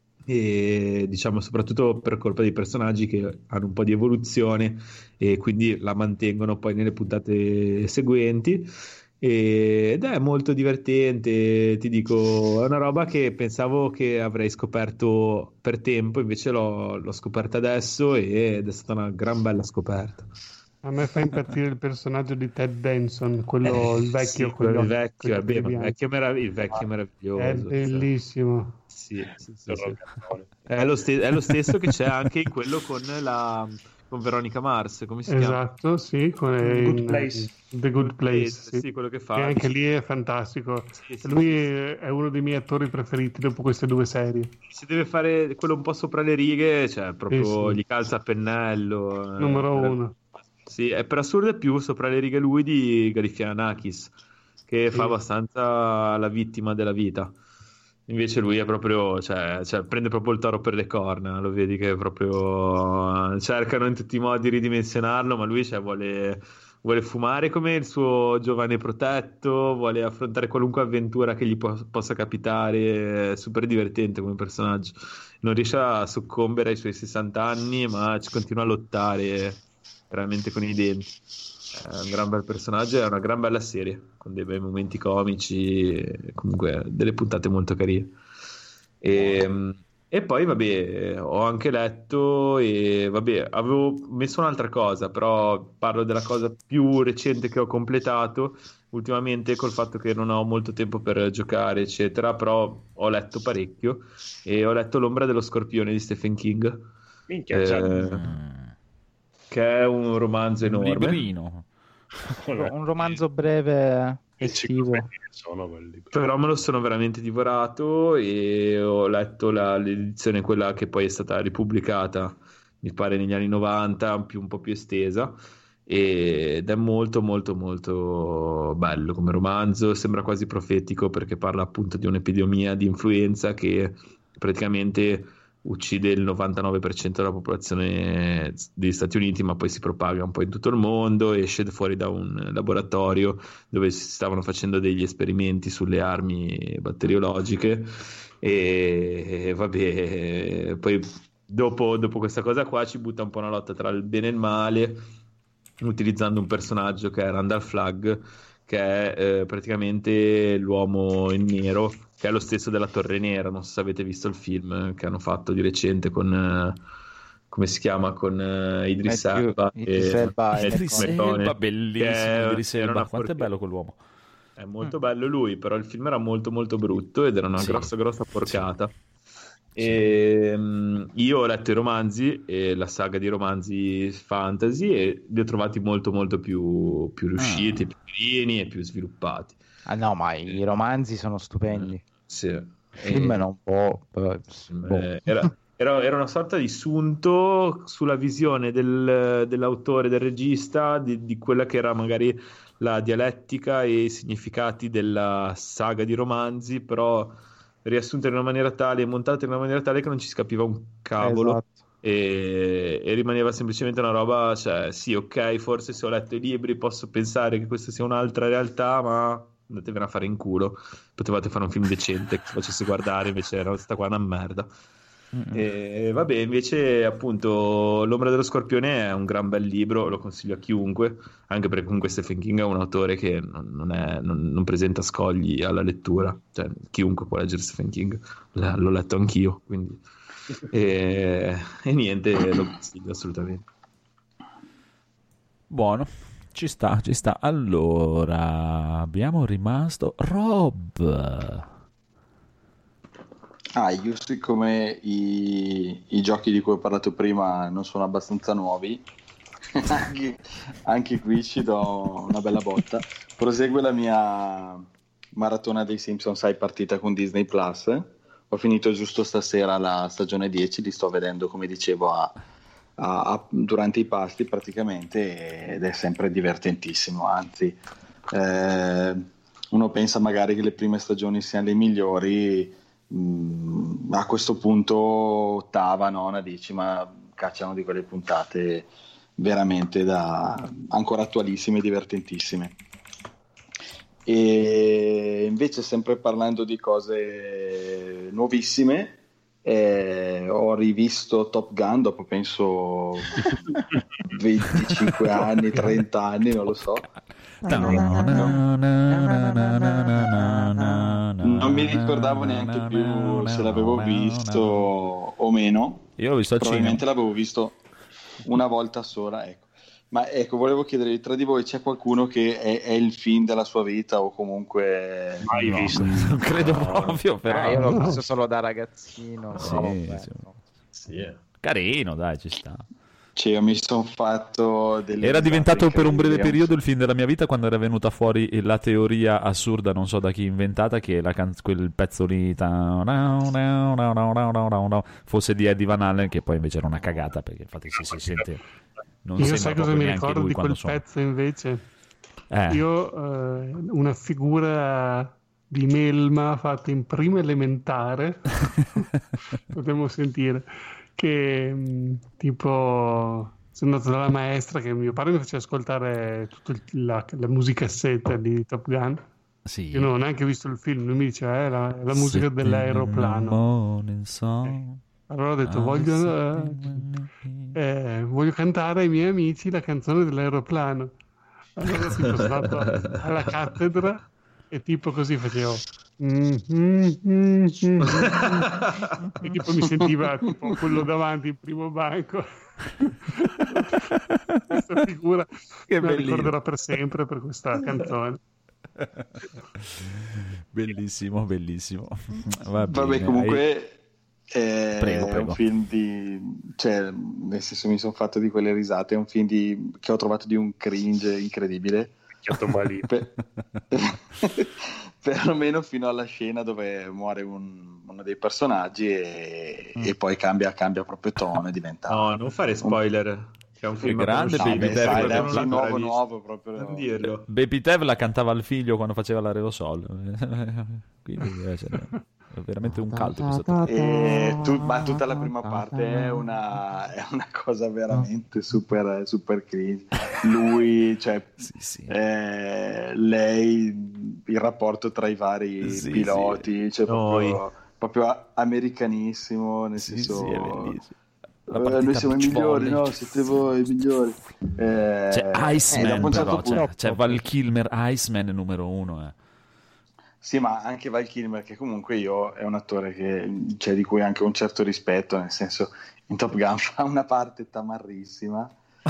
[SPEAKER 6] e diciamo soprattutto per colpa dei personaggi che hanno un po' di evoluzione e quindi la mantengono poi nelle puntate seguenti. E- ed è molto divertente, ti dico, è una roba che pensavo che avrei scoperto per tempo, invece l'ho, l'ho scoperta adesso ed è stata una gran bella scoperta.
[SPEAKER 4] A me fa impazzire il personaggio di Ted Danson, quello il vecchio
[SPEAKER 6] Sì,
[SPEAKER 4] con gli
[SPEAKER 6] quello- il
[SPEAKER 4] occhi-
[SPEAKER 6] vecchio,
[SPEAKER 4] con i
[SPEAKER 6] vabbè,
[SPEAKER 4] capelli
[SPEAKER 6] ma il
[SPEAKER 4] bianchi.
[SPEAKER 6] vecchio, è merav- il vecchio è meraviglioso.
[SPEAKER 4] È bellissimo.
[SPEAKER 6] Sì, sì, sì, sì. È, lo ste- è lo stesso che c'è anche in quello con la con Veronica Mars, come si chiama?
[SPEAKER 4] Esatto, sì, con
[SPEAKER 13] The Good
[SPEAKER 4] in-
[SPEAKER 13] Place.
[SPEAKER 4] The Good Place,
[SPEAKER 6] Sì,
[SPEAKER 4] sì.
[SPEAKER 6] quello che fa.
[SPEAKER 4] Che anche lì è fantastico.
[SPEAKER 6] Sì, sì,
[SPEAKER 4] Lui
[SPEAKER 6] sì.
[SPEAKER 4] è uno dei miei attori preferiti dopo queste due serie.
[SPEAKER 6] Si deve fare quello un po' sopra le righe, cioè proprio
[SPEAKER 4] Sì, sì.
[SPEAKER 6] gli calza a pennello. eh,
[SPEAKER 4] Numero
[SPEAKER 6] per-
[SPEAKER 4] uno.
[SPEAKER 6] Sì, è per assurdo è più sopra le righe lui di Galifianakis, che
[SPEAKER 4] Sì.
[SPEAKER 6] fa abbastanza la vittima della vita. Invece lui è proprio, cioè, cioè, prende proprio il toro per le corna, lo vedi che è proprio cercano in tutti i modi di ridimensionarlo, ma lui cioè, vuole, vuole fumare come il suo giovane protetto, vuole affrontare qualunque avventura che gli po- possa capitare, è super divertente come personaggio. Non riesce a soccombere ai suoi sessanta anni, ma ci continua a lottare veramente con i denti. È un gran bel personaggio, è una gran bella serie con dei bei momenti comici, e comunque delle puntate molto carine. E, e poi vabbè, ho anche letto e vabbè, avevo messo un'altra cosa, però parlo della cosa più recente che ho completato ultimamente col fatto che non ho molto tempo per giocare, eccetera, però ho letto parecchio e ho letto L'ombra dello scorpione di Stephen King.
[SPEAKER 11] Minchia,
[SPEAKER 6] Eh,
[SPEAKER 11] cioè,
[SPEAKER 6] che è un romanzo
[SPEAKER 1] Un
[SPEAKER 6] enorme.
[SPEAKER 1] librino.
[SPEAKER 12] Un romanzo breve estivo.
[SPEAKER 3] Sono quelli.
[SPEAKER 6] Però me lo sono veramente divorato e ho letto la- l'edizione, quella che poi è stata ripubblicata, mi pare negli anni novanta, più un po' più estesa, ed è molto molto molto bello come romanzo, sembra quasi profetico perché parla appunto di un'epidemia di influenza che praticamente uccide il novantanove per cento della popolazione degli Stati Uniti, ma poi si propaga un po' in tutto il mondo, esce fuori da un laboratorio dove si stavano facendo degli esperimenti sulle armi batteriologiche e, e vabbè, poi dopo, dopo questa cosa qua ci butta un po' una lotta tra il bene e il male, utilizzando un personaggio che è Randall Flagg, che è eh, praticamente l'uomo in nero, che è lo stesso della Torre Nera. Non so se avete visto il film che hanno fatto di recente con eh, come si chiama, con eh, Idris
[SPEAKER 12] Matthew-
[SPEAKER 6] Elba
[SPEAKER 12] Idris
[SPEAKER 6] e
[SPEAKER 12] Elba e
[SPEAKER 6] Matthew
[SPEAKER 1] Idris
[SPEAKER 6] McConaughey,
[SPEAKER 1] Elba,
[SPEAKER 6] che
[SPEAKER 1] bellissimo.
[SPEAKER 6] è-
[SPEAKER 1] Idris
[SPEAKER 6] era
[SPEAKER 1] Elba.
[SPEAKER 6] una
[SPEAKER 1] Quanto è
[SPEAKER 6] porca-
[SPEAKER 1] bello quell'uomo.
[SPEAKER 6] è molto bello lui, però il film era molto molto brutto ed era una
[SPEAKER 1] Sì.
[SPEAKER 6] grossa grossa porcata. E, mm, io ho letto i romanzi e la saga di romanzi fantasy e li ho trovati molto molto più, più riusciti,
[SPEAKER 1] Ah.
[SPEAKER 6] più carini e più sviluppati.
[SPEAKER 12] Ah no, ma i romanzi sono stupendi.
[SPEAKER 6] Sì.
[SPEAKER 12] Il film
[SPEAKER 6] E-
[SPEAKER 12] non può. però- boh.
[SPEAKER 6] Eh, era, era, era una sorta di sunto sulla visione del, dell'autore, del regista, di, di quella che era magari la dialettica e i significati della saga di romanzi, però riassunta in una maniera tale e montata in una maniera tale che non ci si capiva un cavolo.
[SPEAKER 12] Esatto.
[SPEAKER 6] E, e rimaneva semplicemente una roba, cioè sì, ok, forse se ho letto i libri posso pensare che questa sia un'altra realtà, ma andatevene a fare in culo, potevate fare un film decente che facesse guardare, invece era questa qua una merda. Mm-hmm. E vabbè, invece appunto L'ombra dello scorpione è un gran bel libro, lo consiglio a chiunque, anche perché comunque Stephen King è un autore che non, non, è, non, non presenta scogli alla lettura, cioè chiunque può leggere Stephen King, L- l'ho letto anch'io, quindi e, e niente, lo consiglio assolutamente.
[SPEAKER 1] Buono, ci sta, ci sta. Allora, abbiamo rimasto Rob.
[SPEAKER 7] Ah, io siccome i, i giochi di cui ho parlato prima non sono abbastanza nuovi, anche, anche qui ci do una bella botta. Prosegue la mia maratona dei Simpson, sai, partita con Disney Plus. Ho finito giusto stasera la stagione dieci, li sto vedendo, come dicevo, a, a, a, durante i pasti praticamente, ed è sempre divertentissimo, anzi eh, uno pensa magari che le prime stagioni siano le migliori, mh, a questo punto ottava, nona, dici, ma cacciano di quelle puntate veramente da ancora attualissime e divertentissime. E invece, sempre parlando di cose nuovissime, eh, ho rivisto Top Gun dopo penso venticinque anni, trenta anni, non lo so. Non mi ricordavo neanche più se l'avevo visto o meno.
[SPEAKER 1] Io l'ho visto al
[SPEAKER 7] Probabilmente
[SPEAKER 1] cinema.
[SPEAKER 7] l'avevo visto una volta sola, ecco. Ma ecco, volevo chiedere, tra di voi c'è qualcuno che è, è il film della sua vita o comunque
[SPEAKER 3] mai
[SPEAKER 1] No,
[SPEAKER 3] visto?
[SPEAKER 1] non credo proprio, però.
[SPEAKER 12] Eh, io l'ho visto solo da ragazzino.
[SPEAKER 1] Sì,
[SPEAKER 12] però, vabbè,
[SPEAKER 1] sì.
[SPEAKER 12] no.
[SPEAKER 6] Sì, eh.
[SPEAKER 1] Carino, dai, ci sta.
[SPEAKER 7] Cioè, io mi sono fatto delle
[SPEAKER 1] Era diventato
[SPEAKER 7] risate
[SPEAKER 1] per un breve
[SPEAKER 7] incredibili.
[SPEAKER 1] periodo il film della mia vita quando era venuta fuori la teoria assurda, non so da chi inventata, che la can- quel pezzo lì ta- fosse di Eddie Van Halen, che poi invece era una cagata, perché infatti si, si sente, non
[SPEAKER 4] Io
[SPEAKER 1] sembra
[SPEAKER 4] sai cosa
[SPEAKER 1] proprio
[SPEAKER 4] mi
[SPEAKER 1] neanche
[SPEAKER 4] ricordo
[SPEAKER 1] lui
[SPEAKER 4] di
[SPEAKER 1] quando
[SPEAKER 4] quel
[SPEAKER 1] suona.
[SPEAKER 4] pezzo invece?
[SPEAKER 1] Eh.
[SPEAKER 4] Io eh, una figura di melma fatta in prima elementare potremmo sentire che mh, tipo sono andato dalla maestra che mio padre mi faceva ascoltare tutta la, la musicassetta di Top Gun.
[SPEAKER 1] Sì.
[SPEAKER 4] Io non ho neanche visto il film, lui mi diceva eh, la, la musica dell'aeroplano. Allora ho detto voglio, eh, eh, voglio cantare ai miei amici la canzone dell'aeroplano. Allora tipo, sono andato alla cattedra e tipo così facevo mm, mm, mm, mm, e tipo mi sentiva tipo quello davanti il primo banco. Questa figura
[SPEAKER 1] Che
[SPEAKER 4] me la
[SPEAKER 1] bellino.
[SPEAKER 4] ricorderò per sempre per questa canzone.
[SPEAKER 1] Bellissimo, bellissimo. Va bene,
[SPEAKER 7] Vabbè, comunque è,
[SPEAKER 1] Prego,
[SPEAKER 7] è
[SPEAKER 1] prego.
[SPEAKER 7] un film di, cioè, nel senso, mi sono fatto di quelle risate, è un film di, che ho trovato di un cringe incredibile. Per, perlomeno fino alla scena dove muore un- uno dei personaggi e,
[SPEAKER 1] Mm.
[SPEAKER 7] e poi cambia, cambia proprio tono e diventa
[SPEAKER 6] No, non fare spoiler. Che è un film
[SPEAKER 1] grande
[SPEAKER 6] conosciuto,
[SPEAKER 1] Baby
[SPEAKER 7] beh,
[SPEAKER 1] Tev,
[SPEAKER 7] sai,
[SPEAKER 1] quello
[SPEAKER 7] è un
[SPEAKER 1] non
[SPEAKER 7] film
[SPEAKER 1] l'ho
[SPEAKER 7] nuovo
[SPEAKER 1] ancora visto.
[SPEAKER 7] nuovo proprio.
[SPEAKER 6] Non dirlo.
[SPEAKER 1] Baby Tev la cantava al figlio quando faceva l'aerosol. Quindi deve essere è veramente un caldo questo.
[SPEAKER 7] E tu- ma tutta la prima parte è una, è una cosa veramente super, super cringe. Lui, cioè, eh, lei, il rapporto tra i vari
[SPEAKER 1] Sì,
[SPEAKER 7] piloti, cioè,
[SPEAKER 6] Noi.
[SPEAKER 7] proprio, proprio a- americanissimo, nel
[SPEAKER 1] Sì,
[SPEAKER 7] senso,
[SPEAKER 1] sì, è bellissimo. La
[SPEAKER 7] eh,
[SPEAKER 1] partita
[SPEAKER 7] noi siamo i
[SPEAKER 1] beach
[SPEAKER 7] migliori,
[SPEAKER 1] volley.
[SPEAKER 7] no? Siete voi i migliori. Eh,
[SPEAKER 1] C'è
[SPEAKER 7] e dopo
[SPEAKER 1] Iceman,
[SPEAKER 7] un certo
[SPEAKER 1] però,
[SPEAKER 7] punto-
[SPEAKER 1] c'è, c'è Val Kilmer, Iceman numero uno. Eh.
[SPEAKER 7] Sì, ma anche Val Kilmer, che comunque io è un attore che, cioè, di cui ho anche un certo rispetto, nel senso, in Top Gun fa una parte tamarrissima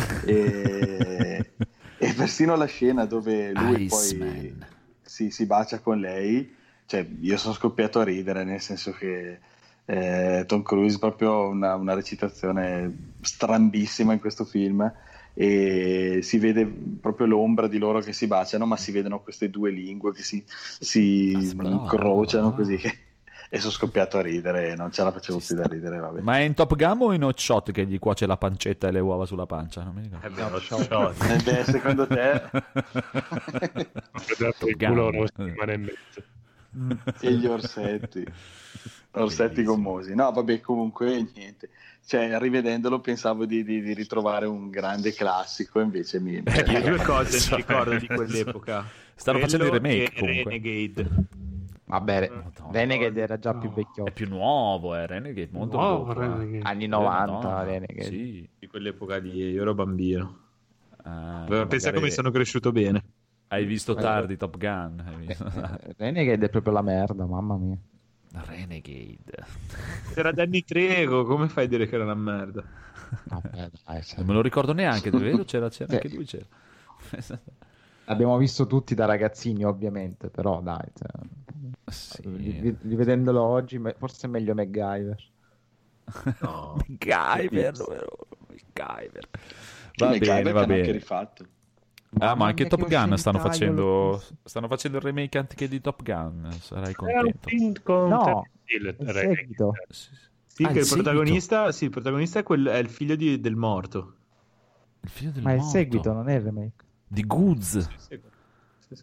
[SPEAKER 7] e, e persino la scena dove lui poi
[SPEAKER 1] Iceman.
[SPEAKER 7] si, si bacia con lei, cioè io sono scoppiato a ridere, nel senso che eh, Tom Cruise proprio una, una recitazione strambissima in questo film e si vede proprio l'ombra di loro che si baciano, ma si vedono queste due lingue che si, si incrociano così, che e sono scoppiato a ridere e non ce la facevo più da ridere, vabbè.
[SPEAKER 1] Ma è in Top Gun o in Hot Shot che gli cuoce la pancetta e le uova sulla pancia? Non mi ricordo.
[SPEAKER 3] Eh beh, Hot Shot.
[SPEAKER 7] Eh beh, secondo te?
[SPEAKER 3] Ho dato il culo una settimana e mezzo.
[SPEAKER 7] E gli orsetti orsetti gommosi. No, vabbè, comunque niente, cioè rivedendolo pensavo di, di, di ritrovare un grande classico, invece mi
[SPEAKER 6] Beh, io due cose mi ricordo di quell'epoca.
[SPEAKER 1] Stanno facendo il remake
[SPEAKER 6] e
[SPEAKER 1] comunque.
[SPEAKER 6] Renegade.
[SPEAKER 12] Vabbè, Re- Renegade era già più vecchio.
[SPEAKER 1] È più nuovo, è Renegade, molto
[SPEAKER 4] Nuovo,
[SPEAKER 1] dopo, eh.
[SPEAKER 4] Renegade.
[SPEAKER 12] Anni
[SPEAKER 1] Eh,
[SPEAKER 12] novanta,
[SPEAKER 1] Madonna,
[SPEAKER 12] Renegade.
[SPEAKER 1] sì.
[SPEAKER 6] Di quell'epoca lì, io ero bambino.
[SPEAKER 1] Ah,
[SPEAKER 6] Pensa
[SPEAKER 1] magari
[SPEAKER 6] come sono cresciuto bene.
[SPEAKER 1] Hai visto tardi Top Gun? Hai visto?
[SPEAKER 12] Eh, Renegade è proprio la merda, mamma mia.
[SPEAKER 1] Renegade.
[SPEAKER 6] C'era Danny Trejo, come fai a dire che era una merda?
[SPEAKER 12] Vabbè, dai,
[SPEAKER 1] Non me lo ricordo neanche, è vero? C'era, c'era
[SPEAKER 12] Sì.
[SPEAKER 1] anche lui, c'era.
[SPEAKER 12] L'abbiamo visto tutti da ragazzini, ovviamente, però dai, cioè,
[SPEAKER 1] Sì.
[SPEAKER 12] ri- rivedendolo oggi, me- forse è meglio MacGyver.
[SPEAKER 6] No.
[SPEAKER 1] MacGyver, vero? MacGyver.
[SPEAKER 7] Che
[SPEAKER 1] Va
[SPEAKER 7] MacGyver
[SPEAKER 1] bene,
[SPEAKER 7] che
[SPEAKER 1] va
[SPEAKER 7] hanno anche
[SPEAKER 1] bene.
[SPEAKER 7] rifatto.
[SPEAKER 1] Ah,
[SPEAKER 12] Mamma
[SPEAKER 1] ma anche
[SPEAKER 12] mia,
[SPEAKER 1] Top
[SPEAKER 12] che
[SPEAKER 1] Gun stanno
[SPEAKER 12] oscenità, io l'ho
[SPEAKER 1] facendo stanno facendo il remake anche di Top Gun, sarai
[SPEAKER 3] Era un
[SPEAKER 1] contento.
[SPEAKER 3] film con
[SPEAKER 12] No,
[SPEAKER 3] Terence Hill,
[SPEAKER 12] è il
[SPEAKER 3] Renegade.
[SPEAKER 12] seguito.
[SPEAKER 1] Sì, sì.
[SPEAKER 6] Sì,
[SPEAKER 1] Ah,
[SPEAKER 6] che
[SPEAKER 1] il
[SPEAKER 6] il
[SPEAKER 1] seguito.
[SPEAKER 6] protagonista, sì, il protagonista è, quel- è il figlio di- del morto.
[SPEAKER 1] Il figlio del
[SPEAKER 12] Ma è il
[SPEAKER 1] morto.
[SPEAKER 12] seguito, non è il remake.
[SPEAKER 1] Di Goods.
[SPEAKER 6] Sì, sì.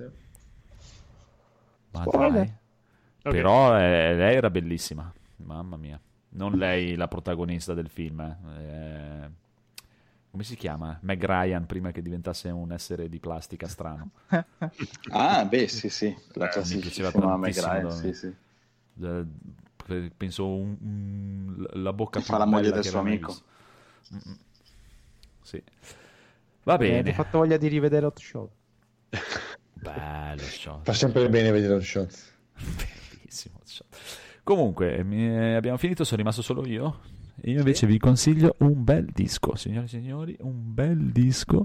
[SPEAKER 1] Ma
[SPEAKER 12] Spoiler.
[SPEAKER 1] dai. Però eh, lei era bellissima, mamma mia. Non lei la protagonista del film, eh. Eh, come si chiama? Meg Ryan prima che diventasse un essere di plastica strano.
[SPEAKER 7] Ah, beh, sì, sì, la
[SPEAKER 1] Mi
[SPEAKER 7] classifica
[SPEAKER 1] piaceva
[SPEAKER 7] Meg
[SPEAKER 1] tantissimo.
[SPEAKER 7] Ryan,
[SPEAKER 1] da-
[SPEAKER 7] sì, sì.
[SPEAKER 1] da- pe- penso un- un- la bocca
[SPEAKER 7] Che
[SPEAKER 1] più
[SPEAKER 7] fa la moglie
[SPEAKER 1] bella
[SPEAKER 7] del
[SPEAKER 1] che
[SPEAKER 7] suo
[SPEAKER 1] abbia mai
[SPEAKER 7] amico.
[SPEAKER 1] visto. Mm-mm. Sì. Va
[SPEAKER 12] Eh, mi
[SPEAKER 1] bene.
[SPEAKER 12] hai fatto voglia di rivedere Hot Shot.
[SPEAKER 1] Bello shot.
[SPEAKER 8] Fa sempre bene vedere lo shot.
[SPEAKER 1] Bellissimo shot. Comunque, mi- abbiamo finito, sono rimasto solo io. Io invece vi consiglio un bel disco, signori e signori, un bel disco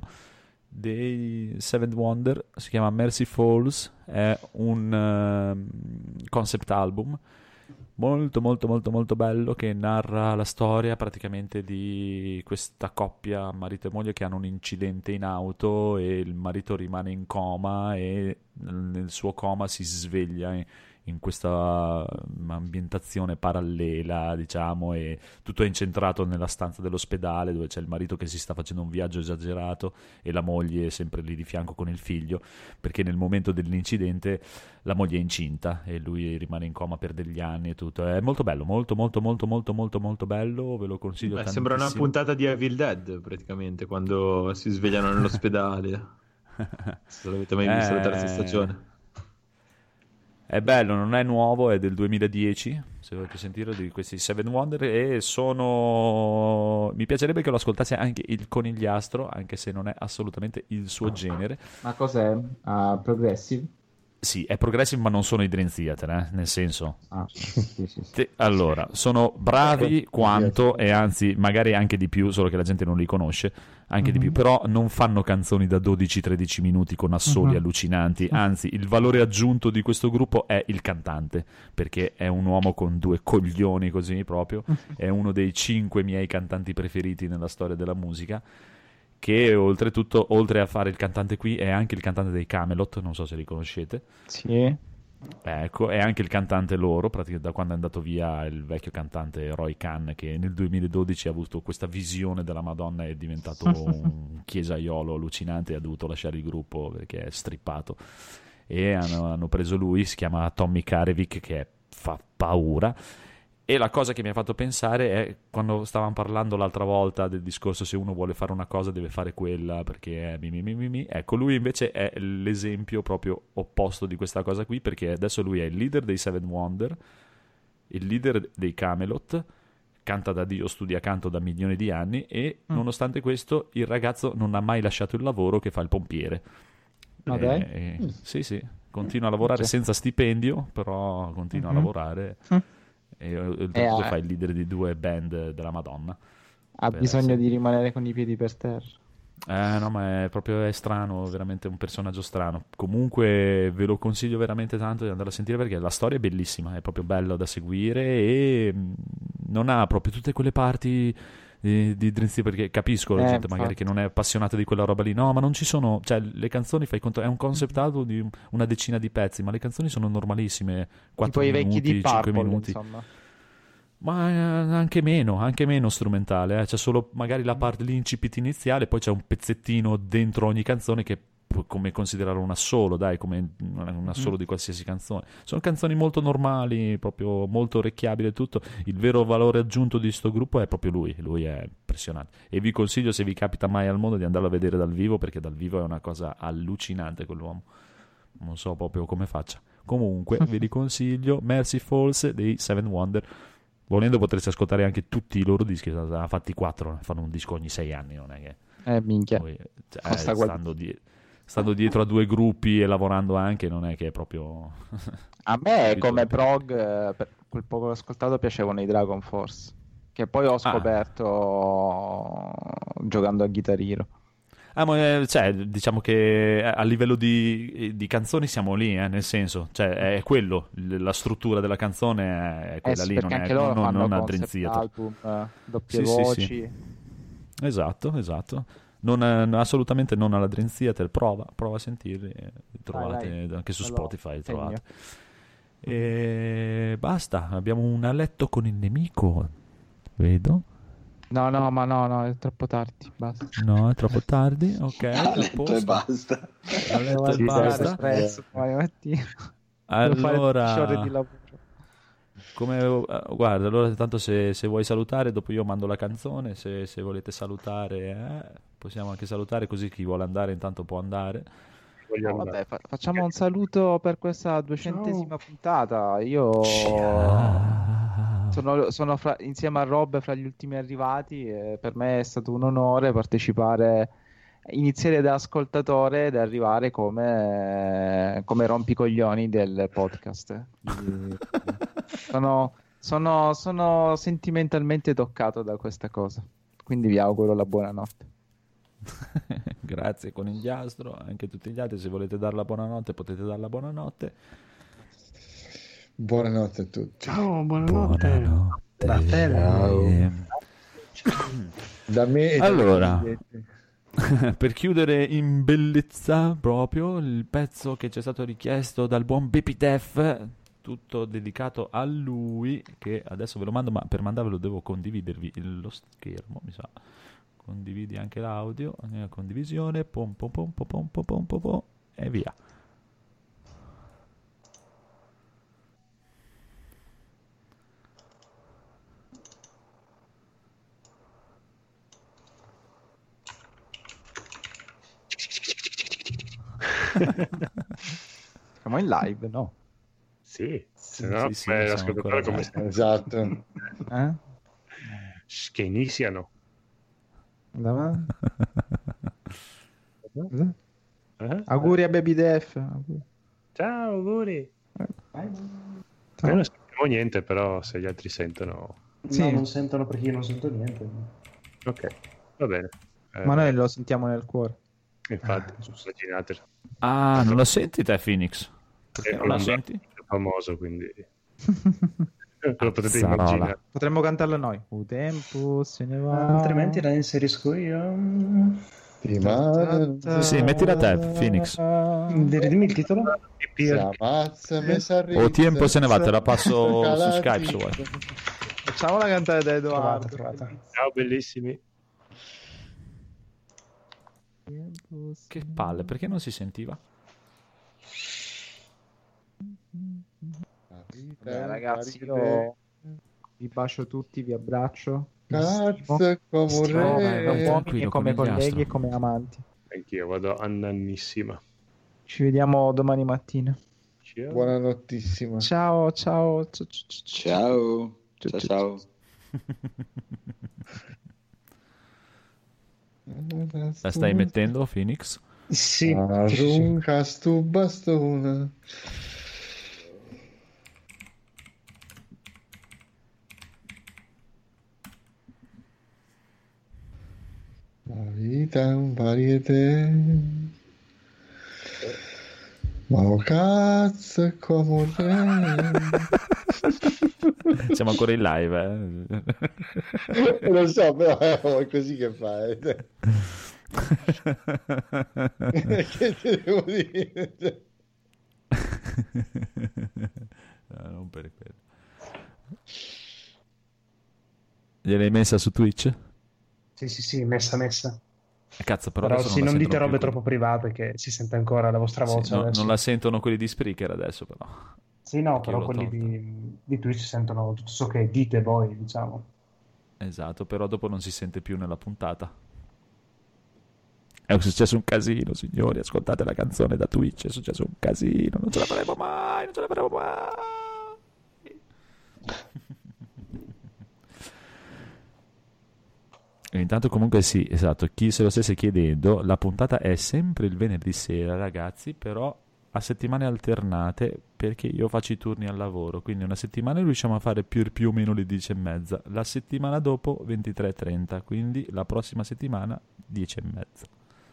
[SPEAKER 1] dei Seventh Wonder, si chiama Mercy Falls, è un ehm, concept album molto molto molto molto bello che narra la storia praticamente di questa coppia marito e moglie che hanno un incidente in auto e il marito rimane in coma e nel suo coma si sveglia in, in questa ambientazione parallela, diciamo, e tutto è incentrato nella stanza dell'ospedale dove c'è il marito che si sta facendo un viaggio esagerato e la moglie è sempre lì di fianco con il figlio, perché nel momento dell'incidente la moglie è incinta e lui rimane in coma per degli anni e tutto. È molto bello, molto molto molto molto molto molto bello, ve lo consiglio
[SPEAKER 6] Beh,
[SPEAKER 1] tantissimo.
[SPEAKER 6] sembra una puntata di Evil Dead praticamente quando si svegliano nell'ospedale. Se l'avete mai visto la terza
[SPEAKER 1] Eh,
[SPEAKER 6] stagione.
[SPEAKER 1] È bello, non è nuovo, è del duemiladieci, se volete sentire, di questi Seven Wonder, e sono... mi piacerebbe che lo ascoltasse anche il Conigliastro, anche se non è assolutamente il suo genere.
[SPEAKER 12] Ma cos'è? Ah, Progressive?
[SPEAKER 1] Sì, è progressive, ma non sono i Dream Theater, eh? Nel senso...
[SPEAKER 12] Ah, sì, sì, sì.
[SPEAKER 1] Te- allora, sono bravi quanto, e anzi, magari anche di più, solo che la gente non li conosce, anche di più, però non fanno canzoni da dodici tredici minuti con assoli
[SPEAKER 12] Mhm.
[SPEAKER 1] allucinanti, anzi, il valore aggiunto di questo gruppo è il cantante, perché è un uomo con due coglioni così proprio, è uno dei cinque miei cantanti preferiti nella storia della musica, che oltretutto, oltre a fare il cantante qui, è anche il cantante dei Camelot, non so se li conoscete.
[SPEAKER 12] Sì.
[SPEAKER 1] Ecco, è anche il cantante loro, praticamente da quando è andato via il vecchio cantante Roy Khan, che nel duemiladodici ha avuto questa visione della Madonna e è diventato un chiesaiolo allucinante e ha dovuto lasciare il gruppo perché è strippato. E hanno, hanno preso lui, si chiama Tommy Karevic, che è- fa paura. E la cosa che mi ha fatto pensare è quando stavamo parlando l'altra volta del discorso se uno vuole fare una cosa deve fare quella perché è mi, mi, mi, mi, mi. Ecco, lui invece è l'esempio proprio opposto di questa cosa qui, perché adesso lui è il leader dei Seven Wonder, il leader dei Camelot, canta da Dio, studia canto da milioni di anni e
[SPEAKER 12] Mm.
[SPEAKER 1] nonostante questo il ragazzo non ha mai lasciato il lavoro che fa il pompiere.
[SPEAKER 12] Ma
[SPEAKER 1] E-
[SPEAKER 12] dai.
[SPEAKER 1] e- sì, sì, continua a lavorare
[SPEAKER 12] Cioè.
[SPEAKER 1] senza stipendio, però continua
[SPEAKER 12] Mhm.
[SPEAKER 1] a lavorare.
[SPEAKER 12] Mm.
[SPEAKER 1] E oltretutto
[SPEAKER 12] E ha-
[SPEAKER 1] fa il leader di due band della Madonna.
[SPEAKER 12] Ha
[SPEAKER 1] Per
[SPEAKER 12] bisogno
[SPEAKER 1] essere-
[SPEAKER 12] di rimanere con i piedi per terra.
[SPEAKER 1] Eh no, ma è proprio è strano, veramente un personaggio strano. Comunque ve lo consiglio veramente tanto di andare a sentire perché la storia è bellissima, è proprio bello da seguire e mh, non ha proprio tutte quelle parti di, di Dream Theater, perché capisco la
[SPEAKER 12] Eh,
[SPEAKER 1] gente magari
[SPEAKER 12] infatti.
[SPEAKER 1] che non è appassionata di quella roba lì. No, ma non ci sono, cioè le canzoni, fai conto, è un concept album di una decina di pezzi, ma le canzoni sono normalissime, quattro
[SPEAKER 12] Tipo i
[SPEAKER 1] minuti,
[SPEAKER 12] vecchi di
[SPEAKER 1] cinque
[SPEAKER 12] Purple,
[SPEAKER 1] minuti.
[SPEAKER 12] insomma.
[SPEAKER 1] Ma eh, anche meno, anche meno strumentale, eh. C'è solo magari la parte, l'incipit iniziale, poi c'è un pezzettino dentro ogni canzone che pu- come considerarlo un assolo, dai, come un assolo
[SPEAKER 12] Mm.
[SPEAKER 1] di qualsiasi canzone. Sono canzoni molto normali, proprio molto orecchiabili e tutto. Il vero valore aggiunto di sto gruppo è proprio lui, lui è impressionante. E vi consiglio, se vi capita mai al mondo, di andarlo a vedere dal vivo, perché dal vivo è una cosa allucinante quell'uomo. Non so proprio come faccia. Comunque, vi riconsiglio Mercy Falls dei Seven Wonder. Volendo potreste ascoltare anche tutti i loro dischi, ha fatti quattro, fanno un disco ogni sei anni, non è che...
[SPEAKER 12] Eh, minchia.
[SPEAKER 1] Poi, cioè,
[SPEAKER 12] Costa
[SPEAKER 1] eh,
[SPEAKER 12] qual-
[SPEAKER 1] stando, die- stando dietro a due gruppi e lavorando anche, non è che è proprio...
[SPEAKER 12] A me, come prog, eh, per quel poco che ho ascoltato, piacevano i Dragon Force, che poi ho scoperto giocando a Guitar Hero.
[SPEAKER 1] Ah, ma eh, cioè, diciamo che a livello di, di canzoni siamo lì, eh, nel senso, cioè è quello, l- la struttura della canzone è
[SPEAKER 12] Eh
[SPEAKER 1] quella
[SPEAKER 12] sì,
[SPEAKER 1] lì,
[SPEAKER 12] perché
[SPEAKER 1] non è,
[SPEAKER 12] anche loro
[SPEAKER 1] non,
[SPEAKER 12] fanno
[SPEAKER 1] non a
[SPEAKER 12] concept
[SPEAKER 1] Dream Theater.
[SPEAKER 12] album, eh, doppie
[SPEAKER 1] Sì, sì,
[SPEAKER 12] voci.
[SPEAKER 1] sì. Esatto, esatto. Non è- assolutamente non alla Dream Theater, prova, prova a sentirli, eh, li trovate
[SPEAKER 12] dai.
[SPEAKER 1] anche su
[SPEAKER 12] Me lo
[SPEAKER 1] Spotify, li
[SPEAKER 12] segno.
[SPEAKER 1] trovate. E basta, abbiamo un a letto con il nemico, vedo.
[SPEAKER 12] No, no, ma no, no, è troppo tardi, basta.
[SPEAKER 1] No, è troppo tardi, ok,
[SPEAKER 7] A
[SPEAKER 1] a
[SPEAKER 7] letto
[SPEAKER 1] posto.
[SPEAKER 7] e basta.
[SPEAKER 1] A letto e
[SPEAKER 12] Devo
[SPEAKER 1] basta.
[SPEAKER 12] andare presto domani mattina. Devo fare
[SPEAKER 1] Allora,
[SPEAKER 12] tutti i ore di lavoro.
[SPEAKER 1] come, eh, guarda, allora tanto se, se vuoi salutare, dopo io mando la canzone, se, se volete salutare, eh, possiamo anche salutare, così chi vuole andare intanto può andare.
[SPEAKER 3] Voglio
[SPEAKER 12] No,
[SPEAKER 3] andare.
[SPEAKER 12] vabbè, fa- facciamo un saluto per questa duecentesima puntata. Io sono, sono fra- insieme a Rob fra gli ultimi arrivati e per me è stato un onore partecipare, iniziare da ascoltatore ed arrivare come, come rompicoglioni del podcast. Quindi sono, sono, sono sentimentalmente toccato da questa cosa, quindi vi auguro la buonanotte.
[SPEAKER 1] Grazie Conigliastro, anche tutti gli altri, se volete dare la buonanotte potete dare la buonanotte.
[SPEAKER 8] Buonanotte a tutti.
[SPEAKER 4] Ciao, buonanotte.
[SPEAKER 1] Buonanotte. Ehm,
[SPEAKER 8] Da me e da
[SPEAKER 1] Allora,
[SPEAKER 8] tutti.
[SPEAKER 1] per chiudere in bellezza proprio il pezzo che ci è stato richiesto dal buon Baby Def, tutto dedicato a lui, che adesso ve lo mando, ma per mandarvelo devo condividervi il- lo schermo, mi sa. Condividi anche l'audio, andiamo a condivisione, pom pom pom pom pom pom pom pom pom, e via.
[SPEAKER 12] Siamo in live, no?
[SPEAKER 3] Sì, se
[SPEAKER 1] Sì,
[SPEAKER 3] no,
[SPEAKER 1] sì, sì,
[SPEAKER 3] beh,
[SPEAKER 1] siamo
[SPEAKER 3] l'ascoltatore
[SPEAKER 1] ancora
[SPEAKER 3] come
[SPEAKER 1] live.
[SPEAKER 3] sta?
[SPEAKER 8] Esatto.
[SPEAKER 12] Eh?
[SPEAKER 3] Che iniziano.
[SPEAKER 12] Davanti.
[SPEAKER 3] Eh?
[SPEAKER 12] Auguri a Baby Def. Auguri.
[SPEAKER 3] Ciao, auguri.
[SPEAKER 12] Ciao.
[SPEAKER 3] Noi non sentiamo niente, però se gli altri sentono...
[SPEAKER 12] Sì.
[SPEAKER 13] No, non sentono perché io non sento niente.
[SPEAKER 3] Ok, va bene. Eh,
[SPEAKER 12] Ma noi lo sentiamo nel cuore.
[SPEAKER 3] Infatti, immaginatelo.
[SPEAKER 1] Ah, non la senti te Phoenix? Perché
[SPEAKER 3] È
[SPEAKER 1] non la
[SPEAKER 3] un
[SPEAKER 1] senti?
[SPEAKER 3] famoso, quindi lo potete
[SPEAKER 1] Zazzarola.
[SPEAKER 3] immaginare.
[SPEAKER 12] Potremmo cantarla noi. Un tempo se ne va.
[SPEAKER 13] Altrimenti la inserisco io.
[SPEAKER 8] Ti manda-
[SPEAKER 1] Sì, mettila te, Phoenix.
[SPEAKER 13] Dimmi il titolo.
[SPEAKER 8] Si ammazza, messa a
[SPEAKER 1] O tempo se ne va, te la passo su
[SPEAKER 8] Calati.
[SPEAKER 1] Skype se vuoi.
[SPEAKER 12] Facciamola cantare da
[SPEAKER 13] Trovata,
[SPEAKER 12] Edoardo.
[SPEAKER 13] trovata.
[SPEAKER 3] Ciao, bellissimi.
[SPEAKER 1] Che palle, perché non si sentiva?
[SPEAKER 8] La vita
[SPEAKER 12] Beh,
[SPEAKER 8] è un
[SPEAKER 12] ragazzi,
[SPEAKER 8] paride.
[SPEAKER 12] io vi bacio tutti, vi abbraccio. vi
[SPEAKER 8] Cazzo,
[SPEAKER 12] stimo.
[SPEAKER 8] come
[SPEAKER 12] Vi stimo
[SPEAKER 1] vai,
[SPEAKER 12] come
[SPEAKER 1] vai,
[SPEAKER 12] uomini
[SPEAKER 1] tranquillo,
[SPEAKER 12] e come
[SPEAKER 1] conigliastro.
[SPEAKER 12] colleghi e come amanti.
[SPEAKER 3] Anch'io vado a nannissima.
[SPEAKER 12] Ci vediamo domani mattina.
[SPEAKER 3] Ciao.
[SPEAKER 8] Buonanottissima.
[SPEAKER 12] Ciao, ciao. ciao, ciao, ciao.
[SPEAKER 7] Ciao. Ciao, ciao.
[SPEAKER 1] La stai mettendo, Phoenix?
[SPEAKER 13] Sì.
[SPEAKER 8] Arrunca stu bastone. La vita è un varietà. Ma cazzo, è comodo.
[SPEAKER 1] Siamo ancora in live, eh?
[SPEAKER 8] Lo so, però è così che fa. Eh. Che te devo dire?
[SPEAKER 1] No, non per quello. Gliel'hai messa su Twitch?
[SPEAKER 13] Sì, sì, sì, messa, messa.
[SPEAKER 1] Eh, Cazzo, però,
[SPEAKER 13] Però
[SPEAKER 1] adesso
[SPEAKER 13] sì,
[SPEAKER 1] non,
[SPEAKER 13] non
[SPEAKER 1] la
[SPEAKER 13] dite
[SPEAKER 1] sentono
[SPEAKER 13] robe
[SPEAKER 1] più
[SPEAKER 13] troppo private che si sente ancora la vostra
[SPEAKER 1] quelli-
[SPEAKER 13] voce
[SPEAKER 1] Sì, no,
[SPEAKER 13] adesso.
[SPEAKER 1] non la sentono quelli di Spreaker adesso, però.
[SPEAKER 13] Sì, no,
[SPEAKER 1] Perché io
[SPEAKER 13] però
[SPEAKER 1] l'ho
[SPEAKER 13] quelli
[SPEAKER 1] tolta.
[SPEAKER 13] di, di Twitch sentono tutto ciò che dite voi, diciamo.
[SPEAKER 1] Esatto, però dopo non si sente più nella puntata. È successo un casino, signori. Ascoltate la canzone da Twitch. È successo un casino. Non ce la faremo mai. Non ce la faremo mai. E intanto, comunque, sì, esatto. Chi se lo stesse chiedendo, la puntata è sempre il venerdì sera, ragazzi. Però a settimane alternate, perché io faccio i turni al lavoro. Quindi una settimana riusciamo a fare più, più o meno le dieci e mezza. La settimana dopo ventitré e trenta. Quindi la prossima settimana dieci e mezza.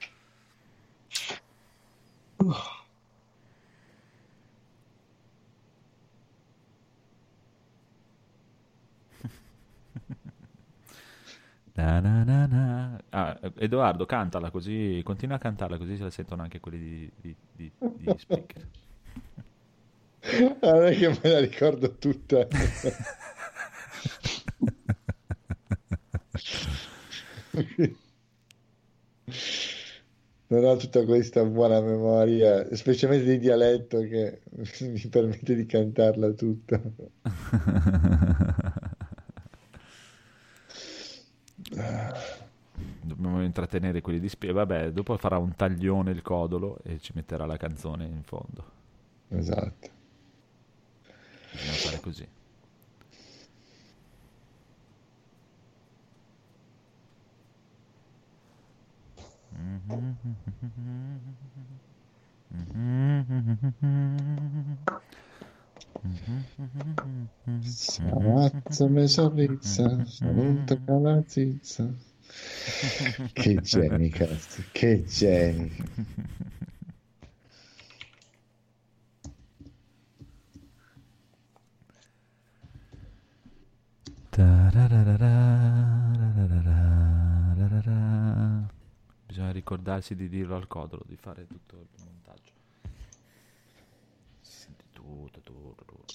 [SPEAKER 1] Na na na na. Ah, Edoardo, cantala così, continua a cantarla così se la sentono anche quelli di, di, di, di Speaker.
[SPEAKER 8] Ah, non è che me la ricordo tutta. Non ho tutta questa buona memoria, specialmente di dialetto, che mi permette di cantarla tutta.
[SPEAKER 1] Dobbiamo intrattenere quelli di Speaker. Vabbè, dopo farà un taglione il codolo e ci metterà la canzone in fondo.
[SPEAKER 8] Esatto.
[SPEAKER 1] Bisogna fare così.
[SPEAKER 8] Sarazza me sorrizza, saluta la zizza. Che geni, cazzo, che geni.
[SPEAKER 1] Bisogna ricordarsi di dirlo al codolo, di fare tutto il montaggio. Si sente tutto, tutto, tutto.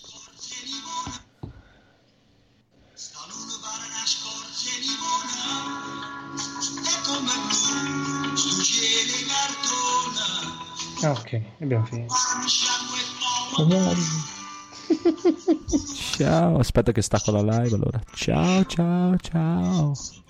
[SPEAKER 13] Ok, abbiamo finito.
[SPEAKER 1] Ciao, aspetta che stacco la live allora. Ciao, ciao, ciao.